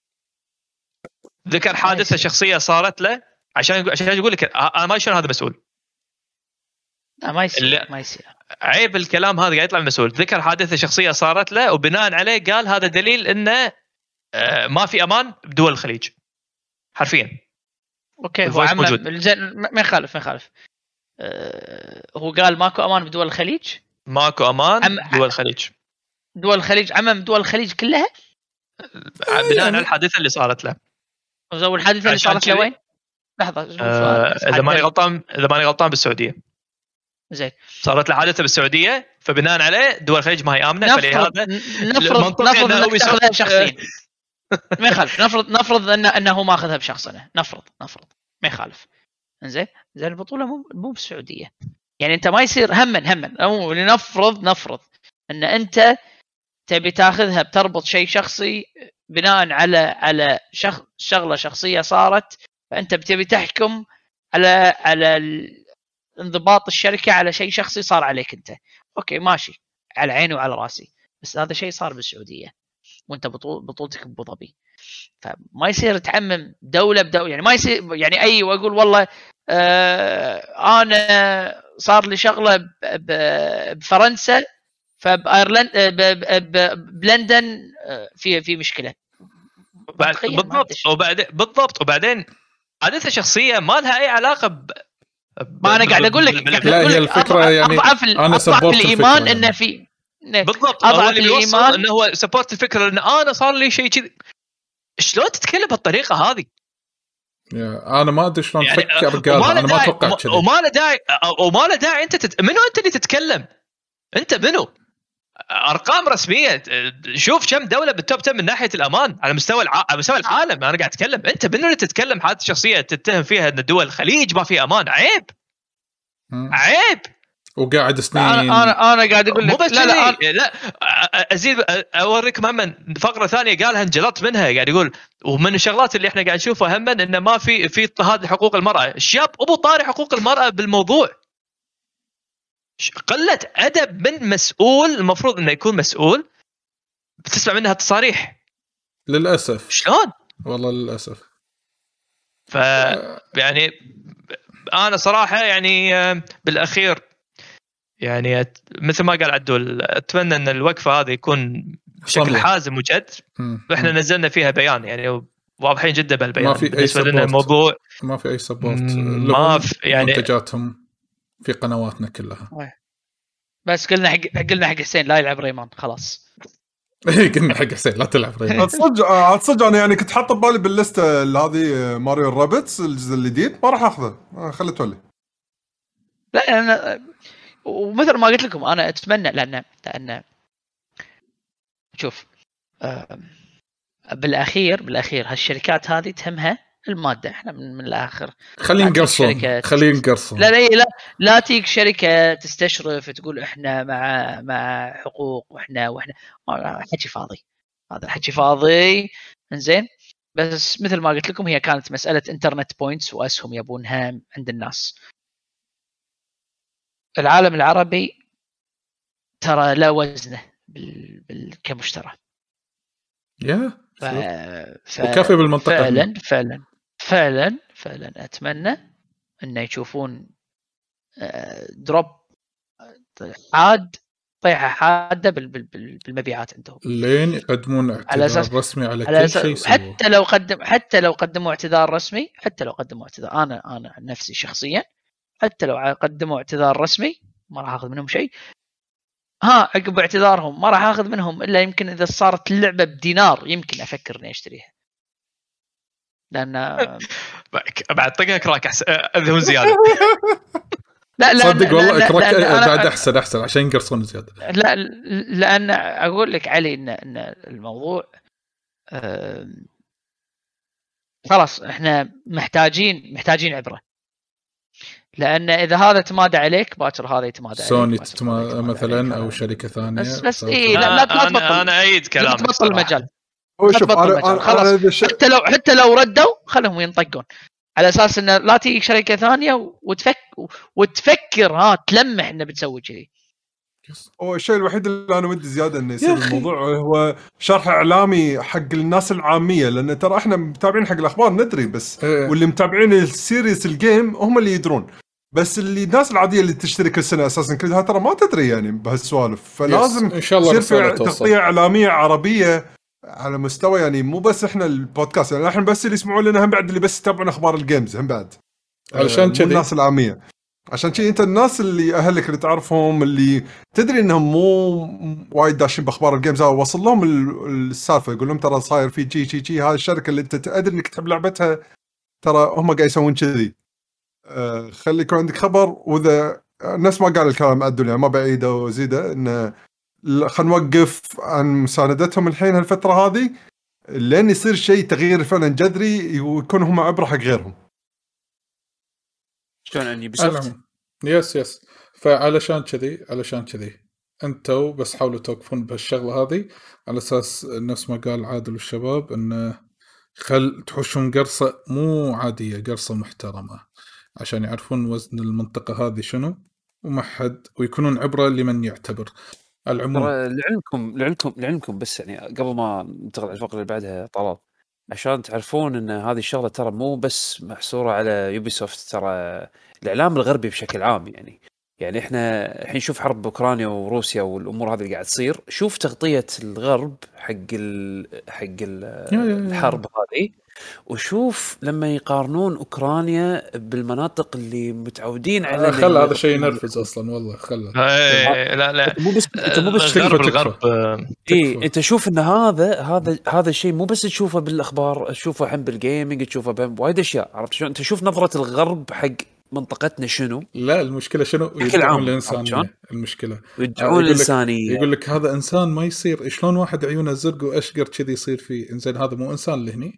ذكر حادثه شخصيه صارت له عشان يقول لك انا ما شلون هذا مسؤول. لا ما يصير عيب الكلام هذا قاعد يطلع المسؤول. ذكر حادثه شخصيه صارت له وبناء عليه قال هذا دليل انه ما في امان بدول الخليج حرفيا. اوكي هو ما يخالف هو قال ماكو امان بدول الخليج، ماكو امان دول الخليج عمم دول الخليج كلها بناء على الحادثه اللي صارت له. والحادثه اللي صارت له وين؟ لحظه اذا ماني غلطان بالسعوديه. زين صارت له حادثه بالسعوديه، فبناء عليه دول الخليج ما هي امنه، فلهذا نفرض انه تاخذها شخصيا ما يخالف. نفرض انه ما اخذها بشخصنه، نفرض ما يخالف. زين البطوله مو بالسعوديه، يعني انت ما يصير هم او نفرض ان انت تبي تاخذها بتربط شيء شخصي بناء على شغله شخصيه صارت، فانت بتبي تحكم على انضباط الشركه على شيء شخصي صار عليك انت. اوكي ماشي، على عيني وعلى راسي، بس هذا شيء صار بالسعوديه وانت بطولتك بأبو ظبي، فما يصير تعمم دوله بدوله. يعني ما يصير يعني اي واقول والله انا صار لي شغله بفرنسا فبايرلندا بلندن في مشكله. بالضبط. وبعدين حادثه شخصيه ما لها اي علاقه ما انا قاعد اقول لك هي الفكره يعني انا سبورت الايمان انه في بالضبط اضعف الايمان انه هو سبورت الفكره ان انا صار لي شيء كذي. شلون تتكلم بالطريقه هذه؟ انا ما ادري شلون افكر قال انا ما اتوقع كذا وما له داعي انت منو انت اللي تتكلم؟ انت منو؟ ارقام رسميه، شوف كم دوله بالتوب 10 من ناحيه الامان على مستوى العالم. انا قاعد اتكلم، انت منو اللي تتكلم حادثه شخصيه تتهم فيها ان دول الخليج ما في امان؟ عيب. وقاعد سنين. انا قاعد اقول لك لا ازيد اوريكم هم فقره ثانيه قالها انجلطت منها، قاعد يقول ومن الشغلات اللي احنا قاعد نشوفها هم انه ما في اضطهاد لحقوق المراه. الشاب ابو طاري حقوق المراه بالموضوع، قله ادب من مسؤول المفروض انه يكون مسؤول، بتسمع منها تصاريح للاسف. شلون والله للاسف. يعني انا صراحه يعني بالاخير يعني مثل ما قال عدول، اتمنى ان الوقفه هذه يكون بشكل حازم وجد. واحنا نزلنا فيها بيان يعني واضحين جدا بالبيان، ما في بالنسبه أي لنا الموضوع ما في اي سبورت ما في يعني منتجاتهم في قنواتنا كلها. بس قلنا حق حسين لا يلعب ريمان خلاص. قلنا حق حسين لا تلعب ريمان. صدق انا يعني كنت حاط ببالي باللسته هذه ماريو الرابتس الجزء الجديد، ما راح اخذه، خليه تولي. لا انا ومثل ما قلت لكم انا اتمنى لان شوف بالاخير هالشركات هذه تهمها الماده. احنا من الاخر خلينا نقرصون. لا تيجي شركه تستشرف تقول احنا مع حقوق واحنا حكي فاضي. هذا الحكي فاضي. انزين بس مثل ما قلت لكم هي كانت مساله انترنت بوينتس واسهم يبونها عند الناس. العالم العربي ترى لا وزنه كمشترى. وكافي بالمنطقة. فعلا أتمنى أن يشوفون دروب حاد، طيحة حادة بالمبيعات عندهم لين يقدمون اعتذار رسمي على كل شيء. حتى لو قدموا اعتذار رسمي، أنا عن نفسي شخصيا حتى لو قدموا اعتذار رسمي ما راح أخذ منهم شيء. عقب اعتذارهم ما راح أخذ منهم إلا يمكن إذا صارت اللعبة بدينار يمكن أفكر إني أشتريها، لأن بعد طقها كراك أذهب زيادة. لا صدق والله كراك بعد أحسن عشان ينقرصون زيادة. لا لأن أقول لك علي إن الموضوع خلاص إحنا محتاجين عبرة، لأن إذا هذا تمادى عليك باكر هذا يتمادى عليك. سوني مثلا أو شركة ثانية. بس إيه لا تبطل. أنا أعيد كلامك. تبطل المجال. خلاص حتى لو ردوا خلهم ينطقون على أساس إنه لا تيجي شركة ثانية وتفكر تلمح إنه بتسوي كذي. هو الشيء الوحيد اللي أنا ودي زيادة إنه يصير الموضوع هو شرح إعلامي حق الناس العامية، لأن ترى إحنا متابعين حق الأخبار ندري بس واللي متابعين السيريس الجيم هم اللي يدرون، بس اللي الناس العادية اللي تشتري كل سنة أساساً كلها ترى ما تدري يعني بهالسوالف. فلازم يصير في تغطية إعلامية عربية على مستوى يعني مو بس إحنا البودكاست، يعني إحنا بس اللي يسمعون لنا هم بعد اللي بس يتابعون أخبار الجيمز هم بعد، علشان كذي الناس العامية. عشان كذي أنت الناس اللي أهلك اللي تعرفهم اللي تدري إنهم مو وايد داشين بأخبار الجيمز وصل لهم السالفة، يقول لهم ترى صاير في جي هاي الشركة اللي أنت تدري إنك تحب لعبتها ترى هم قاعد يسوون كذي. خلي يكون عندك خبر. وإذا الناس ما قال الكلام أدل يعني ما بعيده وزيده إن خلينا نوقف عن مساندتهم الحين هالفترة هذه لين يصير شيء تغيير فعلا جذري ويكون هم عبرة حق غيرهم. شلون اني بسفت يس فعلشان كذي انتوا بس حاولوا توقفون بهالشغله هذه على اساس نفس ما قال عادل والشباب انه تحوشون قرصه مو عاديه، قرصه محترمه عشان يعرفون وزن المنطقه هذه شنو ومحد ويكونون عبره لمن يعتبر. العموم لعلمكم بس يعني قبل ما ننتقل على الفقره اللي بعدها طلال، عشان تعرفون ان هذه الشغله ترى مو بس محصوره على يوبيسوفت، ترى الاعلام الغربي بشكل عام يعني احنا الحين نشوف حرب اوكرانيا وروسيا والامور هذه اللي قاعد تصير، شوف تغطيه الغرب حق الحرب هذه، وشوف لما يقارنون اوكرانيا بالمناطق اللي متعودين على خل هذا شيء ينرفز اصلا والله. لا مو بس الغرب انت شوف ان هذا الشيء مو بس تشوفه بالاخبار، تشوفه الحين بالجيمنج، تشوفه بوايد اشياء. عرفت شلون؟ انت شوف نظره الغرب حق منطقتنا شنو. لا المشكله شنو؟ يدعون الانسانيه. المشكله يدعون الانسانيه. يقول لك هذا انسان ما يصير، شلون واحد عيونه زرق واشقر كذي يصير فيه انزين؟ هذا مو انسان اللي هني.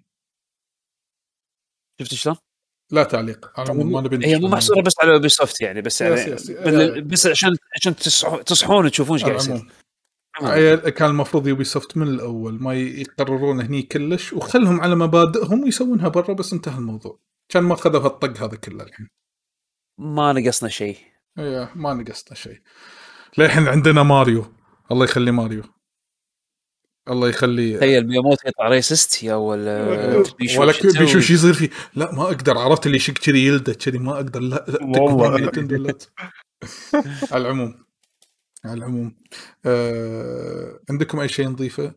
شفت شلون؟ لا تعليق ما نبي. هي مو محصوره بس على بيسوفت يعني، بس يعني بس عشان تصحون تشوفون ايش قاعد يصير. كان المفروض يوبي سوفت من الاول ما يقررون هني كلش وخلهم على مبادئهم ويسوونها برا بس انتهى الموضوع. كان ما خذوا هالطق هذا كله الحين. ما نقصنا شيء. ايه ما نقصنا شيء. للحين عندنا ماريو، الله يخلي ماريو، الله يخلي. تخيل مياموتو يطلع ريسست يا ولا بيشو شو يصير فيه. لا ما اقدر، عرفت اللي يشك كذي يلده كذي ما اقدر. لا والله على العموم عندكم اي شيء نضيفه؟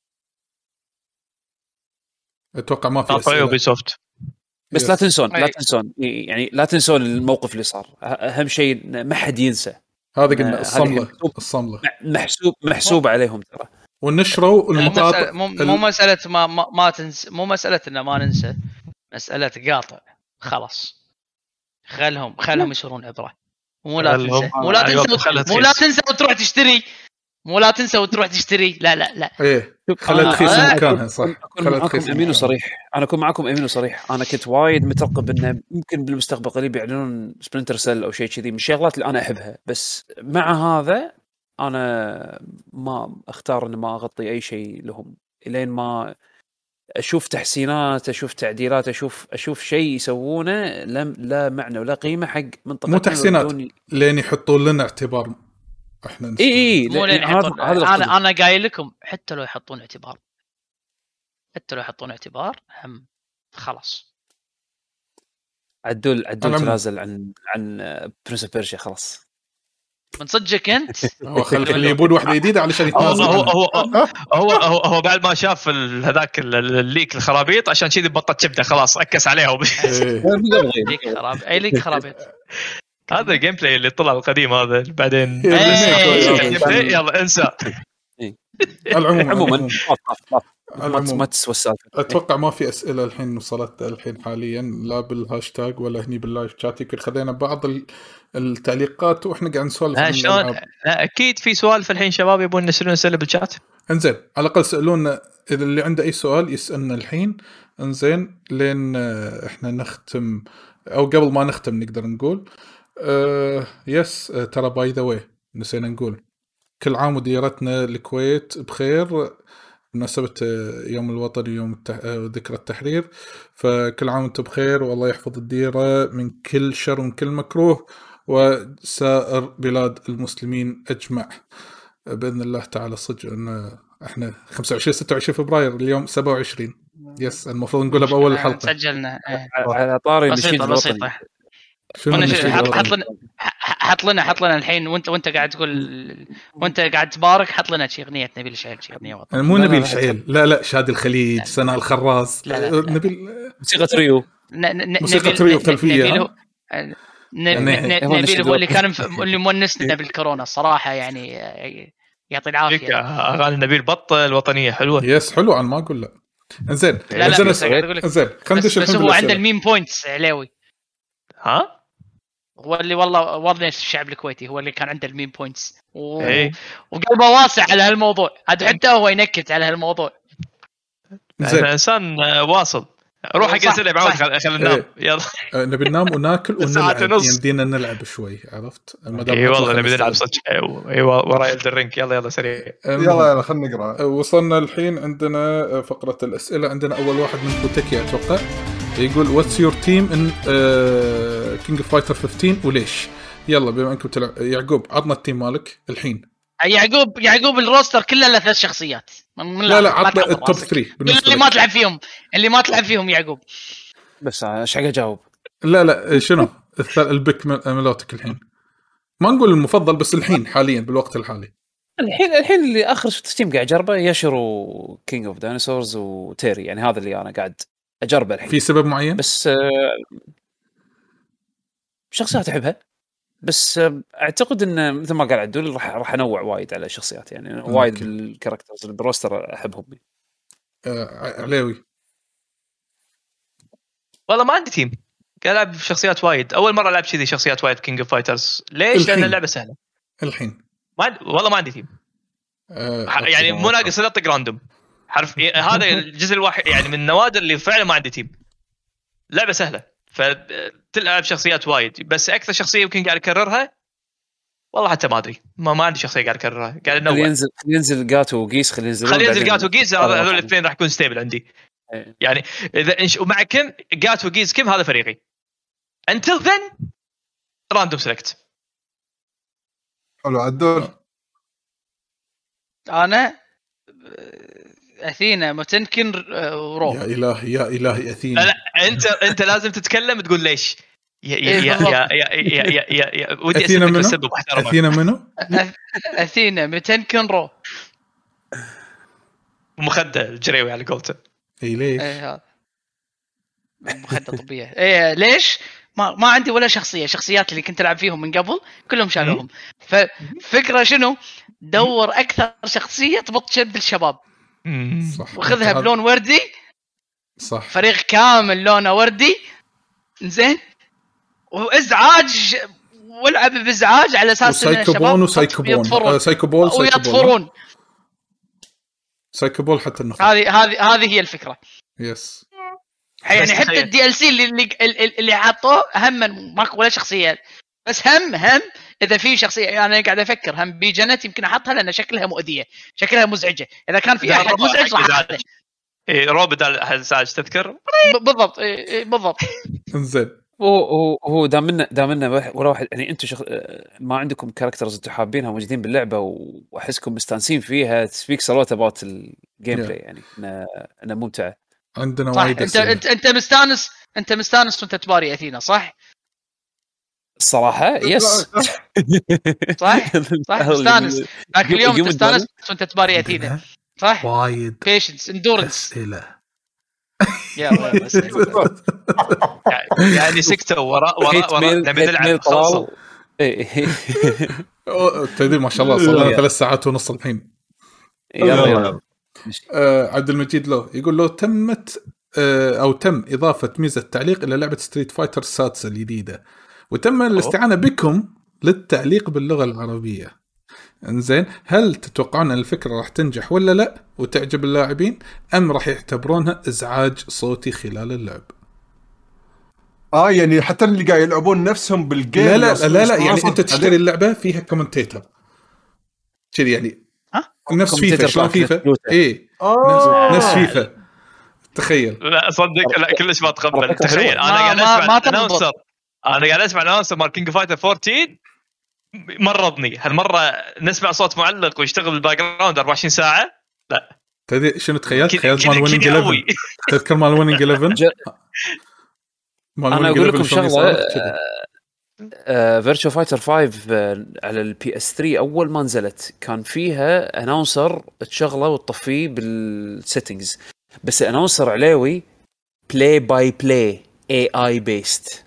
اتوقع ما في اسئله يوبي سوفت. بس لا تنسون يعني لا تنسون الموقف اللي صار. اهم شيء ما حد ينسى هذا. قلنا الصمله محسوب عليهم ترى. ونشروا المقاطع. مو مساله ما تنسى، مو مساله ان ما ننسى، مساله قاطع خلاص. خلهم يصيرون عبره. مو لا تنسى وتروح تشتري. لا خلت تخيس مكانها. صح. انا اكون معكم امين وصريح. انا كنت وايد مترقب انه يمكن بالمستقبل قريب يعلنون سبلنتر سيل او شيء كذي من الشغلات اللي انا احبها، بس مع هذا انا ما اختار ان ما اغطي اي شيء لهم الين ما اشوف تحسينات، اشوف تعديلات، اشوف شيء يسوونه لا معنى ولا قيمه حق منطقتنا. مو تحسينات لين يحطون لنا اعتبار احنا هذا انا قايل لكم حتى لو يحطون اعتبار هم خلاص. عدول تنازل عن برنس بيرشيا خلاص من صدقك انت. هو خلي يبون واحده جديده علشان يتنازل. هو بعد ما شاف هذاك الليك الخرابيط عشان كذي بطت كبده خلاص اكس عليها ليك خرابيط. هذا الجيم بلاي اللي طلع القديم هذا بعدين يلا انسى. عموما ما تسوى السالفه. اتوقع ما في اسئله الحين وصلت الحين حاليا لا بالهاشتاج ولا هني باللايف شات. يمكن خذينا بعض التعليقات واحنا قاعد نسولف. لا اكيد في سؤال في الحين شباب يبون يسالون اسئله بالشات. انزين على الاقل سالونا اذا اللي عنده اي سؤال يسالنا الحين. انزين لين احنا نختم او قبل ما نختم نقدر نقول يس ترى باي ذا واي نسينا نقول كل عام وديرتنا الكويت بخير بمناسبة يوم الوطن ويوم ذكرى التحرير. فكل عام وانتم بخير والله يحفظ الديرة من كل شر ومن كل مكروه وسائر بلاد المسلمين أجمع بإذن الله تعالى. صدق أن احنا 25-26 فبراير اليوم 27. يس المفروض نقولها بأول الحلقة. سجلنا على طاري بسيطة. حط لنا الحين وانت قاعد تقول وانت قاعد تبارك حط لنا شي اغنيه نبيل شعيل شي اغنيه وطنيه. مو نبيل شعيل لا شادي الخليج سناء الخراس. نبيل موسيقى تريو خلفيه. نبيل هو اللي كان اللي مونسنا بالكورونا الصراحه يعني يعطي العافيه. اغاني نبيل بط الوطنيه حلوه. يس حلو انا ما اقول لا. انزين انزين خندش بس هو عنده الميم بوينتس علاوي. ها هو اللي والله وضع الشعب الكويتي هو اللي كان عنده الميم بوينتس وقلبه واسع على هالموضوع. هذا حتى هو ينكت على هالموضوع. انسان واصل. روح حق السلة بعود خلينا ننام يلا. نبي ننام وناكل ونلعب. يمدينا نلعب شوي عرفت. اي والله نبي نلعب صدق. ايوه وراي الدرينك يلا سريع يلا خلينا نقرا. وصلنا الحين عندنا فقرة الأسئلة. عندنا أول واحد من بوتيكي أتوقع يقول what's your team in King of Fighter 15 وليش. يلا بما أنكم تلعب يعقوب عطنا التيم مالك الحين. يعقوب الروستر كله له 3 شخصيات. لا عطنا التوب 3 اللي ما تلعب فيهم يعقوب. بس ايش حق اجاوب. لا شنو البيك ملوتك الحين. ما نقول المفضل بس الحين حاليا بالوقت الحالي. الحين اللي اخر تيم قاعد اجربه يشرو كينج اوف دايناصورز وتيري. يعني هذا اللي انا قاعد اجربه الحين. في سبب معين بس شخصيات احبها. بس اعتقد ان مثل ما قال عدول راح انوع وايد على الشخصيات. يعني وايد بالكاركترز بالروستر احبهم. عليوي والله ما عندي تيم قاعد العب شخصيات وايد. اول مره العب كذي شخصيات وايد كينج اوف فايترز. ليش؟ لان اللعبه سهله الحين. والله ما عندي تيم. يعني مو ناقص اطق راندوم حرف. هذا الجزء الواحد يعني من النوادر اللي فعلا ما عندي تيم. لعبه سهله فتلعب شخصيات وايد. بس اكثر شخصيه يمكن قاعد اكررها والله حتى ما ادري ما عندي شخصيه قاعد اكررها قاعد انوع. ينزل جاتو وقيس خلي ينزل جاتو وقيس هذول الاثنين راح يكون ستيبل عندي. يعني اذا ومع كم جاتو وقيس كم هذا فريقي. until then راندوم سيلكت. حلو عدول. انا اثينا متنكن رو. يا الهي اثينا. لا انت لازم تتكلم تقول ليش. يا ودي اسالك السبب محترم. اثينا منو؟ اثينا متنكن رو مخدة الجريوي على قولته. اي ليش؟ مخدة طبية. ايه ليش؟ ما عندي ولا شخصيات اللي كنت ألعب فيهم من قبل كلهم شالوهم. ففكرة شنو؟ دور أكثر شخصية تبط شد الشباب وخذها بلون وردي. صح. فريق كامل لونه وردي زين وإزعاج والعب بإزعاج على أساس إن الشباب ويطفرون. سايكوبول حتى النقطة. هذه هي الفكرة. يس. يعني حتى الدي ال سي اللي حطوه هم ماكو ولا شخصيه بس هم اذا في شخصيه يعني انا قاعد افكر هم بجنت يمكن احطها لان شكلها مؤذيه شكلها مزعجه اذا كان في احد مزعج راح احطه. رو بدل ازعاج تذكر بالضبط. بالضبط. انزين هو دامنا ولا واحد يعني انتم ما عندكم كاركترز انتم حابينها موجودين باللعبه واحسكم مستانسين فيها سبيك سلوت اباوت الجيم بلاي يعني انها ممتعه. عندنا وايد انت مستانس وانت تباري اثينا صح؟ الصراحه يس صح مستانس لكن اليوم تستانس وانت تباري اثينا صح؟ وايد بيشنس اندورنس اسئله يعني سكتوا وراء نبي نلعب خلاص. تدري ما شاء الله صار لنا 3 ساعات ونص الحين. يلا عبد المجيد يقول له تم إضافة ميزة تعليق إلى لعبة ستريت فايتر السادسة الجديدة وتم الاستعانة بكم للتعليق باللغة العربية. انزين هل تتوقعون أن الفكرة راح تنجح ولا لا وتعجب اللاعبين أم راح يعتبرونها إزعاج صوتي خلال اللعب؟ يعني حتى اللي قاعد يلعبون نفسهم بالجيم لا يعني أنت تشتري اللعبة فيها كومنتيتر كذي يعني نفس فيفا شلون فيفا ايه نفس فيفا تخيل. لا صدق لا كلش ما تقبل. تخيل انا قاعد اسمع اناونسر مال كينج فايتر 14 مرضني هالمره نسمع صوت معلق ويشتغل بالباك جراوند 24 ساعه. لا تدري شنو تخيلت مال ويننج 11 تذكر مال ويننج 11 انا اقول لكم شغله فيرتشوال فايتر 5 على البي اس 3 اول ما نزلت كان فيها اناونسر تشغله وتطفيه بالسيتنجز بس اناونسر علاوي بلاي باي بلاي اي اي بيست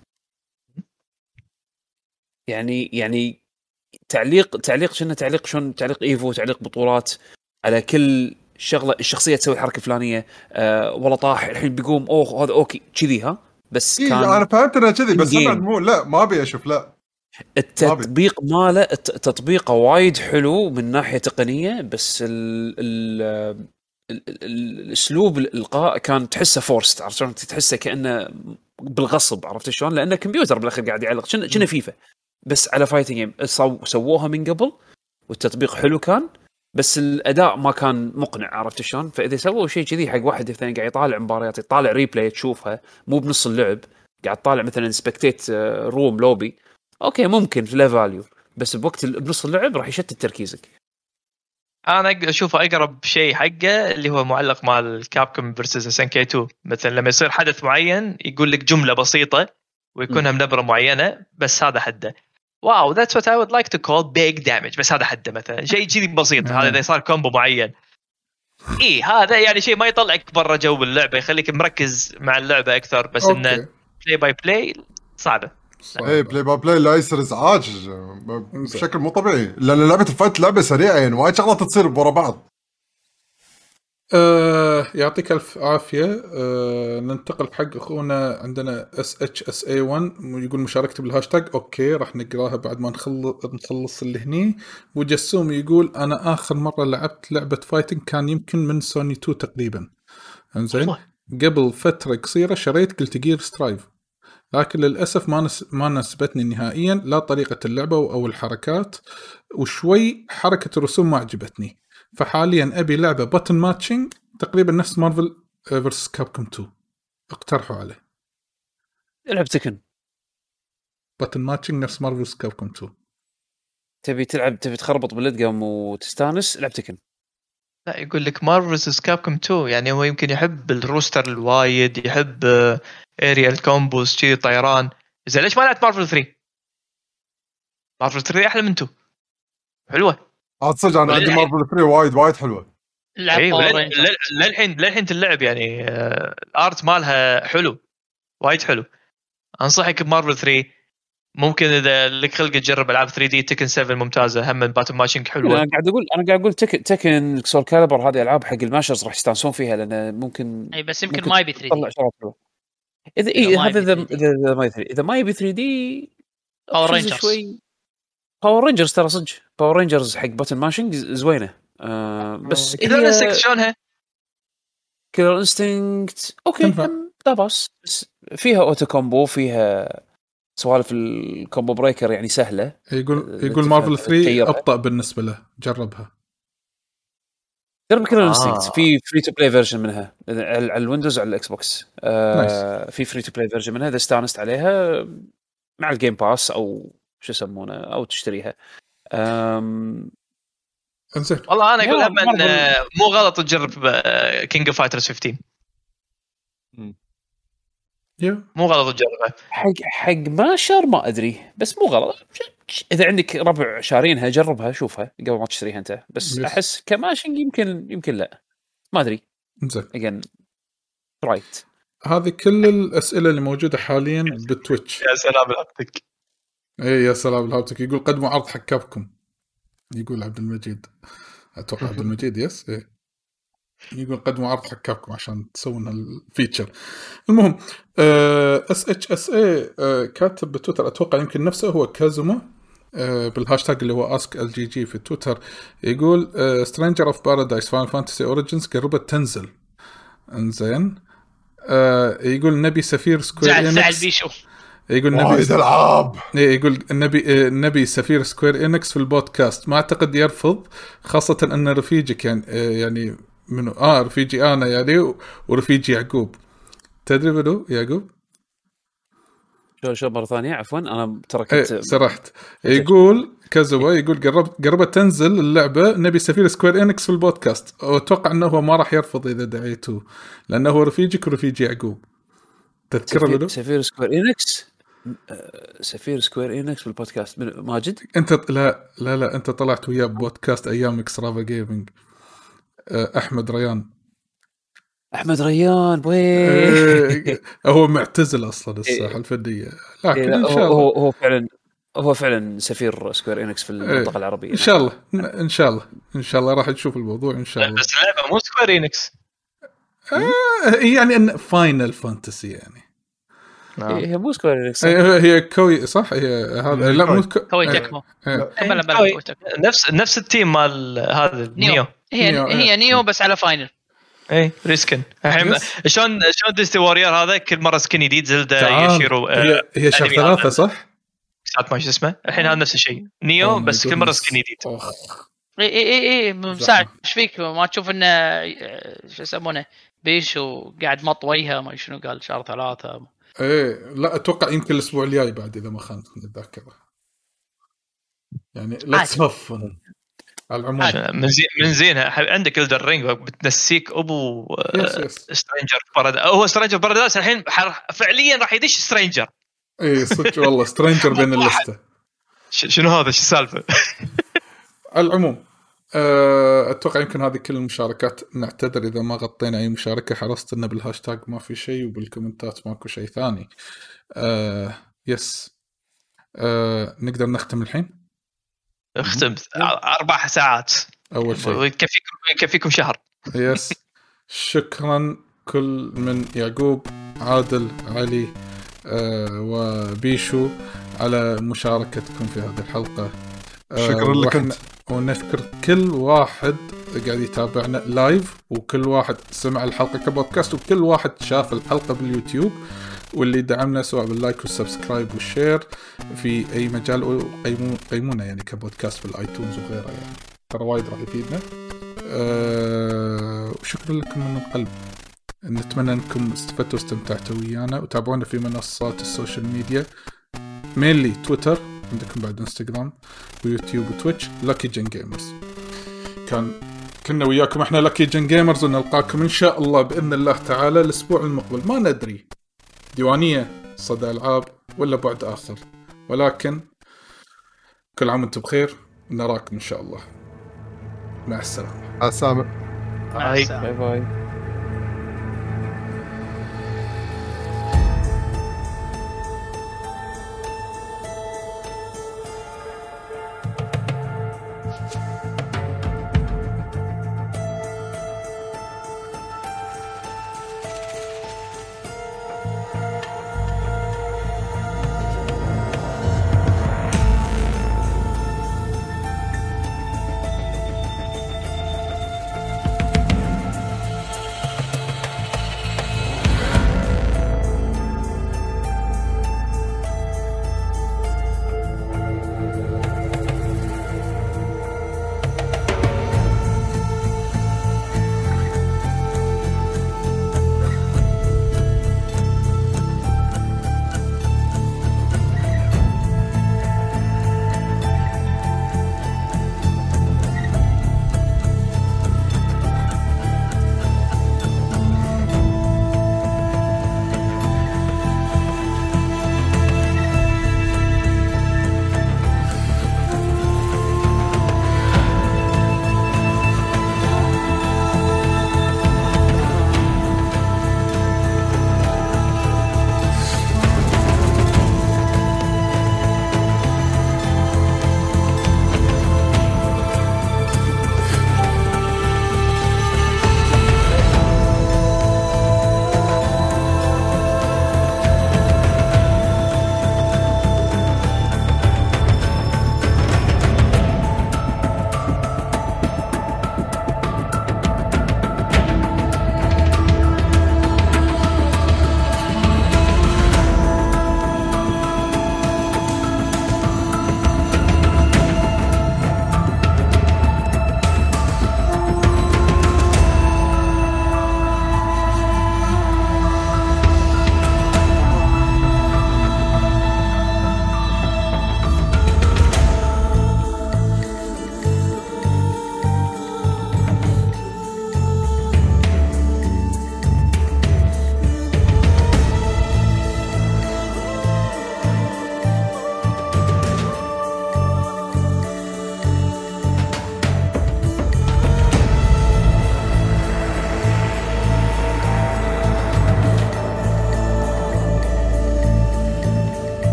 يعني تعليق شنو تعليق شلون تعليق ايفو تعليق بطولات على كل شغله الشخصيه تسوي حركه فلانيه والله طاح الحين بيقوم هذا اوكي كذي ها بس كان انا فهمت انا كذي بس انا مو لا ما ابي اشوف لا التطبيق ماله تطبيقه وايد حلو من ناحيه تقنيه بس الاسلوب الالقاء كان تحسه فورست عرفت شلون تحسه كانه بالغصب عرفت شلون لانه كمبيوتر بالاخير قاعد يعلق شنو فيفا بس على فايتنج جيم سووها من قبل والتطبيق حلو كان بس الاداء ما كان مقنع عرفت شلون فاذا سووا شيء كذي حق واحد الثاني قاعد يطالع مباريات يطالع ريبلاي تشوفها مو بنص اللعب قاعد طالع مثلا سبكتيت روم لوبي اوكي ممكن في لا فاليو بس بوقت بنص اللعب راح يشتت تركيزك. انا اشوف اقرب شيء حقه اللي هو معلق مال كابكوم فيرسس اس ان كي 2 مثلا لما يصير حدث معين يقول لك جمله بسيطه ويكونها بنبره معينه بس هذا حده واو that's what I would like to call big damage بس هذا حده مثلا شيء كذي بسيط هذا اذا صار كومبو معين هذا يعني شيء ما يطلعك برا جو اللعبه يخليك مركز مع اللعبه اكثر بس انه بلاي باي بلاي صعبه. بلاي باي بلاي لا يصير ازعاج بشكل مو طبيعي لان لعبه الفايت لعبه سريعه يعني وايد شغلات تصير ورا بعض. يعطيك الف عافيه. ننتقل حق اخونا عندنا SHSA1 يقول مشاركته بالهاشتاج اوكي راح نقراها بعد ما نخلص اللي هني. وجسوم يقول انا اخر مره لعبت لعبه فايتنج كان يمكن من سوني 2 تقريبا انزين قبل فتره قصيره شريت قلت جير سترايف لكن للاسف ما ناسبتني نهائيا، لا طريقه اللعبه او الحركات، وشوي حركه الرسوم ما عجبتني. فحاليا ابي لعبه باتن ماتشنج تقريبا نفس مارفل فيرسس كابكوم 2. اقترحوا عليه. العب تكن باتن ماتشنج نفس مارفل فيرسس كابكوم 2. تبي تخربط بالادقم وتستانس، العب تكن. لا يقول لك مارفل فيرسس كابكوم 2، يعني هو يمكن يحب الروستر الوايد، يحب اريال كومبوز كذي طيران. اذا ليش ما لعبت مارفل 3؟ مارفل 3 احلى من 2، حلوه. صدق انا عندي مارفل 3 وايد حلوه. للحين تلعب يعني. الارت مالها حلو، وايد حلو. انصحك بمارفل 3. ممكن اذا لك خلق تجرب العاب 3 دي، تكن 7 ممتازه، هم باتن ماتشنج حلوه. انا قاعد اقول تكن سول كاليبر، هذه العاب حق الماشرز راح يستانسون فيها، لان ممكن اي بس يمكن ما يبي 3 دي. اذا ما يبي 3 دي باور رينجرز شوي. باور رينجرز ترى صدق، باور رينجرز حق باتن ماشنج زوينه. بس كلر انستنكت شلونها؟ كلر انستنكت اوكي لا بس فيها اوتو كومبو، فيها سوالف الكومبو بريكر يعني سهله. يقول مارفل 3 ابطأ بالنسبه له، جربها. جرب كلر انستنكت، في فري تو بلاي فيرجن منها على الويندوز وعلى الاكس بوكس. في فري تو بلاي فيرجن منها اذا استانست عليها مع الجيم باس او شو يسمونه، او تشتريها. انزين والله انا اقول مو غلط تجرب كينج اوف فايترز 15. مو غلط تجربها. حق ماشر ما ادري، بس مو غلط. اذا عندك ربع شارينها جربها، شوفها قبل ما تشتريها انت. بس احس كماشنج يمكن لا، ما ادري. انزين اجين رايت. هذه كل الاسئله اللي موجوده حاليا بالتويتش. يا سلام الهابتك. اي يا سلام الهابتك. يقول قدموا عرض حق كابكم، يقول عبد المجيد، اتوقع عبد المجيد يس. يقول قدموا عرض حق كابكم عشان تسوون الفيتشر. المهم SHSA كاتب بتويتر، اتوقع يمكن نفسه هو كازوما، بالهاشتاج اللي هو AskLGG في تويتر. يقول Stranger of Paradise Final Fantasy Origins قربت تنزل. انزين يقول نبي سفير سكوير إنكس. يقول نبي العاب. يقول النبي سفير سكوير إنكس في البودكاست. ما اعتقد يرفض، خاصة ان رفيجك يعني منو رفيجي انا يعني، ورفيجي يعقوب. تدري منو يعقوب؟ شو مرة ثانية عفوا انا تركت سرحت. يقول كازوبا، يقول قربت تنزل اللعبة، نبي سفير سكوير إنكس في البودكاست. واتوقع انه هو ما راح يرفض اذا دعيته، لانه هو رفيجك ورفيجي يعقوب. تذكره منو؟ سفير سكوير إنكس. سفير سكوير إنكس في البودكاست ماجد. انت لا انت طلعت وياه بودكاست ايام اكسترافا جيمنج. احمد ريان هو معتزل اصلا الساحه الفنيه، لكن ان شاء الله هو فعلا سفير سكوير إنكس في المنطقه العربيه. ان شاء الله راح تشوف الموضوع ان شاء الله. بس اللعبه مو سكوير إنكس يعني ان فاينل فانتسي يعني. هي مو سكوير إنكس، هي كوي صح. هي هذا لا مو كوي تكمو. نفس التيم مال هذا نيو. هي نيو بس على فاينل. اي ريسكن الحين. شلون ديستي وارير هذا كل مره سكن جديد، زلدا يشيرو. هي شهر 3 صح؟ ساعات ما اسمه الحين هذا نفس الشيء نيو، بس كل مره سكن جديد. اي مساعد. ايش فيك ما تشوف انه شو يسمونه بيشو قاعد مطويها ما شنو قال شهر 3. ايه لا اتوقع يمكن الاسبوع الجاي بعد اذا ما خانتني الذاكره يعني. لا تصفن على العموم من زينها عندك إلدر رينج بتنسيك ابو سترينجر بارادايس. هو سترينجر بارادايس الحين فعليا راح يدش سترينجر. اي صدق والله سترينجر بين اللسته. شنو هذا شو السالفه؟ على العموم اتوقع يمكن هذه كل المشاركات. نعتذر اذا ما غطينا اي مشاركه، حرصت ان بالهاشتاج ما في شيء وبالكومنتات ماكو شيء ثاني. يس نقدر نختم الحين. اختم 4 ساعات اول شيء يكفيكم شهر. يس شكرا كل من يعقوب، عادل، علي وبيشو على مشاركتكم في هذه الحلقه. شكرا لك انت. ونذكر كل واحد قاعد يتابعنا لايف، وكل واحد سمع الحلقة كبودكاست، وكل واحد شاف الحلقة باليوتيوب، واللي دعمنا سواء باللايك والسبسكرايب والشير في أي مجال، وقيمونا يعني كبودكاست بالايتونز وغيره، يعني ترى وايد راح يفيدنا. وشكرا لكم من القلب. نتمنى أنكم استفدتوا واستمتعتوا ويانا، وتابعونا في منصات السوشيال ميديا، مينلي تويتر، عندكم بعد انستغرام ويوتيوب وتويتش، لاكي جن جيمرز. كنا وياكم احنا لاكي جن جيمرز، ونلقاكم ان شاء الله باذن الله تعالى الاسبوع المقبل. ما ندري ديوانيه، صدى العاب، ولا بعد اخر، ولكن كل عام وانتم بخير، ونراكم ان شاء الله. مع السلامه. السلامه. مع السلامة. باي باي.